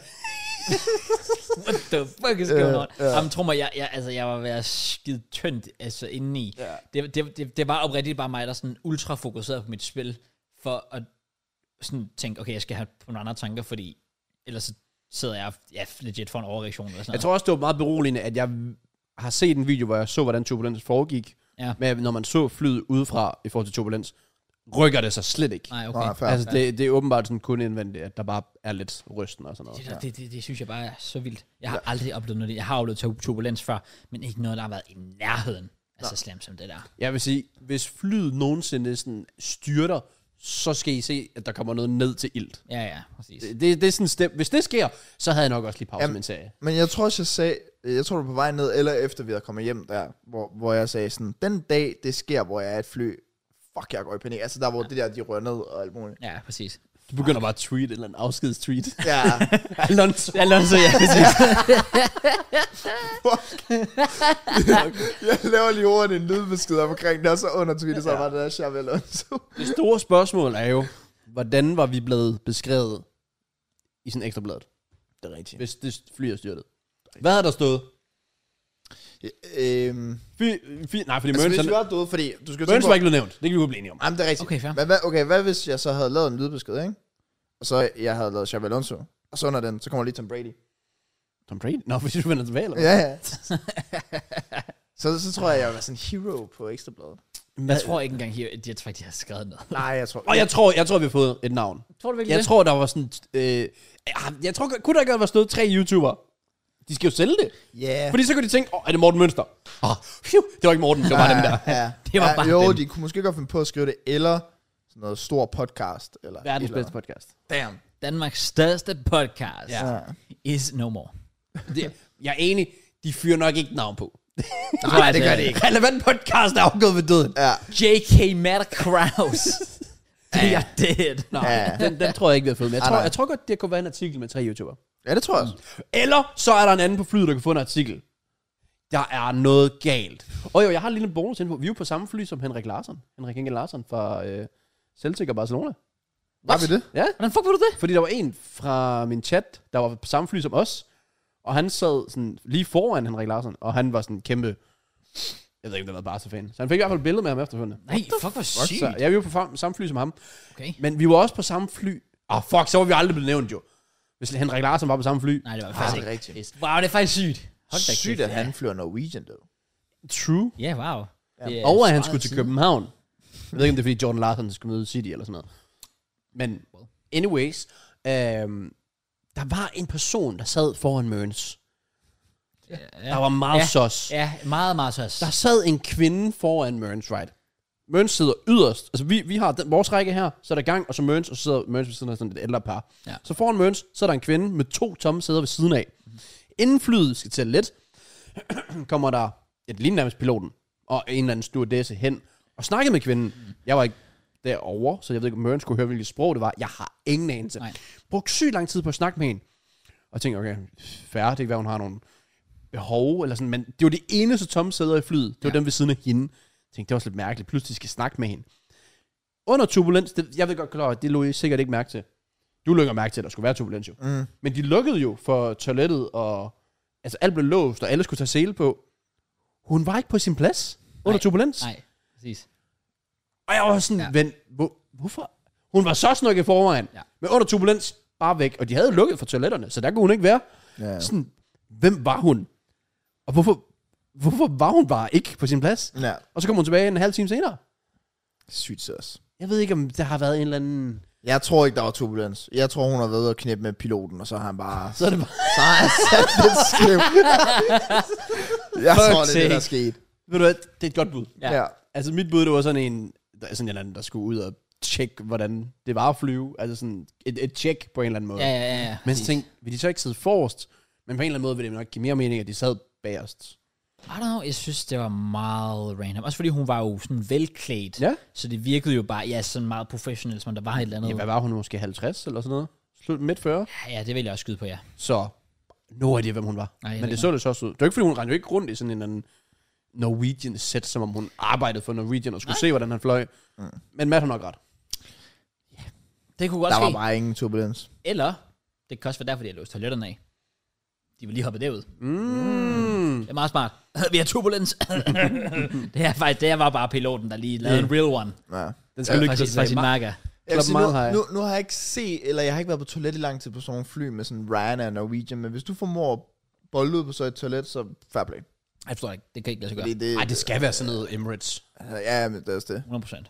What the fuck is going on? Ja, ja. Jamen, tro mig, jeg, jeg, altså, jeg var ved at skide tyndt altså, indeni. Ja. Det, det, det, det var oprigtigt bare mig, der sådan ultra fokuseret på mit spil, for at sådan tænke, okay, jeg skal have nogle andre tanker, fordi ellers så sidder jeg ja, legit for en overreaktion eller sådan Jeg tror også, det var meget beroligende, at jeg har set en video, hvor jeg så, hvordan turbulens foregik. Ja. Men når man så flyet udefra i forhold til turbulens, rykker det sig slet ikke. Nej, okay. nej, fair. Altså, det, det er åbenbart sådan kun indvendigt, at der bare er lidt rysten og sådan noget. Det, der, det, det, det synes jeg bare er så vildt. Jeg har ja. aldrig oplevet noget. Jeg har oplevet tur- turbulens før, men ikke noget, der har været i nærheden af så slemt som det der. Jeg vil sige, hvis flyet nogensinde sådan styrter, så skal I se, at der kommer noget ned til ilt. Ja, ja, præcis. Det, det, det er sådan step. Hvis det sker, så havde jeg nok også lige pause Jamen, min serie. men jeg tror også, jeg sagde, jeg tror, du var på vej ned, eller efter vi havde kommet hjem der, hvor, hvor jeg sagde sådan, den dag, det sker, hvor jeg er et fly, fuck, jeg går i panik. Altså der, hvor ja. det der, de rører ned og alt muligt. Ja, præcis. Du begynder bare at tweet, eller en afskedstweet. Ja. Alonso. Alonso, ja, præcis. Jeg laver lige hurtigt en lydbesked omkring det, og så under tweetet, så Ja. var det der Xavi Alonso. Det store spørgsmål er jo, hvordan var vi blevet beskrevet i sådan ekstrabladet, Det er rigtigt. hvis det fly er styrtet? Hvad havde der stået? Øhm, Fy, fy, nej, fordi altså, Mørens, hvis vi han, var døde, fordi du skal Mørens tænke var på... ikke blevet nævnt. Det kan vi jo blive enige om. Jamen, det er rigtigt. Okay, fair. Men hvad, okay, hvad hvis jeg så havde lavet en lydbesked, ikke? Og så jeg havde lavet Xavi Alonso, og så under den, så kommer lige Tom Brady. Tom Brady? Nå, hvis du vender tilbage, eller hvad? Ja, ja. så, så tror jeg, jeg var sådan en hero på Ekstrabladet. Jeg tror ikke engang, at jeg faktisk har skrevet noget. Nej, jeg tror... Og jeg tror, jeg tror, vi har fået et navn. Tror du virkelig Jeg det? tror, der var sådan... Øh, jeg tror, kunne der ikke have været stået tre YouTubere? De skal jo sælge det. Ja. Yeah. Fordi så kan de tænke, åh, oh, er det Morten Mønster? Åh, oh, det var ikke Morten, det var bare den der. Ja. Det var ja, bare Jo, den. de kunne måske godt finde på at skrive det, eller sådan noget stor podcast. Eller Verdens et eller bedste podcast. andet. Damn. Danmarks største podcast, Ja. Ja. is no more. Det, jeg er enig, de fyrer nok ikke navn på. Nej, det gør det ikke. Relevant podcast er afgået ved døden. Ja. J K. Matt Krause. Det er dead. Nå, Ja. den, den tror jeg ikke, vi har fået med. Jeg Ah, tror, nej. jeg tror godt, det kunne være en artikel med tre YouTubere. Ja, det tror jeg også. Eller så er der en anden på flyet, der kan få en artikel. Der er noget galt. Og jo, jeg har en lille bonus info. Vi er jo på samme fly som Henrik Larsson. Henrik Inge Larsson fra øh, Celtic og Barcelona. Var vi det? Ja, Hvordan fuck var du det? fordi der var en fra min chat, der var på samme fly som os. Og han sad sådan lige foran Henrik Larsson. Og han var sådan kæmpe... Jeg ved ikke, om det var Barca-fan. Så han fik i hvert fald et billede med ham efterfølgende. Nej, fuck, hvor sygt. Så ja, vi var på fam- samme fly som ham. Okay. Men vi var også på samme fly. Åh, oh, fuck, så var vi aldrig blevet nævnt jo. Hvis Henrik Larsson var på samme fly. Nej, det var Ah, faktisk det er ikke. rigtigt. Wow, det er faktisk sygt. Hold da Sygt, kæft, at ja. han flyver Norwegian, dog. True. Ja, wow. Det er Og at han så skulle til meget København. Jeg ved ikke, om det er, fordi Jordan Larson skulle møde City eller sådan noget. Men anyways, øhm, der var en person, der sad foran Mørns. tid. Ja, Der var meget Ja. sos. ja, meget, meget søs. Der sad en kvinde foran Mørns, right? Mørns sidder yderst. Altså, vi, vi har den, vores række her, så er der gang, og så Mørns, og så sidder Mørns ved siden af sådan et ældre par. Ja. Så foran Mørns, så er der en kvinde med to tomme sæder ved siden af. Mm. Inden flyet skal til let, kommer der et lignende nærmest piloten, og en eller anden stewardesse hen, og snakkede med kvinden. Mm. Jeg var ikke derovre, så jeg ved ikke, om Mørns skulle høre, hvilket sprog det var. Jeg har ingen anelse. Nej. Brugte sygt lang tid på at snakke med hende. Og tænkte, okay, fair, det kan være, hun har nogle behov, eller sådan, men det var det eneste tomme sæder i flyet. Det var Ja. dem ved siden af hende. Jeg tænkte, det var også lidt mærkeligt. Pludselig skal snakke med hende. Under turbulens, det, jeg ved godt klar, det lå I sikkert ikke mærke til. Du lægger mærke til, at der skulle være turbulens jo. Mm. Men de lukkede jo for toilettet, og altså alt blev låst, og alle skulle tage sele på. Hun var ikke på sin plads under Nej. turbulens. Nej, præcis. Og jeg var sådan, Ja. ja. men hvor, hvorfor? Hun var så snuk i forvejen, Ja. ja. men under turbulens bare væk. Og de havde lukket for toiletterne, så der kunne hun ikke være. Ja. Sådan, hvem var hun? Og hvorfor, hvorfor var hun bare ikke på sin plads? Ja. Og så kom hun tilbage en halv time senere. Sygt søs. Jeg ved ikke, om der har været en eller anden... Jeg tror ikke, der var turbulens. Jeg tror, hun har været og knæppe med piloten, og så har han bare... Så er det bare... Så har han sat lidt skæv. Jeg Fuck tror, det er det, der er sake. sket. Ved du hvad, det er et godt bud. Ja. Ja. Altså mit bud, det var sådan en... Der er sådan en eller anden, der skulle ud og tjekke, hvordan det var at flyve. Altså sådan et, et tjek på en eller anden måde. Ja, ja, ja. ja. Men så tænkte, vil de så ikke sidde forrest? Men på en eller anden måde vil det nok give mere mening, at de sad bagerst. I don't know, jeg synes, det var meget random. Også fordi hun var jo sådan velklædt. Ja. Så det virkede jo bare, ja, sådan meget professionelt, som der var et eller andet. Ja, hvad var hun måske halvtreds eller sådan noget? Slut midt fyrre. Ja, det vil jeg også skyde på, ja. Så no idea, hvem hun var. Nej, jeg Men ved det så det så også ud. Det var ikke, fordi hun rendte jo ikke rundt i sådan en anden Norwegian set, som om hun arbejdede for Norwegian og skulle Nej. se, hvordan han fløj. Mm. Men Matt har nok ret. Det kunne godt Der var ske. bare ingen turbulens. Eller, det kan også være derfor, de har låst toiletterne af. De vil lige hoppe derud. Mm. Det er meget smart. Vi har turbulens. det er faktisk, det var bare piloten, der lige lavede en real one. Ja. Den skal Ja, ja, fra, lykke sin, fra sin marker. Jeg vil Klap sige, meget nu, high. nu, nu har jeg ikke set, eller jeg har ikke været på toilet i lang tid på sådan nogle fly med sådan Ryanair og Norwegian, men hvis du formår at bolde ud på så et toilet, så fair play. Jeg forstår ikke. Det kan ikke lade sig gøre. Fordi det, Nej, det skal være sådan noget Emirates. Altså, ja, men det er også det. hundrede procent.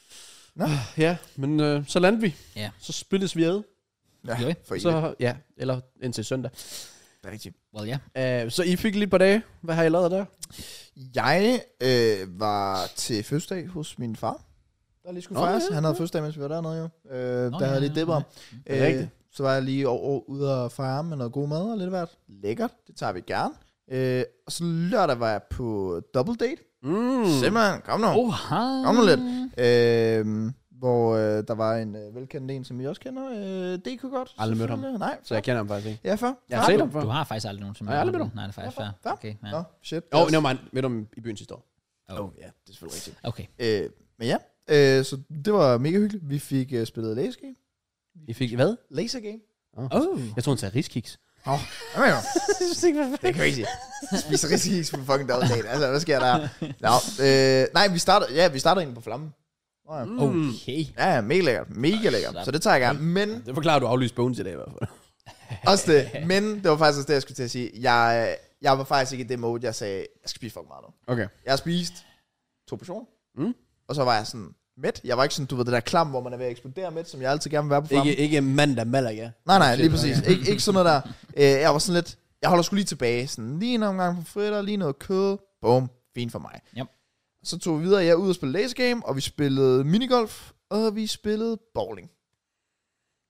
Ja, men øh, så landte vi. Ja. Så spilles vi ad. Ja, Jo, for I. Så, ja, eller indtil søndag. Det er rigtigt. Well, ja. Uh, så I fik lige et par dage. Hvad har I lavet der? Jeg øh, var til fødselsdag hos min far, der lige skulle Nå, fejres. ja, Han havde ja. fødselsdag, mens vi var dernede jo. Øh, Nå, der havde ja, jeg lige dipper ham. Det er rigtigt. Øh, så var jeg lige over, ude og fejre med noget god mad og lidt af hvert. Lækkert, det tager vi gerne. Øh, og så lørdag var jeg på double date. Mm. Simpelthen, kom nu. Oha. Kom nu lidt. Øh, hvor øh, der var en øh, velkendt en, som I også kender. Øh, D K godt. Aldrig mødt ham. selvfølgelig. Nej, Så jeg kender ham faktisk ikke. ja, før. Jeg har set ham før. Du har faktisk aldrig nogen som Nej, jeg har aldrig mødt ham. Nej, det er faktisk fair. Fair. Okay, ja. Nå, shit. Åh, oh, nevermind. Mødte ham i byen sidste år. Åh, oh, ja, det er selvfølgelig rigtigt. Okay. Øh, men ja, øh, så det var mega hyggeligt. Vi fik øh, spillet laser game. I fik hvad? Laser game. Oh. Jeg tror, han sagde riskiks. Åh, oh, hvad mener du? Det er crazy. Spiser riskiks på fucking double date. Altså, hvad sker der? Nå, øh, nej, vi startede, ja, vi startede egentlig på flammen. Oh, ja. Okay. Ja, ja, mega lækkert. Mega lækkert. Så det tager jeg gerne. Men, Det forklarer, at du aflyste bones i dag i hvert fald. også det. Men, det var faktisk også det, jeg skulle til at sige. Jeg, jeg var faktisk ikke i det mode, jeg sagde, jeg skal spise fucking meget nu. Okay. Jeg har spist to portioner. Mm. Og så var jeg sådan mæt. Jeg var ikke sådan, du ved, det der klam, hvor man er ved at eksplodere mæt, som jeg altid gerne vil være på flammen. Ikke, ikke mandag Malaga. Nej, nej, lige præcis. Ik- ikke sådan noget der. Øh, jeg var sådan lidt, jeg holder sgu lige tilbage. Sådan lige en omgang på fritter, lige noget kød. Boom, fint for mig. Yep. Så tog vi videre, jeg er ude og spille laser game, og vi spillede minigolf, og vi spillede bowling.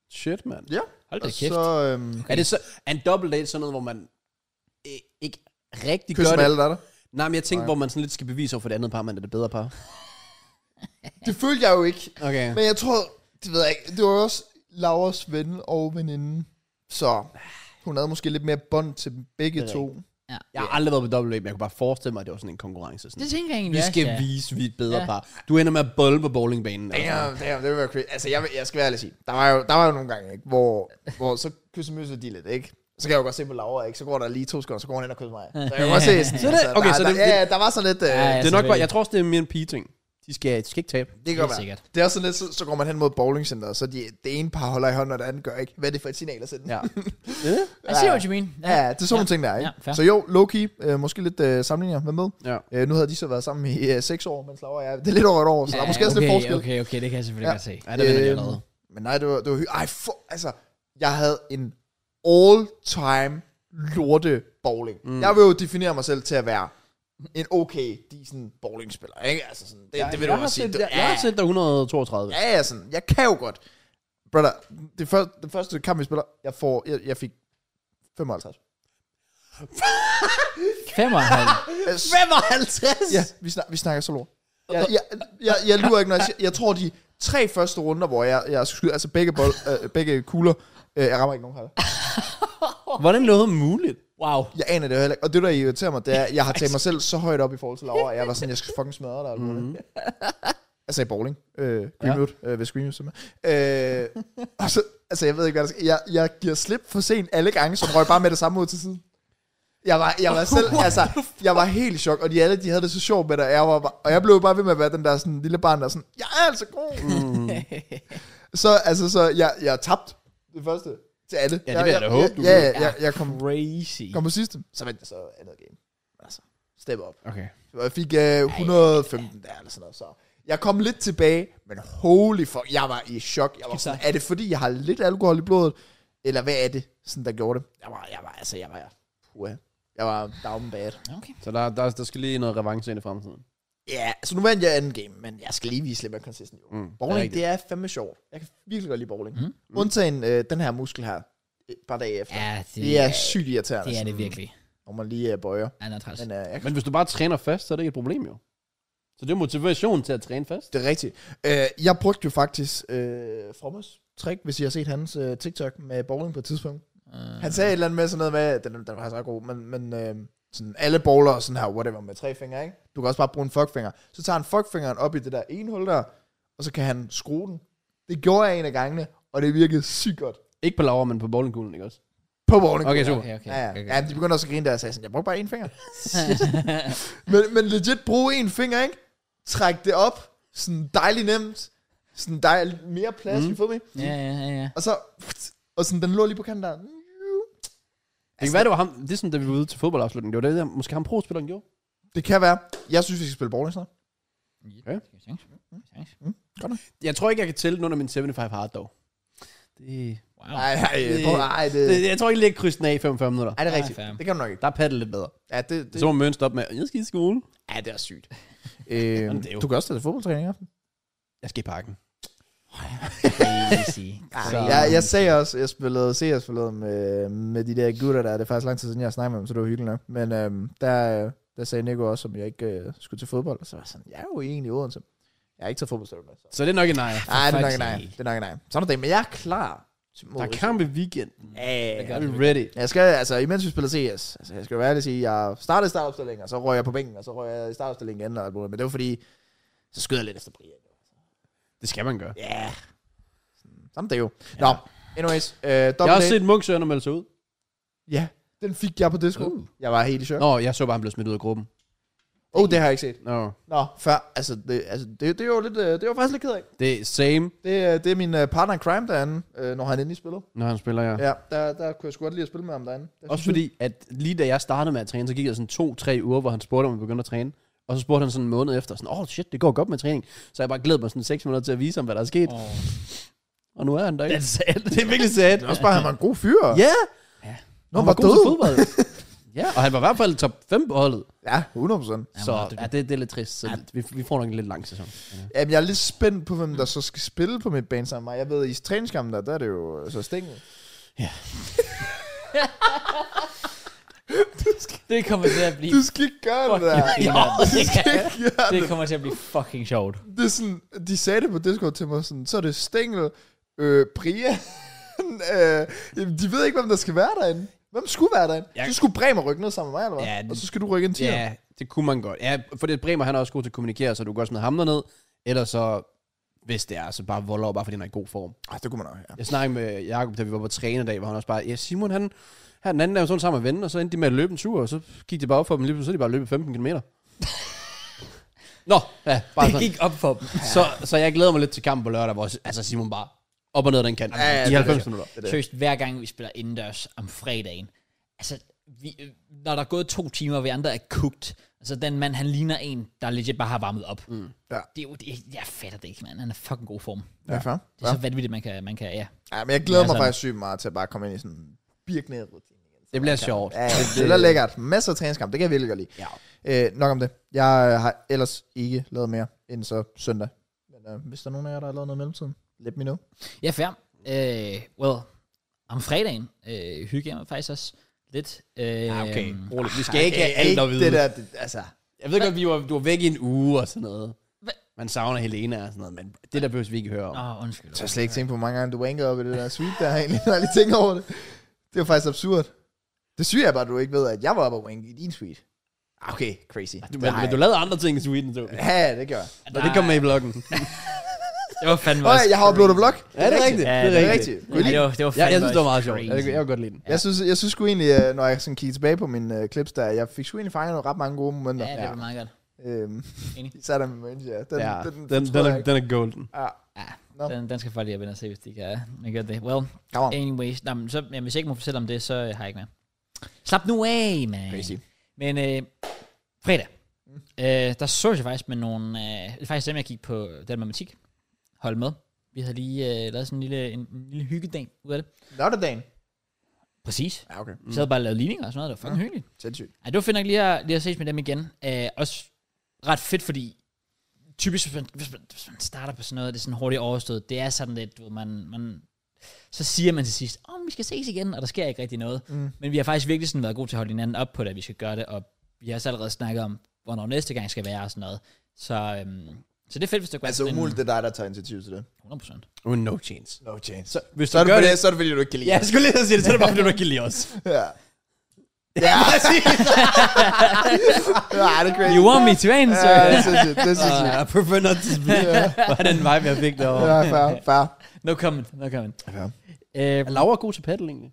Shit, mand. Ja. Hold da Og kæft. så øhm, Er det så er en double date sådan noget, hvor man øh, ikke rigtig kysser gør med det? alle, der er der. Nej, men jeg tænker, Nej. hvor man sådan lidt skal bevise over for det andet par, man er det bedre par. Det følte jeg jo ikke. Okay. Men jeg tror, det ved jeg ikke, det var jo også Lauras ven og veninde. Så hun havde måske lidt mere bånd til dem begge Det er to. Ja. Jeg har aldrig været på double date, men jeg kunne bare forestille mig, at det var sådan en konkurrence. Sådan. Det tænker jeg Vi egentlig skal også, ja. vise, vi er et bedre Ja. par. Du ender med at bolle på bowlingbanen. Altså. Damn, damn, det vil være crazy. Altså, jeg, vil- jeg skal være ærlig at sige, der var jo, der var jo nogle gange, ikke, hvor, hvor så kysser møsser de lidt, ikke? Så kan jeg jo godt se på Laura, ikke? Så går der lige to sekunder, så går hun hen og kysser mig. Så jeg kan godt se sådan, Så det- altså, okay, der, så der, det- ja, der var sådan lidt... Øh, Ja, ja. Det er nok selvfølgelig. bare, jeg tror også, det er mere en pige-ting. De skal, de skal ikke tabe. det kan Helt godt være. sikkert. Det er også sådan lidt, så, så går man hen mod bowlingcenteret, så de, det ene par holder i hånden, og det andet gør ikke. Hvad er det for et signal at sende? Ja. I see what you mean. Ja, det er sådan nogle Ja. ting, der er, ikke? Ja, fair. Så jo, low-key, øh, måske lidt øh, sammenligninger med med. ja. Øh, nu havde de så været sammen i øh, seks år, mens Laura og jeg, det er lidt over et år, så der er måske også okay, lidt forskel. Okay, okay, det kan jeg selvfølgelig Ja. godt se. Ja, det vender jeg Øhm, allerede. Men nej, det var, det var hy- Ej, for, altså, jeg havde en all-time lorte bowling. Mm. Jeg vil jo definere mig selv til at være en okay, decent bowlingspiller, ikke? Altså sådan, det, Ja, det vil jeg du har også sige. set- Du- Jeg, jeg har set dig et hundrede og toogtredive. Ja, ja, sådan, jeg kan jo godt. Brother, det, første, det første kamp, vi spiller, jeg, får, jeg, jeg fik femoghalvtreds. femoghalvtreds. femoghalvtreds? Ja, vi, snak, vi snakker så lort. Jeg, jeg, jeg, jeg lurer ikke, når jeg siger, jeg tror de tre første runder, hvor jeg, jeg skulle skyde, altså begge, bold, øh, begge kugler, øh, jeg rammer ikke nogen her. Hvordan lød det muligt? Wow. Jeg aner det jo heller ikke. Og det, der irriterer mig, det er, at jeg har taget mig selv så højt op i forhold til Laura, at jeg var sådan, jeg skal fucking smadre dig. Mm. Altså i bowling. Øh, Greenwood, ja. øh, ved Screamwood simpelthen. Øh, og så, altså jeg ved ikke, hvad der skal. Jeg, jeg giver slip for sent alle gange, så røg bare med det samme ud til siden. Jeg var, jeg var selv, altså, jeg var helt i chok, og de alle, de havde det så sjovt med det, og jeg, var bare, og jeg blev bare ved med at være den der sådan, lille barn, der sådan, jeg er altså god. Mm. så, altså, så jeg, jeg tabte det første til alle. Ja, det vil jeg da håbe, du Ja, ja, vil. ja, jeg, jeg kom, Crazy. kom på sidste, så vandt jeg så andet game. Altså, step up. Okay. Og jeg fik uh, et hundrede og femten der, eller sådan noget, så jeg kom lidt tilbage, men holy fuck, jeg var i chok. Jeg var sådan, er det fordi, jeg har lidt alkohol i blodet, eller hvad er det, sådan der gjorde det? Jeg var, jeg var, altså, jeg var, puha. Jeg var down bad. Okay. Så der, der, der skal lige noget revanche ind i fremtiden. Ja, så nu vandt jeg anden game, men jeg skal lige vise lidt mere consistent. Jo. Mm, Bowling, det det er er, det er fandme sjovt. Jeg kan virkelig godt lide bowling. Mm. Mm. Undtagen øh, den her muskel her, et par dage efter. Ja, det, Det er sygt irriterende. det er det sådan, virkelig. Når man lige uh, bøjer. Ja, det er træls. Men uh, jeg, Men hvis du bare træner fast, så er det ikke et problem jo. Så det er motivation til at træne fast. det er rigtigt. Uh, jeg brugte jo faktisk uh, Frommes trick, hvis I har set hans uh, TikTok med bowling på et tidspunkt. Uh, Han sagde et eller andet med sådan noget med, den, den var faktisk ret god, men, men øh, sådan alle bowler og sådan her, whatever, med tre fingre, ikke? Du kan også bare bruge en fuckfinger. Så tager han fuckfingeren op i det der ene hul der, og så kan han skrue den. Det gjorde jeg en af gangene, og det virkede sygt godt. Ikke på laver, men på bowlingkuglen, ikke også? På bowling. Okay, super. okay, okay. Ja, ja. okay, ja, de begyndte også at grine der, og sagde sådan, jeg bruger bare en finger. men, men legit bruge en finger, ikke? Træk det op, sådan dejligt nemt, sådan dejligt mere plads, mm. you feel me? Ja, ja, ja, ja. Og så, og sådan, den lå lige på kanten der. Det kan være, det var ham. Det er sådan, da vi var ude til fodboldafslutning. Det var det der, måske ham pro-spilleren gjorde. Det kan være. Jeg synes, vi skal spille bowling snart. Okay. Godt nok. Jeg tror ikke, jeg kan tælle under min syvoghalvfems hard dog. Det... Wow. Nej, nej, Det- det, nej, det, det, jeg tror ikke, jeg kan krydse den af i femogfyrre minutter. er det Nej, rigtigt? fair. Det kan du nok ikke. Der er paddle lidt bedre. Ja, det, det, Så må Møn stoppe med, jeg skal i skole. ja, det er sygt. Jamen, øh, det er jo- du kan også tage til fodboldtræning i aften. Jeg skal i parken. Crazy. Så, jeg, jeg sagde også, jeg spillede C S forleden med, med de der gutter der. Det er faktisk lang tid siden, jeg har snakket med dem, så det var hyggeligt nok. Men øhm, der, der sagde Nico også, om jeg ikke øh, skulle til fodbold. Og så var jeg sådan, jeg er jo egentlig i Odense. Jeg har ikke taget fodboldstøvler med. Så. Så det er nok en nej. Nej, det er nok fuck's en nej. sake. Det er nok en nej. Sådan er det, men jeg er klar. til Der mod er Rigsø. kamp i weekenden. Ja, Er vi ready? jeg skal, altså, imens vi spiller C S, altså, jeg skal jo være ærlig at sige, jeg startede i startopstillingen, og så røg jeg på bænken, og så røg jeg i startopstillingen igen, og alt muligt. Men det var fordi, så skyder jeg lidt efter Brian. Det skal man gøre. Ja. Yeah. Sådan er det jo. Nå, anyways. Øh, Jeg har også set Munch Søren melde sig ud. Ja, den fik jeg på Discord. Uh. Jeg var helt i chok. Nå, jeg så bare, han blev smidt ud af gruppen. Åh, oh, det har jeg ikke set. Nå. Nå, før, altså, det, altså det, det er jo lidt, øh, det er jo faktisk lidt ked af. Det er same, Det, er- det er min uh, partner in crime derinde, øh, når han endelig spiller. når han spiller, ja. Ja, der, der kunne jeg sgu godt lide at spille med ham derinde. Der Også synes fordi, at lige da jeg startede med at træne, så gik jeg sådan to-tre uger, hvor han spurgte, om vi begyndte at træne. Og så spurgte han sådan en måned efter, sådan, åh oh, shit, det går godt med træning. Så jeg bare glædet mig sådan seks minutter til at vise ham, hvad der er sket. Oh. Og nu er han der ikke. That's sad. Det er virkelig sad. jeg, også bare, han var en god fyr. Ja! Ja. Nå, Han var var god til død. fodbold. Ja, og han var i hvert fald top fem på holdet. Ja, hundrede procent. Så ja, det, det er lidt trist. Så Ja. vi, vi får nok en lidt lang sæson. Ja. Jamen, jeg er lidt spændt på, hvem der så skal spille på midtbanen sammen med mig. Jeg ved, i træningskampen der, der er det jo så Stengel. Det kommer til at blive Du skal ikke gøre det der. fucking Du skal grineren. ikke gøre Det det. kommer til at blive fucking sjovt. Det er sådan, de sagde det på Discord til mig sådan, så er det Stengel, øh, Bria. øh, jamen, de ved ikke, hvem der skal være derinde. Hvem skulle være derinde? Jeg- Så skulle Bremer rykke ned sammen med mig, eller hvad? Ja, det- Og så skal du rykke en tier. Ja, det kunne man godt. Ja, for det Bremer, han er også god til at kommunikere, så du kan godt smide ham derned. Ellers så, hvis det er, så bare volder over, bare fordi han er i god form. Ah, det kunne man også, ja. Jeg snakkede med Jacob, da vi var på trænerdag, hvor han også bare, ja, Simon, han, han den anden der var sådan sammen med venner, og så endte de med at løbe en tur, og så gik det bare op for dem, lige pludselig, så er de bare løbet femten kilometer. Nå, ja, bare Det sådan. gik op for dem. Så, så jeg glæder mig lidt til kampen på lørdag, hvor altså Simon bare op og ned af den kant. Ja, ja, I det er halvfems det. minutter. Det er det. Seriøst, hver gang vi spiller indendørs om fredagen, altså, vi, øh, når der er gået to timer, og vi andre er cooked, altså den mand, han ligner en, der legit bare har varmet op. Mm. Ja. Det er jo, det, jeg fatter det ikke, mand. Han er fucking god form. Ja, fair. Det er så vanvittigt, man kan, man kan ja. Ja, men jeg glæder Ja, mig sådan. faktisk sygt meget til at bare komme ind i sådan en birkende rutine igen. Det bliver sjovt. Ja, ja, det bliver lækkert. Masser af træningskamp, det kan jeg virkelig godt lide. Ja. Øh, nok om det. Jeg øh, har ellers ikke lavet mere end så søndag. Men øh, hvis der er nogen af jer, der har lavet noget i mellemtiden, let me know. Ja, fair. Uh, well, om fredagen øh, hygger jeg mig faktisk også lidt. Uh, Ja, okay. Roligt. Vi skal ikke have alt at vide. Det der, det, altså, Jeg ved godt, vi var, du var væk i en uge og sådan noget. Hvad? Man savner Helena og sådan noget, men det der behøver vi ikke høre om. Åh, oh, undskyld. så har jeg slet ikke tænkt på, hvor mange gange du wankede op i det der suite der egentlig, når jeg lige tænker over det. Det var faktisk absurd. Det syge er bare, at du ikke ved, at jeg var oppe og wanke i din suite. Okay, crazy. Du, men, men du lavede andre ting i Sweden, så. Ja, det gør jeg. Og det kom med i vloggen. Det var fandme Åh, også jeg har uploadet vlog. Ja, det er rigtigt. Ja, det er rigtigt. rigtigt. Kunne I Ja, lide? det var, det var Ja, fandme jeg synes, det var meget også sjovt. crazy. Jeg, jeg kan godt lide den. Jeg synes, jeg synes sgu egentlig, øh, når jeg sådan kigger tilbage på mine uh, clips der, jeg fik sgu egentlig fanget nogle ret mange gode momenter. Ja, det var meget godt. Øhm, Enig. især den med Mønge, ja. Den, Ja, den, den, den, den, tror jeg er, ikke. den er golden. Ja, Ja, Nå. den, den skal folk lige have ind og se, hvis de kan man gør det. Well, come on. anyways. Nå, men så, jamen, hvis jeg ikke må fortælle om det, så har jeg ikke mere. Slap nu af, man. Crazy. Men øh, fredag, mm. øh, der så jeg faktisk med nogle, øh, det er faktisk dem, jeg gik på den matematik, hold med. Vi havde lige øh, lavet sådan en lille, en, en lille hyggedag ud af det. Lørdagen. Præcis. Ja, okay. Vi sad bare og lavede ligninger og sådan noget, det var fucking Ja. hyggeligt. Sindssygt. Ej, det var fedt nok lige at, lige at ses med dem igen. Øh, også ret fedt, fordi typisk, hvis man, hvis man, hvis man starter på sådan noget, det er sådan hurtigt overstået, det er sådan lidt, hvor man, man så siger man til sidst, åh, oh, vi skal ses igen, og der sker ikke rigtig noget. Mm. Men vi har faktisk virkelig sådan været gode til at holde hinanden op på det, at vi skal gøre det, og vi har også allerede snakket om, hvornår næste gang skal være og sådan noget. Så, øhm, så det er fedt, hvis du går Altså umuligt, det er dig, der tager initiativ til det. hundrede procent. Oh, no chance. No chance. Så, hvis Så er du det, gør fordi, det... så er det fordi, du ikke kan lide Ja, jeg skulle lige sige det, så er det bare, fordi du ikke kan lide os. det. Ja. Ja, ja, det er crazy. You want me to answer? Ja, det er sindssygt. Det er sindssygt. Uh, I prefer not to speak. Hvad er den vibe, jeg fik derovre? Ja, fair, fair. No comment, no comment. fair. Øh, Er Laura god til paddle, egentlig?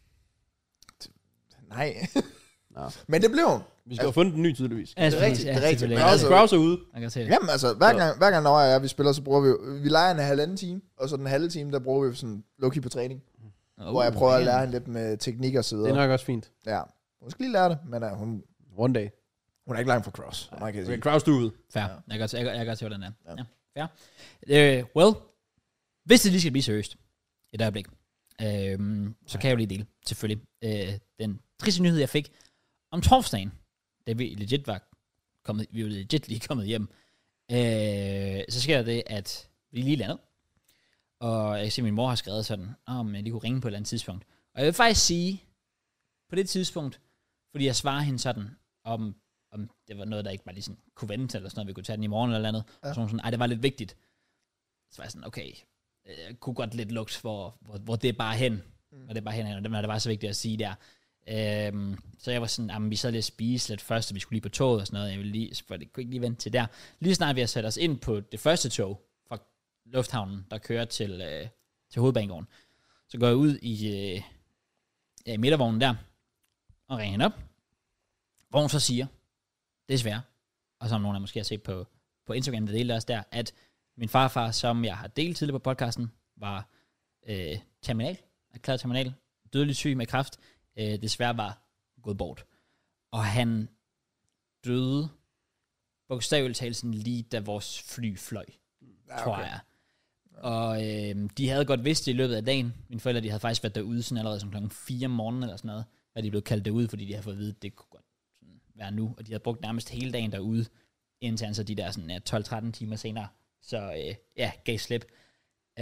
Nej. Nå. Men det blev hun. Vi skal jo have fundet en ny, tydeligvis. ja, det er rigtigt, det er rigtigt. selvfølgelig. Men altså- Kraus er ude. Jeg kan se det. Jamen altså, hver gang, hver gang Nora og jeg, vi spiller, så bruger vi jo, vi leger en halvanden time, og så den halve time, der bruger vi sådan low-key på træning, Oh, hvor jeg prøver at man. lære hende lidt med teknik og så Det er videre. nok også fint. Ja, hun skal lige lære det, men uh, hun, One day. hun er ikke langt fra cross. Nej, kan jeg Okay, sige. Kraus, du er ude. Fair. Ja. Jeg kan godt, jeg, kan- jeg kan godt se, hvordan det er. Ja. Ja. Fair. Uh, well, hvis det lige skal blive seriøst, et øjeblik, uh, så kan jeg jo lige dele, selvfølgelig, uh, den triste nyhed, jeg fik om torsdagen, da vi legit var kommet, vi var legit lige kommet hjem, uh, så sker der det, at vi lige landede, og jeg kan se, at min mor har skrevet sådan, om jeg lige kunne ringe på et eller andet tidspunkt. Og jeg vil faktisk sige, på det tidspunkt, fordi jeg svarer hende sådan, om, om det var noget, der ikke bare lige sådan kunne vente, eller sådan noget, vi kunne tage den i morgen eller andet. Ja. Ja. Så hun sådan, ej, det var lidt vigtigt. Så var jeg sådan, okay, jeg kunne godt lidt lugte, hvor, hvor, hvor det er bare hen. Mm. Og det er bare hen, og det var det var så vigtigt at sige der. Øhm, så jeg var sådan, jamen, vi sad lige at spise lidt først, og vi skulle lige på toget og sådan noget. Jeg ville lige, for det kunne ikke lige vente til der. Lige snart vi har sat os ind på det første tog fra lufthavnen, der kører til, øh, til hovedbanegården, så går jeg ud i, øh, ja, i midtervognen der, og ringer hende op, hvor hun så siger, desværre, og som nogen af måske har set på, på Instagram, der delte også der, at min farfar, som jeg har delt tidligere på podcasten, var øh, terminal, erklæret terminal, dødeligt syg med kræft, øh, desværre var gået bort. Og han døde, bogstaveligt talt sådan lige da vores fly fløj, Ja, tror okay. jeg. Og øh, de havde godt vidst det i løbet af dagen. Mine forældre, de havde faktisk været derude sådan allerede som klokken fire om morgenen eller sådan noget. er de blevet kaldt derud, fordi de har fået at vide, at det kunne godt sådan være nu, og de har brugt nærmest hele dagen derude, indtil han så de der sådan, ja, tolv tretten timer senere, så øh, ja, gav slip. Øh,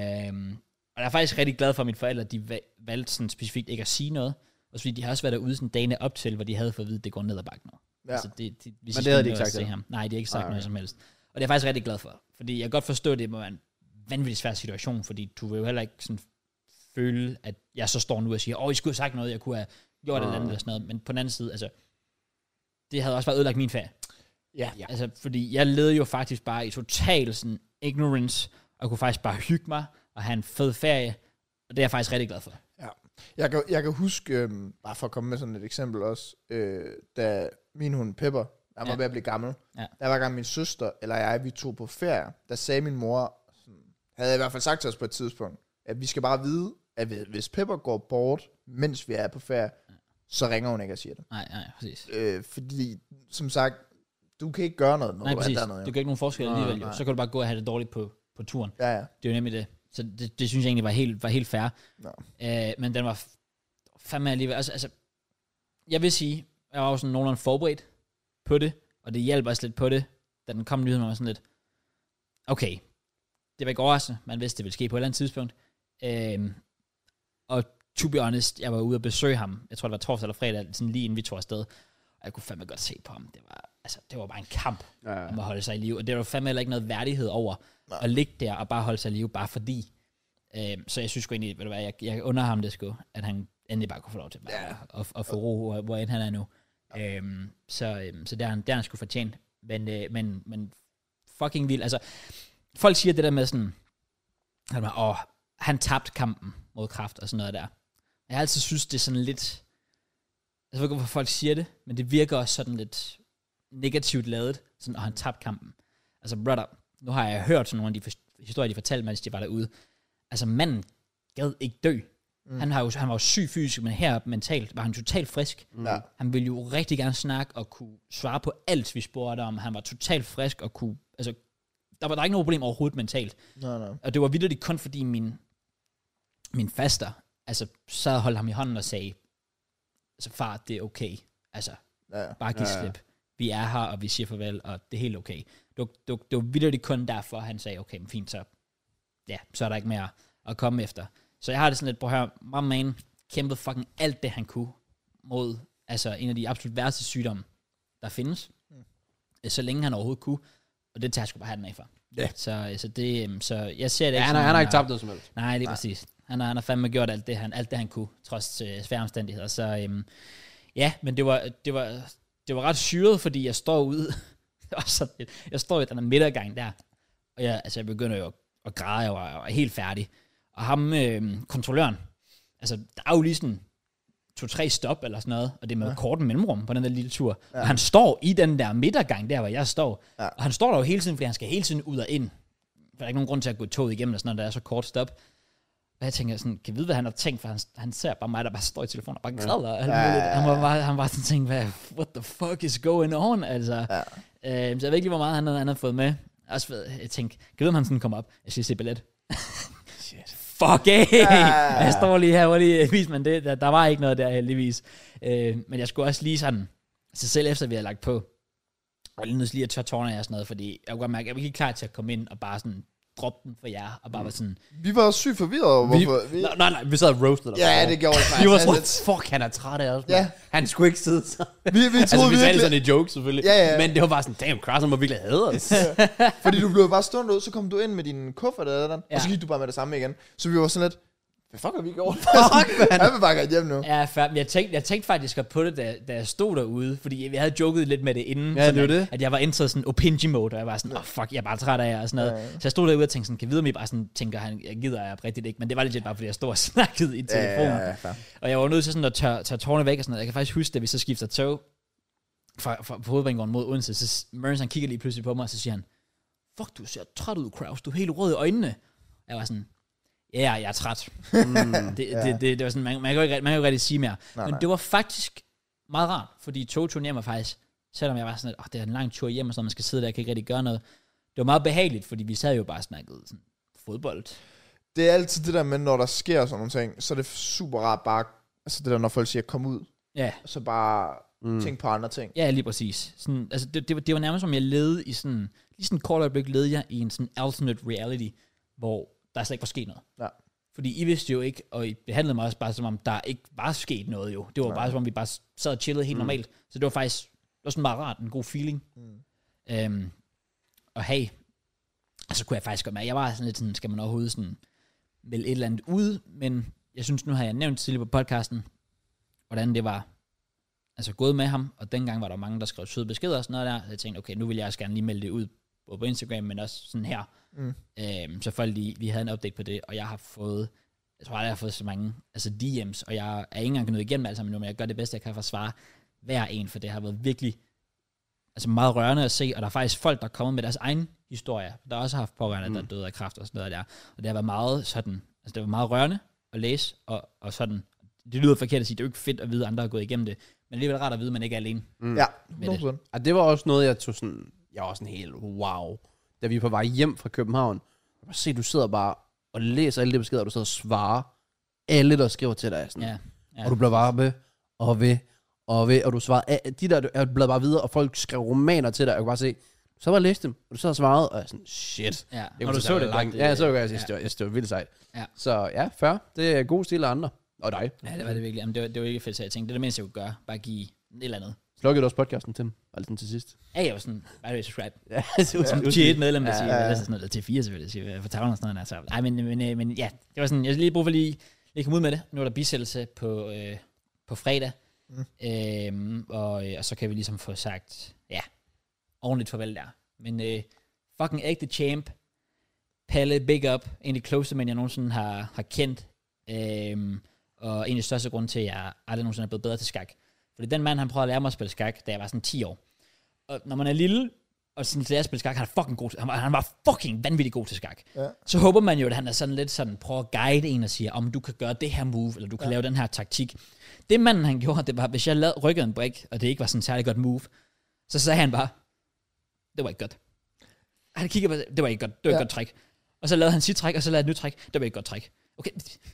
og jeg er faktisk rigtig glad for, at mine forældre, de valgte sådan specifikt ikke at sige noget, også fordi de har også været derude sådan dagene op til, hvor de havde fået at vide, at det går ned ad bakken nu. Ja. Altså det, de, Men det havde de ikke sagt til ham. Nej, de har ikke sagt Nej, noget okay. som helst. Og det er jeg faktisk rigtig glad for, fordi jeg kan godt forstå, at det må være en vanvittig svær situation, fordi du vil jo heller ikke sådan føle, at jeg så står nu og siger, åh, I skulle have sagt noget, jeg kunne have gjort et eller andet eller sådan noget, men på den anden side, altså, det havde også bare ødelagt min ferie. Ja, ja. Altså, fordi jeg levede jo faktisk bare i total sådan ignorance, og kunne faktisk bare hygge mig, og have en fed ferie, og det er jeg faktisk rigtig glad for. Ja. Jeg kan, jeg kan huske, øhm, bare for at komme med sådan et eksempel også, øh, da min hund Pepper, der var Ja. ved at blive gammel, Ja. der var gang min søster, eller jeg, vi tog på ferie, der sagde min mor, sådan, havde i hvert fald sagt til os på et tidspunkt, at vi skal bare vide, at hvis Pepper går bort, mens vi er på ferie, så ringer hun ikke og siger det. Nej, nej, præcis. Øh, fordi, som sagt, du kan ikke gøre noget, når Nej, du præcis. er dernede. Du kan ikke nogen forskel Nej, alligevel, jo. nej. Så kan du bare gå og have det dårligt på, på turen. Ja, ja. Det er jo nemlig det. Så det, det synes jeg egentlig var helt, var helt fair. Nå. Øh, men den var f- fandme alligevel. Altså, altså, jeg vil sige, jeg var jo sådan nogenlunde forberedt på det, og det hjalp også lidt på det, da den kom nyheden, var sådan lidt, okay, det var ikke overraskende, man vidste, det ville ske på et eller andet tidspunkt. Øh, og to be honest, jeg var ude og besøge ham, jeg tror det var torsdag eller fredag, sådan lige inden vi tog afsted, og jeg kunne fandme godt se på ham. Det var, altså, det var bare en kamp Ja, ja. om at holde sig i live, og det var fandme heller ikke noget værdighed over Nej. at ligge der og bare holde sig i live, bare fordi. Øh, så jeg synes sgu egentlig, ved du hvad, jeg, jeg under ham det sgu, at han endelig bare kunne få lov til bare Ja. at, at få ro, hvor, hvor end han er nu. Ja. Øhm, så øhm, så det har han, det har han sgu fortjent. Men, øh, men, men fucking vildt. Altså, folk siger det der med sådan, at man, åh, han tabte kampen mod Kraft og sådan noget der. Jeg har altid synes, det er sådan lidt, jeg ved ikke, hvorfor folk siger det, men det virker også sådan lidt negativt lavet, sådan, og han tabte kampen. Altså, brother, nu har jeg hørt sådan nogle af de historier, de fortalte, mens de var derude. Altså, manden gad ikke dø. Mm. Han, har jo, han var jo syg fysisk, men her mentalt var han totalt frisk. Mm. Ja. Han ville jo rigtig gerne snakke og kunne svare på alt, vi spurgte om. Han var totalt frisk og kunne, altså, der var der ikke noget problem overhovedet mentalt. Nej, nej. Og det var vitterligt kun fordi min, min faster, altså, sad og holdt ham i hånden og sagde, altså, far, det er okay. Altså, Ja. bare giv Ja, ja. slip. Vi er her, og vi siger farvel, og det er helt okay. Det var, det var, det var vitterligt kun derfor, han sagde, okay, men fint, så, ja, så er der ikke mere at komme efter. Så jeg har det sådan lidt, på her, my man kæmpede fucking alt det, han kunne mod, altså, en af de absolut værste sygdomme, der findes, mm. så længe han overhovedet kunne, og det tager jeg sgu bare have den af for. Ja. Så, så, det, så jeg ser det Ja, ikke han, har, som, han har ikke tabt noget som helst. Nej, det er præcis. Han har, han har fandme gjort alt det, han, alt det, han kunne, trods øh, svære omstændigheder. Så øhm, ja, men det var, det var, det var ret syret, fordi jeg står ude, det var sådan lidt, jeg står i den her midtergang der, og jeg, altså, jeg begynder jo at, at græde, jeg var, jeg var helt færdig. Og ham, øh, kontrolløren, altså, der er jo lige sådan to-tre stop eller sådan noget, og det er med ja. kort mellemrum på den der lille tur. Ja. Og han står i den der midtergang der, hvor jeg står, Ja. og han står der jo hele tiden, fordi han skal hele tiden ud og ind. Der er ikke nogen grund til at gå i toget igennem, eller sådan noget, der er så kort stop. Og jeg tænker sådan, kan jeg vide, hvad han har tænkt, for han, han ser bare mig, der bare står i telefonen og bare græder. Ja. Ja, ja, ja. Han var bare, han var sådan tænkt, hvad, what the fuck is going on, altså. Ja. Øh, så jeg ved ikke lige, hvor meget han havde, han havde fået med. Også, ved- jeg tænkte, kan jeg vide, om han sådan kommer op? Jeg skal se billet. Fuck af! Ja. Jeg står lige her, hvor lige vis man det. Der, der var ikke noget der, heldigvis. Øh, men jeg skulle også lige sådan, altså selv efter vi havde lagt på, og lige nødt lige at tørre tårne af og sådan noget, fordi jeg kunne godt mærke, at jeg var ikke klar til at komme ind og bare sådan droppe den for jer, og bare være sådan, Vi var også sygt forvirret over, hvorfor... Vi, Nej, nej, nej, vi sad og roasted dig. ja, det gjorde det Vi var faktisk. sådan, fuck, han er træt af os. Ja. Ja. Han skulle ikke sidde så. Vi, vi troede Altså, vi sagde det virkelig... sådan i joke, selvfølgelig. Ja, ja. Men det var bare sådan, damn, Carson må virkelig hade os. Fordi du blev bare stående ud, så kom du ind med din kuffert eller den, Ja. og så gik du bare med det samme igen. Så vi var sådan lidt, hvad fuck har vi gjort? Fuck, man. Jeg vil bare gerne hjem nu. ja, fair. Men jeg tænkte, jeg tænkte faktisk godt på det, da, da jeg stod derude, fordi vi havde joket lidt med det inden, Ja, sådan det var at, det. at jeg var indtaget sådan opinji mode, og jeg var sådan, åh oh, fuck, jeg er bare træt af jer, og sådan noget. Ja, ja. Så jeg stod derude og tænkte sådan, kan jeg vide, om I bare sådan tænker, han, jeg gider jeg rigtigt ikke, men det var legit bare, fordi jeg stod og snakkede i telefonen. Ja, ja, ja, Og jeg var nødt til sådan at tørre, tørre tårne væk og sådan noget. Jeg kan faktisk huske, da vi så skifter tog fra, fra, fra hovedbanegården mod Odense, så Mørens han kigger lige pludselig på mig, og så siger han, fuck, du ser træt ud, Kraus, du er helt rød i øjnene. Jeg var sådan, ja, yeah, jeg er træt. Mm, det, ja. det, det, det var sådan, man, man, kan jo ikke, man kan jo ikke rigtig sige mere. Nej, Men nej. det var faktisk meget rart, fordi togturen hjem var faktisk, selvom jeg var sådan, at oh, det er en lang tur hjem, og sådan, man skal sidde der, jeg kan ikke rigtig gøre noget. Det var meget behageligt, fordi vi sad jo bare og snakkede sådan, fodbold. Det er altid det der med, når der sker sådan nogle ting, så er det super rart bare Altså det der, når folk siger, kom ud. Ja. Så bare Mm. tænk på andre ting. Ja, lige præcis. Sådan, altså, det, det, var, det var nærmest som, jeg levede i sådan, lige sådan et kort øjeblik levede jeg i en sådan alternate reality, hvor der slet ikke var sket noget. Ja. Fordi I vidste jo ikke, og I behandlede mig også bare som om, der ikke var sket noget jo. Det var Nej. bare som om, vi bare sad og chillede helt mm. normalt. Så det var faktisk, det var sådan meget rart, en god feeling. Mm. Øhm, og hey, og så kunne jeg faktisk godt mærke, jeg var sådan lidt sådan, skal man overhovedet sådan, vælge et eller andet ud, men jeg synes, nu har jeg nævnt tidligere på podcasten, hvordan det var, altså gået med ham, og dengang var der mange, der skrev søde beskeder og sådan noget der, så jeg tænkte, okay, nu vil jeg også gerne lige melde det ud, både på Instagram, men også sådan her. Mm. Øhm, så folk lige, vi havde en update på det, og jeg har fået, jeg tror aldrig, jeg har fået så mange altså D M's, og jeg er ikke engang nået igennem alt sammen nu, men jeg gør det bedste, jeg kan for at svare hver en, for det har været virkelig altså meget rørende at se, og der er faktisk folk, der er kommet med deres egen historie, der også har haft pårørende, mm. der er døde af kræft og sådan noget der, og det har været meget sådan, altså det var meget rørende at læse, og, og sådan, det lyder forkert at sige, det er jo ikke fedt at vide, at andre er gået igennem det, men alligevel rart at vide, at man ikke er alene. Mm. Ja, Med hundrede procent. Og det var også noget, jeg tog sådan, jeg var sådan helt wow. Da vi er på vej hjem fra København, jeg bare se, du sidder bare og læser alle de beskeder, og du sidder og svarer alle, der skriver til dig. Sådan. Ja, ja. Og du bliver bare ved, og ved, og ved, og du svarer, de der, er blevet bare videre, og folk skrev romaner til dig, jeg kunne bare se, så bare læste dem, og du sad og svarede, og jeg sådan, shit. Ja, Jeg og du kunne så det langt. godt. Ja, jeg så det godt, jeg synes, ja. det var, jeg synes, det var vildt sejt. Ja. Så ja, fair. Det er god stil af andre. Og dig. Ja, det var det virkelig. Jamen, det, var, det var ikke fedt, så jeg tænkte, det er det mindste, jeg kunne gøre. Bare give et eller andet. Slukkede du også podcasten til dem? Altså til sidst. Ja, jeg var sådan, bare subscribe. Ja, det var Som T et medlem, der Ja, siger, ja, ja. ja, ja. sådan noget, der T fire selvfølgelig, siger, for tavlen og sådan noget. Så, ej, men, men, øh, men ja, det var sådan, jeg lige brug for lige, lige komme ud med det. Nu er der bisættelse på, øh, på fredag. Mm. Øhm, og, øh, og så kan vi ligesom få sagt, ja, ordentligt farvel der. Men øh, fucking ægte champ, Palle, big up, en af de closeste mænd, jeg nogensinde har, har kendt. Øhm, og en af de største grunde til, at jeg aldrig nogensinde er blevet bedre til skak. Fordi den mand, han prøvede at lære mig at spille skak, da jeg var sådan ti år. Og når man er lille, og sådan lærer at spille skak, han er fucking god til, han, var, han var fucking vanvittig god til skak. Ja. Så håber man jo, at han er sådan lidt sådan, prøver at guide en og siger, om du kan gøre det her move, eller du kan ja. lave den her taktik. Det manden, han gjorde, det var, hvis jeg lavede, rykkede en brik, og det ikke var sådan en særlig godt move, så sagde han bare, det var ikke godt. Han kiggede på, det var ikke godt, det var ja. ikke godt træk. Og så lavede han sit træk, og så lavede han et nyt træk, det var ikke godt træk. Okay,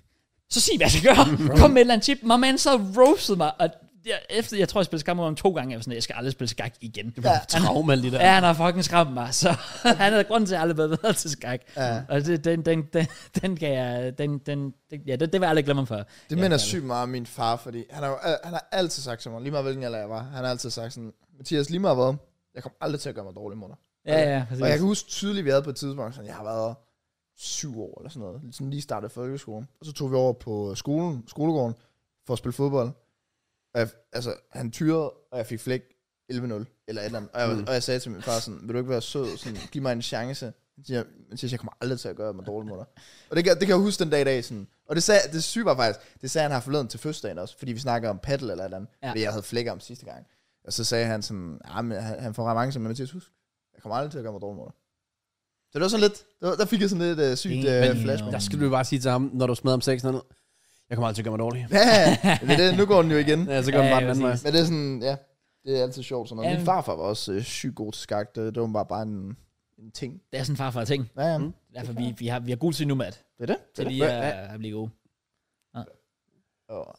så sig, hvad jeg skal gøre. Kom med et eller andet tip. My man så roasted mig, og jeg, efter, jeg tror, jeg spillede skak mod ham to gange, jeg var sådan, jeg skal aldrig spille skak igen. Det var Ja. Trauma lige der. Ja, han har fucking skræmt mig, så han havde grund til, at jeg aldrig blev bedre til skak. Ja. Og det, den, den, den, den kan jeg, den, den, den, ja, det, det vil jeg aldrig glemme for. Det minder sygt meget om min far, fordi han har, jo, al- han har altid sagt til mig, lige meget hvilken alder jeg var, han har altid sagt sådan, Mathias, lige meget hvad, jeg kommer aldrig til at gøre mig dårlig mod dig. Ja, ja, præcis. Og jeg kan huske tydeligt, at vi havde på et tidspunkt, sådan, jeg har været syv år eller sådan noget, sådan lige startet folkeskolen, og så tog vi over på skolen, skolegården, for at spille fodbold. Og jeg, altså, han tyrede, og jeg fik flæk elleve nul, eller et eller andet. Og jeg, mm. og jeg sagde til min far sådan, vil du ikke være sød, sådan, giv mig en chance. Han siger, han siger, jeg kommer aldrig til at gøre mig dårlig mod dig. Og det kan, det kan jeg huske den dag i dag, sådan. Og det, sagde, det syge var faktisk, det sagde han her forleden til fødselsdagen også, fordi vi snakkede om paddle eller et eller andet, ja. Fordi jeg havde flækker om sidste gang. Og så sagde han sådan, ja, men han, han får revanche, men Mathias, husk, jeg kommer aldrig til at gøre mig dårlig mod dig. Så det var sådan lidt, der, der fik jeg sådan lidt uh, sygt uh, flashback. Der skal du bare sige til ham, når du smadrer om seks noget. Jeg kommer altid til at gøre mig dårlig. Ja, det er det, nu går den jo igen. Ja, så gør den Ja, bare den anden vej. præcis. Men det er sådan, ja, det er altid sjovt. Sådan noget. Ja. Min farfar var også øh, sygt god til skak. Det, det var bare bare en, en ting. Det er sådan en farfar ting. Ja, ja. Mm. Derfor vi, vi har, vi har god tid nu med det. Det er det. Det Til er lige det. at, at blive gode. Og,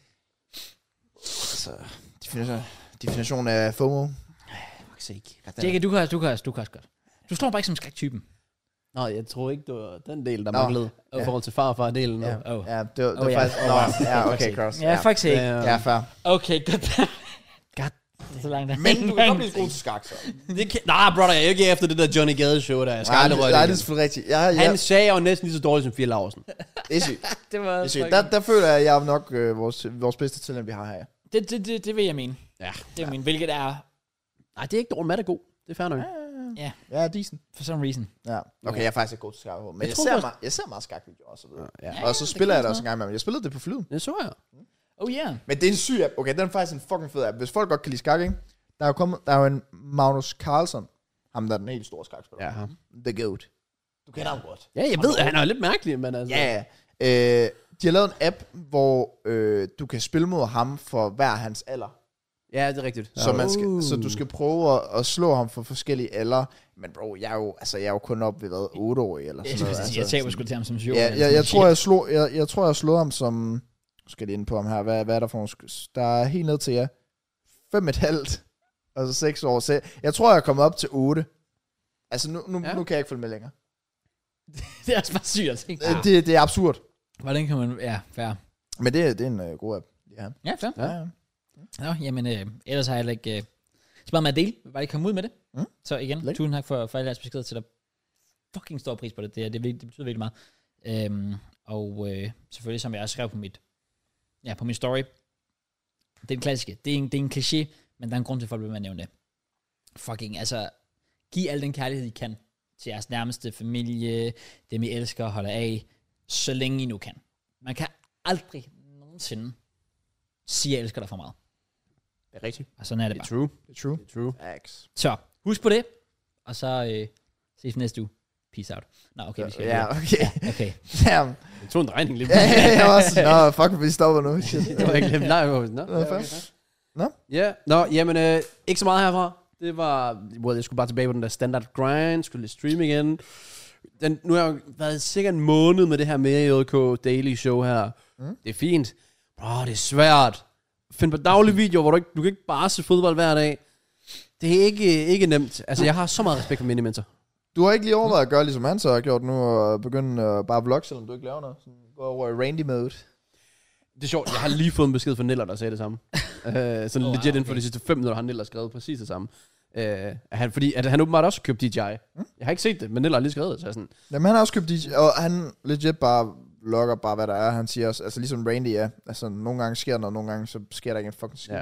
altså, definition, definition af FOMO. Tjekke, du kan også, du kan også, du kan også godt. Du står bare ikke som skak-typen. Nå, jeg tror ikke, det var den del, der Nå. manglede. Oh. I forhold til farfar-delen. Ja, Oh. ja det var, det var Oh, ja. faktisk... Nå, ja, okay, cross. Ja, fuck sake. Ja, fair. Okay, godt. God, det er så langt der. Men du kan godt blive god til skak, så. Det kan, nej, brother, jeg er ikke efter det der Johnny Gade show, der jeg skal Nej, aldrig det, røre nej, det det er igen. selvfølgelig rigtigt. Ja, ja, Han sagde, jeg var næsten lige så dårlig som Fie Laursen. det er sygt. Det var Det er sygt. fucking- Der, der føler jeg, at jeg er nok øh, vores, vores bedste talent, vi har her. Det, det, det, det vil jeg mene. Ja. Det er min, hvilket er, Nej, det er ikke dårligt. Matt er god. Det er fair nok. ja, Ja, decent. for some reason. Ja. Okay, jeg er faktisk ikke god til skak, men jeg, Jeg tror ser, godt- meget, jeg ser meget skakvideoer og så videre. Ja. Og så det spiller kan jeg det også også en gang med. Jeg spillede det på flyet. Det så jeg. Oh yeah. Men det er en syg app. Okay, den er faktisk en fucking fed app. Hvis folk godt kan lide skak, ikke? Der er jo, kommet, der er jo en Magnus Carlsen. Ham der er den helt store skakspiller. Ja. The Goat. Du kender ham godt. Ja, jeg ved, at han er lidt mærkelig, men altså... Ja, ja. Øh, de har lavet en app, hvor øh, du kan spille mod ham for hver hans alder. Ja, det er rigtigt. Så, man skal, Uh. så du skal prøve at, at slå ham for forskellige alder. Men bro, jeg er jo, altså, jeg er jo kun op ved hvad, otte år eller Jeg, sådan noget. jeg, Altså, jeg taber sgu til ham som syv. ja, jeg, jeg, tror, jeg, slog, jeg, jeg tror, jeg slog ham som skal lige ind på ham her. Hvad, hvad er der for nogle... Der er helt ned til jer. Fem et halvt. Altså seks år. Så jeg tror, jeg er kommet op til otte. Altså, nu, nu, ja. nu kan jeg ikke følge med længere. Det er også bare sygt at tænke. Ja. Det, det er absurd. Hvordan kan man... Ja, fair. Men det, det er en uh, god app. Ja, ja fair. Ja, ja. Nå, jamen, øh, ellers har jeg heller ikke... Øh, så bare med at dele. Bare ikke komme ud med det. Mm. Så igen, Læk. tusind tak for, for alle jeres beskeder til dig. Fucking stor pris på det. Det, er, det, det betyder virkelig meget. Øhm, og øh, selvfølgelig, som jeg også skrev på mit... Ja, på min story. Det er en klassiske. Det er en, det er en kliché, men der er en grund til, at folk vil med at nævne det. Fucking, altså... Giv al den kærlighed, I kan til jeres nærmeste familie, dem I elsker og holder af, så længe I nu kan. Man kan aldrig nogensinde sige, at jeg elsker dig for meget. Det er rigtigt. Og sådan er det, det er bare. True. Det er true. Det er true. Facts. Så, husk på det, og så øh, ses næste uge. Peace out. Nå, okay, vi skal... Ja, okay. Ja, okay. Damn. Det tog en drejning lige. Ja, ja, ja, også. Nå, fuck, vi stopper nu. Shit. Det var ikke lidt live. Nå, Nå, fair. Nå? Ja, nå, jamen, øh, ikke så meget herfra. Det var, well, jeg skulle bare tilbage på den der standard grind, skulle lidt stream igen. Den, nu har jeg jo været sikkert en måned med det her med J K Daily Show her. Mm. Det er fint. Bro, det er svært. Find på daglige videoer, hvor du ikke, du kan ikke bare se fodbold hver dag. Det er ikke, ikke nemt. Altså, jeg har så meget respekt for Minimentor. Du har ikke lige overvejet at gøre, ligesom han så har gjort nu, og begynde at bare vlogge, selvom du ikke laver noget. Sådan, gå over i Randy mode. Det er sjovt, jeg har lige fået en besked fra Niller, der sagde det samme. uh, sådan oh, legit okay. Inden for de sidste fem minutter har Niller skrevet præcis det samme. Uh, han, fordi at han åbenbart også købt D J I. Mm? Jeg har ikke set det, men Niller har lige skrevet det. Så jeg sådan. Jamen han har også købt D J I, og han legit bare vlogger bare, hvad der er. Han siger også, altså ligesom Randy er, altså nogle gange sker der noget, nogle gange så sker der ikke en fucking skid. Ja.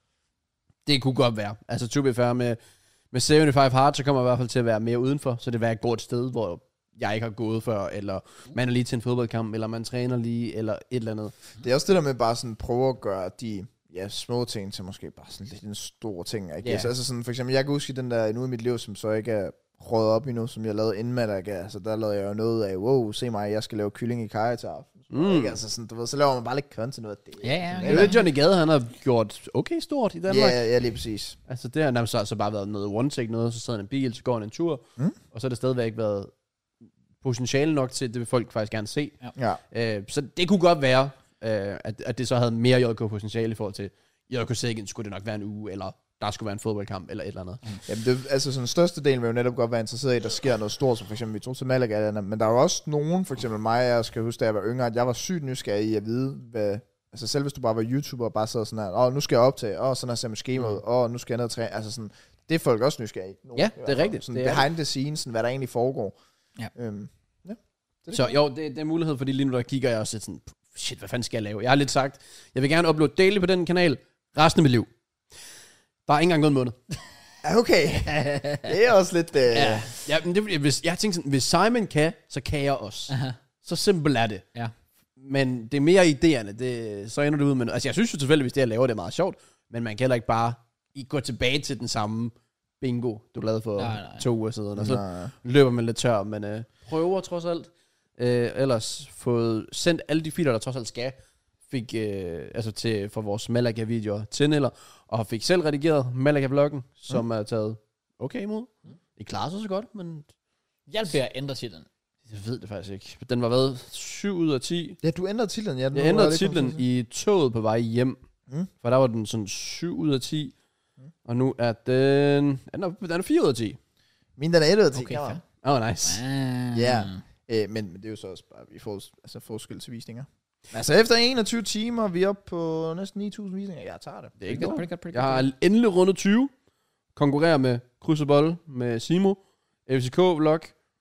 Det kunne godt være. Altså to be fair med, med syvoghalvfems Hard, så kommer jeg i hvert fald til at være mere udenfor, så det vil gå et sted, hvor jeg ikke har gået før, eller man er lige til en fodboldkamp, eller man træner lige, eller et eller andet. Det er også det der med bare sådan prøve at gøre de ja, små ting til måske bare sådan lidt en stor ting. Ikke? Yeah. Altså sådan for eksempel, jeg kan huske den der endnu i mit liv, som så ikke er røget op endnu, som jeg lavede inden med der, altså der lavede jeg jo noget af, wow, se mig, jeg skal lave kylling i kaj til aften. Mm. Ikke? Altså sådan, du ved, så laver man bare lidt content ud af det. Ja, ja, ja. Det er Johnny Gade, han har gjort okay stort i Danmark. Ja, ja, lige præcis. Altså det har nærmest så altså bare været noget one take noget, så sidder han i en bil, så går han en tur, mm. og så har det stadigvæk været potentiale nok til, det vil folk faktisk gerne se. Ja. Øh, så det kunne godt være, øh, at, at det så havde mere J K potentiale i forhold til, J K Sækken skulle det nok være en uge, eller der skulle være en fodboldkamp, eller et eller andet. Mm. Jamen det, altså sådan største del vil jo netop godt være interesseret i, at der sker noget stort, som for eksempel vi tog til Malaga, men der er jo også nogen, for eksempel mig, jeg skal huske, da jeg var yngre, at jeg var sygt nysgerrig i at vide, hvad, altså selv hvis du bare var YouTuber og bare sad sådan her, åh, nu skal jeg optage, åh, sådan her ser med skemaet, mm. åh, nu skal jeg ned og træne, altså sådan, det er folk også nysgerrige i. Ja, det er rigtigt. Sådan det er behind the scenes, sådan, hvad der egentlig foregår. Ja. Øhm, ja. Det det så jo, det, det er mulighed, fordi lige nu der kigger jeg også sådan, shit, hvad fanden skal jeg lave? Jeg har lidt sagt, jeg vil gerne uploade daily på den kanal, resten af mit liv. Bare ikke engang gået en måned. Okay. Det er også lidt... Uh... Ja, ja men det, hvis, jeg tænkte sådan, hvis Simon kan, så kan jeg også. Aha. Så simpelt er det. Ja. Men det er mere idéerne, det, så ender det ud med... Altså jeg synes jo tilfældigvis, det jeg laver, det er meget sjovt, men man kan heller ikke bare gå tilbage til den samme bingo, du lavede for nej, nej. to uger siden, og så nej. løber man lidt tør, men øh, prøver trods alt. Øh, ellers fået sendt alle de filer, der trods alt skal, fik øh, altså til for vores Malaga-videoer til Niller, og fik selv redigeret Malaga-vloggen, som mm. er taget okay imod. Mm. Det klarer sig så godt, men... Hjælp jer at ændre titlen. Jeg ved det faktisk ikke. Den var været syv ud af ti. Ja, du ændrede titlen. Ja, jeg ændrede titlen i toget på vej hjem, mm. for der var den sådan syv ud af ti, mm. og nu er den... Den er, den er fire ud af ti. Min den er et ud af ti. Okay, ja. Oh, nice. Ja, yeah. øh, men, men det er jo så også bare, vi får altså, forskel til visninger. Altså efter enogtyve timer, vi er oppe på næsten ni tusind visninger. Jeg tager det. Det er ikke godt. Jeg har endelig rundet tyve. Konkurrerer med Kryds og Bold, med Simo, F C K-vlog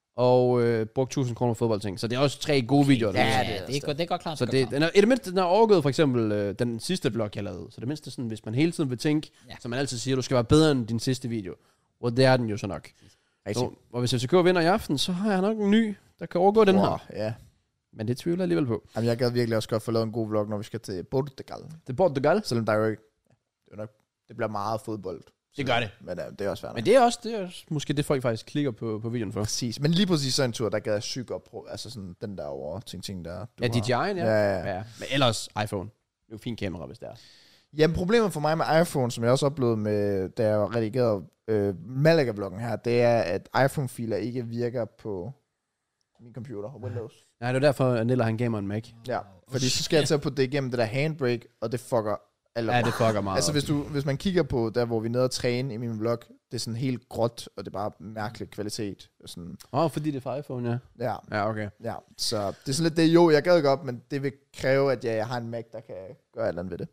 og øh, brugt tusind kroner fodboldting. Så det er også tre gode okay, videoer. Ja, ja, det, er, det, er godt, det er godt klart. Så det, den er, i det mindste, den har overgået for eksempel øh, den sidste vlog, jeg lavede. Så det mindste sådan, hvis man hele tiden vil tænke, ja. som man altid siger, du skal være bedre end din sidste video. Og det er den jo så nok. Så, og hvis F C K vinder i aften, så har jeg nok en ny, der kan overgå den wow, her. Ja. Men det tvivler jeg alligevel på. Jamen, jeg gad virkelig også godt få lavet en god vlog, når vi skal til Portugal. Til Portugal? Selvom der jo ikke... Det, nok, det bliver meget fodbold. Det gør det. Men uh, det er også færdigt. Men det er også, det er også måske det, folk faktisk klikker på, på videoen for. Præcis. Men lige præcis sådan en tur, der gad jeg sygt godt prøve. Altså sådan den der over ting, ting der... Ja, D J I'en, ja. Ja, ja. ja. Men ellers iPhone. Det er jo fint kamera, hvis det er. Jamen, problemet for mig med iPhone, som jeg også oplevede med, da jeg redigerede øh, Malaga-vloggen her, det er, at iPhone-filer ikke virker på min computer, Windows. Nej, det var derfor, at Nilla han gav mig en Mac. Ja, fordi så skal jeg til at putte det igennem det der handbrake, og det fucker alle. Ja, det fucker meget. Altså hvis, du, hvis man kigger på der, hvor vi er nede og træne i min blog, det er sådan helt gråt, og det er bare mærkelig kvalitet. Åh, oh, fordi det er fra iPhone, ja. Ja. Ja, okay. Ja, så det er sådan lidt det, jo, jeg gad godt, men det vil kræve, at jeg, jeg har en Mac, der kan gøre et eller andet ved det.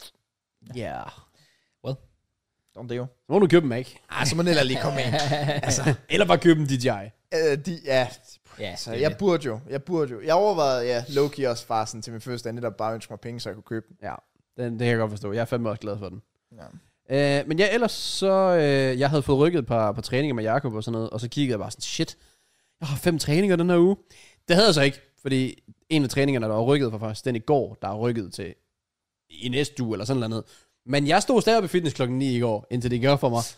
Ja. Yeah. Well. Om det jo. Så må du købe en Mac. Ah, så må Nilla lige komme ind. Altså, eller bare købe en D J I. Øh, de, ja, Ja, så jeg burde jo, jeg burde jo. Jeg overvejede, ja, low-key også far sådan, til min første dag, netop bare ønske mig penge, så jeg kunne købe den. Ja, den, det kan jeg godt forstå. Jeg er fandme også glad for den. Ja. Øh, men ja, ellers så, øh, jeg havde fået rykket et par, par træninger med Jakob og sådan noget, og så kiggede jeg bare sådan, shit, jeg har fem træninger den her uge. Det havde jeg så ikke, fordi en af træningerne, der var rykket fra faktisk den i går, der er rykket til i næste uge eller sådan noget. Men jeg stod stadig op i fitness klokken ni i går, indtil det gør for mig.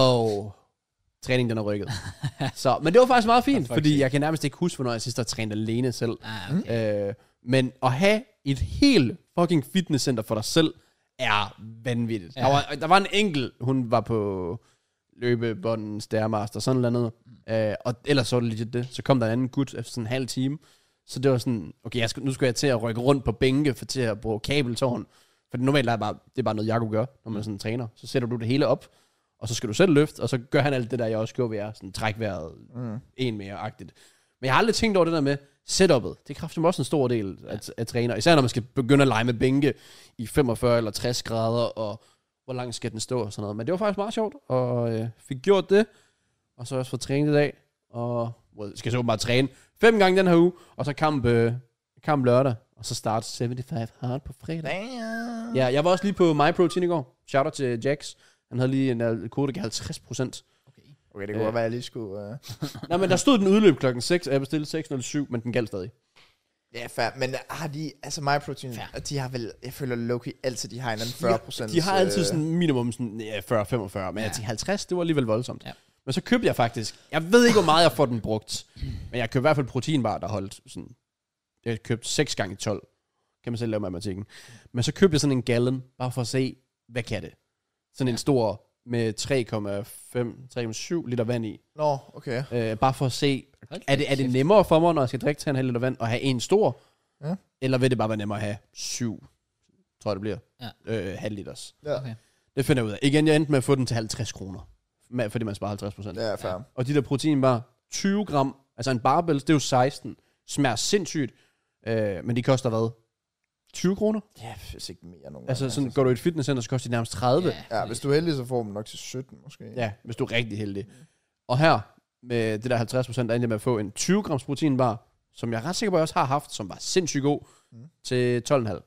Og træningen den er rykket. Så, men det var faktisk meget fint, fordi jeg kan nærmest ikke huske, hvornår jeg sidst har trænet alene selv. Ah, okay. øh, men at have et helt fucking fitnesscenter for dig selv, er vanvittigt. Ja. Der, var, der var en enkelt, hun var på løbebånden, Stairmaster, sådan noget andet. Øh, og ellers så var det legit det. Så kom der en anden gut efter sådan en halv time. Så det var sådan, okay, jeg skal, nu skal jeg til at rykke rundt på bænke, for til at bruge kabeltårn. For normalt er det bare, det er bare noget, Jakob gør, når man sådan træner. Så sætter du det hele op, og så skal du selv løfte, og så gør han alt det der, jeg også gjorde ved jer, sådan træk vejret mm. en mere-agtigt. Men jeg har aldrig tænkt over det der med setup'et. Det er kraftigt også en stor del af, af træner. Især når man skal begynde at lege med bænke i femogfyrre eller tres grader, og hvor langt skal den stå og sådan noget. Men det var faktisk meget sjovt, og øh, fik gjort det. Og så også fået trænet i dag, og well, skal så bare træne fem gange den her uge, og så kamp, øh, kamp lørdag, og så start seventy-five hard på fredag. Damn. Ja, jeg var også lige på MyProtein i går. Shout out til Jax. Han havde lige en uh, kode, der gav halvtreds procent. Okay, okay det kunne godt være, at jeg lige skulle... Uh... Nej, men der stod den udløb klokken seks, og jeg bestilte seks nul syv, men den galt stadig. Ja, fair. Men har de... Altså, MyProtein, de har vel... Jeg føler, low-key altid, de har en anden fyrre procent. De har altid sådan minimum sådan, ja, fyrre femogfyrre, men ja. Jeg tænkte halvtreds, det var alligevel voldsomt. Ja. Men så købte jeg faktisk... Jeg ved ikke, hvor meget jeg får den brugt, men jeg købte i hvert fald proteinbar, der holdt sådan... Jeg købte seks gange tolv. Kan man selv lave matematikken. Men så købte jeg sådan en gallon, bare for at se, hvad kan det? Sådan ja. En stor med tre komma fem til tre komma syv liter vand i. Nå, okay. Øh, bare for at se, er det, er det nemmere for mig, når jeg skal drikke tre komma fem liter vand, at have en stor? Ja. Eller vil det bare være nemmere at have syv, tror jeg det bliver, ja. øh, halv liters. Ja. Okay. Det finder jeg ud af. Igen, jeg endte med at få den til halvtreds kroner, fordi man sparer halvtreds procent. Ja, fair. Ja. Og de der proteinbar, tyve gram, altså en barbell, det er jo seksten, smager sindssygt, øh, men de koster hvad? tyve kroner? Ja, hvis ikke mere nogen. Altså sådan, går du i et fitnesscenter, så koster de nærmest tredive. Ja, ja, hvis du er heldig, så får du dem nok til sytten måske. Ja, hvis du er rigtig heldig. Mm. Og her, med det der halvtreds procent, der endte jeg med at få en tyve grams proteinbar, som jeg er ret sikker på, jeg også har haft, som var sindssygt god, mm. til tolv komma fem.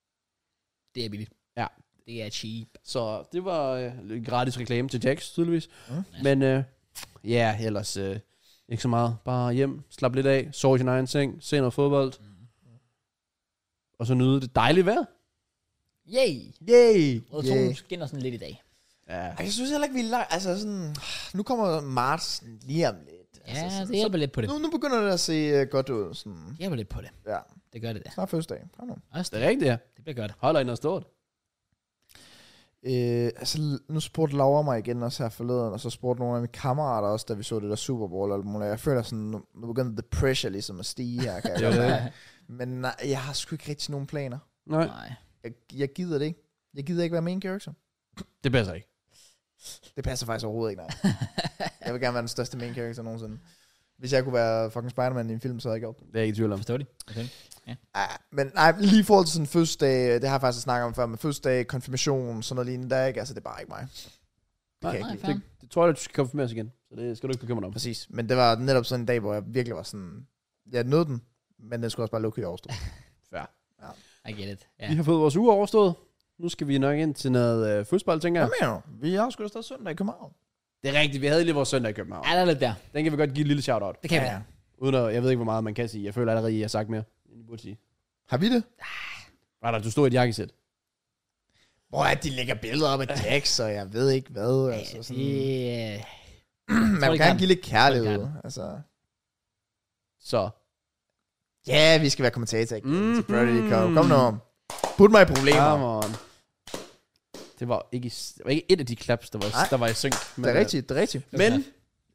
Det er billigt. Ja. Det er cheap. Så det var øh, gratis reklame til Jax, tydeligvis. Mm. Men øh, ja, ellers øh, ikke så meget. Bare hjem, slap lidt af, sove i sin egen seng, se noget fodbold. Mm. Og så nyde det dejlige vejr. Yay! Yay! Og solen skinner sådan lidt i dag. Ja. Jeg synes heller ikke, vi er langt. Altså sådan, nu kommer marts lige om lidt. Ja, altså sådan, det hjælper lidt på det. Nu, nu begynder det at se uh, godt ud. Sådan. Det hjælper lidt på det. Ja. Det gør det der. Snart første dag. Kom nu. Også det er rigtigt, ja. Det bliver godt. Holder I noget stort? Øh, altså, nu spurgte Laura mig igen også her forleden, og så spurgte nogle af mine kammerater også, da vi så det der Super Bowl og alt muligt. Jeg føler sådan, nu, nu begynder the pressure ligesom at stige her. Kan jeg det. Men nej, jeg har sgu ikke rigtig nogen planer. Nej. Jeg, jeg gider det ikke. Jeg gider ikke være main character. Det passer ikke. Det passer faktisk overhovedet ikke, nej. Jeg vil gerne være den største main character nogensinde. Hvis jeg kunne være fucking Spider-Man i en film, så havde jeg gjort det. Det er jeg ikke i tvivl om. Forstår de? Okay. Ja. Ah, men nej, lige i forhold til sådan fødselsdag, det har jeg faktisk snakket om før, men fødselsdag, konfirmation, sådan noget lignende, der ikke, altså det er bare ikke mig. Det nej, kan jeg nej, ikke det, det tror jeg, du skal konfirmeres igen, så det skal du ikke bekymre dig om. Præcis, men det var netop sådan en dag, hvor jeg virkelig var sådan, jeg nød den, men den skulle også bare lukke i overstå. Fair. Ja. I get it. Yeah. Vi har fået vores uge overstået. Nu skal vi nok ind til noget øh, fodbold, tænker jeg. Hvad mener du? Vi har sgu da stadig søndag i København. Det er rigtigt, vi havde lige vores søndag i København. Ja, der er lidt der. Den kan vi godt give et lille shout-out. Det kan vi. Ja. Uden at, jeg ved ikke, hvor meget man kan sige. Jeg føler allerede, at I har sagt mere, end I burde sige. Har vi det? Var der, du stod i et jakkesæt. Hvor er de lægger billeder op af Jax, og jeg ved ikke hvad. Ja, altså sådan. det... Man vil gerne give lidt kærlighed. Altså. Så. Ja, vi skal være kommentator igen Mm-hmm. til Brody Cup. Kom nu. Put mig i problemer. Come on. Det var ikke, det var ikke et af de klaps, der var, der var i synk. Det er rigtigt, det er rigtigt. Men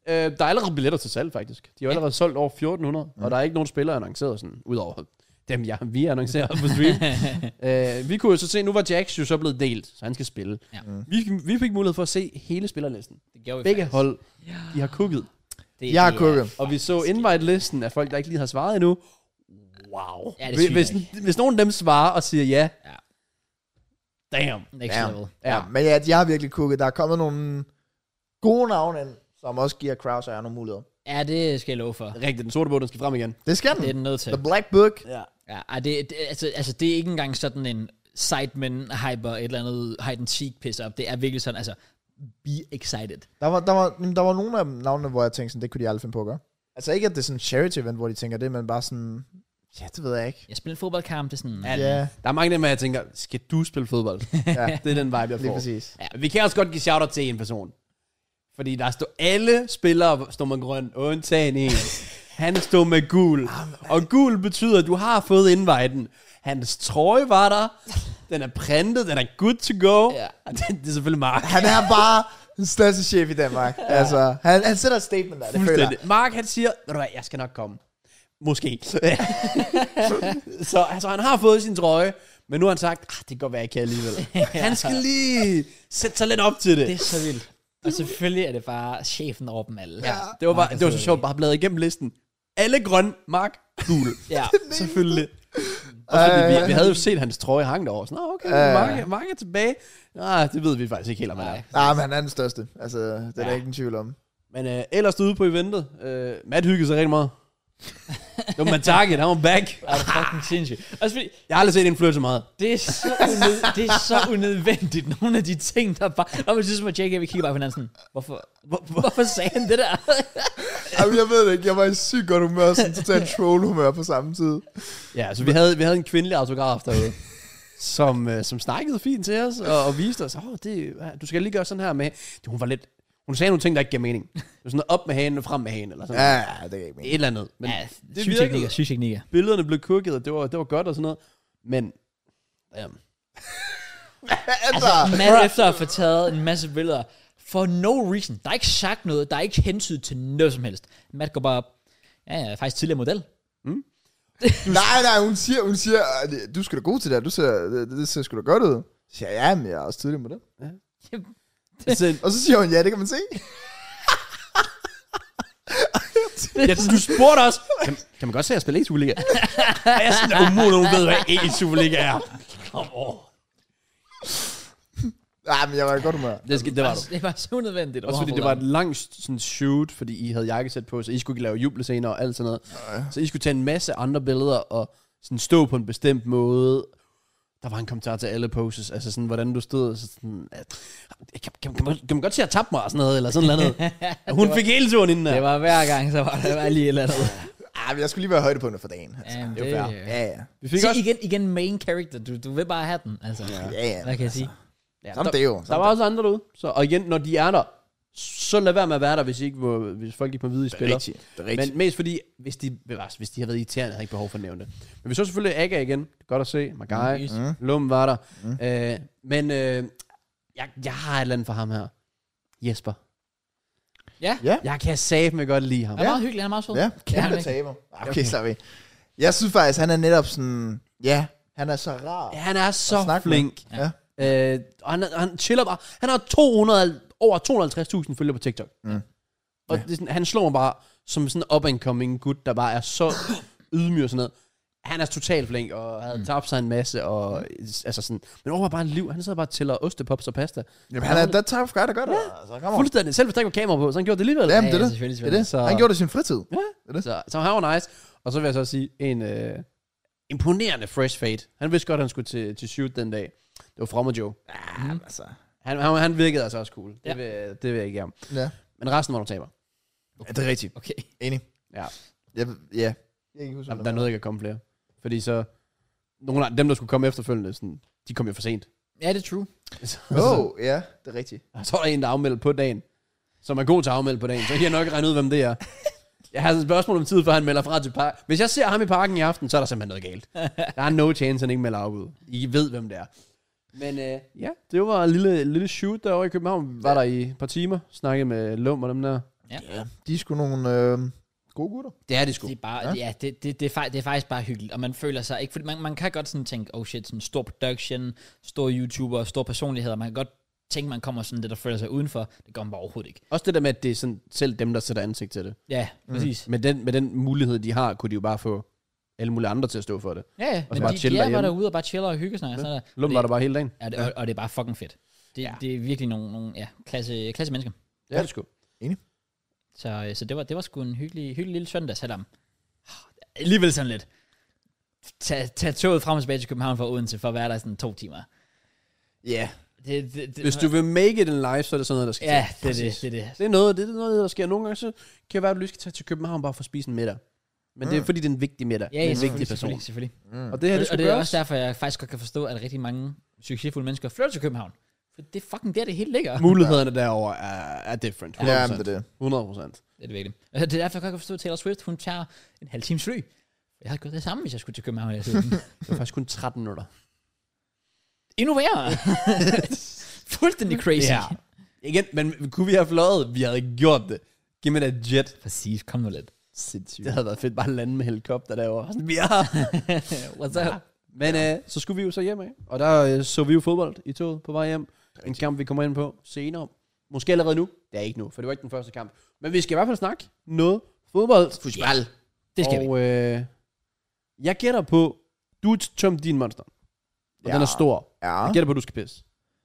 Øh, der er allerede billetter til salg, faktisk. De har allerede solgt over fjorten hundrede, mm. og der er ikke nogen spillere annonceret sådan, udover dem, jeg, vi annoncerer på stream. øh, vi kunne jo så se, nu var Jax jo så blevet delt, så han skal spille. Ja. Mm. Vi, vi fik mulighed for at se hele spillerlisten. Det gjorde vi Begge faktisk. hold, ja. de har kukket. Det, jeg har kukket. Og vi så invite-listen af folk, der ikke lige har svaret endnu. Wow. Ja, det hvis, hvis nogen af dem svarer og siger ja, ja. damn. Next damn. level. Ja. ja, men ja, de har virkelig kukket. Der er kommet nogle gode navne ind, som også giver Kraus og nogle muligheder. Ja, det skal jeg love for. Rigtigt, den sorte bog, den skal frem igen. Det skal den. Det er den nødt til. The Black Book. Ja, ja det, det, altså, altså, det er ikke engang sådan en sidemen hyper et eller andet hide and seek piss up. Det er virkelig sådan, altså, be excited. Der var, der var, der var nogle af navnene, hvor jeg tænkte sådan, det kunne de aldrig finde på at gøre. Altså ikke, at det er sådan en charity event, hvor de tænker det, men bare sådan, ja, det ved jeg ikke. Jeg spiller en fodboldkamp, det er sådan... Ja, yeah. Der er mange af dem, hvor jeg tænker, skal du spille fodbold? Ja. Det er den vibe, jeg får. Lige præcis. Ja, vi kan også godt give shout-out til en person. Fordi der står alle spillere står med grøn, undtagen en. Han stod med gul. Og gul betyder, at du har fået inviten. Hans trøje var der. Den er printet, den er good to go. Ja. Det, det er selvfølgelig Mark. Han er bare den største chef i Danmark. Ja. Altså, han, han sætter et statement der, det føler jeg. Mark, han siger, ved du hvad, jeg skal nok komme. Måske. så altså, han har fået sin trøje, men nu har han sagt, ah, det kan godt være, jeg kan alligevel. Han skal lige sætte sig lidt op til det. Det er så vildt. Og selvfølgelig er det bare chefen over dem alle. Ja, det var, bare, det var så sjovt, bare bladret igennem listen. Alle grøn, Mark, gul. Ja, selvfølgelig. Også fordi vi, vi havde jo set hans trøje hang derovre. Så, nå, okay, uh, Mark, Mark er tilbage. Nej, det ved vi faktisk ikke helt, om han er. Nej, men han er den største. Altså, det er ja. der ikke en tvivl om. Men øh, ellers ude på eventet, øh, Matt hyggede sig rigtig meget. Det var man target, han var back. Er det fucking sindssygt. Også fordi, jeg har aldrig set en flytte så meget. Det er så, unød, det er så unødvendigt. Nogle af de ting, der bare... Og man synes, at J K, vi kigger bare på hinanden sådan, hvorfor, hvor, hvorfor sagde han det der? Jamen, jeg ved det ikke. Jeg var i sygt godt humør, sådan totalt troll-humør på samme tid. Ja, altså vi havde, vi havde en kvindelig autograf derude, som, øh, som snakkede fint til os, og, og viste os, oh, det, du skal lige gøre sådan her med... Hun var lidt... Hun sagde nogle ting, der ikke giver mening. Det var sådan op med hanen og frem med hanen. Eller sådan ja, ja, det er ikke mening. Et eller andet. Men ja, det virkede. Sygeteknikker. Billederne blev cooked, og det var, det var godt og sådan noget. Men... Jamen. altså, Matt efter at få taget en masse billeder, for no reason. Der er ikke sagt noget, der er ikke hensyn til noget som helst. Matt går bare op. Ja, jeg er faktisk tidligere model. Mm. nej, nej, hun siger, hun siger, du skal da god til det, du ser, det, det ser sgu da godt ud. Så siger jeg, ja, men jeg er også tidligere model. Ja. Og så siger hun, ja, det kan man se. ja, du spurgte også, kan, kan man godt se, at jeg spiller i Superliga? Jeg er sådan umuligt, nogen ved, hvad i Superliga er. Kom over. Nej, men jeg var i godt humør. Det, det var du. Det var så unødvendigt. Også fordi det var et langt sådan, shoot, fordi I havde jakkesæt på, så I skulle lave jublescener og alt sådan noget. Ja. Så I skulle tage en masse andre billeder og sådan, stå på en bestemt måde. Der var en kommentar til alle poses, altså sådan, hvordan du stod, så sådan, at, kan, kan, kan, man, kan man godt se, at jeg tabte mig og sådan noget, eller sådan noget andet. Hun var, fik hele turen inden der. Det var hver gang, så var det var lige et eller andet. Ja, men jeg skulle lige være højdepunktet for dagen. Altså. Jamen, det, det var fair. Ja, ja. Vi fik også igen, igen main character, du, du vil bare have den, altså. Ja, ja. ja hvad kan jeg altså. sige? Ja, sådan der, det er jo. Der var også andre derude, så, og igen, når de er der, så lad være med at være der, hvis, I ikke må, hvis folk ikke må vide, I spiller. Det er rigtigt. Det er rigtigt. Men mest fordi, hvis de, hvis de har været irriterende, havde ikke behov for at nævne det. Men vi så selvfølgelig Aga igen. Godt at se. Magai. Mm. Lum var der. Mm. Øh, men øh, jeg, jeg har et eller andet for ham her. Jesper. Ja. ja. Jeg kan save med godt lide ham. Han er meget hyggelig, han er meget sød. Ja, kæmpe ja, taber. Okay, så vi. Jeg synes faktisk, han er netop sådan, ja, han er så rar. Ja, han er så flink. Ja. Øh, og han, han chiller bare. Han har to hundrede, over to hundrede og halvtreds tusind følgere på TikTok. Mm. Og ja. det, sådan, han slår mig bare som sådan en up-and-coming gut, der bare er så ydmyg og sådan noget. Han er totalt flink, og havde mm. tabt sig en masse, og altså sådan, men over bare en liv. Han sidder bare og tæller ostepops og pasta. Jamen, han er that type of guy, der gør det. Ja. Altså, fuldstændig. Selv hvis der ikke var kamera på, så han gjorde det alligevel. Jamen, det er det. det, er det. Så, han gjorde det i sin fritid. Ja, det det. Så, så han var nice. Og så vil jeg så sige, en øh, imponerende fresh fade. Han vidste godt, at han skulle til, til shoot den dag. Det var From Joe. Ja, mm. altså. Han, han, han virkede altså også cool. Det, ja. vil, det vil jeg ikke gøre. Ja. Men resten var nogle taber. Okay. Ja, det er rigtigt. Okay. Enig. Ja. Jeg, ja. Jeg kan ikke huske, der, der er noget, der kan komme flere. Fordi så, nogle af dem, der skulle komme efterfølgende, sådan, de kom jo for sent. Ja, det er true. Åh, oh, ja, det er rigtigt. Så er der en, der afmeldte på dagen, som er god til at afmelde på dagen. Så kan jeg nok regne ud, hvem det er. Jeg har et spørgsmål om tid, før han melder fra til park. Hvis jeg ser ham i parken i aften, så er der simpelthen noget galt. Der er no chance, han ikke melder afbud. I ved, hvem det er. Men øh, ja, det var en lille, lille shoot derovre i København. Var ja. der i et par timer. Snakkede med Lum og dem der. Ja. Ja, de er sgu nogle øh, gode gutter. Det er det sgu. Det er, bare, Ja. ja. Ja, det, det, det, er, fak- det er faktisk bare hyggeligt, og man føler sig ikke, fordi man, man kan godt sådan tænke, oh shit, sådan stor production, stor YouTuber, stor personligheder, man kan godt tænke, man kommer sådan det, der føler sig udenfor, det gør man bare overhovedet ikke. Også det der med, at det er sådan, selv dem, der sætter ansigt til det. Ja, Mm. præcis. Med den, med den mulighed, de har, kunne de jo bare få alle mulige andre til at stå for det. Ja, ja, Og så men bare de, chille de er bare derhjemme. derude og bare chiller og hygger sig. Ja. Sådan der. Lum var der bare hele dagen. Ja, det, og, og det er bare fucking fedt. Det, Ja. ja. det er virkelig nogle, nogle ja, klasse, klasse mennesker. Det er det sgu. Så, øh, så det, var, det var sgu en hyggelig, hyggelig lille søndag, selvom alligevel sådan lidt. Tag, tag toget frem og tilbage til København fra Odense, for at være der sådan to timer. Ja. Det, det, det, Hvis du vil make it in life, så er det sådan noget, der skal Ja, til. det er det, Præcis. det er det. Det er noget, det er noget, der sker. Nogle gange, så kan det være, at du lige skal tage til København bare for at spise en middag. Men mm. det er fordi, det er en vigtig middag. Ja, det er ja, en selvfølgelig, vigtig person. selvfølgelig, selvfølgelig. Mm. Og det her, det Og, skal og det er gøres. også derfor, jeg faktisk godt kan forstå, at rigtig mange succesfulde mennesker flytter til København. For det er fucking der, det hele ligger. Mulighederne derover er, er different. hundrede Ja, procent. men det er det. hundrede procent. Det er det virkelig. Og det er derfor, jeg godt kan forstå, at Taylor Swift, hun tager en halv times fly. Jeg havde gjort det samme, hvis jeg skulle til København. Jeg Det var faktisk kun tretten minutter. Endnu værre. Fuldstændig crazy. Ja. Igen, men kunne vi have fløjet? Vi havde ikke gjort det. Giv mig da jet. Præcis, kom nu lidt. Sindssygt. Det havde været fedt bare at lande med helikopter derovre. Sådan, vi er. What's up? Men øh, så skulle vi jo så hjem af. Og der øh, så vi jo fodbold i toget på vej hjem. En kamp, vi kommer ind på senere. Måske allerede nu. Det er ikke nu, for det var ikke den første kamp. Men vi skal i hvert fald snakke noget fodbold. Fodbold. Det skal vi. Og øh, jeg gætter på, du er tømt din monster. Og Ja. den er stor. Ja. Jeg gætter på, at du skal pisse.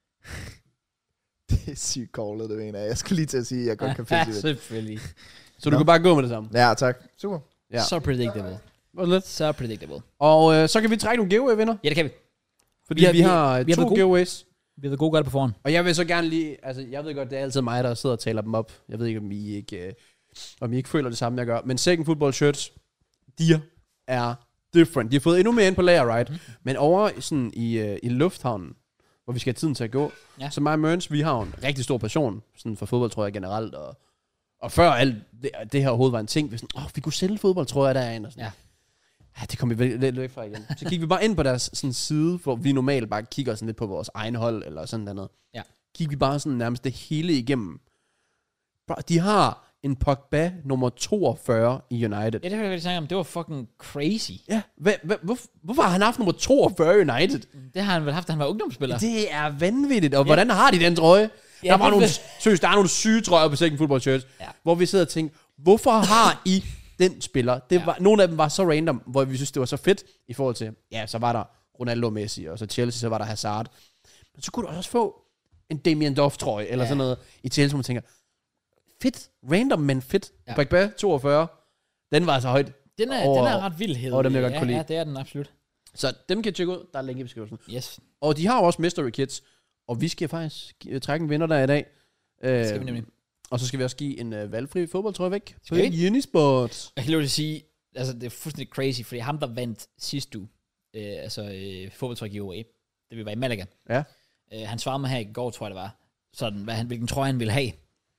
Det er sygt callet, det mener jeg. Jeg skulle lige til at sige, at jeg godt kan Ja, pisse i det. selvfølgelig. Så du Nå. kan bare gå med det samme. Ja, tak. Super. Ja. Så predictable. Var det lidt? Så predictable. Og øh, så kan vi trække nogle giveaway-vinder. Ja, det kan vi. Fordi Vi har- vi, vi- har vi har to været gode. giveaways. Vi har været gode godt på forhånd. Og jeg vil så gerne lige, altså jeg ved godt, det er altid mig, der sidder og taler dem op. Jeg ved ikke, om I ikke, øh, om I ikke føler det samme, jeg gør. Men Second Football Shirts, de er different. De har fået endnu mere ind på layer, right? Mm. Men over sådan i, øh, i lufthavnen, hvor vi skal have tiden til at gå, Ja. så mig og Mørns, vi har jo en rigtig stor passion sådan for fodbold, tror jeg generelt. Og, og før alt det, det her overhovedet var en ting, vi sådan, åh, vi kunne sælge fodbold, tror jeg, derinde. Og sådan. Ja. Ja, det kom vi væk- lidt væk fra igen. Så gik vi bare ind på deres sådan, side, hvor vi normalt bare kigger sådan lidt på vores egen hold, eller sådan noget. Ja. Gik vi bare sådan nærmest det hele igennem. Bro, de har en Pogba nummer toogfyrre i United. Ja, det har jeg snakke om. Det var fucking crazy. Ja, hva, hva, hvor, hvorfor har han haft nummer toogfyrre i United? Det har han vel haft, da han var ungdomsspiller. Det er vanvittigt. Og hvordan har de den trøje? Ja, der var det- nogle, seriøst, der er nogle syge trøjer på Second Football Shirts, Ja. hvor vi sidder og tænker, hvorfor har I den spiller? Det Ja. var, nogle af dem var så random, hvor vi synes, det var så fedt i forhold til, ja, så var der Ronaldo og Messi, og så Chelsea, så var der Hazard. Men så kunne du også få en Damien Duff trøje, eller Ja. sådan noget i Chelsea, hvor man tænker, fedt, random, men fedt. Ja. Ja. Pogba, toogfyrre, den var altså højt. Den er, Og- den er ret vild. og dem, jeg godt ja, kunne lide. Ja, det er den absolut. Så dem kan I tjekke ud, der er link i beskrivelsen. Yes. Og de har jo også Mystery Kits, og vi skal faktisk gi- trække en vinder der i dag. Øh, Skal vi nemlig. Og så skal vi også give en uh, valgfri fodboldtrøje væk. På Skal vi? Unisport. Jeg kan lov til at sige, altså det er fuldstændig crazy, fordi ham, der vandt sidste uge, øh, altså øh, fodboldtryk i O A, det vi var i Malaga, Ja. øh, han svarede mig her i går, tror jeg det var, sådan, hvad han, hvilken trøje han ville have.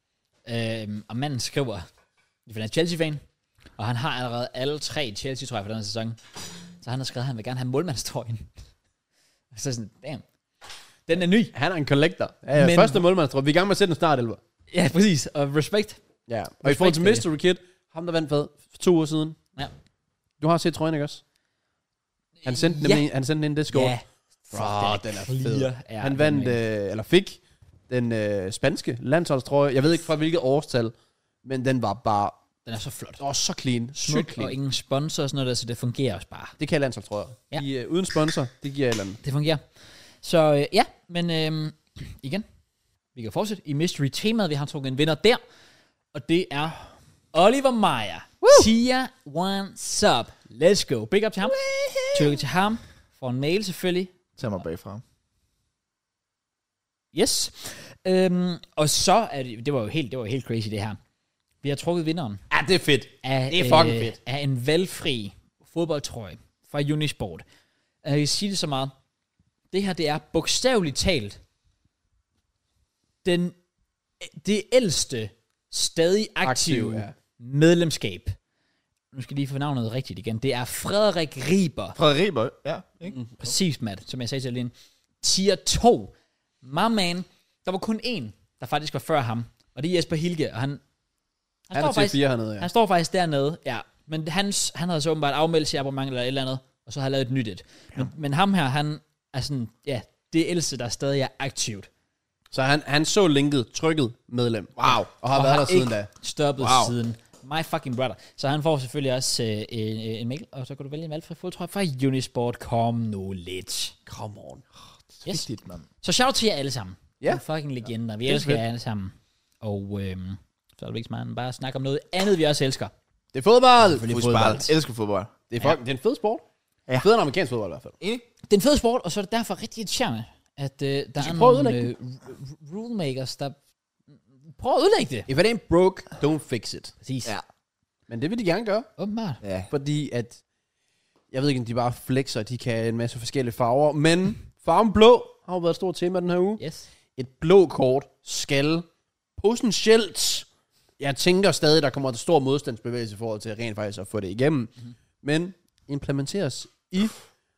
Øh, og manden skriver, at han er Chelsea-fan, og han har allerede alle tre Chelsea-trøjer for den her sæson. Så han har skrevet, at han vil gerne have målmandstrøjen. Så sådan, damn. Den er ny. Han er en collector. Ja, ja, Men- første målmandstrøje. Vi er i gang med at sætte en startelver. Ja, præcis. Og respekt. Ja. Og i Respekt forhold til for det. Mystery Kit, ham der vandt hvad? For to uger siden. Ja. Du har set trøjen, ikke også? Han sendte den, ja. ja. han sendte den ind i Discord. Ja. Bro, den er fed. clear. Ja, Han den vandt, er- øh, eller fik, den øh, spanske landsholdstrøje. Jeg ved ikke fra hvilket årstal, men den var bare Den er så flot. åh, så clean. Sygt Smuk og clean. ingen sponsor og sådan noget der, så det fungerer også bare. Det kan landsholdstrøjer. Ja. Ja. De, øh, uden sponsor, det giver et eller andet. Det fungerer. Så øh, ja, men øh, igen, vi kan fortsætte i mystery-temaet. Vi har trukket en vinder der, og det er Oliver Meyer. Tia One Sub. Let's go. Big up til ham. Tillykke til ham. For en mail selvfølgelig. Tag mig bagfra. Yes. Øhm, og så er det, det var jo helt, det var jo helt crazy det her. Vi har trukket vinderen Ja, det er fedt. af, Det er fucking fedt. af en valgfri fodboldtrøje fra Unisport. Og jeg kan sige det så meget. Det her, det er bogstaveligt talt den, det ældste, stadig aktive Aktiv, ja. medlemskab. Nu skal jeg lige få navnet rigtigt igen. Det er Frederik Riber. Frederik Riber. Ja, ikke? Mm, præcis, Matt, som jeg sagde til Aline. Tier to. My man. Der var kun en, der faktisk var før ham. Og det er Jesper Hilge. Og han, Han, Han står er til faktisk, fire hernede, ja. han står faktisk dernede, ja. Men hans, han havde så åbenbart afmeldt sig abonnement eller et eller andet, og så har lavet et nyt et. Men, men ham her, han er sådan, ja, det ældste, der stadig er aktivt. Så han, han så linket, trykket medlem. Wow. Og har og været har der siden ikke da. stoppet Wow. siden. My fucking brother. Så han får selvfølgelig også øh, en, en mail, og så kan du vælge en valgfri fodtrøje fra Unisport. Kom nu lidt. Come on. Yes. Vigtigt, mand. Så shout til jer alle sammen. Ja. Yeah. Fucking legender. Vi Det er elsker fedt. jer alle sammen. Og øhm, så er det ikke så meget end bare at snakke om noget andet, vi også elsker. Det er fodbold. Selvfølgelig Fodbold. Elsker fodbold. Det er, fuck, det er en fed sport. Ja. Federe end amerikansk fodbold i hvert fald. Enig? Det er en fed sport, og så er det derfor rigtig irriterende, at øh, der er prøve at nogle ødelægge øh, r- rulemakers, der prøver at ødelægge det. If it ain't broke, don't fix it. Præcis. Ja. Men det vil de gerne gøre. Åbenbart. Ja. Fordi at, jeg ved ikke, om de bare flexer, de kan en masse forskellige farver, men farven blå har jo været et stort tema den her uge. Yes. Et blå kort skal potentielt, jeg tænker stadig, der kommer til stor modstandsbevægelse i forhold til rent faktisk at få det igennem, mm-hmm. men implementeres i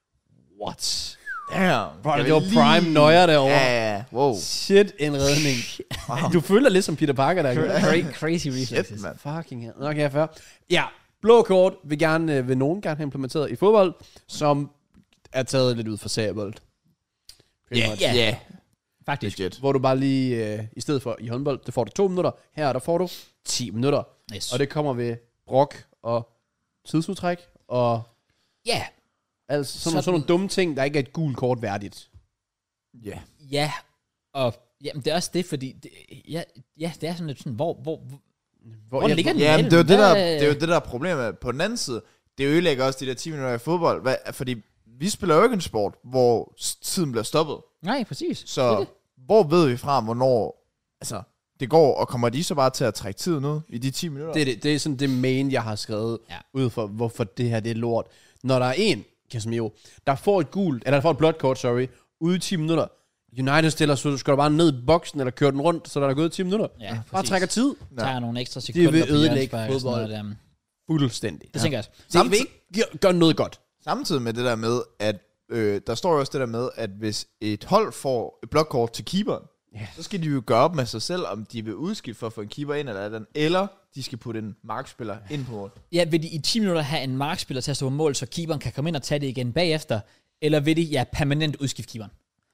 what? Damn. Bro, det var prime nøjer derovre. Ja, ja, wow. Shit, en redning. Wow. Du føler lidt som Peter Parker, der gør. Cra- crazy reflexes. Shit, mand. Fucking hell. Okay, jeg fair. Ja, blå kort vil, gerne, øh, vil nogen gerne have implementeret i fodbold, som er taget lidt ud fra seriebold. Ja, Ja. ja. Faktisk. Legit. Hvor du bare lige, øh, i stedet for i håndbold, det får du to minutter. Her, der får du ti minutter. Yes. Og det kommer ved brok og tidsudtræk, og Ja. altså sådan, Sådan- sådan. sådan nogle dumme ting, der ikke er et gult kort værdigt. Ja. Ja. Og jamen, det er også det, fordi det, ja, ja, det er sådan lidt sådan, hvor, hvor, hvor, Hvor, hvor ligger den Ja, men imellem? det er jo det, der, Hvad- det er jo det, der er problemet. På den anden side, det ødelægger også de der ti minutter i fodbold. Hvad, fordi vi spiller jo ikke en sport, hvor s- tiden bliver stoppet. Nej, præcis. Det er Så det. hvor ved vi fra, hvornår altså, det går, og kommer de så bare til at trække tiden ud i de ti minutter? det, er det, det er sådan det main, jeg har skrevet Ja. ja. ud for, hvorfor det her det er lort. Når der er en, Casemiro, der får et gult, eller der får et blåt kort, sorry, ude i ti minutter. United stiller, så du skal du bare ned i boksen, eller køre den rundt, så der er gået ti minutter. Ja, Bare præcis. trækker tid. Tager nogle ekstra sekunder vil på ødelægge hjørnespark og sådan fodbold. noget der. Fuldstændig. Det tænker jeg også. Det vil Samtidig- ikke gøre- gøre noget godt. Samtidig med det der med, at øh, der står jo også det der med, at hvis et hold får et blokkort til keeperen, Ja. så skal de jo gøre op med sig selv, om de vil udskifte for at få en keeper ind eller andet, eller de skal putte en markspiller ind på mål. Ja, vil de i ti minutter have en markspiller til at stå på mål, så keeperen kan komme ind og tage det igen bagefter? Eller vil de, ja, permanent udskifte keeperen?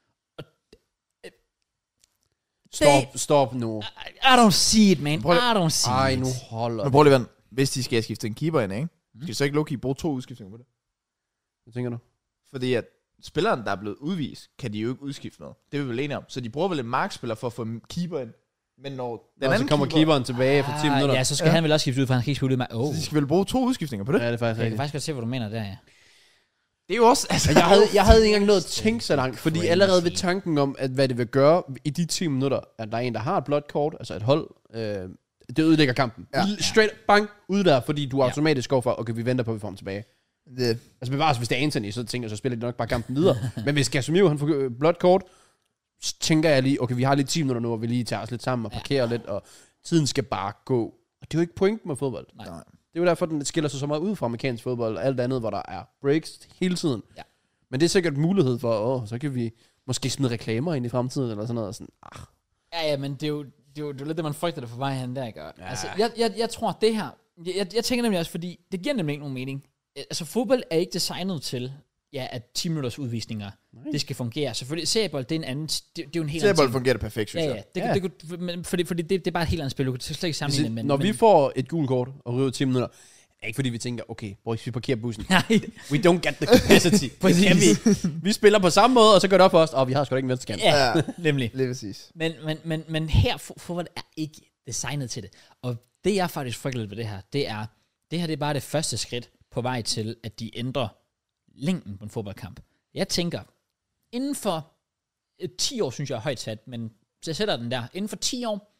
Stop, stop nu. I, I don't see it, man. Prøv I lige- don't see Ej, it. nu holder Men prøv lige at vente. Hvis de skal skifte en keeper ind, ikke? Skal de så ikke low-key bruge to udskiftninger på det? Hvad tænker du? Fordi at spilleren, der er blevet udvist, kan de jo ikke udskifte noget. Det er vi vel enige om. Så de bruger vel en markspiller for at få en keeper ind. Men når den Og så anden kommer keeper, keeperen tilbage efter ti minutter. Ah, ja, så skal Ja. han vel også skifte ud, for han kan ikke skifte ud med. Oh. så de skal vel bruge to udskiftninger på det? Ja, det er faktisk Jeg kan rigtigt. faktisk godt se, hvad du mener der, ja. Det er jo også... Altså, Jeg havde, jeg havde ikke engang nået at tænke så langt, fordi Crazy. allerede ved tanken om, at hvad det vil gøre i de ti minutter, at der er en, der har et blåt kort, altså et hold, øh, det ødelægger kampen. Ja. Ja. Straight, bang, ud der, fordi du Ja. automatisk går for, okay, vi venter på, at vi får ham tilbage. det, Altså bevares, hvis det er Anthony, så tænker jeg, så spiller de nok bare kampen videre. Men hvis Casemiro, han får øh, blåt kort, så tænker jeg lige, okay, vi har lige ti minutter nu, hvor vi lige tager os lidt sammen og Ja. parkerer lidt, og tiden skal bare gå. Og det er jo ikke pointen med fodbold. Nej. Nej. Det er jo derfor, den skiller sig så meget ud fra amerikansk fodbold og alt andet, hvor der er breaks hele tiden. Ja. Men det er sikkert mulighed for, åh, så kan vi måske smide reklamer ind i fremtiden, eller sådan noget. Og sådan, ah. Ja, ja, men det er jo, det er jo, det er jo lidt det, man frygter det for vej hen der, ikke? Ja. Altså, jeg, jeg, jeg tror, det her... Jeg, jeg, jeg tænker nemlig også, fordi det giver nemlig ikke nogen mening. Altså, fodbold er ikke designet til, ja, at ti minutters udvisninger, Nej. det skal fungere. Selvfølgelig, seriebold, det er en anden... Det, det er jo en helt anden Seriebold ting. fungerer det perfekt, synes Ja, jeg. ja. Det, Ja. Det, det, det, men fordi, fordi det, det er bare et helt andet spil. Du kan slet ikke sammenligne det med... Når men, vi får et gult kort og ryger ti minutter, er ikke fordi vi tænker, okay, boys, vi parkerer bussen. Nej, We don't get the capacity. Det kan vi. Vi spiller på samme måde, og så går det op for os, og vi har sgu da ikke en venstrekant. ja, Ja. nemlig. Lige præcis. Men, men, men, men her, fo- fodbold er ikke designet til det. Og det, jeg faktisk frygter lidt ved det her, det er, det her det er bare det første skridt på vej til, at de ændrer længden på en fodboldkamp. Jeg tænker, inden for øh, ti år, synes jeg er højt sat, men så jeg sætter den der. Inden for ti år,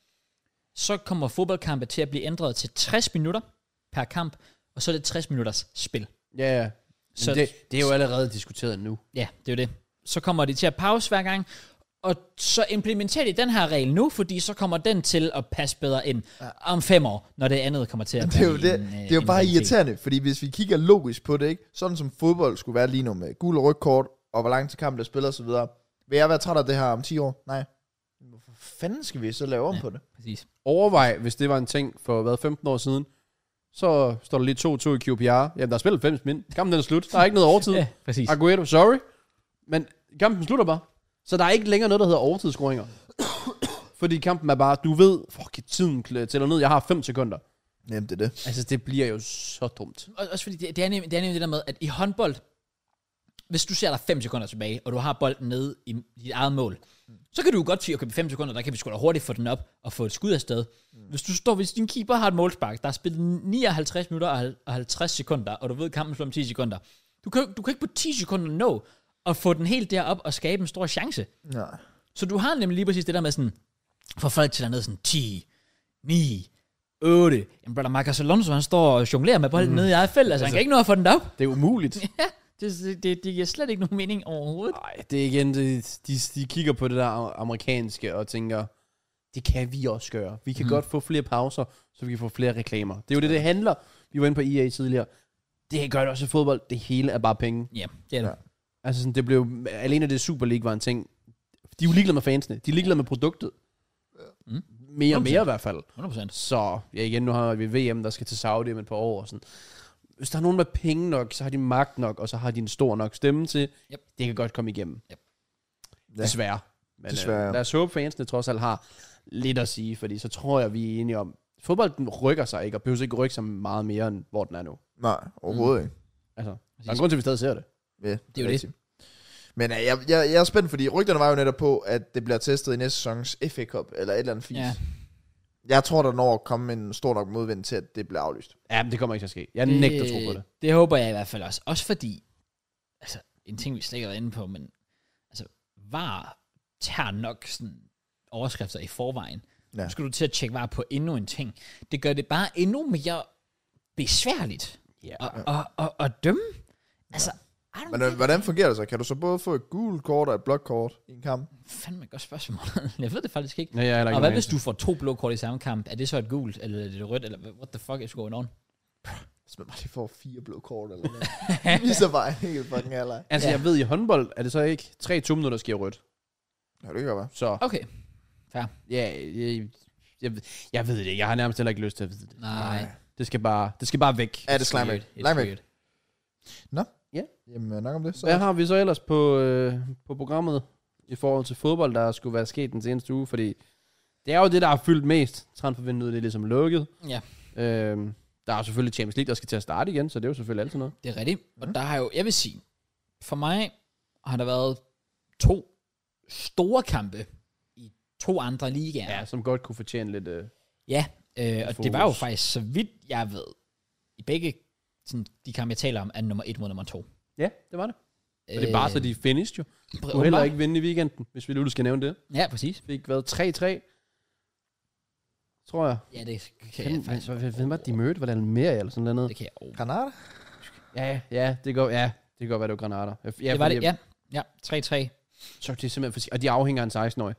så kommer fodboldkampe til at blive ændret til tres minutter per kamp, og så er det tres minutters spil. Ja, ja. Så- Så det, det er jo allerede diskuteret nu. Ja, det er jo det. Så kommer de til at pause hver gang, og så implementerer de den her regel nu, fordi så kommer den til at passe bedre ind ja. om fem år, når det andet kommer til at Det er jo, blive det, en, øh, det er jo en bare realitet. irriterende, fordi hvis vi kigger logisk på det, ikke, sådan som fodbold skulle være lige nu med gul og rødt kort, og hvor lang tid kampen der spiller osv., vil jeg være træt af det her om ti år? Nej. Hvorfor fanden skal vi så lave om Ja. på det? Præcis. Overvej, hvis det var en ting for, hvad, femten år siden, så står der lige to to i Q P R. Jamen, der er spillet halvfems min. Kampen den er slut. Der er ikke noget overtid. Ja, præcis. Aguero, sorry. Men kampen slutter bare. Så der er ikke længere noget, der hedder overtidsscoringer. Fordi kampen er bare, du ved, fuck, tiden tæller ned, jeg har fem sekunder. Jamen, det er det. Altså, det bliver jo så dumt. Og, også fordi, det, det, er nemlig, det er nemlig det der med, at i håndbold, hvis du ser der fem sekunder tilbage, og du har bolden nede i dit eget mål, så kan du jo godt sige, okay, fem sekunder, der kan vi sgu da hurtigt få den op og få et skud afsted. Mm. Hvis du står, hvis din keeper har et målspark, der er spillet nioghalvtreds minutter og halvtreds sekunder, og du ved, kampen slår om ti sekunder, du kan, du kan ikke på ti sekunder nå at få den helt derop og skabe en stor chance. Nej. Så du har nemlig lige præcis det der med sådan, for folk til dernede sådan ti, ni, otte. Jamen, brother, Marcos Alonso, han står og jonglerer med bolden mm. nede i eget felt, altså, altså han kan ikke nå at få den derop. Det er umuligt. Ja, det, det, det giver slet ikke nogen mening overhovedet. Nej, det er igen, det, de, de kigger på det der amerikanske og tænker, det kan vi også gøre. Vi kan mm. godt få flere pauser, så vi kan få flere reklamer. Det er jo det, det handler. Vi var inde på E A tidligere. Det gør det også i fodbold. Det hele er bare penge. Ja, det er det. Ja. Altså sådan, det blev, alene det Super League var en ting. De er jo ligeglade med fansene. De er ligeglade med produktet. Mm. Mere og mere i hvert fald. hundrede procent. Så ja, igen, nu har vi V M, der skal til Saudi om et par år. Og sådan. Hvis der er nogen med penge nok, så har de magt nok, og så har de en stor nok stemme til. Yep. Det kan godt komme igennem. Yep. Ja. Desværre. Men Desværre. Øh, lad os håbe, fansene trods alt har lidt at sige, fordi så tror jeg, vi er enige om, fodbolden rykker sig ikke, og behøver ikke rykke sig meget mere, end hvor den er nu. Nej, overhovedet mm. ikke. Altså, der er en grund til, at vi stadig ser det. Ja, Det er jo rigtigt. det. Men uh, jeg, jeg, jeg er spændt, fordi rygterne var jo netop på, at det bliver testet i næste sæsons F A Cup, eller et eller andet fis. Ja. Jeg tror, der når at komme en stor nok modvind til, at det bliver aflyst. Ja, men det kommer ikke til at ske. Jeg det, nægter at tro på det. Det håber jeg i hvert fald også. Også fordi, altså, en ting, vi slet ikke har været inde på, men altså, var tager nok sådan overskrifter i forvejen. Ja. Nu skal du til at tjekke var på endnu en ting. Det gør det bare endnu mere besværligt Ja. at, at, at, at dømme. Altså, I don't Men think- øh, hvordan fungerer det så? Kan du så både få et gult kort og et blåt kort i en kamp? Fandme et godt spørgsmål. Jeg ved det faktisk ikke. Ja, jeg er heller ikke Og hvad nogen hvis du får to blå kort i samme kamp? Er det så et gult, eller er det et rødt, eller what the fuck is going on? Hvis man bare lige får fire blå kort eller noget. Vi så bare helt fucking alder. Altså, Ja. jeg ved, i håndbold er det så ikke tre to minutter, der sker rødt. Ja, det kan godt være. Så, Okay. Fair. ja, jeg, jeg, jeg ved det. Jeg har nærmest heller ikke lyst til at vide det. Nej. Det skal bare, det skal bare væk. Ja, det er It's weird. slime It's Langt væk. weird. Jamen, nok om det. Så. Hvad har vi så ellers på, øh, på programmet i forhold til fodbold, der skulle være sket den seneste uge? Fordi det er jo det, der har fyldt mest. Transfervinduet, det er ligesom lukket. Ja, Øhm, der er selvfølgelig Champions League, der skal til at starte igen, så det er jo selvfølgelig altid noget. det er rigtigt. Og der har jo, jeg vil sige, for mig har der været to store kampe i to andre ligaer. Ja, som godt kunne fortjene lidt... Øh, Ja, øh, og fokus. det var jo faktisk, så vidt jeg ved, i begge sådan, de kampe, jeg taler om, er nummer et mod nummer to. ja, det var det. Og det er bare så, de finished jo. Øh, Du kunne heller ikke vinde i weekenden, hvis vi nu skal nævne det. Ja, præcis. Fik været tre tre, tror jeg. Ja, det kan Hvem, jeg faktisk. hvem, hvem var det, de mødte? Var det mere eller sådan noget? Det kan jeg oh. Granada? Ja, ja, det går, ja, det kan godt være, det var Granada. Ja, Det var fordi det, jeg- ja. Ja, tre tre. Så det er simpelthen for sig. Og de afhænger af en seksten-årig.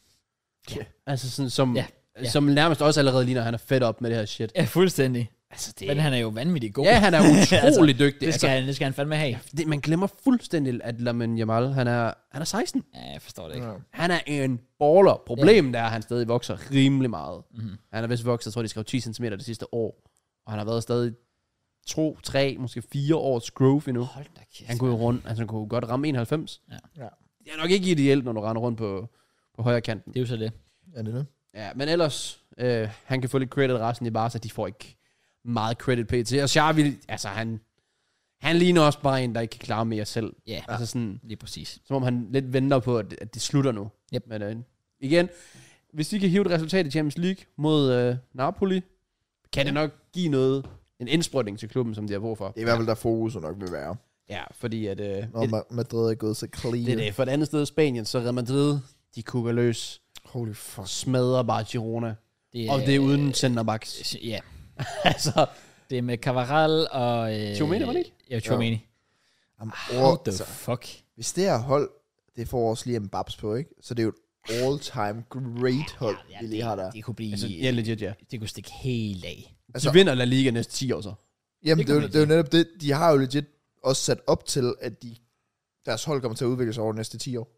Ja. Altså sådan, som, Ja, ja. ja. som nærmest også allerede ligner, at han er fedt op med det her shit. Ja, fuldstændig. Altså, det, Men han er jo vanvittigt god. ja, han er utrolig Altså, dygtig. Det skal, altså, han, det skal han fandme have. det, man glemmer fuldstændig, at Lamine Yamal, han er, han er seksten. Ja, jeg forstår det ikke. Ja. Han er en baller. Problemet er, at han stadig vokser rimelig meget. Mm-hmm. Han er vist vokset, jeg tror, de skrev ti centimeter det sidste år. Og han har været stadig to, tre, måske fire års growth endnu. Hold da kæft. Han kunne jo rundt, altså han kunne godt ramme enoghalvfems. Ja. Ja. Det er nok ikke ideelt, når du render rundt på, på højre kanten. Det er jo så det. Ja, det er det. Ja, men ellers, øh, han kan få lidt credit, resten i Barca, de får ikke meget credit pt. Og Xavi, altså han, han ligner også bare en, der ikke kan klare mere selv. Ja, Altså sådan, lige præcis. som om han lidt venter på, at, at det slutter nu. Yep. Men øh, igen, hvis de kan hive et resultat i Champions League mod øh, Napoli, kan det nok give noget, en indsprøjtning til klubben, som de har brug for. Det er i hvert fald, der fokus nok vil være. Ja, fordi at... Øh, Når et, Ma- Madrid er gået så clean. det er det. For et andet sted i Spanien, så Real Madrid, de kukker løs, Holy fuck. smadrer bare Girona. Det Og det er uden centerbacks. Ja, altså, det er med Cavaral og... Øh, Tchouaméni, var det ikke? Ja, Tchouaméni. Jamen, How all, the altså, fuck? hvis det her hold, det får også lige en babs på, ikke? Så det er jo et all-time great hold, Ja, vi lige har der. det, det kunne blive... altså, ja, legit, ja. Det kunne stikke helt af. Altså, De vinder La Liga næste ti år så. Jamen, det det, kan det, man er jo, det er jo netop det. De har jo legit også sat op til, at de, deres hold kommer til at udvikle sig over de næste ti år.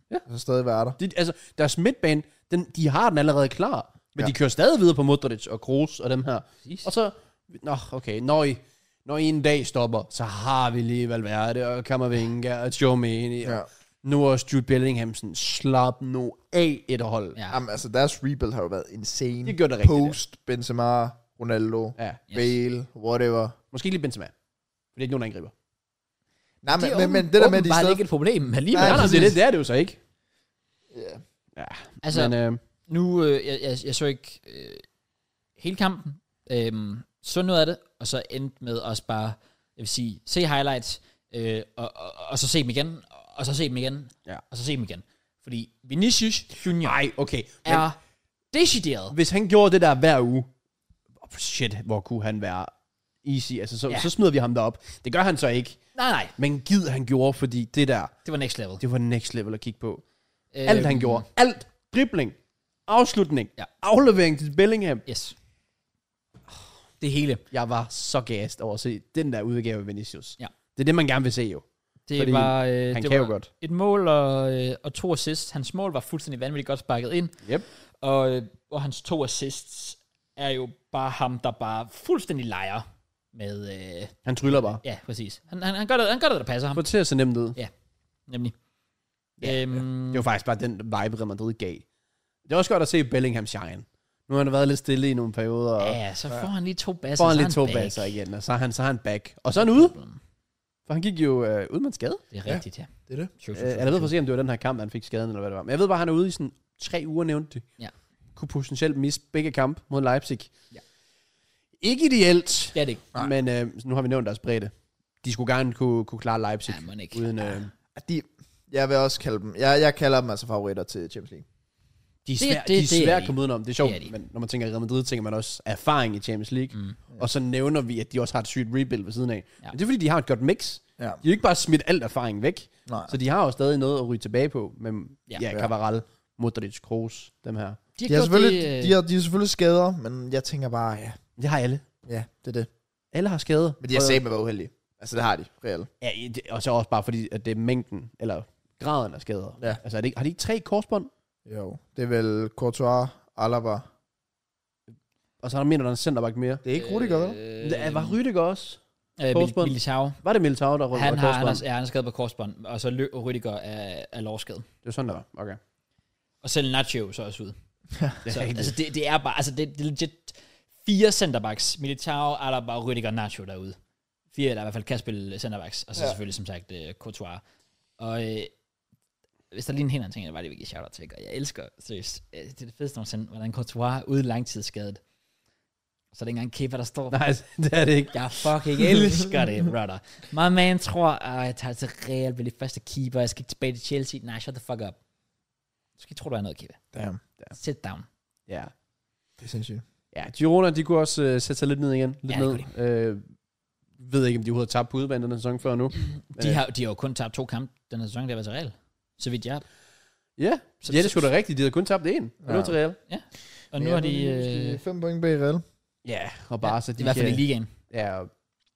Ja. Så stadig være der. De, altså, deres midtbane, den, de har den allerede klar. Men Ja. de kører stadig videre på Modric og Kroos og dem her. Præcis. Og så, nå, okay, når I, når I en dag stopper, så har vi lige Valverde og Camavinga og Tchouaméni. Ja. Og nu også Jude Bellingham sådan, slap nu af et hold. Ja. Jamen, altså, deres rebuild har jo været insane. De gjorde det rigtigt, Post, Benzema, Ronaldo, Ja. Yes. Bale, whatever. Måske lige Benzema. For det er ikke nogen, der angriber. Nej, Det men, er men, men det der med, at de bare stadig... ikke et problem alligevel. Nej, Nej, nej, præcis. det, er det, det er det jo så ikke. Ja. Ja, Altså, men, øh, nu, øh, jeg, jeg, jeg så ikke øh, hele kampen, øhm, så noget af det, og så endte med også bare, jeg vil sige, se highlights, øh, og, og, og så se dem igen, og så se dem igen, Ja. og så se dem igen. Fordi Vinicius Junior nej, okay. Men er decideret. hvis han gjorde det der hver uge, oh, shit, hvor kunne han være easy. Altså, så, Ja. så smider vi ham derop. Det gør han så ikke. Nej, nej, Men gid han gjorde, fordi det der, det var next level. det var next level at kigge på. Øhm, Alt han gjorde. Alt. Dribling. Afslutning. Ja. Aflevering til Bellingham. Yes. Det hele. Jeg var så gassed over at se den der udgave af Vinicius. Ja. Det er det, man gerne vil se jo. Det Fordi var, øh, Han det kan var jo godt. et mål og, øh, og to assists. Hans mål var fuldstændig vanvittigt godt sparket ind. Yep. Og, øh, og hans to assists er jo bare ham, der bare fuldstændig leger med... Øh, Han tryller bare. ja, præcis. Han, han, han, gør det, han gør det, der passer ham. Få til at se nemt ud. Nemlig. Ja, øhm, Det var faktisk bare den vibe, Real Madrid gav. Det er også godt at se Bellingham shine. Nu har han været lidt stille i nogle perioder. Og Ja, så får han lige to basser. får han så er lige to back. baser igen, og så er han, så er han back. Og så er han ude, for han gik jo øh, ud med en skade. Det er rigtigt, ja. Det er det. True, Øh, true, true, jeg ved for true. at se, om det var den her kamp, han fik skaden, eller hvad det var. Men jeg ved bare, at han er ude i sådan tre uger, nævnte det. Ja. Kunne potentielt miste begge kampe mod Leipzig. Ja. Ikke ideelt, Det er det ikke. Nej. men øh, nu har vi nævnt deres bredde. De skulle gerne kunne, kunne klare Leipzig. Ja, må ikke. Uden, øh, De, jeg vil også kalde dem... Jeg, jeg kalder dem altså favoritter til Champions League. de er Det- svære, det- de er det er svære at de. komme udenom. Det er sjovt, Det er de. men når man tænker Real Madrid, tænker man også erfaring i Champions League. Mm. Og så nævner vi, at de også har et sygt rebuild ved siden af. Ja. Men det er fordi, de har et godt mix. Ja. De har jo ikke bare smidt alt erfaring væk. Nej. Så de har jo stadig noget at ryge tilbage på. Med Ja. ja, ja Cavaral, Modric, Kroos, dem her. De har, De har, gjort selvfølgelig, det, øh, de, har, de har selvfølgelig skader, men jeg tænker bare, ja, Det har alle. ja, det er det. Alle har skader. Men de har Og- sagt med været uheldige. Altså, det har de, reelt. Ja, i- det- og så også bare fordi, at det er mængden, eller graden af skader. Ja. Altså, er det ikke, har de ikke tre korsbånd? Jo. Det er vel Courtois, Alaba. Og så har der mener, der er en centerback mere. Det er ikke Rudiger, vel? øh, Øh, var Rüdiger også? øh, korsbånd? Militao. Var det Militao, der rød Han var har, han, korsbånd? er, ja, han er skadet på korsbånd, og så Lø- Rüdiger er, er lårskadet. Det var sådan, der var. Okay. Og selv Nacho så også ud. Det er Så, rigtigt. altså, det, det er bare, altså, det, det er legit fire centerbacks. Militao, Alaba, Rüdiger, Nacho derude. Fire, der i hvert fald kan spille centerbacks. Og så Ja. selvfølgelig, som sagt, uh, Courtois. Og øh, hvis der lige en helt anden ting, jeg bare lige vil give shout-out til, og jeg elsker, seriøst, øh, det er det fedeste nogensinde, hvordan Courtois er ude langtidsskadet. Så er det ikke engang keeper, der står. Nej, det er det ikke. Jeg fucking elsker det, brother. My man tror, at jeg tager til Real, bliver det første keeper, jeg skal ikke tilbage til Chelsea. Nej, shut the fuck up. Du skal ikke tro, du er noget keeper. Damn. Sit down. Ja. Det er sindssygt. Ja, Girona, de kunne også øh, sætte sig lidt ned igen. Lidt Ja, det ned. Øh, ved ikke, om de overhovedet har tabt på udebane den sæson før nu. De Øh, har, de har jo kun tabt to kampe den her sæson, det har været til Real. Så vidt jeg. Ja, Så- ja det skulle da rigtigt. De havde kun tabt en. Og Ja. det var til Real. Og nu har de... Øh, fem point bag Real. Ja, og bare så i de hvert fald i kan... ligaen. Ja, og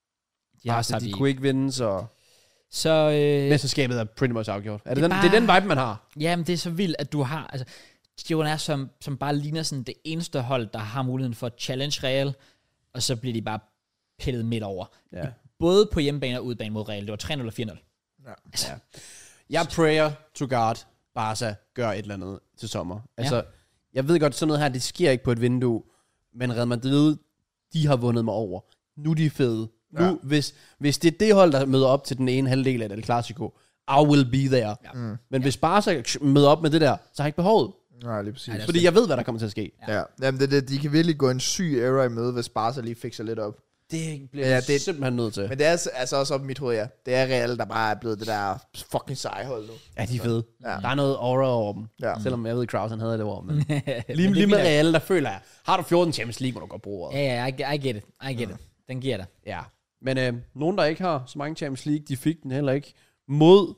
De har bare også så tabt de i... kunne ikke vinde, så Så øh, mesterskabet er pretty much afgjort. Er det, Det er den, bare- det er den vibe, man har. jamen, det er så vildt, at du har... Altså, Girona er som, som bare ligner sådan det eneste hold, der har muligheden for at challenge Real, og så bliver de bare pillet midt over. Ja. Både på hjemmebane og udebane mod Real. Det var tre nul og fire nul. Ja. Altså, Ja. Jeg prayer to God, Barca gør et eller andet til sommer. Altså, ja. Jeg ved godt, sådan noget her, det sker ikke på et vindue, men Real Madrid, de har vundet mig over. Nu er de fede. Nu, Ja. hvis, hvis det er det hold, der møder op til den ene halvdel af det Clasico, I will be there. Ja. Mm. Men hvis Barca møder op med det der, så har jeg ikke behovet. Nej, lige præcis. Nej, det er Fordi jeg ved, hvad der kommer til at ske. Ja. Ja, jamen det, det, de kan virkelig gå en syg era i møde, hvis Barca lige fikser lidt op. Det bliver Ja, ja, det- det simpelthen nødt til. Men det er altså- altså også op i mit hoved, ja. Det er Real, der bare er blevet det der fucking seje hold nu. Ja, de er fede. Ja. Der er noget aura over dem. Ja. Selvom jeg ved, Kraus han havde det over. Men Men lige, det lige med bliver- Real, der føler jeg, har du fjorten Champions League, må du godt bruge ordet. Ja, ja, I, I get it. I get it. Den giver dig. Ja, men øh, nogen, der ikke har så mange Champions League, de fik den heller ikke mod...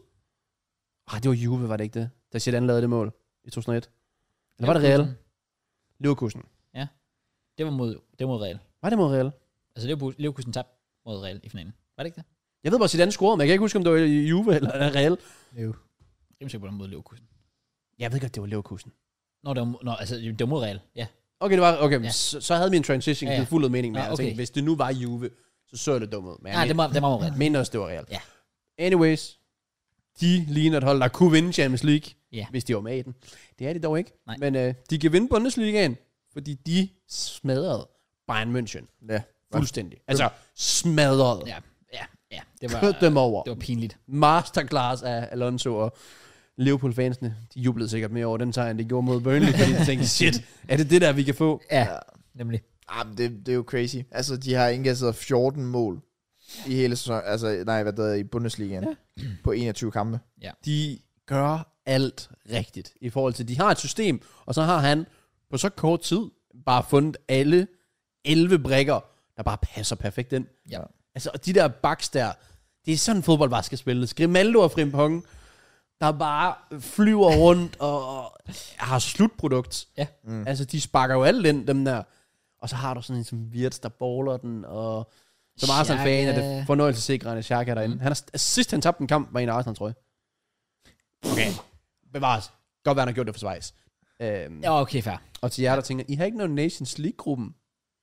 Ah, det var Juve, var det ikke det? Da Zidane lavede det mål i to tusind og et. Eller var det Real? Leverkusen. Det var mod, det var mod Real. Var det mod Real? Altså, Leverkusen, Leverkusen tabte mod Real i finalen. Var det ikke det? Jeg ved bare, Zidane scorede, men jeg kan ikke huske, om det var i Juve eller Real. Jo. Jeg er sikker på, det var mod Leverkusen. Jeg ved godt, det var Leverkusen. Nå, det var, nå, altså, det var mod Real, ja. Okay, det var, okay, Ja. så, så havde min transition Ja, ja. givet fuldt mening med. Nå, Jeg okay. tænkte, hvis det nu var Juve, så så det dumt ud. Men jeg Nej, det var, det var mod Real. men- mener også, det var Real. Ja. Anyways, de ligner et hold, der kunne vinde Champions League, Ja. hvis de var med i den. Det er de dog ikke. Nej. Men øh, de kan vinde Bundesligaen, fordi de smadrede Bayern München. Ja. Fuldstændig. Altså, smadrede. Ja, ja, ja. Det var, Kød dem over. det var pinligt. Masterclass af Alonso og Liverpool-fansene. De jublede sikkert mere over den sejr, end de gjorde mod Burnley, fordi de tænkte, shit, er det det der, vi kan få? Ja, nemlig. Ah, men det, det er jo crazy. Altså, de har indkastet fjorten mål i hele sæsonen. Altså, nej, hvad der er i Bundesligaen. Ja. På enogtyve kampe. De gør alt rigtigt i forhold til, de har et system, og så har han på så kort tid bare fundet alle elleve brikker, der bare passer perfekt ind. Ja. Altså, og de der backs der, det er sådan fodbold bare skal spilles. Grimaldo og Frimpong, der bare flyver rundt og, og har slutprodukt. Ja. Mm. Altså, de sparker jo alt ind, dem der. Og så har du sådan en som Wirtz, der bowler den, og som Arsenal-fan er det fornøjelsessikrende Xhaka derinde. Mm. Han har, sidst han tabte en kamp, var en af Arsenal, tror jeg. Okay, bevares. Godt være, han har gjort det for Schweiz. Øhm, Ja, okay, fair. og til jer, der tænker, I har ikke noget Nations League-gruppen?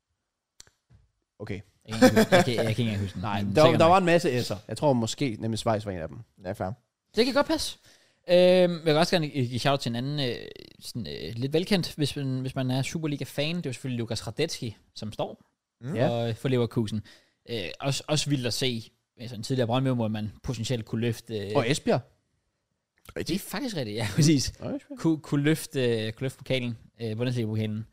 Okay. Jeg kan, ikke- jeg, kan, jeg kan ikke engang huske den. Nej, men der, sikkert der nok. var en masse S'er. Jeg tror måske, nemlig Schweiz var en af dem. Ja, fair. Det kan godt passe. Øhm, jeg vil også gerne give shout til en anden, øh, sådan, øh, lidt velkendt, hvis man, hvis man er Superliga-fan. Det er jo selvfølgelig Lukas Radetzky, som står Mm. Ja. og, for Leverkusen. Øh, også, også vildt at se, altså en tidligere Brøndby, hvor man potentielt kunne løfte... Øh, Og Esbjerg. det er faktisk rigtigt, ja, præcis. Og Esbjerg. Kunne, kunne løfte, øh, kunne løfte pokalen, øh, Bundesliga-pokalen,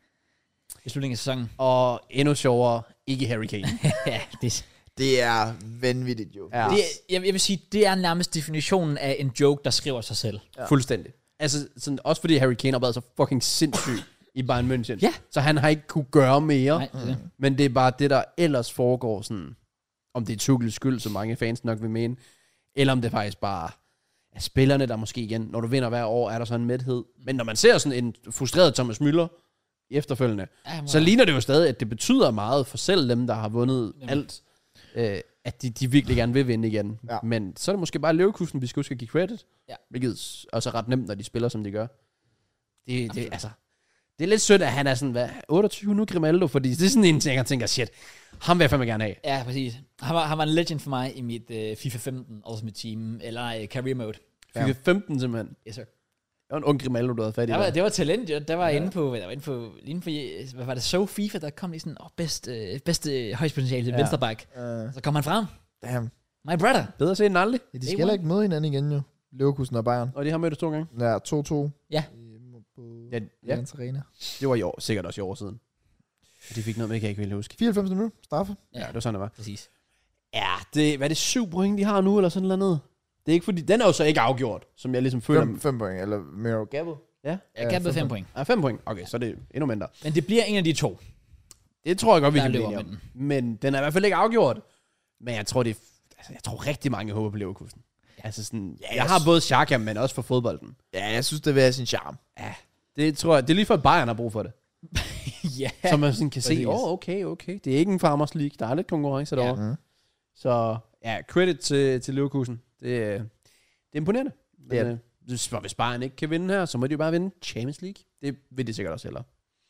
i slutningen af sæsonen. Og endnu sjovere, ikke Harry Kane. ja, det, Det er vanvittigt, jo. Ja. det, jeg, jeg vil sige, det er nærmest definitionen af en joke, der skriver sig selv. Ja. Fuldstændig. Altså, sådan, også fordi Harry Kane har været så fucking sindssyg i Bayern München. Ja. Så han har ikke kunne gøre mere. Nej, det er det. Men det er bare det, der ellers foregår sådan, om det er Tuchels skyld, som mange fans nok vil mene, eller om det faktisk bare er spillerne, der måske igen, når du vinder hver år, er der sådan en mæthed. Men når man ser sådan en frustreret Thomas Müller efterfølgende, Ja, så ligner det jo stadig, at det betyder meget for selv dem, der har vundet Jamen. alt, øh, at de, de virkelig gerne vil vinde igen. Ja. Men så er det måske bare Leverkusen, vi skal huske at give credit. Ja. Hvilket også er ret nemt, når de spiller, som de gør. Det, det, altså, det er lidt sødt, at han er sådan, hvad, otteogtyve nu, Grimaldo, fordi det er sådan en ting, jeg tænker, shit, ham vil jeg fandme gerne have. Ja, præcis. Han var, han var en legend for mig i mit uh, FIFA femten Ultimate Team, eller uh, Career Mode. FIFA femten simpelthen. Yes, sir. Det var en ung Grimaldo, du havde fat i. Det var, der. det var talent, jo. Der var ja. inde på, der var inde på, inde på, hvad var det, So FIFA, der kom lige sådan, åh, oh, bedst, øh, bedste højst potentiale til Ja. venstreback. Uh, Så kom han frem. damn. My brother. Bedre set end aldrig. Ja, de Day skal one. heller ikke møde hinanden igen, jo. Leverkusen og Bayern. Og de har mødtes to gange. Ja, to-to. Ja. På Ja, ja. ja. Arena. Det var i år, sikkert også i år siden. Og de fik noget med, jeg kan ikke vil huske. fireoghalvfems minutter. Straffe. Ja, det var sådan, det var. Præcis. Ja, det, hvad er det, syv point, de har nu, eller sådan noget? Det er ikke fordi, den er jo så ikke afgjort, som jeg ligesom føler. Fem, fem point, eller Miro Gabble. Ja, Jeg gav fem fem point. ja, fem point. Okay, så er det endnu mindre. Men det bliver en af de to, Det tror jeg godt, vi der kan blive løber enige med om. den. Men den er i hvert fald ikke afgjort. Men jeg tror, det er, altså, jeg tror rigtig mange håber på Leverkusen. Altså sådan, Ja, jeg jeg har s- både Xhaka, men også for fodbolden. Ja, jeg synes, det vil have sin charme. Ja, det tror jeg, det er lige for, at Bayern har brug for det. ja. Så man sådan kan se, præcis. åh, oh, okay, okay. Det er ikke en Farmers League, der er lidt konkurrence Ja. derovre. Mm. Så ja, credit til, til Leverkusen. Det, øh, det er imponerende. Men, Det er øh, hvis, hvis Bayern ikke kan vinde her, så må de jo bare vinde Champions League. Det vil de sikkert også heller.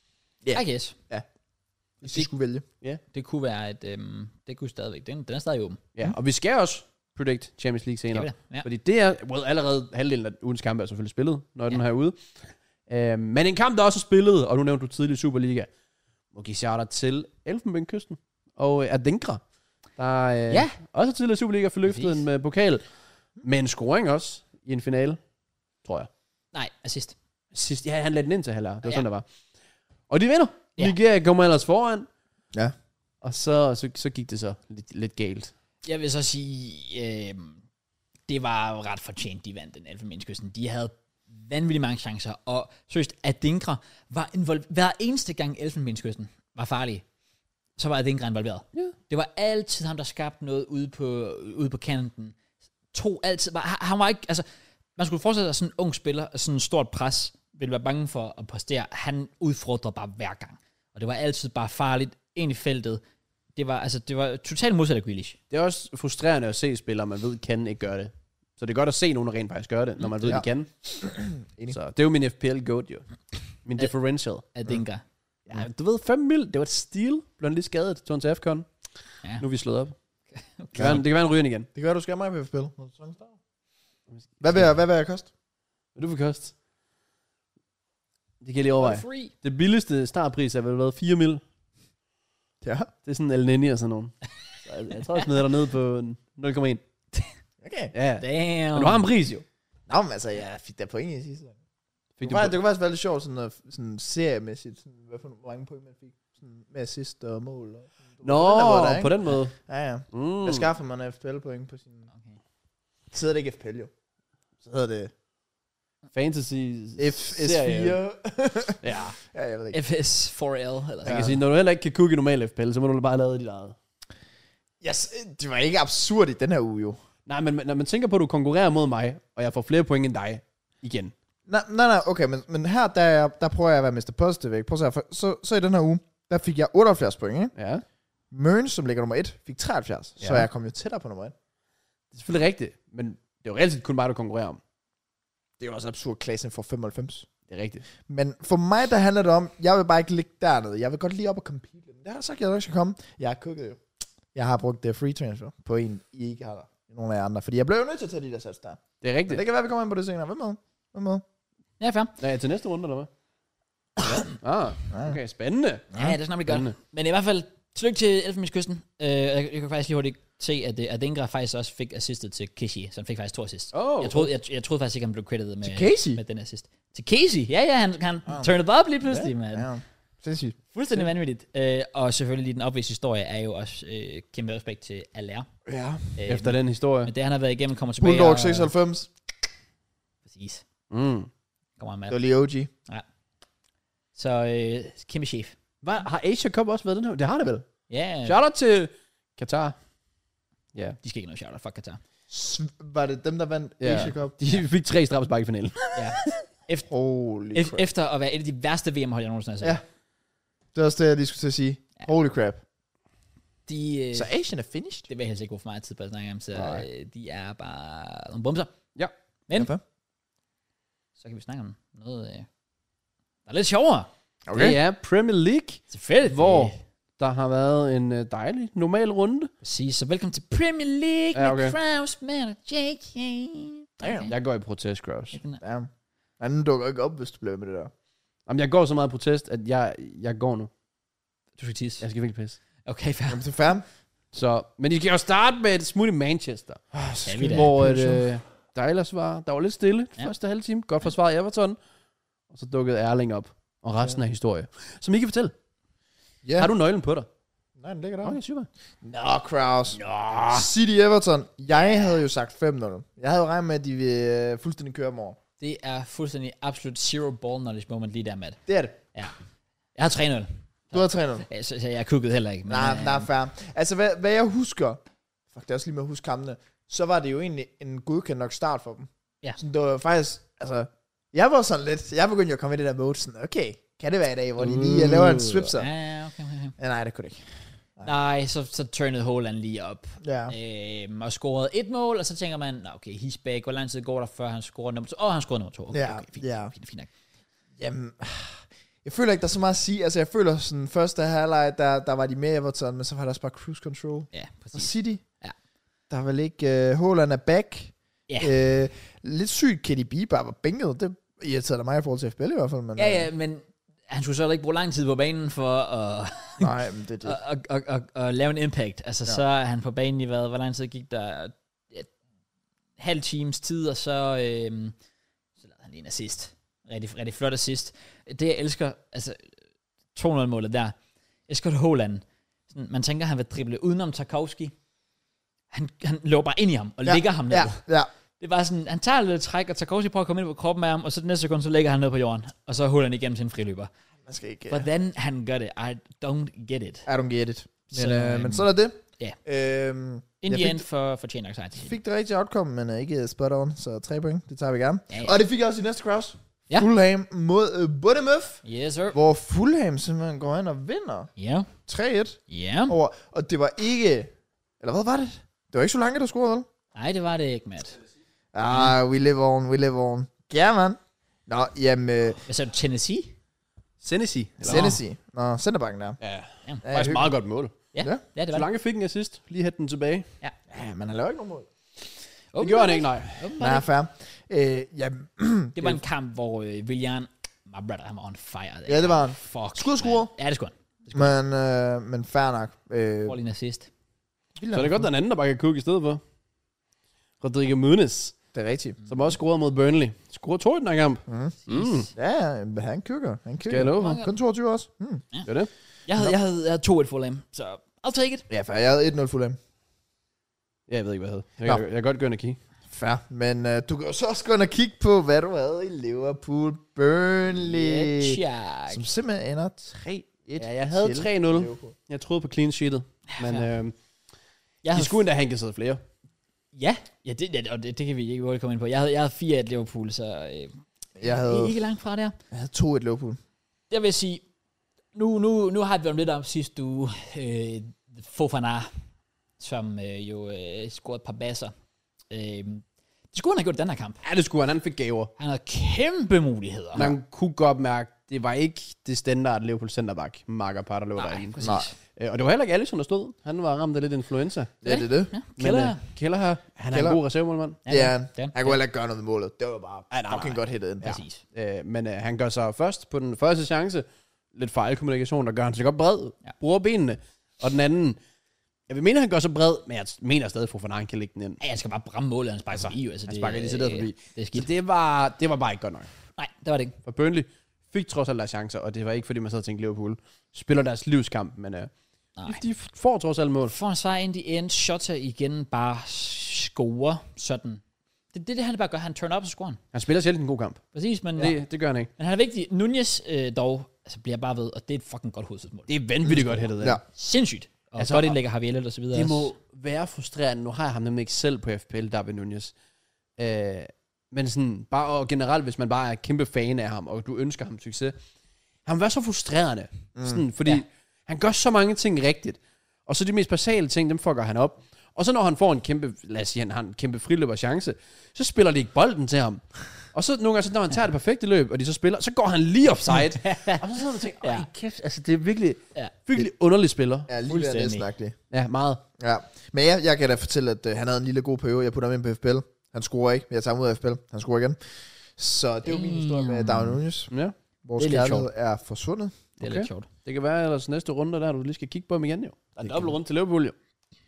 Ja. I guess. Hvis de skulle vælge. Det kunne være, at øhm, det kunne stadigvæk, den, den er stadig åben. Ja, mm. og vi skal også predict Champions League senere. Skal vi det? Ja. Fordi det er, well, allerede halvdelen af ugens kampe er selvfølgelig spillet, når ja. den Ja. her er ude. Uh, men en kamp, der også er spillet, og nu nævnte du tidligere Superliga, må give shout til Elfenbenskysten og uh, Adinkra, der uh, Ja. også tidligere Superliga for løftet Præcis. en med pokal, med en scoring også i en finale, tror jeg. Nej, assist. Sidst, ja, han lagde den ind til halvleg. Det var Ja. sådan, der var. Og de vinder. Ja. Nigeria kommer ellers foran, Ja. og så, så, så gik det så lidt, lidt galt. Jeg vil så sige, øh, det var ret fortjent, de vandt den Elfenbenskysten. De havde vanvittigt mange chancer, og seriøst, Adinkra var involveret. Hver eneste gang Elfenbenskysten var farlig, så var Adinkra involveret. Ja. Det var altid ham, der skabte noget ude på, ude på kanten. To altid, var, han- han var ikke, altså, man skulle forestille sig, at sådan en ung spiller, sådan en stort pres, ville være bange for at præstere. Han udfordrede bare hver gang. Og det var altid bare farligt ind i feltet. Det var, altså, det var totalt modsat af Grealish. Det er også frustrerende at se spillere, man ved kan ikke gøre det. Så det er godt at se nogen, der rent faktisk gør det, når man ved, Ja. de kan. Enig. Så det er jo min F P L goat, jo. Min differential. Adinka. Ja, du ved, fem mil, det var et steal. Blev han lige skadet, tog han til F C O N. Ja. Nu er vi slået op. Okay. Det kan være, det kan være en ryger igen. Det kan være, du skal have mig på F P L. Hvad vil jeg, hvad vil jeg koste? Hvad du vil koste? Det kan jeg lige overveje. Free. Det billigste startpris er vel været fire mil. Ja. Det er sådan El Nini og sådan nogen. Så jeg, jeg tror, jeg smider dig ned på nul komma en. Okay. Ja, Damn. men du har en pris jo. Nå, men altså, jeg fik da point i sidste gang. Fik Det kunne, faktisk, det kunne faktisk være lidt sjovt, sådan, noget, sådan seriemæssigt, sådan, hvad for hvor mange point man fik. Sådan, med assist og mål. Og sådan. Du Nå, ved, den der måde der, på den måde. Ja, ja. Mm. Hvad skaffer man af F P L-point på sin... Okay. Så hedder det ikke F P L, jo. Så hedder det Fantasy F S fire. Ja. Ja, jeg ved ikke. F S fire L. Eller Jeg sådan. kan sige, når du heller ikke kan cook i normal F P L, så må du bare lave dit eget. Yes, det var ikke absurd i den her uge, jo. Nej, men når man tænker på, at du konkurrerer mod mig, og jeg får flere point end dig, igen. Nej, nej, nej, okay, men, men her, der, er jeg, der prøver jeg at være mister Positive, ikke? Prøv at se her, for, så, så i den her uge, der fik jeg otteoghalvfjerds point, ikke? Ja. Mørns, som ligger nummer et, fik treoghalvfjerds. Ja. Så Ja. jeg kom jo tættere på nummer et. Det er selvfølgelig rigtigt, men det er jo reelt set kun mig, du konkurrerer om. Det er jo også absurd, klassen for femoghalvfems. Det er rigtigt. Men for mig, der handler det om, jeg vil bare ikke ligge dernede. Jeg vil godt lige op og compete lidt. Det har jeg sagt, jeg nok skal komme. Jeg har kukket jo. Jeg har brugt det free transfer på en, I ikke har der. Nogle af jer andre. Fordi jeg blev jo nødt til at tage de der sats der. Det er rigtigt. Men det kan være, vi kommer ind på det senere. Hvem med? Hvem med? Ja, fair. Ja, til næste runde, eller hvad? Ja. Ah, okay, spændende. Ja, det er snart, vi gør. Spændende. Men i hvert fald, tillykke til Elfenbenskysten. Uh, jeg, jeg kan faktisk lige hurtigt se, at, at Adingra faktisk også fik assistet til Kishi, så han fik faktisk to assist. Oh, Jeg troede, jeg, jeg troede faktisk ikke, han blev credited med, Til Casey? med den assist. Til Casey? Ja, ja, han, han Ah. turned it up lige pludselig, mand. Ja, sindssygt. Fuldstændig vanvittigt. Uh, og selvfølgelig lige den opviste historie er jo også uh, kæmpe respekt til Allaire. Ja. Uh, Efter den historie. Men det, han har været igennem, kommer tilbage. Bulldog og- seksoghalvfems. Præcis. Mm. Kommer han med. Det var lige O G. Så uh, kæmpe chef. Hvad, har Asia Cup også været den her? Det har det vel. Ja, Shout out til Katar. Ja. de skal ikke noget shout-out. Fuck Qatar. S- Var det dem, der vandt Ja. Asia Cup? De fik tre straffespark i finalen. Ja. Holy Ef- crap. efter at være et af de værste V M-hold, jeg nogensinde har set. Ja. Det er også det, jeg lige skulle til at sige. Holy crap. De, øh, Så Asian er finished? det vil jeg helst ikke bruge for meget tid på at snakke om, så Nej. øh, de er bare nogle bumser. Ja. Men, Ja, så kan vi snakke om noget, øh, der er lidt sjovere. Okay. Det er Premier League, Selvfølgelig. hvor der har været en uh, dejlig, normal runde. Præcis, så velkommen til Premier League Ja, okay. med Kraus, Matt og J K. Damn. Jeg går i protest, Kraus. Damn. Han dukker ikke op, hvis du bliver med det der. Jamen, jeg går så meget i protest, at jeg, jeg går nu. Du skal tisse. Jeg skal virkelig pisse. Okay, fair. Jamen, så færdig. Så, men I kan jo starte med et smut i Manchester. Oh, Ja, vi da. Hvor et, øh, der ellers var, der var lidt stille Ja. ja. første halve time. Godt forsvaret Everton. Og så dukkede Erling op. Og resten ja. af historie. Som I kan fortælle. Ja. Har du nøglen på dig? Nej, den ligger der. Okay, super. Nå, Kraus. Nå. City Everton. Jeg havde jo sagt fem nul. Jeg havde jo regnet med, at de vil uh, fuldstændig køre dem over. Det er fuldstændig absolut zero ball knowledge moment lige der, Matt. Det er det. Ja. Jeg har tre nul. Du har tre nul. Ja, så, så jeg kukkede heller ikke. Men, Nej, øh, nej, fair. Altså, hvad, hvad jeg husker, fuck, det er også lige med at huske kampene, så var det jo egentlig en godkendt nok start for dem. Ja. Så det var faktisk, altså, jeg var sådan lidt, jeg begyndte jo at komme i det der mode, sådan, okay, kan det være i dag, hvor de lige uh, laver en swipser? Ja. Ja, okay, okay, okay. Ja, nej, det kunne det ikke. Nej, så, så turnede Haaland lige op. Ja. Øhm, og scorede et mål, og så tænker man, nå, okay, he's back. Hvor lang tid går der, før han scorer nummer to? Åh, oh, han scorede nummer to. Okay, Ja, okay, fint, ja. fint, fint nok. Jamen, jeg føler ikke, der er så meget at sige. Altså, jeg føler sådan, første halvleg, der, der var de med Everton, men så var der også bare cruise control. Ja, Og præcis. City, Ja. der er vel ikke, uh, Haaland er back. Ja. Øh, lidt sygt, K D B bare var bænket. Det irriterede mig i forhold til F B L i hvert fald. Men, Ja, ja, men han skulle så heller ikke bruge lang tid på banen for at, øh, nej, men det er det. at, at, at, at, at lave en impact. Altså, Ja. så er han på banen i hvad? Hvor lang tid gik der? Et halv times tid, og så, øhm, så lavede han lige en assist. Rigtig, rigtig flot assist. Det, jeg elsker, altså to nul-målet der. Jeg elsker det Haaland. Sådan, man tænker, han vil drible udenom Tarkowski. Han, han løber bare ind i ham, og Ja, ligger ham ned. Ja, ja. Det var sådan, han tager lidt træk, og Tarkowski prøver at komme ind på kroppen af ham, og så det næste sekund, så lægger han ned på jorden, og så holder han igennem sin friløber. Man skal ikke... Hvordan han gør det, I don't get it. I don't get it. Men, Så, så, øh, øhm, men sådan er det. ja. Øhm, In jeg the fik, end for, for Chain Oxide. fik det rigtige outcome, men uh, ikke spot on, så tre point. Det tager vi gerne. Ja, ja. Og det fik jeg også i næste cross. Ja. Fulham mod uh, Bournemouth, Yes, sir. hvor Fulham simpelthen går ind og vinder Ja. tre et Ja. over. Og det var ikke... Eller hvad var det? Det var ikke så langt, der scorede, vel? Nej, det var det ikke, Matt. Ah, we live on, we live on. Ja, man. Nå, jamen, øh, Hvad sagde du, Tennessee? Tennessee. Eller? Tennessee. Nå, centerbakken der. Ja, Ja. ja faktisk meget godt mål. Ja, Ja. ja, ja det var det. Solange fik en assist, lige hætte den tilbage. Ja, man har lavet ikke nogen mål. Det gjorde han ikke, nej. Nej, fair. Øh, jamen, Det var en kamp, hvor øh, Willian, my brother, han var on fire. Ja, det var han. Fuck. Skud og score. Ja, det skulle han. men, øh, men fair nok. Øh, Får lige en assist. Så er det godt, der er en anden, der bare kan cook i stedet for. Rodrigo Muniz, Det er rigtigt. som også scorede mod Burnley. Scorede to i den her kamp. Mm. Mm. Ja, men han kygger. Han Skal jeg kygger. love for? Kun toogtyve også. Mm. Det er det. Jeg havde, jeg havde, jeg havde to et Fulham, så I'll take it. Ja, fair. Jeg havde et nul Fulham. Ja, jeg ved ikke, hvad jeg Nå. havde. Jeg, jeg, jeg kan godt gå ind og kigge. Fair. Men øh, du kan jo så også gå ind og kigge på, hvad du havde i Liverpool. Burnley. Check. Som simpelthen ender tre et. Ja, jeg havde til tre nul. Liverpool. Jeg troede på clean sheetet. Men fair. øh, Jeg de havde, skulle endda have kasseret flere. ja, ja det, ja, og det, det kan vi ikke hurtigt komme ind på. Jeg havde, jeg havde fire et Liverpool, så øh, Jeg havde, ikke langt fra der. jeg havde to et Liverpool. Jeg vil sige, nu, nu, nu har vi været lidt om sidste uge. Øh, Fofana, som øh, jo øh, scorede et par basser. Øh, det skulle han have gjort i den her kamp. Ja, det skulle han. Han fik gaver. Han havde kæmpe muligheder. Man kunne godt mærke, det var ikke det standard Liverpool centerback, Marker Par, der lå Nej, derinde. præcis. Nej. Øh, Og det var heller ikke Alisson, der stod. Han var ramt af lidt influenza. Ja, det er det. Ja, Men Keller. øh, Keller her, han er Keller. en god reservemålmand. Ja, det er han. det er han. Han kunne heller ikke gøre noget med målet. Det var bare Ej, nej, fucking nej. godt hittet ind. Ja. Præcis. Øh, men øh, han gør sig først på den første chance, lidt fejlkommunikation, der gør han sig godt bred, Ja. ja. bruger benene. Og den anden, jeg vil mene, han gør sig bred, men jeg mener stadig, at Fofana kan lægge den ind. Ja, han skal bare ramme målet, han sparker forbi. jo. Altså, Han det- sparker lige siddet forbi. Det er Så skidt. det var, det var bare ikke godt nok. Nej, det var det ikke. For Burnley fik trods alt deres chancer, og det var ikke, fordi man sad og tænkte, Liverpool spiller deres livskamp, men øh, Nej. de, de får trods alt mål. For en sejr ind i end, Shota igen bare score sådan. Det er det, det, han bare gør. Han turner op, så scorer han. Han spiller selv en god kamp. Præcis, men, Ja. Det, det gør han ikke. men han er vigtig. Nunez øh, dog, altså bliver bare ved, og det er et fucking godt hovedstødmål. Det er vanvittigt godt hættet. Ja. Sindssygt. Og Altså, altså, godt indlægger Javier og så videre. Det må også. være frustrerende. Nu har jeg ham nemlig ikke selv på F P L, der ved Nunez. Øh, men sådan, bare og generelt, hvis man bare er kæmpe fan af ham, og du ønsker ham succes, han må være så frustrerende. Mm. Sådan, fordi Ja. ja. han gør så mange ting rigtigt. Og så de mest basale ting, dem fucker han op. Og så når han får en kæmpe, lad os sige, han har en kæmpe friløber chance, så spiller de ikke bolden til ham. Og så nogle gange, så når han tager det perfekte løb, og de så spiller, så går han lige offside. og så sidder man og tænker, ej kæft, altså det er virkelig, Ja. virkelig underlig spiller. Ja, lige ved Fuldstændig. næsten agtigt. Ja, meget. Ja. Men ja, jeg kan da fortælle, at uh, han havde en lille god periode. Jeg putter ham ind på F P L. Han scorer ikke. Jeg tager ham ud af F P L. Han scorer igen. Så det er jo min historie med Darwin Nunez. Ja. Vores Det er lidt kærlighed er forsvundet. Det er Okay. lidt sjovt. Det kan være, ellers næste runde, der du lige skal kigge på ham igen, jo. Der er en dobbelt rundt til Liverpool, jo.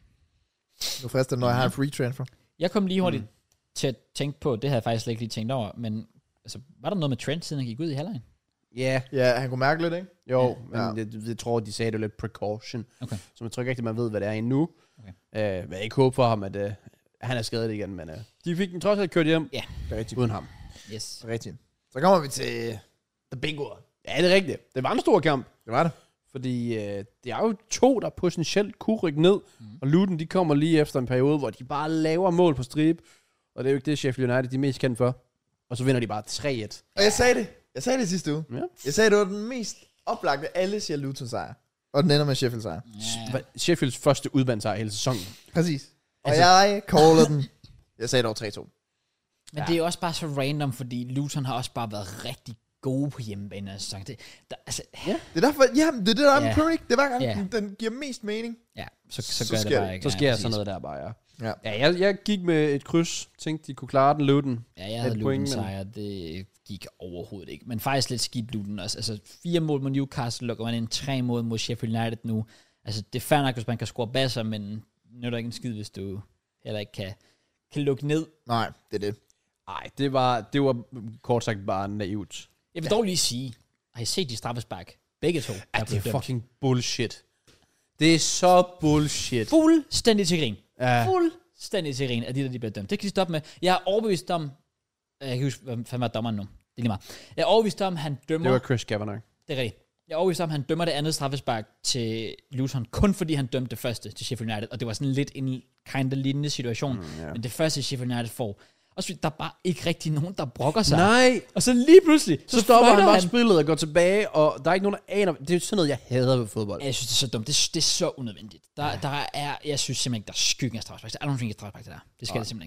Nu frister det, når jeg har en free transfer. Jeg kom lige hurtigt mm. til at tænke på, det havde jeg faktisk slet ikke lige tænkt over, men altså, var der noget med Trent, siden han gik ud i halvlejen? Ja, yeah. Ja, han kunne mærke lidt, ikke? jo, Ja. men Ja. det, det tror jeg, de sagde det var lidt precaution. Okay. Så jeg tror ikke rigtig, man ved, hvad det er endnu. Okay. Øh, jeg ikke håbe for ham, at øh, han er skadet igen, men øh, de fik den trods alt kørt hjem. Ja. Det er rigtigt. Uden ham. Yes. Rigtigt. Så kommer vi til the big one. Ja, det er rigtigt. Det var en stor kamp. Det var det. Fordi øh, det er jo to, der potentielt kunne rykke ned. Mm. Og Luton, de kommer lige efter en periode, hvor de bare laver mål på stribe. Og det er jo ikke det, Sheffield United de er mest kendt for. Og så vinder de bare tre et. Og jeg sagde det. Jeg sagde det sidste uge. Ja. Jeg sagde, det var den mest oplagte. Alle siger Luton sejr. Og den ender med Sheffield sejr. Ja. Sheffields første udvandsejr hele sæsonen. Præcis. Og Altså- jeg caller den. Jeg sagde dog tre to. Men ja. det er jo også bare så random, fordi Luton har også bare været rigtig gode på hjemmebane. Altså, det, der, altså, ja. Det er derfor, jamen, det er det, der er Ja. med Premier League. Det er hver gang, Ja. den, den giver mest mening. ja, så, så, Så gør det sker bare det. ikke. Så Nej, sker præcis. sådan noget der bare, ja. Ja. Ja, jeg, jeg gik med et kryds. Tænkte, de kunne klare den, Luton. Ja, jeg havde Et Luton point, men- sejr, det gik overhovedet ikke. Men faktisk lidt skidt Luton også. Altså fire mål mod Newcastle, lukker man ind tre mål mod Sheffield United nu. Altså det er fair nok, hvis man kan score basser, men nu er der ikke en skid, hvis du heller ikke kan, kan lukke ned. Nej, det er det. Nej, det var, det var kort sagt bare naivt. Jeg vil dog lige sige, har I set de straffespark? Begge to. Ja, er det er blevet dømt. fucking bullshit. Det er så bullshit. Fuldstændig til grin. Ja. Fuldstændig til grin, at de der de bliver dømt. Det kan de stoppe med. Jeg er overbevist om, jeg kan huske, hvad fanden var dommeren nu? Det er lige meget. Jeg er overbevist om, han dømmer... Det var Chris Kavanagh. Det er rigtigt. Jeg er overbevist om, han dømmer det andet straffespark til Luton, kun fordi han dømte det første til Sheffield United, og det var sådan lidt en kind of lignende situation. Mm, yeah. Men det første Sheffield United får, og så der er bare ikke rigtig nogen, der brokker sig. Nej, Og så lige pludselig, så, så stopper han fløjter bare spillet og går tilbage, og der er ikke nogen, der aner. Det er sådan noget, jeg hader ved fodbold. Ja, jeg synes, det er så dumt. Det, det er så unødvendigt. Der, ja. der er, jeg synes simpelthen ikke, der er skyggen af straffespark. Der er nogen, der ikke straffespark til der. Det skal Nej. det simpelthen ikke.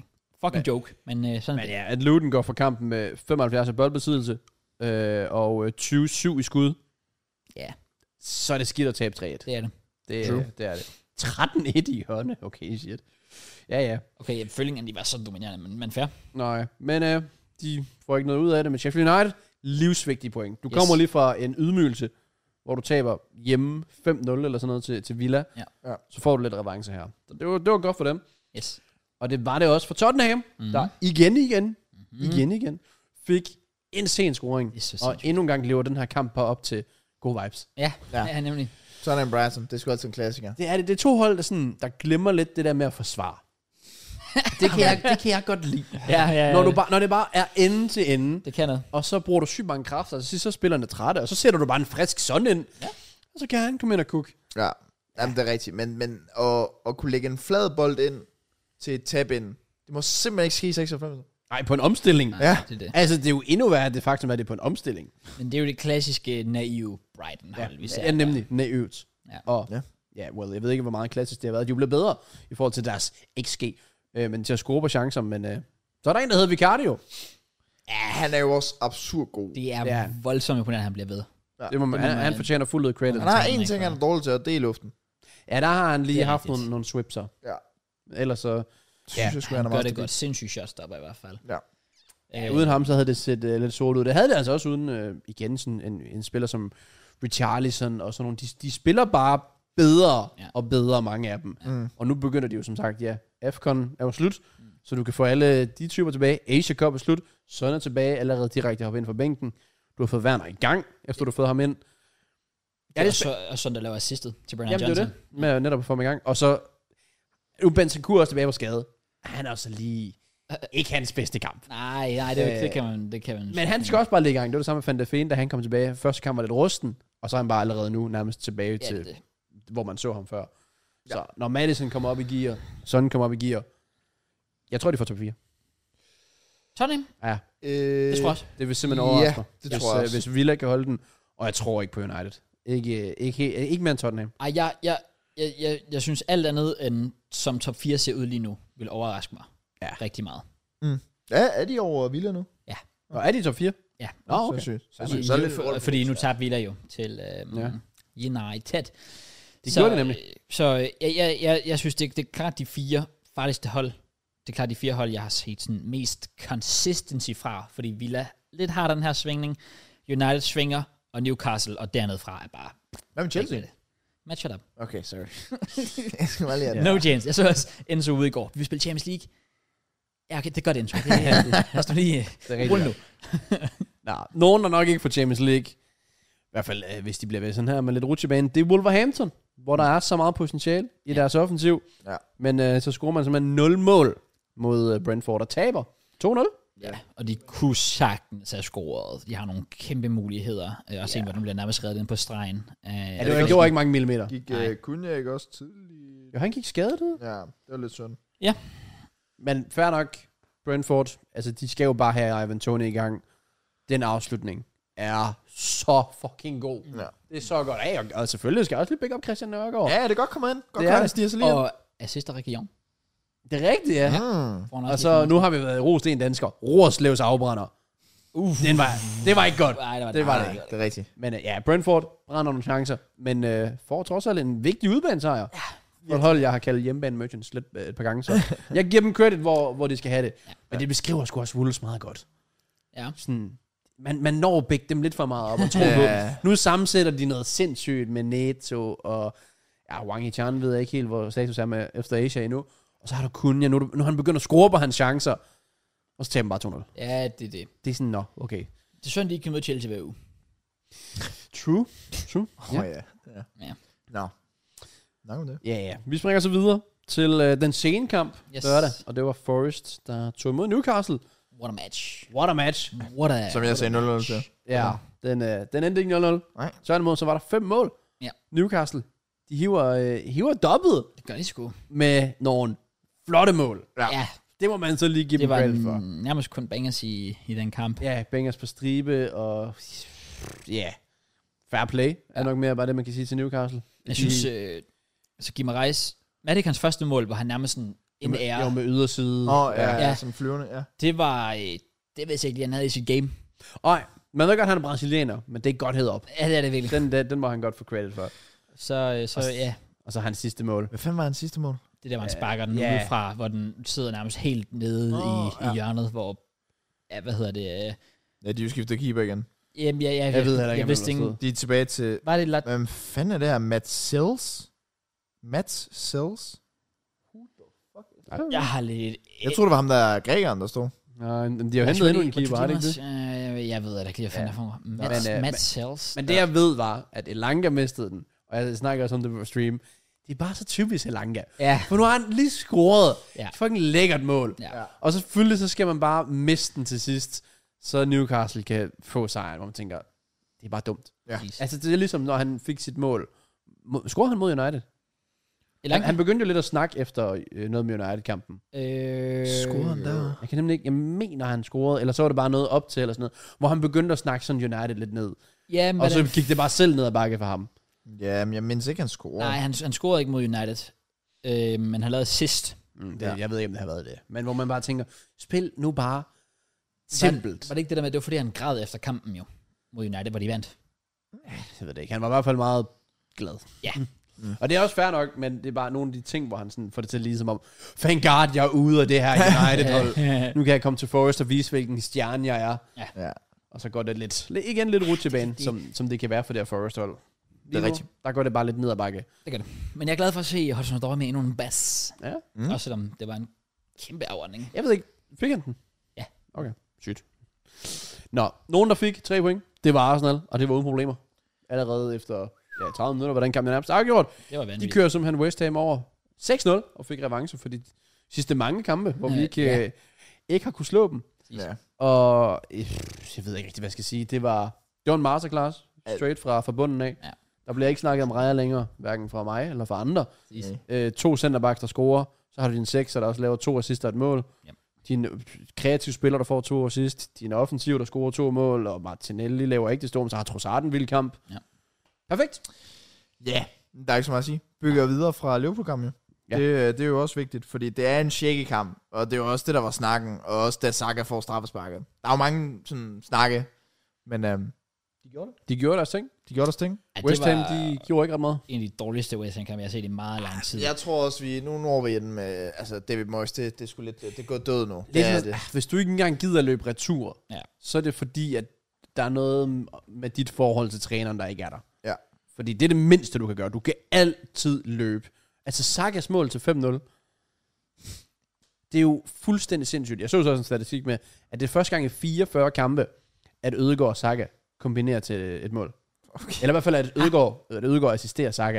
fucking joke, men øh, sådan Men ja, at Luton går fra kampen med femoghalvfjerds af boldbesiddelse, øh, og tyve syv i skud. Ja. Så er det skidt at tabe tre et. Det er det. Det, True. det er det. tretten et i hånden. Okay, shit. Ja, ja. Okay, følgingen, de var så dominerende, men, men fair. Nej, men øh, de får ikke noget ud af det. Men Sheffield United, livsvigtige point. Du Yes. kommer lige fra en ydmygelse, hvor du taber hjemme fem nul eller sådan noget til, til Villa. Ja. Ja. Så får du lidt revanche her. Så det var, det var godt for dem. Yes. Og det var det også for Tottenham, Mm-hmm. der igen igen, Mm-hmm. igen igen, fik en sen scoring. Det er så Og sindssygt. endnu en gang lever den her kamp bare op til gode vibes. Ja, Ja. ja, nemlig. Sådan en Brighton. Det er sgu altid en klassiker. Det er, det, det er to hold, der, sådan, der glemmer lidt det der med at forsvare. det, kan jeg, det kan jeg godt lide. Ja, ja, ja. Når, du bare, når det bare er ende til ende, Det kan noget. og så bruger du sygt mange kræfter, og så, så er spillerne trætte, og så sætter du bare en frisk sådan ind, Ja. og så kan han komme ind og cook. Ja, jamen det er rigtigt. Men, men at, at kunne lægge en flad bold ind til et tab ind, det må simpelthen ikke ske i seksoghalvfems. Nej, på en omstilling. Nej, Ja. det er det. Altså, det er jo endnu værre, det faktum, at det er på en omstilling. Men det er jo det klassiske naive Brighton-hold, Ja, vi ser. ja nemlig naivt. Ja. Og Ja. ja, well, jeg ved ikke, hvor meget klassisk det har været. De er jo blevet bedre i forhold til deres X G, øh, men til at score på chancer, men øh, så er der en, der hedder Vicario. Ja, han er jo også absurd god. Det er Ja. voldsomt imponerende, at han bliver ved. Ja. Det må man, det må han, man- han fortjener fuldt ud credit. Han har tager den en ikke ting, fra. han er dårlig til, og det er i luften. Ja, der har han lige Det er haft rigtigt. nogle, nogle swipser. Ja. Ellers så, Synes Ja, jeg sgu, Han han er gør meget det stabil. godt. Sindssygt shotstopper i hvert fald. Ja. ja, Øh, uden ham, så havde det set uh, lidt sort ud. Det havde det altså også uden, uh, igen, sådan en, en spiller som Richarlison og sådan nogle. De, de spiller bare bedre Ja. og bedre, mange af dem. Mm. Og nu begynder de jo som sagt, ja, AFCON er jo slut, mm. så du kan få alle de typer tilbage. Asia Cup er slut, Son er tilbage, allerede direkte hoppe ind fra bænken. Du har fået Werner i gang, efter du har fået ham ind. Ja, det er så, og sådan, der laver assistet til Brennan Jamen, det er Johnson. det, med netop at få ham i gang. Og så, nu er Bentancur også tilbage på skade. Han er også lige, ikke hans bedste kamp. Nej, nej, det, Øh, det kan man... Det kan man Men han skal også bare ligge i gang. Det var det samme med Van der Feen, da han kom tilbage. Første kamp var lidt rusten, og så er han bare allerede nu nærmest tilbage Ja, til, det, det. hvor man så ham før. Så når Madison kommer op i gear, Son kommer op i gear, jeg tror, de får top fire. Tottenham? Ja, Øh, Det tror jeg også. det vil simpelthen Ja, overraske mig. det hvis, tror jeg øh, også. Hvis Villa kan holde den, og jeg tror ikke på United. Ikke, ikke, ikke mere end Tottenham. Ej, jeg, jeg, jeg, jeg, jeg synes alt andet end som top fire ser ud lige nu, vil overraske mig Ja. rigtig meget. Ja, er de over Villa nu? Og er de i top fire? Ja. Nå, okay. Så sygt. Så I, sygt. Så er det lidt for, rundt. fordi nu tabte Villa jo til øhm, Ja. United. Det så, gjorde det nemlig. øh, Så øh, jeg, jeg, jeg, jeg synes, det, det er klart de fire farligste hold. Det er klart de fire hold, jeg har set sådan mest consistency fra, fordi Villa lidt har den her svingning. United svinger, og Newcastle, og dernede fra er bare... Hvad med Chelsea? ikke det. Match it up. Okay, sorry. jeg skal bare lige have No det. chance. Jeg så også Enzo ude i går. Vi vil spille Champions League. Ja, okay, det er godt, Enzo. Det er, det, lad os nu lige Det er rulle rigtigt. nu. Nå, nogen der nok ikke får Champions League, i hvert fald øh, hvis de bliver ved sådan her med lidt rutsjebane, det er Wolverhampton, hvor der er så meget potentiale i Ja. deres offensiv. Ja. Men øh, så scorer man simpelthen nul mål mod øh, Brentford og taber. to nul. Ja, og de kunne sagtens have scoret. De har nogle kæmpe muligheder. Øh, Og se, hvor den bliver nærmest reddet ind på stregen. Øh, Ja, det, var, det var ikke mange millimeter. Gik Nej. uh, Kunja ikke også tidligt? Jo, han gik skadet ud. Ja, det var lidt synd. Men fair nok, Brentford, altså de skal jo bare have Ivan Toney i gang. Den afslutning er så fucking god. Ja. Det er så godt. Ja, og, og selvfølgelig skal jeg også lige pick up Christian Nørgaard. Ja, det er godt komme ind. Godt Det er komme ind, det. stiger sig lige ind. Og assist af Rikke Jong. Det er rigtigt, ja. Mm. Får han Og også så lige nu har vi været rost en dansker. Roerslevs afbrænder. Uff. Den var, det var ikke godt. Nej, det var Det var nej, det Det er rigtigt. Men uh, ja, Brentford brænder nogle chancer, men uh, får trods alt en vigtig udbanesejr. Ja, for et hold, jeg har kaldt hjemmebane merchants lidt uh, et par gange, så jeg giver dem credit, hvor, hvor de skal have det. Ja. Men det beskriver sgu også Wolves meget godt. Ja. Sådan, man, man når begge dem lidt for meget op og tror Ja. på. Nu sammensætter de noget sindssygt med Neto og ja, Wang Hee-chan ved jeg ikke helt, hvor status er med efter Asia endnu. Og så har du Kunja, nu, nu har han begyndt at score på hans chancer, og så tager han bare to nul. Ja, det er det. Det er sådan, nå, okay. Det er sådan, de ikke kan møde Chelsea hver uge. True, true. Åh oh, ja. ja. Ja. Nå. Nok om det. Ja, ja. Vi springer så videre til øh, den sene kamp Yes. lørdag, og det var Forest, der tog imod Newcastle. What a match. What a match. What a... Som jeg sagde nul nul til. Ja, den, øh, den endte ikke nul nul. Nej. Tværtimod, så var der fem mål. Ja. Newcastle, de hiver, øh, hiver dobbelt Det gør de sgu. med nogle flotte mål. Ja. Ja, Det må man så lige give det dem var credit for. n- nærmest kun bangers i, i den kamp. Ja, bangers på stribe, og ja, yeah. fair play er Ja. nok mere bare det, man kan sige til Newcastle. Jeg synes, øh, altså Guimaraes, Madikans første mål, hvor han nærmest sådan en ære. Jo, med yderside. Åh, oh, ja, Ja. ja, som flyvende, ja. Det var, øh, det vidste jeg ikke lige, han havde i sit game. Nej, man ved godt, at han er brasilianer, men det er godt hed op. Ja, det er det virkelig. Den, den, den må han godt få credit for. Så, øh, så ja, Og så hans sidste mål. Hvad fanden var hans sidste mål? det der, man sparker den Ja. ud fra, hvor den sidder nærmest helt nede Åh, i, ja. i hjørnet, hvor, ja, hvad hedder det? Øh, Ja, de er jo skiftet keeper igen. jamen, ja, ja, Jeg ved heller ikke, jeg om vidste han var ikke. De er tilbage til... Var det lidt... Hvem fanden er det her? Matt Sills? Matt Sills? Jeg har lidt... Jeg tror det var ham, der er grækeren, der stod. Nej, men de har jo hentet endnu en keeper, har de ikke det? Øh, jeg ved det ikke lige, hvad fanden Ja. er for mig. Men, Matt, øh, Matt men- Sells. Men det jeg ved var, at Elanga mistede den, og jeg snakker også om det på stream, det er bare så typisk Elanga. Ja. For nu har han lige scoret Ja. et fucking lækkert mål. Ja. Og selvfølgelig så skal man bare miste den til sidst, så Newcastle kan få sejren, hvor man tænker, det er bare dumt. Ja. Præcis. Altså det er ligesom, når han fik sit mål. Må- Scorede han mod United? Han, Elanga? han begyndte jo lidt at snakke efter øh, noget med United-kampen. Øh, Scorede han der? Jeg kan nemlig ikke, jeg mener han scorede, eller så var det bare noget op til, eller sådan noget, hvor han begyndte at snakke sådan United lidt ned. Ja, men Og så den- gik det bare selv ned ad bakke for ham. Ja, men jeg mindes ikke, han scorede. Nej, han, han scorede ikke mod United. Øh, men han lavede sidst. Mm, det, Ja. Jeg ved ikke, om det har været det. Men hvor man bare tænker, spil nu bare simpelt. Var, var det ikke det der med, det var fordi han græd efter kampen jo, mod United, hvor de vandt? Jeg ved det ikke. Han var i hvert fald meget glad. Ja. Mm. Og det er også fair nok, men det er bare nogle af de ting, hvor han sådan får det til lige som om, thank God, jeg er ude af det her United-hold. Nu kan jeg komme til Forest og vise, hvilken stjerne jeg er. Ja. Og så går det lidt, igen lidt rutsjebane, som, som det kan være for det her Forest-hold. Det er nu, rigtigt. Der går det bare lidt ned ad bakke. Det gør det. Men jeg er glad for at se Hudson Odoi med endnu en bas. Ja. Mm. Også selvom det var en kæmpe afordning. Jeg ved ikke, fik han den? Ja. Okay, sygt. Nå, nogen der fik tre point, det var Arsenal, og det var uden problemer. Allerede efter ja, tredive minutter, hvordan kampen nærmest afgjort. Det var De vanvittigt. kører simpelthen West Ham over seks nul og fik revanche for de sidste mange kampe, hvor vi Øh, ikke, ja. ja. ikke har kunne slå dem. Ja. Og øh, jeg ved ikke rigtig, hvad jeg skal sige. Det var, det var en masterclass, straight fra, fra bunden af. Ja. Der bliver ikke snakket om Raja længere, hverken fra mig eller fra andre. Præcis. Mm. Øh, to centerbacks, der scorer. Så har du din seks, der også laver to assist og et mål. Ja. Din kreative spiller, der får to assist. Din offensiv, der scorer to mål. Og Martinelli laver ikke det store, så har Trossard en vild kamp. Ja. Perfekt. Ja, der er ikke så meget at sige. Bygger videre fra Liverpool-kampen, jo. Ja. Det, det er jo også vigtigt, fordi det er en shaky kamp, og det er jo også det, der var snakken, og også da Saka får straffesparket. Der er jo mange sådan snakke, men øhm, de gjorde det. De gjorde deres ting. De gjorde deres ting. Ja, det West Ham, var de gjorde ikke ret meget. en af de dårligste West Ham kampe, jeg har set i meget lang tid. Jeg tror også, vi nu når vi den med, altså David Moyes, det, det er sgu lidt, det er gået død nu. Det Det er er sådan, det. ah, hvis du ikke engang gider at løbe retur, Ja. så er det fordi, at der er noget med dit forhold til træneren, der ikke er der. Ja. Fordi det er det mindste, du kan gøre. Du kan altid løbe. Altså Sakas mål til fem nul, det er jo fuldstændig sindssygt. Jeg så så også en statistik med, at det er første gang i fireogfyrre kampe, at Ødegaard og Saka kombinerer til et mål. Okay. Eller i hvert fald, at Ødegaard, at Ødegaard assisterer Saka.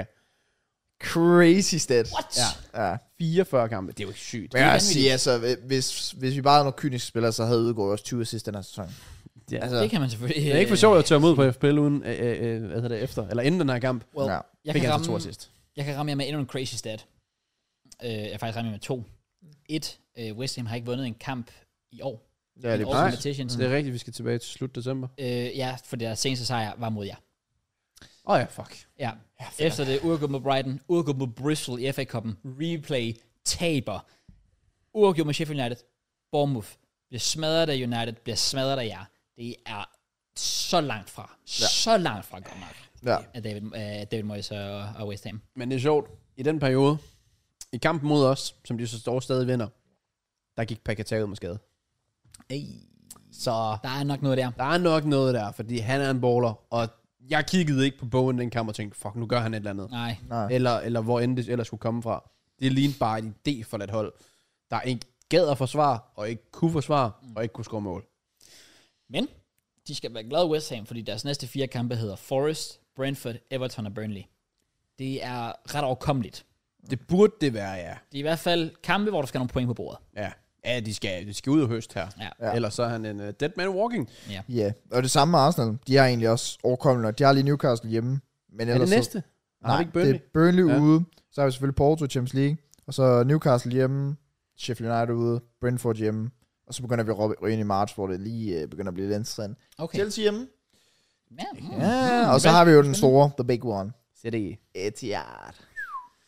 Crazy stat. What? Ja. Ja. fireogfyrre kampe, det er jo ikke sygt. Men jeg vil vanvittigt. sige, altså, hvis, hvis vi bare havde nogle kyniske spillere, så havde Ødegaard også tyve assist den her sæson. Ja. Altså, Det kan man selvfølgelig... Det er ikke for sjovt at tørre mod på F P L uden, øh, øh, hvad hedder det, efter, eller inden den her kamp. Well, ja. jeg, Fik kan han så to ramme, assist. jeg kan ramme jer med endnu en crazy stat. Uh, jeg er faktisk ramme jer med to. Et, uh, West Ham har ikke vundet en kamp i år. Ja, det I er år Nej. competitions. Så det er rigtigt, vi skal tilbage til slut december. Uh, ja, for deres seneste sejr var mod jer. Åh oh ja, fuck. Ja. Efter det, uafgjort mod Brighton, uafgjort mod Bristol i F A-cupen, replay, taber, uafgjort mod Sheffield United, Bournemouth, bliver smadret af United, bliver smadret af jer. Det er så langt fra, ja. så langt fra godt nok, Ja. af David, uh, David Moyes og, og West Ham. Men det er sjovt. I den periode, i kampen mod os, som de så står stadig vinder, der gik Paquetá ud med skade. Ej, Så der er nok noget der. der er nok noget der, fordi han er en baller, og jeg kiggede ikke på Bowen den kamp og tænkte, fuck, nu gør han et eller andet. Nej. Nej. Eller, eller hvor end det ellers skulle komme fra. Det lignede bare et idé for et hold, der ikke gad at forsvare, og ikke kunne forsvare, og ikke kunne score mål. Men de skal være glade West Ham, fordi deres næste fire kampe hedder Forest, Brentford, Everton og Burnley. Det er ret overkommeligt. Det burde det være, ja. Det er i hvert fald kampe, hvor du skal have nogle point på bordet. Ja, ja de, skal, de skal ud og høst her. Ja. Ja. Ja. Ellers så er han en uh, dead man walking. Ja. Ja, og det samme med Arsenal. De har egentlig også overkommet, de har lige Newcastle hjemme. Men Er ellers det så- næste? Har Nej, vi ikke Burnley? det er Burnley Ja. ja. ude. Så har vi selvfølgelig Porto i Champions League. Og så Newcastle hjemme. Sheffield United ude. Brentford hjemme. Og så begynder vi at ryge ind i marts, hvor det lige uh, begynder at blive lidt interessant. Okay. Chelsea hjemme. Ja, mm. Ja, og så har vi jo den store, the big one. City. Etihad.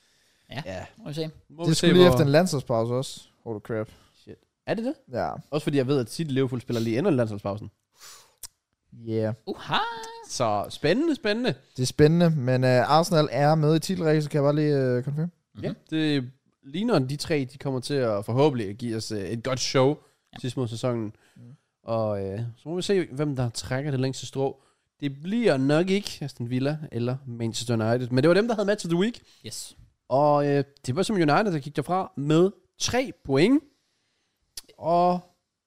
Ja, Ja. må vi se. Må Det vi skulle se, lige hvor- efter en landsholdspause også. Holy crap. Shit. Er det det? Ja. Også fordi jeg ved, at City Liverpool spiller lige inden landsholdspausen. Yeah. Uha! Så spændende, spændende. Det er spændende, men uh, Arsenal er med i titelræset, kan jeg bare lige uh, confirm. Mm-hmm. Ja, det ligner, de tre, de kommer til at forhåbentlig give os uh, et godt show ja. sidst mod sæsonen. Mm. Og uh, så må vi se, hvem der trækker det længste strå. Det bliver nok ikke Aston Villa eller Manchester United, men det var dem, der havde match of the week. Yes. Og uh, det var som United, der gik derfra med tre point. Og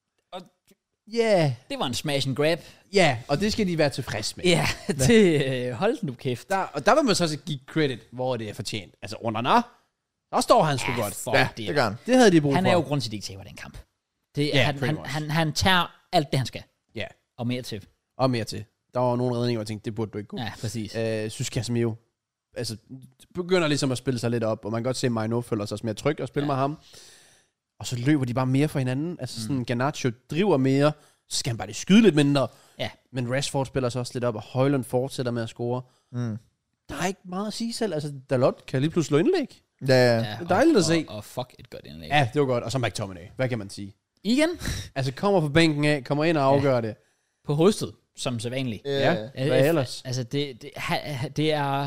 ja, yeah. Det var en smash and grab. Ja, yeah, og det skal de være tilfreds med. Ja, det øh, hold nu kæft. Der, og der vil man så også give credit, hvor det er fortjent. Altså under Nar, der står han sgu Ja, godt. fuck Ja, det. det gør han. Det havde de brug Han for. er jo grund til, at de ikke taber den kamp. Det, Ja, han, pretty han, much. han, han tager alt det, han skal. Ja, Og mere til. og mere til. Der var nogle redninger, hvor jeg tænkte, det burde du ikke kunne. Ja, præcis. Jeg øh, synes Casemiro altså, begynder ligesom at spille sig lidt op, og man kan godt se, at Maino føler sig også mere tryg at spille ja. med ham. Og så løber de bare mere for hinanden. Altså sådan, mm. Garnacho driver mere, så skal han bare lige skyde lidt mindre. Ja. Men Rashford spiller sig også lidt op, og Højlund fortsætter med at score. Mm. Der er ikke meget at sige selv. Altså, Dalot kan lige pludselig slå indlæg. Ja, ja. Ja, det er dejligt og, at se. Og, og fuck et godt indlæg. Ja, det var godt. Og så McTominay. Hvad kan man sige? Igen Altså, kommer på bænken af, kommer ind og afgør ja. det. på hovedstød, som sædvanligt. Ja, Ja. hvad ellers? Altså, det, det, ha- det er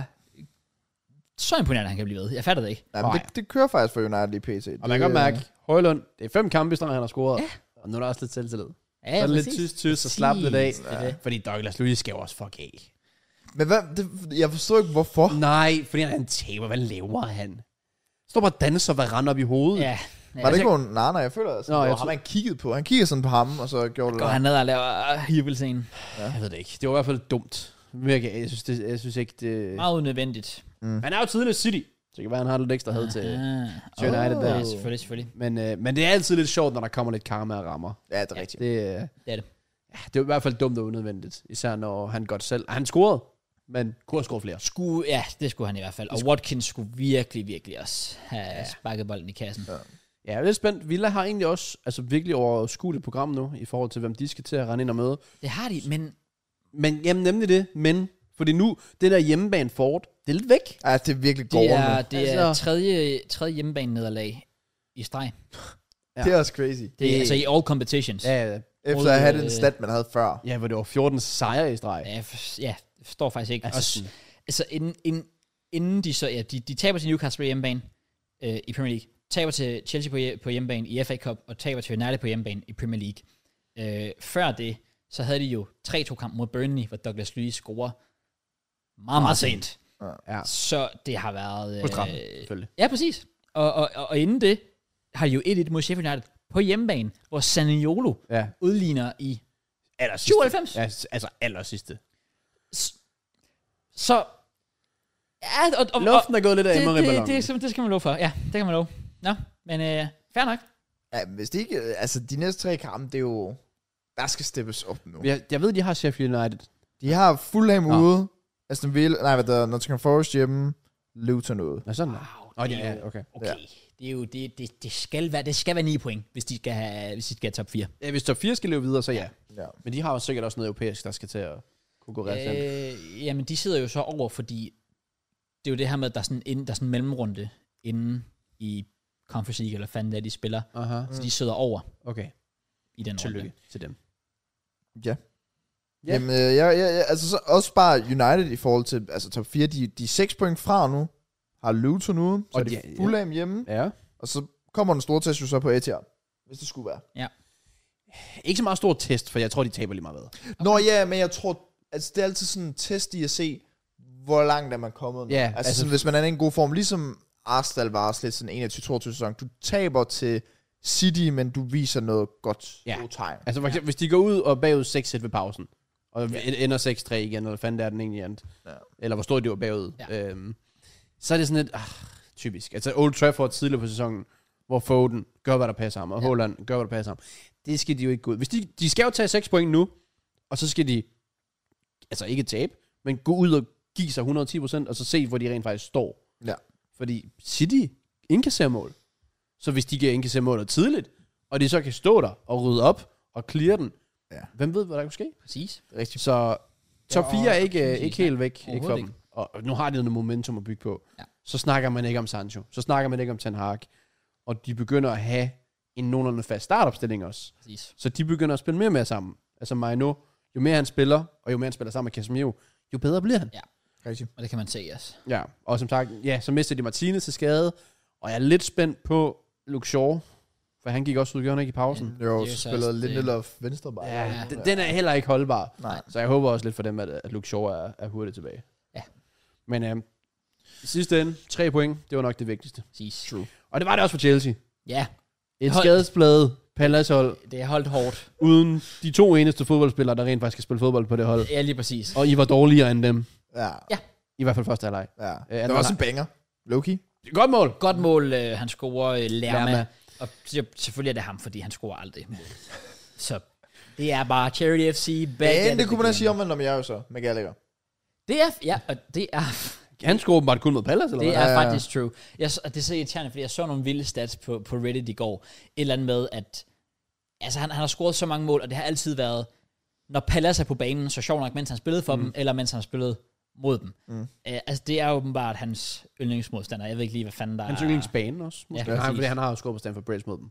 så imponerende, han kan blive ved. Jeg fatter det ikke. Ja, men det, det kører faktisk for United lige pt. Og man kan godt mærke, Højlund, det er fem kampe i streg, han har scoret. Ja. Og nu er der også lidt selvtillid. Ja, så er det lidt præcis. tyst, tyst og slap lidt af. Det er det. Fordi Douglas Luiz skal jo også fuck af. Men hvad, det, jeg forstår ikke, hvorfor. Nej, fordi han taber. Hvad laver han? Står bare og danser, hvad render op i hovedet. Ja. Var det ikke nogen... Nej, nej, jeg føler, at Nå, Nå, jeg ham, tror- han kiggede på. Han kiggede sådan på ham, og så gjorde det Går der. han ned og laver hirbelscenen. Ja. Jeg ved det ikke. Det var i hvert fald dumt. Virkelig, Jeg synes, det, jeg synes ikke, det... Meget unødvendigt. Mm. Han er jo tidligere City. Så det kan være, han har lidt ekstra had til, Ah. til United Oh. der. Ja, selvfølgelig, selvfølgelig. Men, øh, men det er altid lidt sjovt, når der kommer lidt karma og rammer. Ja, det er rigtigt. Det, øh, Det er det. ja, det er i hvert fald dumt og unødvendigt. Især når han godt selv... Han scorede, men kunne have scoret flere. Skulle, ja, det skulle han i hvert fald. Og Watkins skulle virkelig, virkelig også have ja. sparket bolden i kassen. Ja. Ja, jeg er lidt spændt. Villa har egentlig også altså, virkelig overskueligt program nu, i forhold til, hvem de skal til at rende ind og møde. Det har de, men Men jamen, nemlig det. Men, fordi nu, det der hjemmebane Ford, det er lidt væk. Ja, det er virkelig det gården er, nu. det er Altså- tredje, tredje hjemmebane nederlag i streg. Ja. Det er også crazy. Det er altså i all competitions. Ja, ja. Efter at have øh, den stat, man havde før. Ja, hvor det var fjorten sejre i streg. Ja, for, ja det forstår jeg faktisk ikke. Altså, Altså, sådan- altså inden, inden, inden de så, ja, de, de taber til Newcastle på hjemmebane øh, i Premier League, taber til Chelsea på, hje- på hjemmebane i F A Cup, og taber til United på hjemmebane i Premier League. Øh, før det, så havde de jo tre to kamp mod Burnley, hvor Douglas Luiz scorer meget, meget sent. Ja, Så det har været... på straffen, Øh, selvfølgelig. ja, præcis. Og, og, og, og inden det, har de jo et et mod Sheffield United på hjemmebane, hvor Zaniolo Ja, udligner i aller sidste. syvoghalvfems. Ja, altså aller sidste. Så... Ja, og, og, Luften er gået lidt af det, det, Emery-ballonen. det, det, det skal man love for. Ja, det kan man love. Nå, men øh, fair nok. Ja, hvis det ikke... Altså, de næste tre kampe, det er jo... Der skal steppes op nu. Jeg, jeg ved, de har Sheffield United. De har Fulham Nå. ude. Aston Villa... Nej, hvad der Nottingham Forest hjemme. Luton ude. Nå, sådan Wow, Åh, det ja, er ja, okay. Okay, Ja. det er jo... Det, det, det, skal være, det skal være ni point, hvis de skal have, hvis de skal have top fire. Ja, hvis top fire skal leve videre, så ja. Ja. Men de har jo sikkert også noget europæisk, der skal til at kunne gå ret øh, Øh, jamen, de sidder jo så over, fordi det er jo det her med, at der er sådan en, der er sådan en mellemrunde inden i Conference League, eller fanden det er, de spiller. Aha, Så de sidder over okay. i den Tillykke runde. til dem. Ja. Ja. Jamen, øh, ja, ja, ja, altså så også bare United i forhold til altså top fire, de, de er seks point fra nu, har Luton ude, så Og er de de- Fulham hjemme, Ja. og så kommer den store test jo så på Etihad, hvis det skulle være. Ikke så meget stor test, for jeg tror, de taber lige meget ved. Okay. Nå ja, men jeg tror, altså det er altid sådan en test i at se, hvor langt er man kommet nu. Ja, altså, altså- sådan, hvis man er i en god form, ligesom Arsenal var også lidt sådan enogtyve toogtyve sæson, du taber til City, men du viser noget godt Ja. gode tegn. Altså, for eksempel, hvis de går ud og bagud seks et ved pausen, og ja. ender seks tre igen, eller hvad fanden det er den egentlig endte, Ja. eller hvor stort de var bagud, Ja. øhm, så er det sådan lidt, ah, typisk. Altså, Old Trafford tidligere på sæsonen, hvor Foden gør, hvad der passer ham, og ja. Haaland gør, hvad der passer ham. Det skal de jo ikke gå ud. Hvis de, de skal jo tage seks point nu, og så skal de, altså ikke tabe, men gå ud og give sig hundrede og ti procent, og så se, hvor de rent faktisk står. Ja. Fordi City indkasserer mål. Så hvis de kan indkassere målet tidligt, og de så kan stå der og rydde op og clear den, Ja. hvem ved, hvad der kunne ske? Præcis. Rigtig. Så top Ja, fire er og- ikke, præcis, ikke helt væk ikke for overhovedet dem. Og nu har de noget momentum at bygge på. Ja. så snakker man ikke om Sancho. Så snakker man ikke om Ten Hag. Og de begynder at have en nogenlunde fast startopstilling også. Præcis. Så de begynder at spille mere og mere sammen. Altså Maino, jo mere han spiller, og jo mere han spiller sammen med Casemiro, jo bedre bliver han. Ja. Rigtig. Og det kan man se, yes. Ja, og som sagt, ja, så mister de Martinez til skade, og jeg er lidt spændt på Luke Shaw, for han gik også ud, gjorde han ikke i pausen. Det var jo Det er jo så spillet også det- Lindelof venstre bare. Ja, ja. Den, den er heller ikke holdbar. Nej. Så jeg håber også lidt for dem, at, at Luke Shaw er, er hurtigt tilbage. Ja. Men øhm, i sidste ende, tre point, det var nok det vigtigste. Præcis. True. Og det var det også for Chelsea. Ja, Et Hold- skadespladet Palace-hold, det er holdt hårdt. uden de to eneste fodboldspillere, der rent faktisk skal spille fodbold på det hold. Ja, lige præcis. Og I var dårligere end dem. Ja. Ja. I hvert fald første halvleg. Ja. anden Det var også en halvleg. banger. Low-key. Godt mål. Godt mål, øh, han scorer øh, Lerma. Lerma. Og så- selvfølgelig er det ham, fordi han scorer aldrig mål. Så det er bare Charity F C back at Men det it kunne man da again. sige om, når jeg jo så med Gallagher. Det er, ja, og det er, Han scorer åbenbart kun mod Palace, eller det hvad? er Ja, ja. faktisk true. Jeg, så- og det er så irriterende, fordi jeg så nogle vilde stats på, på Reddit i går. Et eller andet med, at altså, han, han har scoret så mange mål, og det har altid været, når Palace er på banen, så sjovt nok, mens han spillede for mm. dem, eller mens han har spillet mod dem. Mm. Uh, altså, det er åbenbart hans yndlingsmodstander. Jeg ved ikke lige, hvad fanden der Hans er. yndlingsbane også. Måske. Ja, Ja, præcis. fordi han har jo scoret på Stamford Bridge mod dem.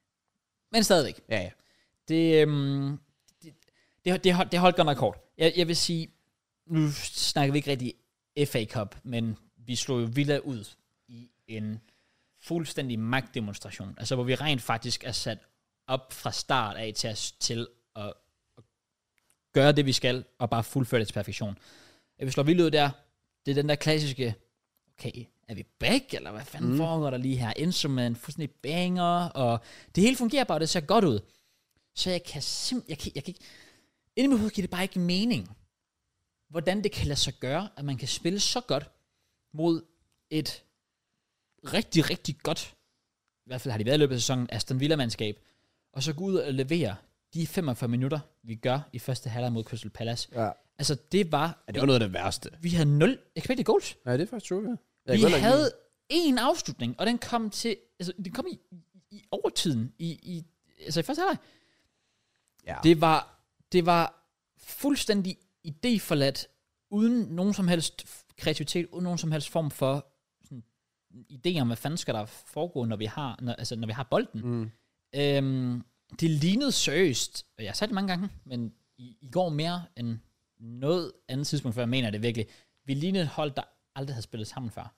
Men stadigvæk. Ja, ja. Det, øhm, det, det, det, hold- det holdt godt nok kort. Jeg, jeg vil sige, nu snakker vi ikke rigtig F A Cup, men vi slog jo Villa ud i en fuldstændig magtdemonstration. Altså, hvor vi rent faktisk er sat op fra start af til at, til at, at gøre det, vi skal, og bare fuldføre det til perfektion. At vi slår Villa ud der, det er den der klassiske, okay, er vi back, eller hvad fanden mm. foregår der lige her? Enzo med en fuldstændig banger, og det hele fungerer bare, og det ser godt ud. Så jeg kan simpelthen, jeg kan, jeg kan ikke, inde i mit hoved giver det bare ikke mening, hvordan det kan lade sig gøre, at man kan spille så godt mod et rigtig, rigtig godt, i hvert fald har de været i løbet af sæsonen, Aston Villa-mandskab, og så gå ud og levere de femogfyrre minutter, vi gør i første halvleg mod Crystal Palace. Ja. Altså, det var, Ja, det var noget af det værste. vi havde nul expected goals. Ja, det er faktisk true, ja. Jeg Vi kan heller ikke havde en afslutning, og den kom til, altså, den kom i, i, i overtiden, i, i, altså i første halvleg. Ja. Det var, det var fuldstændig idéforladt, uden nogen som helst kreativitet, uden nogen som helst form for sådan, idé om, hvad fanden skal der foregå, når vi har, når, altså, når vi har bolden. Mm. Øhm, det lignede seriøst, og jeg har sagt det mange gange, men i, i går mere end noget andet tidspunkt, for jeg mener det virkelig. Vi lignede et hold, der aldrig havde spillet sammen før.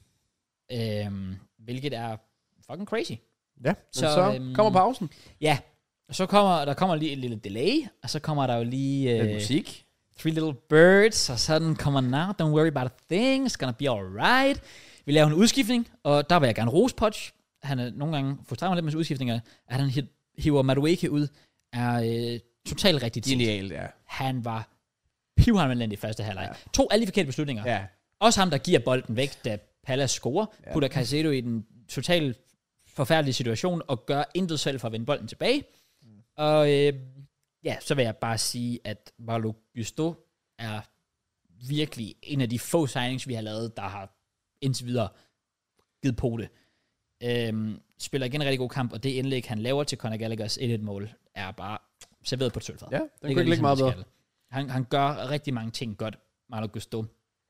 Øhm, hvilket er fucking crazy. Ja, Så, så, så øhm, kommer pausen. Ja, og så kommer der kommer lige et lille delay, og så kommer der jo lige Lidt øh, musik. Three Little Birds, og sådan kommer now, don't worry about a thing, it's gonna be alright. Vi laver en udskiftning, og der vil jeg gerne rose Poch. Han er nogle gange frustreret mig lidt med udskiftninger, at han hi- hiver Madueke ud, er øh, totalt rigtigt set. Genialt, ja. Han var pivhammerland i første halvleg. Ja. Tog alle de forkerte beslutninger. Ja. Også ham, der giver bolden væk, da Palace scorer, ja. putter Caicedo i den totalt forfærdelige situation, og gør intet selv for at vinde bolden tilbage. Mm. Og øh, ja, så vil jeg bare sige, at Malo Gusto er virkelig en af de få signings, vi har lavet, der har indtil videre givet på det. Øhm, spiller igen en rigtig god kamp, og det indlæg, han laver til Conor Gallaghers et et-mål, er bare serveret på et sølvfad. Ja, den Det kunne gør ikke ligge meget ligesom, bedre. det skal. Han, han gør rigtig mange ting godt, Malo Gusto.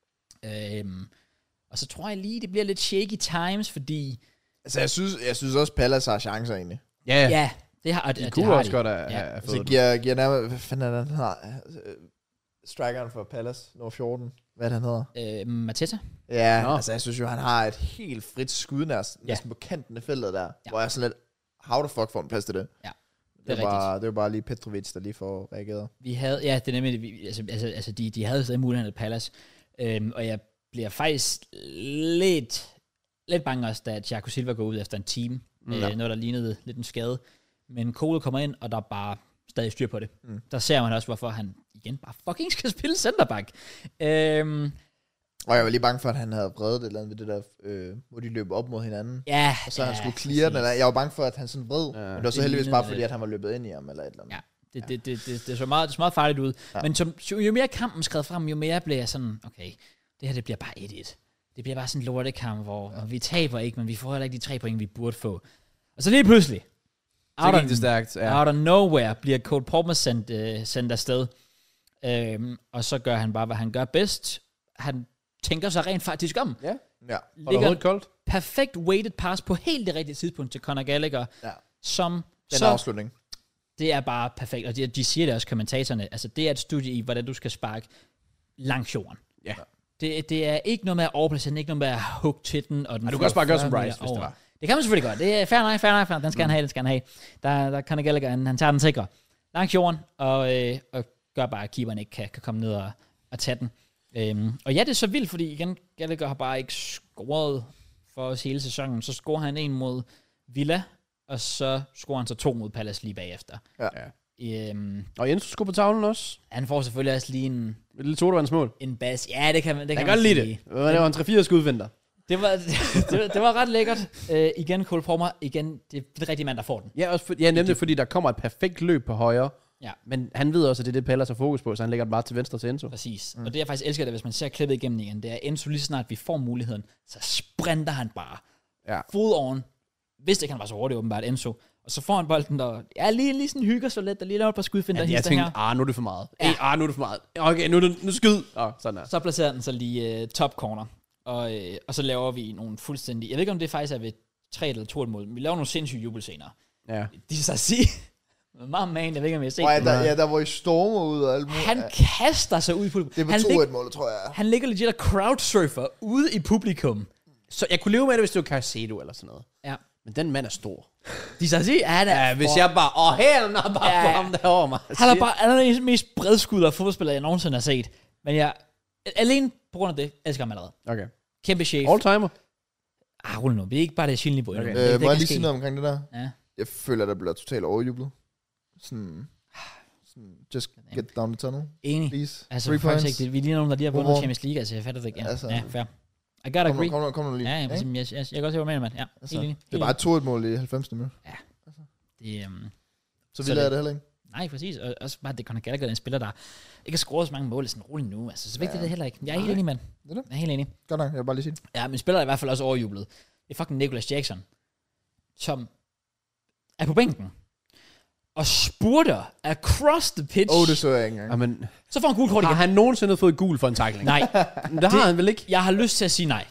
Øhm, og så tror jeg lige, det bliver lidt shaky times, fordi Altså, jeg synes, jeg synes også, Palace har chancer egentlig. Ja, ja. ja, det har, De det, kunne det har også de. godt have, Ja. have Altså, fået det. giver, giver nærmere, hvad fanden er det, han har? Øh, Strikeren for Palace, nummer fjorten. Hvad er det, han hedder? Øh, Mateta? Ja, Nå. altså jeg synes jo, han har et helt frit skud næsten, Ja. næsten på kanten af feltet der, Ja. hvor jeg er sådan lidt, how the fuck får han plads til det? Ja, det, det er det, var, det var bare lige Petrovic, der lige får reageret. Vi havde, ja, det er nemlig, det, vi, altså, altså, altså de, de havde stadig muligheden af Palace, øhm, og jeg bliver faktisk lidt, lidt bange også, da Thiago Silva går ud efter en team, mm, øh, noget der lignede lidt en skade, men Cole kommer ind, og der er bare stadig styr på det. Mm. Der ser man også, hvorfor han igen bare fucking skal spille centerback. Øhm, Og jeg var lige bange for, at han havde vredet et eller andet ved det der, øh, hvor de løb op mod hinanden. ja, Og så han ja, skulle clear den, eller jeg var bange for, at han sådan vred. Ja, men det var så det heldigvis lignede bare det. fordi, at han var løbet ind i ham, eller et eller andet. Ja. Det, det, det, det, det, så meget, det så meget farligt ud. Ja. Men som, jo, jo mere kampen skred frem, jo mere bliver jeg sådan, okay, det her det bliver bare et et. Det bliver bare sådan en lortekamp, hvor ja. vi taber ikke, men vi får heller ikke de tre point, vi burde få. Og så lige pludselig, Så out gik of, det stærkt. Ja. out of nowhere, bliver Cole Palmer sendt, øh, sendt afsted. Øhm, og så gør han bare, hvad han gør bedst. Han tænker sig rent faktisk om. Ja. Ja. Og der var koldt. perfekt weighted pass på helt det rigtige tidspunkt til Conor Gallagher, Ja. som Den så, afslutning. det er bare perfekt, og de, de siger det også, kommentatorerne, altså det er et studie i, hvordan du skal sparke langs jorden. Ja. Det, det er ikke noget med at overplacere den, ikke noget med at hugge til den, og den Og du kan også bare gøre som fyrre Rice, meter hvis det over. var. Det kan man selvfølgelig godt. Det er fair nok, fair nok, fair nok. Den skal mm. han have, den skal han have. Der, der Conor Gallagher, han, han tager den sikre langs jorden, og, øh, og gør bare, at keeperen ikke kan, kan komme ned og, og tage den. Øhm, og ja, det er så vildt, fordi igen, Gallagher har bare ikke scoret for os hele sæsonen. Så scorer han en mod Villa, og så scorer han så to mod Palace lige bagefter. Ja. Øhm, Og Jens skulle på tavlen også. han får selvfølgelig også lige en, Et lille sodavandsmål. en bas. Ja, det kan man, det Jeg kan kan man godt lide sige. det. Det var en tre fire skudvinter. Det var, det, var, det var ret lækkert. Uh, igen, Cole Palmer. Igen, det er den rigtige mand, der får den. Ja, også for, ja, nemlig fordi der kommer et perfekt løb på højre. Ja. Men han ved også, at det er det, Pallas har fokus på, så han lægger det bare til venstre til Enzo. Præcis. Mm. Og det jeg faktisk elsker, det hvis man ser klippet igennem igen, det er Enzo lige snart vi får muligheden, så sprinter han bare. Ja. Fod oven. Hvis ikke han var så hurtigt åbenbart, Enzo. Og så får han bolden, der ja, lige, lige sådan hygger så let, der lige laver et par skudfinder. Ja, jeg tænkte, ah, nu er det for meget. Ja. Ja. Ah, nu er det for meget. Okay, nu er det nu skyd. Oh, sådan der. Så placerer den så lige uh, top corner. Og, uh, og så laver vi nogle fuldstændig, jeg ved ikke om det faktisk er ved tre eller to mål, men vi laver nogle sindssyge jubelscener. Ja. De så sige, meget man, jeg ved ikke om jeg har set Og ja, det. der, ja, der var i stormer ud og alt muligt. Han Ja. kaster sig ud i publikum. Det var han, to lig, et mål, tror jeg. han ligger legit og crowdsurfer ude i publikum. Så jeg kunne leve med det, hvis det var Caicedo eller sådan noget. Ja. Men den mand er stor. De så sige, ja, der, Ja, hvis jeg bare, åh, hælen er bare Ja, på ja. ham derovre, mig. han er bare han er den mest bredskuddede fodboldspiller, jeg nogensinde har set. Men jeg, alene på grund af det, elsker ham allerede. Okay. Kæmpe chef. All timer. Ah, rulle nu. Vi er ikke bare det sjældent niveau. Okay. Okay. Det, Øh, det må jeg kan lige ske. sige noget omkring det der? Ja. Jeg føler, der bliver totalt overjublet. Sådan, sådan, just get down the tunnel, Enig. please. Altså, Three for faktisk points. ikke, det, vi ligner nogen, der lige har vundet Hvorfor? Champions League, altså jeg fatter det ikke. Ja, Altså. ja fair. I gotta Kom nu, agree. kom nu, kom nu lige. Ja, ja, ikke? præcis. Jeg, jeg, jeg kan godt se, hvad du mener, mand. Ja, Altså, helt enig. det er Helt bare to et mål i halvfems minut. enig. Det, um, Så Så vi det- lader det heller ikke. nej, præcis. Og også bare, det Conor Gallagher, en spiller, der ikke har scoret så mange mål, sådan roligt nu. Altså, så vigtigt Ja. er det heller ikke. Jeg er helt enig, mand. Det er det. Jeg er helt enig. Godt nok, jeg vil bare lige sige det. Ja, men spiller er i hvert fald også overjublet. Det er fucking Nicholas Jackson, som er på bænken og spurter across the pitch. Åh, oh, det så jeg ikke engang. Jamen, Så får han gul kort har igen. han nogensinde fået gul for en tackling? Nej, Det har han vel ikke? jeg har lyst til at sige nej.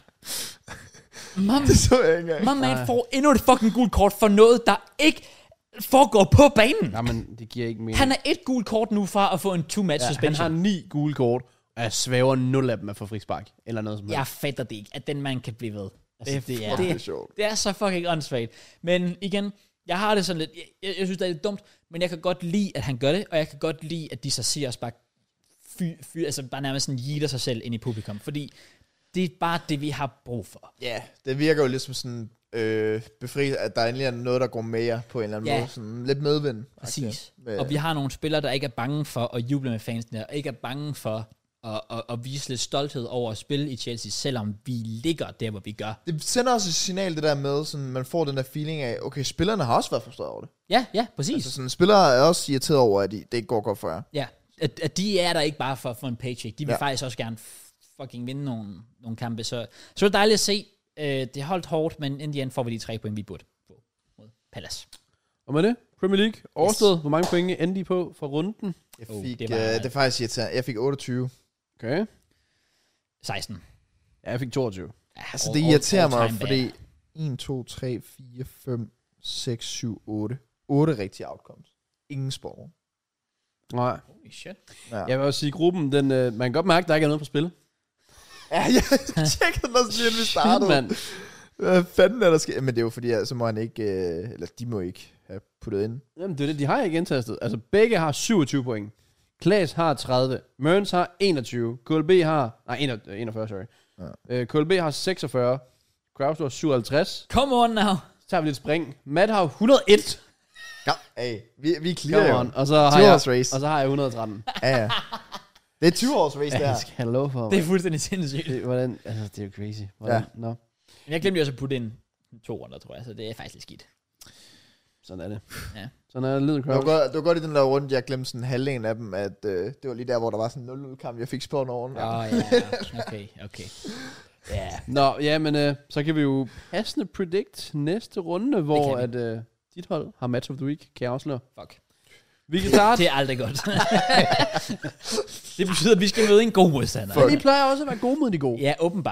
Mam, Det så jeg ikke engang. my man får endnu et fucking gul kort for noget, der ikke foregår på banen. Jamen, det giver ikke mening. Han er et gul kort nu fra at få en two-match ja, han suspension. har ni gule kort, og jeg svæver nul af dem at få frispark. Eller noget som helst. Jeg fatter det ikke, at den mand kan blive ved. Altså, det, det er- det, Det er det, sjovt. det er så fucking åndssvagt. Men igen, jeg har det sådan lidt, jeg, jeg, jeg synes, det er lidt dumt, men jeg kan godt lide, at han gør det, og jeg kan godt lide, at de så siger os bare, fy, fy, altså bare nærmest sådan jitter sig selv ind i publikum, fordi det er bare det, vi har brug for. Ja, det virker jo lidt som sådan øh, befriet, at der endelig er noget, der går med jer på en eller anden Ja. måde. Sådan lidt medvind. Præcis. Med, Og vi har nogle spillere, der ikke er bange for at juble med fansene, og ikke er bange for at, at, at vise lidt stolthed over at spille i Chelsea, selvom vi ligger der, hvor vi gør. Det sender også et signal, det der med, sådan, man får den der feeling af, okay, spillerne har også været frustreret over det. Ja, ja, præcis. Altså sådan, spillere er også irriteret over, at de, det ikke går godt for jer. Ja, at, at de er der ikke bare for at få en paycheck. De vil Ja. ja. faktisk også gerne fucking vinde nogle, nogle kampe. Så, så er det dejligt at se. Uh, det holdt hårdt, men in the end får vi de tre point, vi burde få mod Palace. Og med det, Premier League overstået. Yes. Hvor mange point endte de på fra runden? Jeg Oh, fik, det det, var- øh, det er faktisk irriterende. Jeg fik otteogtyve. Okay. seksten. Ja, jeg fik toogtyve. Ja, Altså, all- det all- irriterer all mig, time fordi bad. en, to, tre, fire, fem, seks, syv, otte. otte rigtige outcomes. Ingen spår. Nej. Holy shit. Ja. Jeg vil også sige, gruppen, den, øh, man kan godt mærke, at der ikke er noget på spil. Ja, jeg tjekkede den også lige, inden vi startede. mand. Hvad fanden er der sket? Men det er jo fordi, at så må han ikke, øh, eller de må ikke have puttet ind. Jamen, det er det, de har ikke indtastet. Altså, begge har syvogtyve point. Klaas har tredive. Mørns har enogtyve. K L B har... Nej, enogfyrre, sorry. Ja. Øh, K L B har seksogfyrre. Kraus har syvoghalvtreds. Come on now. Så tager vi lidt spring. Matt har et hundrede og en. Ja, hey, vi, vi clear Come jo. on. Og så har tyve jeg, års race. og så har jeg et hundrede og tretten. Ja, ja. Det er tyve års race, Ja, der. det skal jeg love for. Det er mand. fuldstændig sindssygt. Det, hvordan, altså, det er jo crazy. Hvordan, Ja. Nå, Men jeg glemte jo også at putte ind to runder, tror jeg, så det er faktisk lidt skidt. sådan er det. Ja. Sådan er det lidt Det var, Kraus. godt, det var godt i den der runde, jeg glemte sådan halvdelen af dem, at øh, det var lige der, hvor der var sådan en nul nul kamp, jeg fik spurgt over. Åh, oh, ja. Okay, okay. Ja. Nå, ja, men øh, så kan vi jo passende predict næste runde, hvor kan at øh, dit hold har match of the week, kan jeg afsløre. Fuck. Vi kan starte. Det er aldrig godt. Det betyder, at vi skal møde en god modstander. Fuck. Men I plejer også at være gode mod de gode. Ja, åbenbart.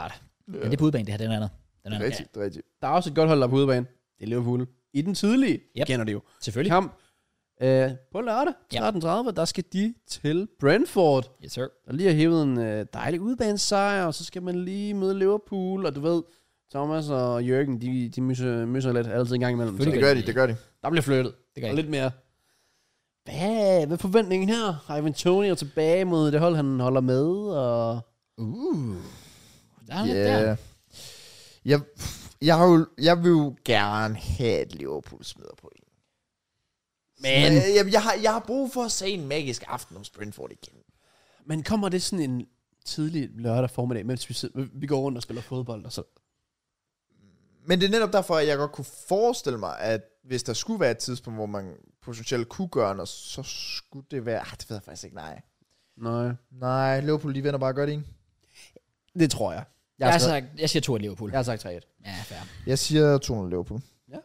Men det er på udebane, det her, den andet. Den Det er anden. rigtigt, det er rigtigt. Der er også et godt hold der på udebane. Det er Liverpool. I den tidlige, Yep. kender de jo. Selvfølgelig. Kamp øh, på lørdag, Ja. tretten tredive, der skal de til Brentford. Yes, sir. Der lige har hævet en øh, dejlig udebanesejr, og så skal man lige møde Liverpool, og du ved, Thomas og Jørgen, de, de myser, myser lidt altid en gang imellem. Så Det gør de, det gør de. der bliver flyttet. Det gør Og jeg. lidt mere. Hvad, hvad er forventningen her? Har Ivan Toney tilbage mod det hold, han holder med, og... Uh. Der er Ja. lidt der. Jeg, jeg, har jo, jeg vil jo gerne have, at Liverpool smider på en. Men, Jeg, jeg, jeg, har, jeg har brug for at se en magisk aften om Brentford igen. men kommer det sådan en tidlig lørdag formiddag, mens vi, sidder, vi går rundt og spiller fodbold, og så... Men det er netop derfor, at jeg godt kunne forestille mig, at hvis der skulle være et tidspunkt, hvor man potentielt kunne gøre noget, så skulle det være... Ah, det ved jeg faktisk ikke, nej. Nej. Nej, Liverpool, de vender bare godt ind. Det tror jeg. Jeg Jeg, har, har sagt, sagt, jeg siger to af Liverpool. jeg har sagt tre et. Ja, fair. Jeg siger to nul Liverpool.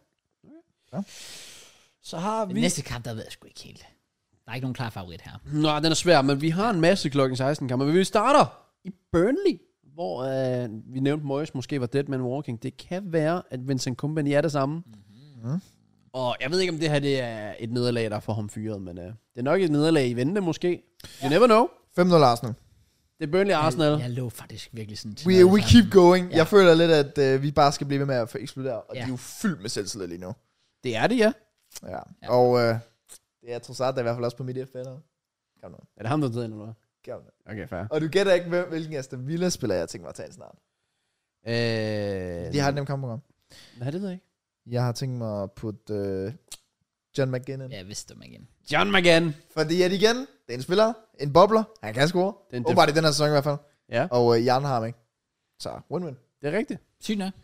Så har Den vi... næste kamp, der ved jeg sgu ikke helt. Der er ikke nogen klar favorit her. Nå, den er svær, men vi har en masse klokken seksten kampe. Men vi starter i Burnley, hvor øh, vi nævnte Moyes måske var dead man walking. Det kan være, at Vincent Kompany er det samme. Mm-hmm. Og jeg ved ikke, om det her det er et nederlag, der får ham fyret, men øh, det er nok et nederlag i vente måske. You never know. fem nul Arsenal. Det er Burnley og Arsenal. Jeg, jeg lå faktisk virkelig sådan til We, noget we sammen. keep going. Ja. Jeg føler lidt, at uh, vi bare skal blive ved med at få eksplodere. Og Ja. de er jo fyldt med selvtillid lige nu. Det er det, ja. Ja. Ja. ja. Og uh, det er Trossard, der er i hvert fald også på mit F F. Kom nu. Er det ham, der tager eller noget? Kom nu. Okay, fair. Og du gætter ikke, hvem, hvilken Aston Villa-spiller jeg tænker mig at tage snart. Øh, De har et nemt kampprogram. Nej, det ved jeg ikke. Jeg har tænkt mig at putte uh, John McGinnon. Ja, jeg vidste dem igen. John McGann. Fordi at igen, det er en spiller, en bobler, han kan score. Det er en Og bare i den her sæson i hvert fald. Ja, Og uh, Jan har ham ikke. Så win-win. det er rigtigt. Sygt nok.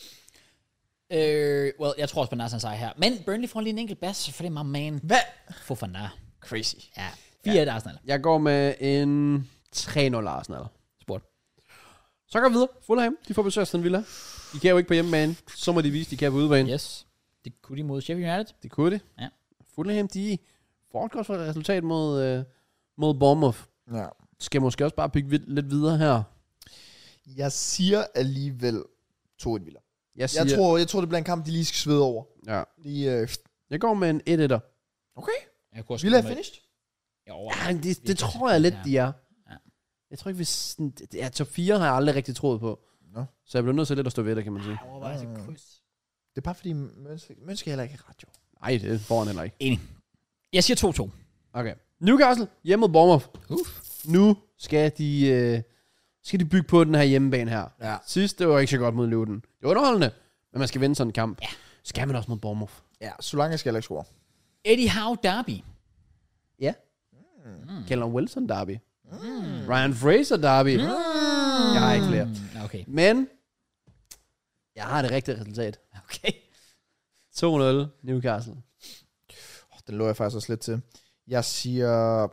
Øh, well, jeg tror også på Nasser sejr her. Men Burnley får lige en enkelt bas, for det er my man. Hvad? Fofana. Crazy. Ja, fire et Arsenal. Jeg går med en tre nul Arsenal. Sport. Så går vi videre. Fulham, de får besøg af Aston Villa. De kan jo ikke på hjemmebane. Så må de vise, de kan på udebane. Yes. Det kunne de mod Sheffield United. Det kunne de. Ja. Fulham, de får et godt resultat mod, øh, mod Bournemouth. Ja. Skal måske også bare bygge vid- lidt videre her. Jeg siger alligevel to et Villa. Jeg, siger, Jeg tror, jeg tror, det bliver en kamp, de lige skal svede over. Ja. Lige, øh, Jeg går med en et etter. okay. Jeg kunne også Villa er gå med- finished. Jo, Ja, det, det, er det så tror jeg lidt, ja. de er. Ja. Jeg tror ikke, hvis... sådan- det- Ja, top fire har jeg aldrig rigtig troet på. Nå. Så jeg bliver nødt til lidt at stå ved det, kan man sige. Jeg overvejer til kryds. Det er bare fordi, Mønske Mønske heller ikke er ret, jo. Nej, det får han heller ikke. Enig. Jeg siger to to. Okay. Newcastle, hjemme mod Bournemouth. Uff. Nu skal de, øh, skal de bygge på den her hjemmebane her. Ja. Sidst, det var ikke så godt mod Luton. Det var underholdende, men man skal vinde sådan en kamp. Ja. Skal man også mod Bournemouth. Ja, Solange skal heller ikke score. Eddie Howe Derby. Ja. Mm. Callum Wilson derby. Mm. Ryan Fraser derby. Mm. Jeg har ikke flere. Mm, okay. Men, jeg har det rigtige resultat. Okay. to nul Newcastle. Oh, den lå jeg faktisk også lidt til. Jeg siger...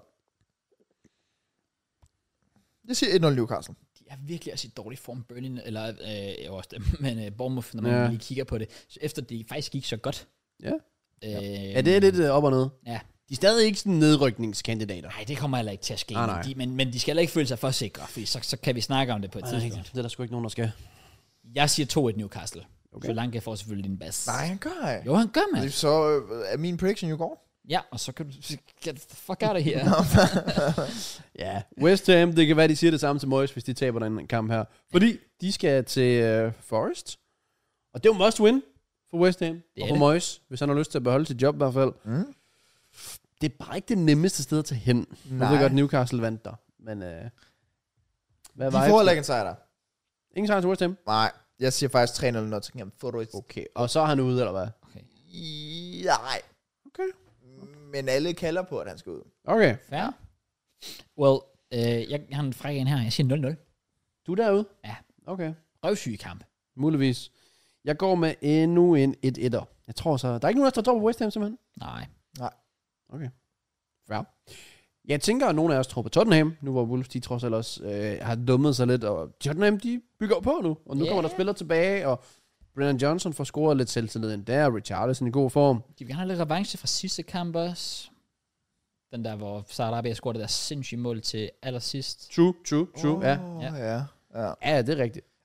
Jeg siger et nul Newcastle. De er virkelig også i dårlig form, Burnley, eller øh, jo også dem, men øh, Bournemouth, når man Ja. lige kigger på det. Så efter det faktisk gik så godt. Ja. Øh, Ja, det er lidt øh, op og ned. Ja. De er stadig ikke sådan nedrykningskandidater. Nej, det kommer heller ikke til at ske. Ah, nej. men, de, men, men de skal heller ikke føle sig for sikre, fordi så, så kan vi snakke om det på et Nej, tidspunkt. det er der sgu ikke nogen, der skal. Jeg siger to et Newcastle. Okay. Okay. Solanke får selvfølgelig din bas. Nej, han gør ej. Jo, han gør, mand. Så øh, er min prediction jo går. Ja, og så kan du get the fuck out of here. Ja, West Ham, det kan være, de siger det samme til Moyes, hvis de taber den kamp her. Fordi de skal til uh, Forest. Og det er jo must win for West Ham Det og er for det. Moyes, hvis han har lyst til at beholde sit job i hvert fald. Mm. Det er bare ikke det nemmeste sted at tage hen. Jeg Nej. ved godt, Newcastle vandt der. Men uh, hvad De var får heller ikke en sejr der. Ingen sejr til West Ham? Nej, jeg siger faktisk tre nul Nottingham Forest. Okay, og så er han ude, eller hvad? Okay. Nej. Okay. Men alle kalder på, at han skal ud. Okay, Fair. Well, øh, jeg har en fræk en her. Jeg siger nul nul. du er derude? Ja. Okay, Røvsyg kamp. muligvis. Jeg går med endnu en et etter. Jeg tror så... Der er ikke nogen, der står på West Ham, simpelthen? Nej. Okay. Ja. Jeg tænker, at nogle af os tror på Tottenham, nu hvor Wolves, de trods alt også øh, har dummet sig lidt, og Tottenham, de bygger på nu, og nu Ja. kommer der spillere tilbage, og Brennan Johnson får scoret lidt selvtillid end der, Richarlison i god form. De vil gerne have lidt revanche fra sidste kamp også. Den der, hvor Sarabia scorede det der sindssyge mål til allersidst. True, true, true, oh. ja. Oh, Ja. ja. ja. Ja, det er rigtigt.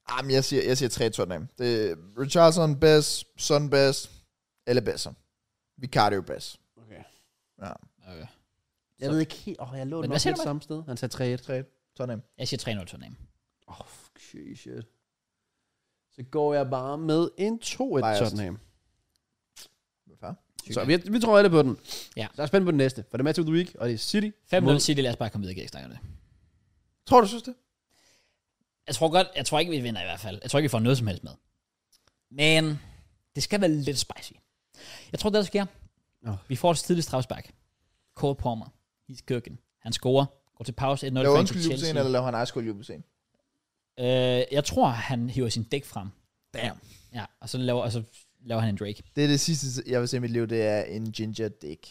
Jamen, jeg siger, jeg siger tre Tottenham. Det er Richarlison bedst, Son bedst, eller bedst. Vicario bedst. Okay. Ja. Okay. Jeg ved ikke helt... Åh, oh, jeg lå Men nok hvad siger lidt du, samme sted. Han sagde tre et. tre Tottenham. Jeg siger tre nul Tottenham. Åh, oh, shit. Så går jeg bare med en to et Biased. Tottenham. Fair. Så vi, vi tror alle på den. Ja. Så jeg er spændt på den næste. For det er match of the week, og det er City. fem nul mod- City, lad os bare komme videre, jeg snakker det. Tror du, synes det? Jeg tror godt, jeg tror ikke, vi vinder i hvert fald. Jeg tror ikke, vi får noget som helst med. Men det skal være lidt spicy. Jeg tror, det der sker. Oh. Vi får et tidligt strafspark. Cole Palmer. He's cooking. Han scorer. Går til pause et nul Laver foran undskyld til jubelscene, Chelsea. eller laver han ice jubelscene? Øh, jeg tror, han hiver sin dæk frem. Damn. Ja, og så laver, og så laver han en Drake. Det er det sidste, jeg vil se i mit liv, det er en ginger dick.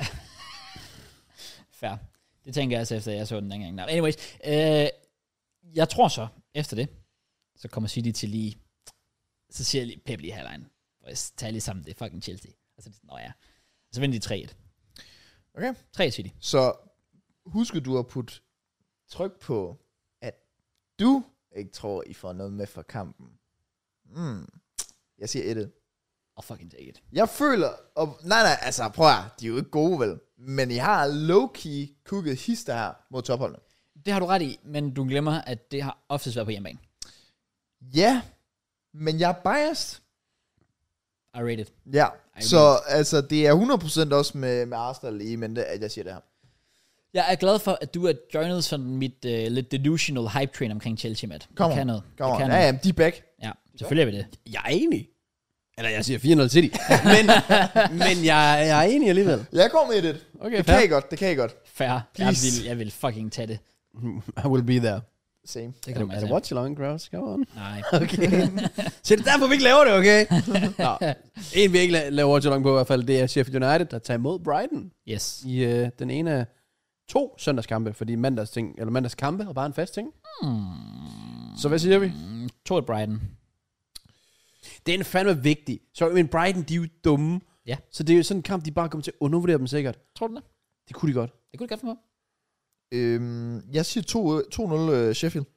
Fair. Det tænker jeg altså efter, jeg så den dengang. Nå, anyways. Øh, jeg tror så, efter det, så kommer City til lige, så siger jeg lige Pep lige halvlejen. Og jeg tager lige sammen, det er fucking Chelsea. Og så er det sådan, nå ja. Og så vinder de tre et. Okay. tre et City. Så husk du at putte tryk på, at du ikke tror, I får noget med for kampen. Mm. Jeg siger et et. Og fucking take it. Jeg føler, og, nej nej, altså prøv at, de er jo ikke gode vel, men I har low-key kugget hister her mod topholdene. Det har du ret i, men du glemmer, at det har oftest været på hjemmebane. Ja, men jeg er biased. I rate it. Ja, I så altså, det er hundrede procent også med, med Arsenal i mente, at jeg siger det her. Jeg er glad for, at du er joinet sådan mit uh, lidt delusional hype train omkring Chelsea, Matt. Kom Det kan on, noget. kom Det on. kan Ja, noget. ja, de er back. Ja, selvfølgelig er vi det. Jeg er enig. Eller jeg siger fire nul City. men men jeg, jeg er enig alligevel. Jeg går med det. Okay, Det fair. kan I godt, det kan I godt. Fair. Jeg Please. vil, jeg vil fucking tage det. I will be there. Same. Det Er kan du det, er det med watch along, Kraus? Come on. Nej. Okay. Så det er derfor, vi ikke laver det, okay? Nå, en vi ikke la- laver watch along på i hvert fald, det er Sheffield United, der tager imod Brighton Yes. i øh, den ene af to søndagskampe, fordi mandags ting, eller mandagskampe er bare en fast ting. Hmm. Så hvad siger vi? Mm, to et Brighton. Det er en fandme vigtig. Så men Brighton, de er jo dumme. Ja. Så det er jo sådan en kamp, de bare kommer til at undervurdere dem sikkert. Tror du det? Det kunne de godt. Det kunne du godt få med. Øhm, jeg siger to nul uh, Sheffield.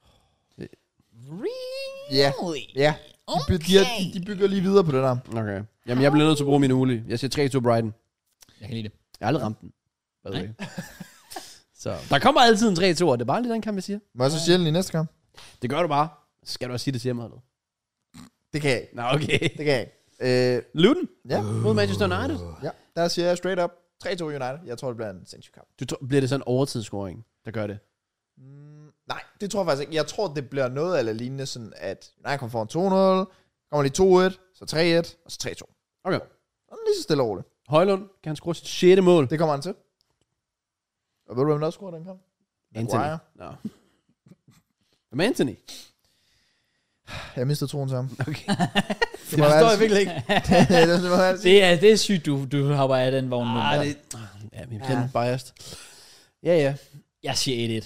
Really? Ja. Ja. De, by, de, er, de bygger lige videre på det der. Okay. Jamen, jeg bliver nødt til at bruge min uge. Jeg siger tre to Brighton. Jeg kan lide det. Jeg har aldrig ramt den. By the way. Så der kommer altid en tre to, og det er bare lige den kamp, jeg siger. Må jeg så sjældent i næste kamp? Det gør du bare. Så skal du også sige det til hjemme, eller? Det kan jeg ikke. Nå, okay. Det kan jeg ikke. Øh, Luton ja. mod Manchester United. ja, der siger jeg straight up tre to United. Jeg tror, det bliver en sindssyg kamp. Du tror, bliver det sådan en overtidsscoring, der gør det? Mm, nej, det tror jeg faktisk ikke. Jeg tror, det bliver noget eller lignende, sådan at United kommer foran to nul, kommer lige to et, så tre et, og så tre to. Okay. Og lige så stille og roligt. Højlund, kan han score sit sjette mål? Det kommer han til. Og ved du, hvem der scorer den kamp? Anthony. Maguire. Nå. Hvem er Anthony? Jeg mistede troen til ham. Okay. Det Det forstår jeg virkelig ikke. det, det, må jeg sige. Det er, det er sygt, du, du hopper af den vogn nu. Ah, det... Ja, min ja. biased. Ja, ja. Jeg siger et et.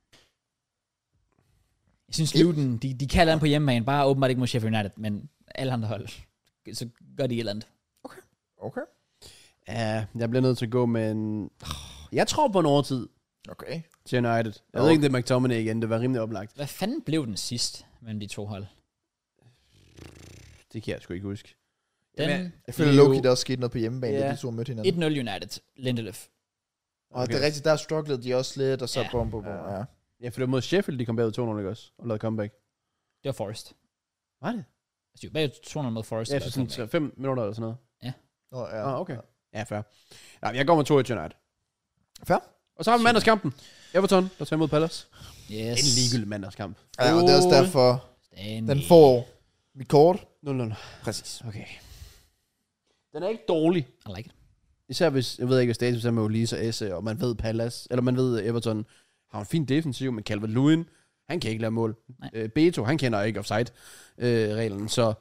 Jeg synes, Luton, de, de kalder den på hjemmebane, bare åbenbart ikke mod Sheffield United, men alle andre hold, så gør de et eller andet. Okay. Ja, jeg bliver nødt til at gå med en... Jeg tror på en overtid Okay. til United. Jeg Okay. ved ikke, det er McTominay igen. Det var rimelig oplagt. Hvad fanden blev den sidst mellem de to hold? Det kan jeg sgu ikke huske. Den Jamen, Jeg føler, blev Loki, der også skete noget på hjemmebane, Ja. da de to mødte hinanden. et nul United, Lindeløf. Og Okay. det er rigtigt, der strugglede de også lidt, og så Ja. bum, bum, bum. Ja. Ja. Ja, for det var mod Sheffield, de kom bagud to nul, ikke også? Og lavede comeback. Det var Forrest. Var det? Altså, de var bag to nul mod Forrest. Ja, og efter der sådan kom tre- fem minutter eller sådan noget. Nå, ja. Ah, okay. Ja, fair. Ja, jeg går med to et til United. Fair. Og så har vi mandagskampen. Everton, der tager imod Palace. bag. En Yes. ligegyldig mandagskamp. Ja, og det er også derfor, Stanley. den får mit kort. nul nul. Præcis. Okay. Den er ikke dårlig. I like it. Især hvis, jeg ved ikke, hvad status er med Olise og Esse, og man ved Palace, eller man ved Everton har en fin defensiv, men Calvert-Lewin, han kan ikke lave mål. Øh, Beto, han kender ikke offside-reglen, øh, så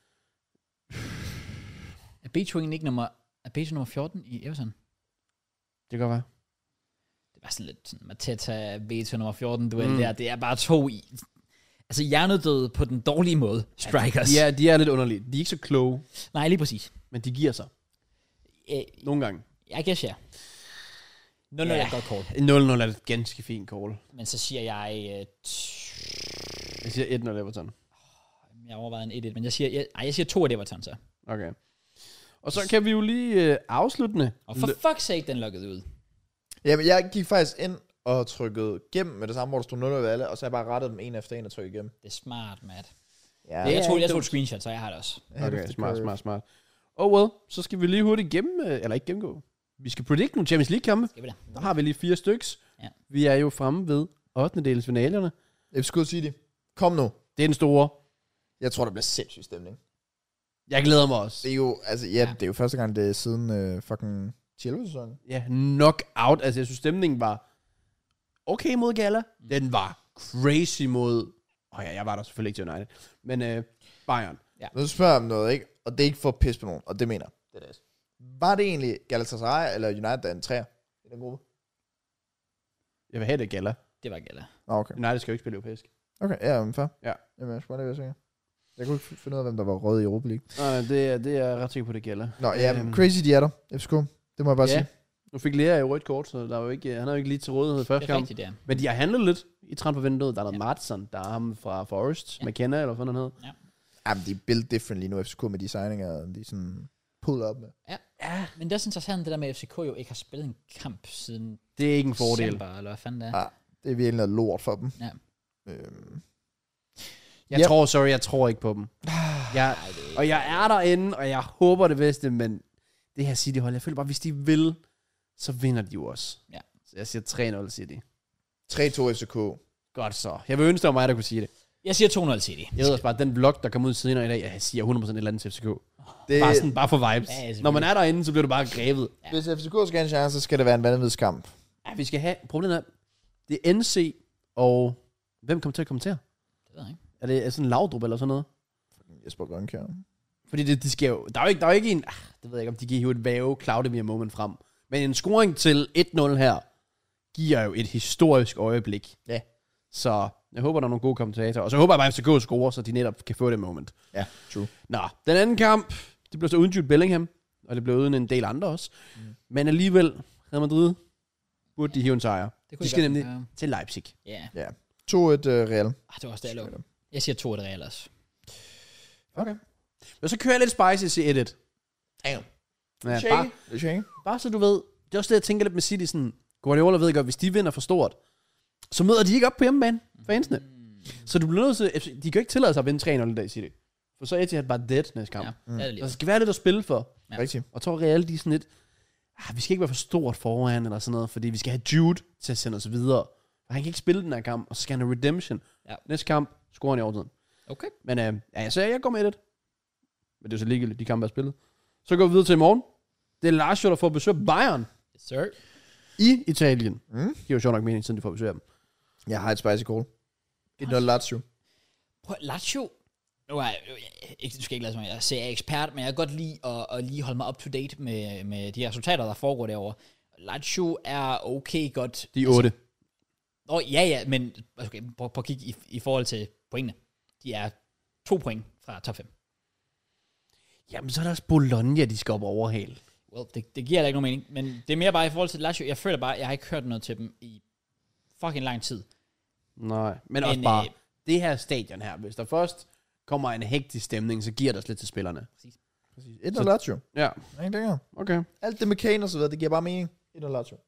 Er Beto egentlig ikke nummer, er Beto nummer fjorten i Everton? det kan godt være. Det var sådan lidt sådan Mateta, Beto nummer fjorten duel Mm. der. Det er bare to i... Altså hjernedøde på den dårlige måde. Strikers. De er, de er lidt underlige. De er ikke så kloge, Nej, lige præcis. men de giver sig. Øh, Nogle gange. jeg guess ja. nul nul Ja. er et godt call. nul nul er et ganske fint call. Men så siger jeg... Øh, Jeg siger et nul Everton. Jeg overvejede en et et, men jeg siger, jeg, ej, jeg siger to af Everton så. Okay. Og så kan vi jo lige øh, afsluttende. Og for fuck's sake, den lukkede ud. Jamen, jeg gik faktisk ind og trykkede gennem med det samme, hvor der stod nul ved alle, og så har jeg bare rettet dem en efter en og trykket igennem. Det er smart, Matt. Ja, Ja, jeg tog, jeg tog et screenshot, så jeg har det også. Okay, smart, smart, smart. Oh well, så skal vi lige hurtigt gennem, eller ikke gennemgå. Vi skal predict nogle Champions League-kampe. Skal vi da? Der har vi lige fire styks. Ja. Vi er jo fremme ved ottende dels finalerne. F C K City. Kom nu. Det er den store. Jeg tror, der bliver sindssyg stemning. Jeg glæder mig også. Det er jo, altså, ja, Ja. det er jo første gang, det er siden øh, fucking Chelsea-sæsonen. Ja, knockout. Altså, jeg synes, stemningen var okay mod Gala. Den var crazy mod... Åh oh, ja, jeg var der selvfølgelig ikke til United. Men øh, Bayern. Nu spørger jeg om noget, ikke? Og det er ikke for at pisse på nogen, og det mener jeg. Det er det. Var det egentlig Galatasaray eller United, der er en træer i den gruppe? Jeg vil have det Gala. Det var gælder. Nå, okay. United skal jo ikke spille europæisk. Okay, ja, men fair. Ja. Jamen, jeg skal bare lige være sikker. Jeg kunne ikke finde ud af, hvem der var rød i Europa League. Nej, det er, det er jeg ret sikker på, det Gala. Nå, ja, Øhm, crazy de er der, F C K. Det må jeg bare ja. sige. Nu fik Lea jo rødt kort, så der var jo ikke, han har jo ikke lige til rådighed i Det første er kamp. rigtigt, ja. Men de har handlet lidt i transfervinduet. Der er noget Ja. Martson, der er ham fra Forest, Ja. McKenna eller hvad han hedder. Jamen, de er built different lige nu, F C K, med de signinger, de er sådan pulled op med. Ja. ja, men det er også interessant, det der med, at F C K jo ikke har spillet en kamp siden Det er ikke en fordel. december, eller hvad fanden det er. Ja, det er virkelig noget lort for dem. Ja. Øhm. Jeg Yep. tror, sorry, jeg tror ikke på dem. Jeg, Ej, det er ikke- og jeg er derinde, og jeg håber det bedste, men det her City-hold, jeg føler bare, hvis de vil, så vinder de jo også. Ja. Så jeg siger tre nul City. tre to F C K. Godt så. Jeg vil ønske, det var mig, der kunne sige det. Jeg siger to nul City. Jeg ved også bare, at den vlog, der kom ud senere i dag, jeg siger hundrede procent et eller andet til F C K. Det, Bare, sådan, bare for vibes. Ja, selvfølgelig. Når man er derinde, så bliver du bare grebet. Ja. Hvis F C K skal have en chance, så skal det være en vanvidskamp. Ja, vi skal have... Problemet er, det er N C, og hvem kommer til at kommentere? Det ved jeg ikke. Er det er sådan en Laudrup eller sådan noget? Jesper Grønkjær. Fordi det, de skal jo... Der er jo ikke, der er jo ikke en... Ah, det ved jeg ikke, om de kan hive et Vave Claudemir moment frem. Men en scoring til et nul her, giver jo et historisk øjeblik. Ja. Så jeg håber, der er nogle gode kommentatorer. Og så håber jeg bare, at F C K scorer, så de netop kan få det moment. Ja, true. Nå, den anden kamp, det blev så uden Jude Bellingham. Og det blev uden en del andre også. Mm. Men alligevel, Real Madrid burde de hive en sejr. Det kunne De skal godt- nemlig ja. til Leipzig. Ja, Ja. to et uh, Real. ah, det var også det, jeg lå. Jeg siger to et Real også. Okay. Men så kører jeg lidt spicy og siger et et. Damn. Ja, Shake. bare, Det er shake. bare så du ved, det er også det, jeg tænker lidt med City, sådan, Guardiola ved godt, hvis de vinder for stort, så møder de ikke op på hjemmebane, fansene. Mm. Så du bliver nødt til, de kan jo ikke tillade sig at vinde tre nul i dag, City. For så er Etihad bare dead næste kamp. Ja, Ja. det er det lige. Så der skal være lidt at spille for. Ja. Rigtigt. Og så er Real, de er sådan lidt, ah, vi skal ikke være for stort foran, eller sådan noget, fordi vi skal have Jude til at sende os videre. Og han kan ikke spille den her kamp, og så skal han have redemption. Ja. Næste kamp, scorer han i overtiden. Okay. Men øh, ja, så jeg går med et. Men det er så ligegyldigt, de kampe er spillet. Så går vi videre til i morgen. Det er Lazio, der får besøg af Bayern Yes, sir. i Italien. Mm. Det giver jo sjovt nok mening, siden de får besøg af dem. Jeg har et spicy call. et nul Lazio. Prøv, Lazio, nu er jeg, jeg, ikke, du skal ikke lade som om jeg ser jeg er ekspert, men jeg kan godt lide at, at lige holde mig up to date med, med de resultater, der foregår derovre. Lazio er okay godt. De er otte. Altså, Nå, ja, ja, men okay, prøv, prøv at kigge i, i forhold til pointene. De er to point fra top fem. Jamen, så er der også Bologna, de skal op og overhale. Well, det, det giver da ikke nogen mening, men det er mere bare i forhold til Lazio. Jeg føler bare, jeg har ikke hørt noget til dem i fucking lang tid. Nej, men, men Men, også bare, øh, det her stadion her, hvis der først kommer en hektisk stemning, så giver det os lidt til spillerne. Præcis. et nul Lazio. Ja, Ikke længere. okay. Alt det med Kane og så videre, det giver bare mening. et nul Lazio.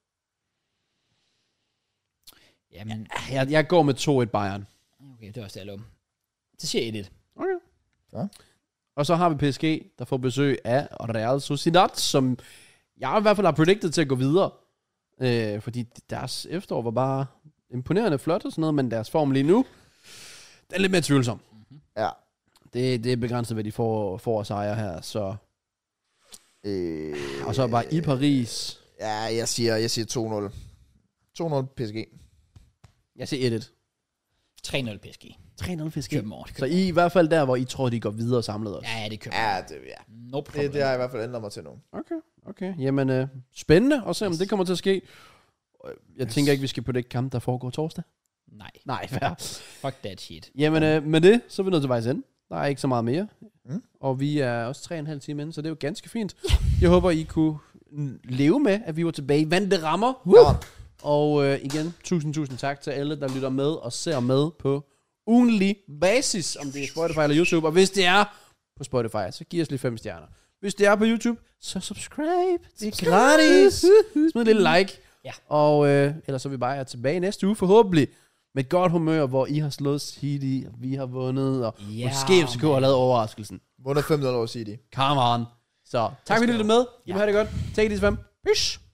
Jamen, Jeg, jeg går med to et Bayern. okay, det var også det, jeg lå. Så siger jeg et et. Okay. Ja. Og så har vi P S G, der får besøg af Real Sociedad, som jeg i hvert fald har predicted til at gå videre. Øh, fordi deres efterår var bare imponerende flot og sådan noget, men deres form lige nu, den er lidt mere tvivlsom. Ja. Det, det er begrænset, hvad de får, får af sejre her, så... Øh, Og så bare i Paris. Ja, jeg siger, jeg siger to nul. to nul P S G. Jeg siger et et. tre nul P S G. tre nul P S G. Køb dem over. Så I, i hvert fald der, hvor I tror, de går videre samlet også. Ja, ja, det køber Ja, jeg. det, ja. No problem. Det, det har jeg i hvert fald ændret mig til nu. Okay, okay. Jamen, øh, spændende at se, om Yes. det kommer til at ske. Jeg Yes. tænker ikke, vi skal på det kamp, der foregår torsdag. Nej, Nej, fair. fuck that shit. Jamen, øh, med det, så er vi nødt til vejs ende. Der er ikke så meget mere. Mm. Og vi er også tre og en halv time inde, så det er jo ganske fint. Jeg håber, I kunne n- leve med, at vi var tilbage. Vand det rammer. Ja. Og øh, igen, tusind, tusind tak til alle, der lytter med og ser med på ugenlig basis, om det er Spotify eller YouTube. Og hvis det er på Spotify, så giv os lige fem stjerner. Hvis det er på YouTube, så subscribe. Det er gratis. Smid et lille like. Ja. Og øh, ellers så er vi bare tilbage næste uge, forhåbentlig. Med et godt humør, hvor I har slået City, og vi har vundet, og Ja, måske F C K har lavet overraskelsen. Vundet fem nul over City. Come on. Så tak fordi du lyttede med. I må have det godt. Take it easy, fam. Peace.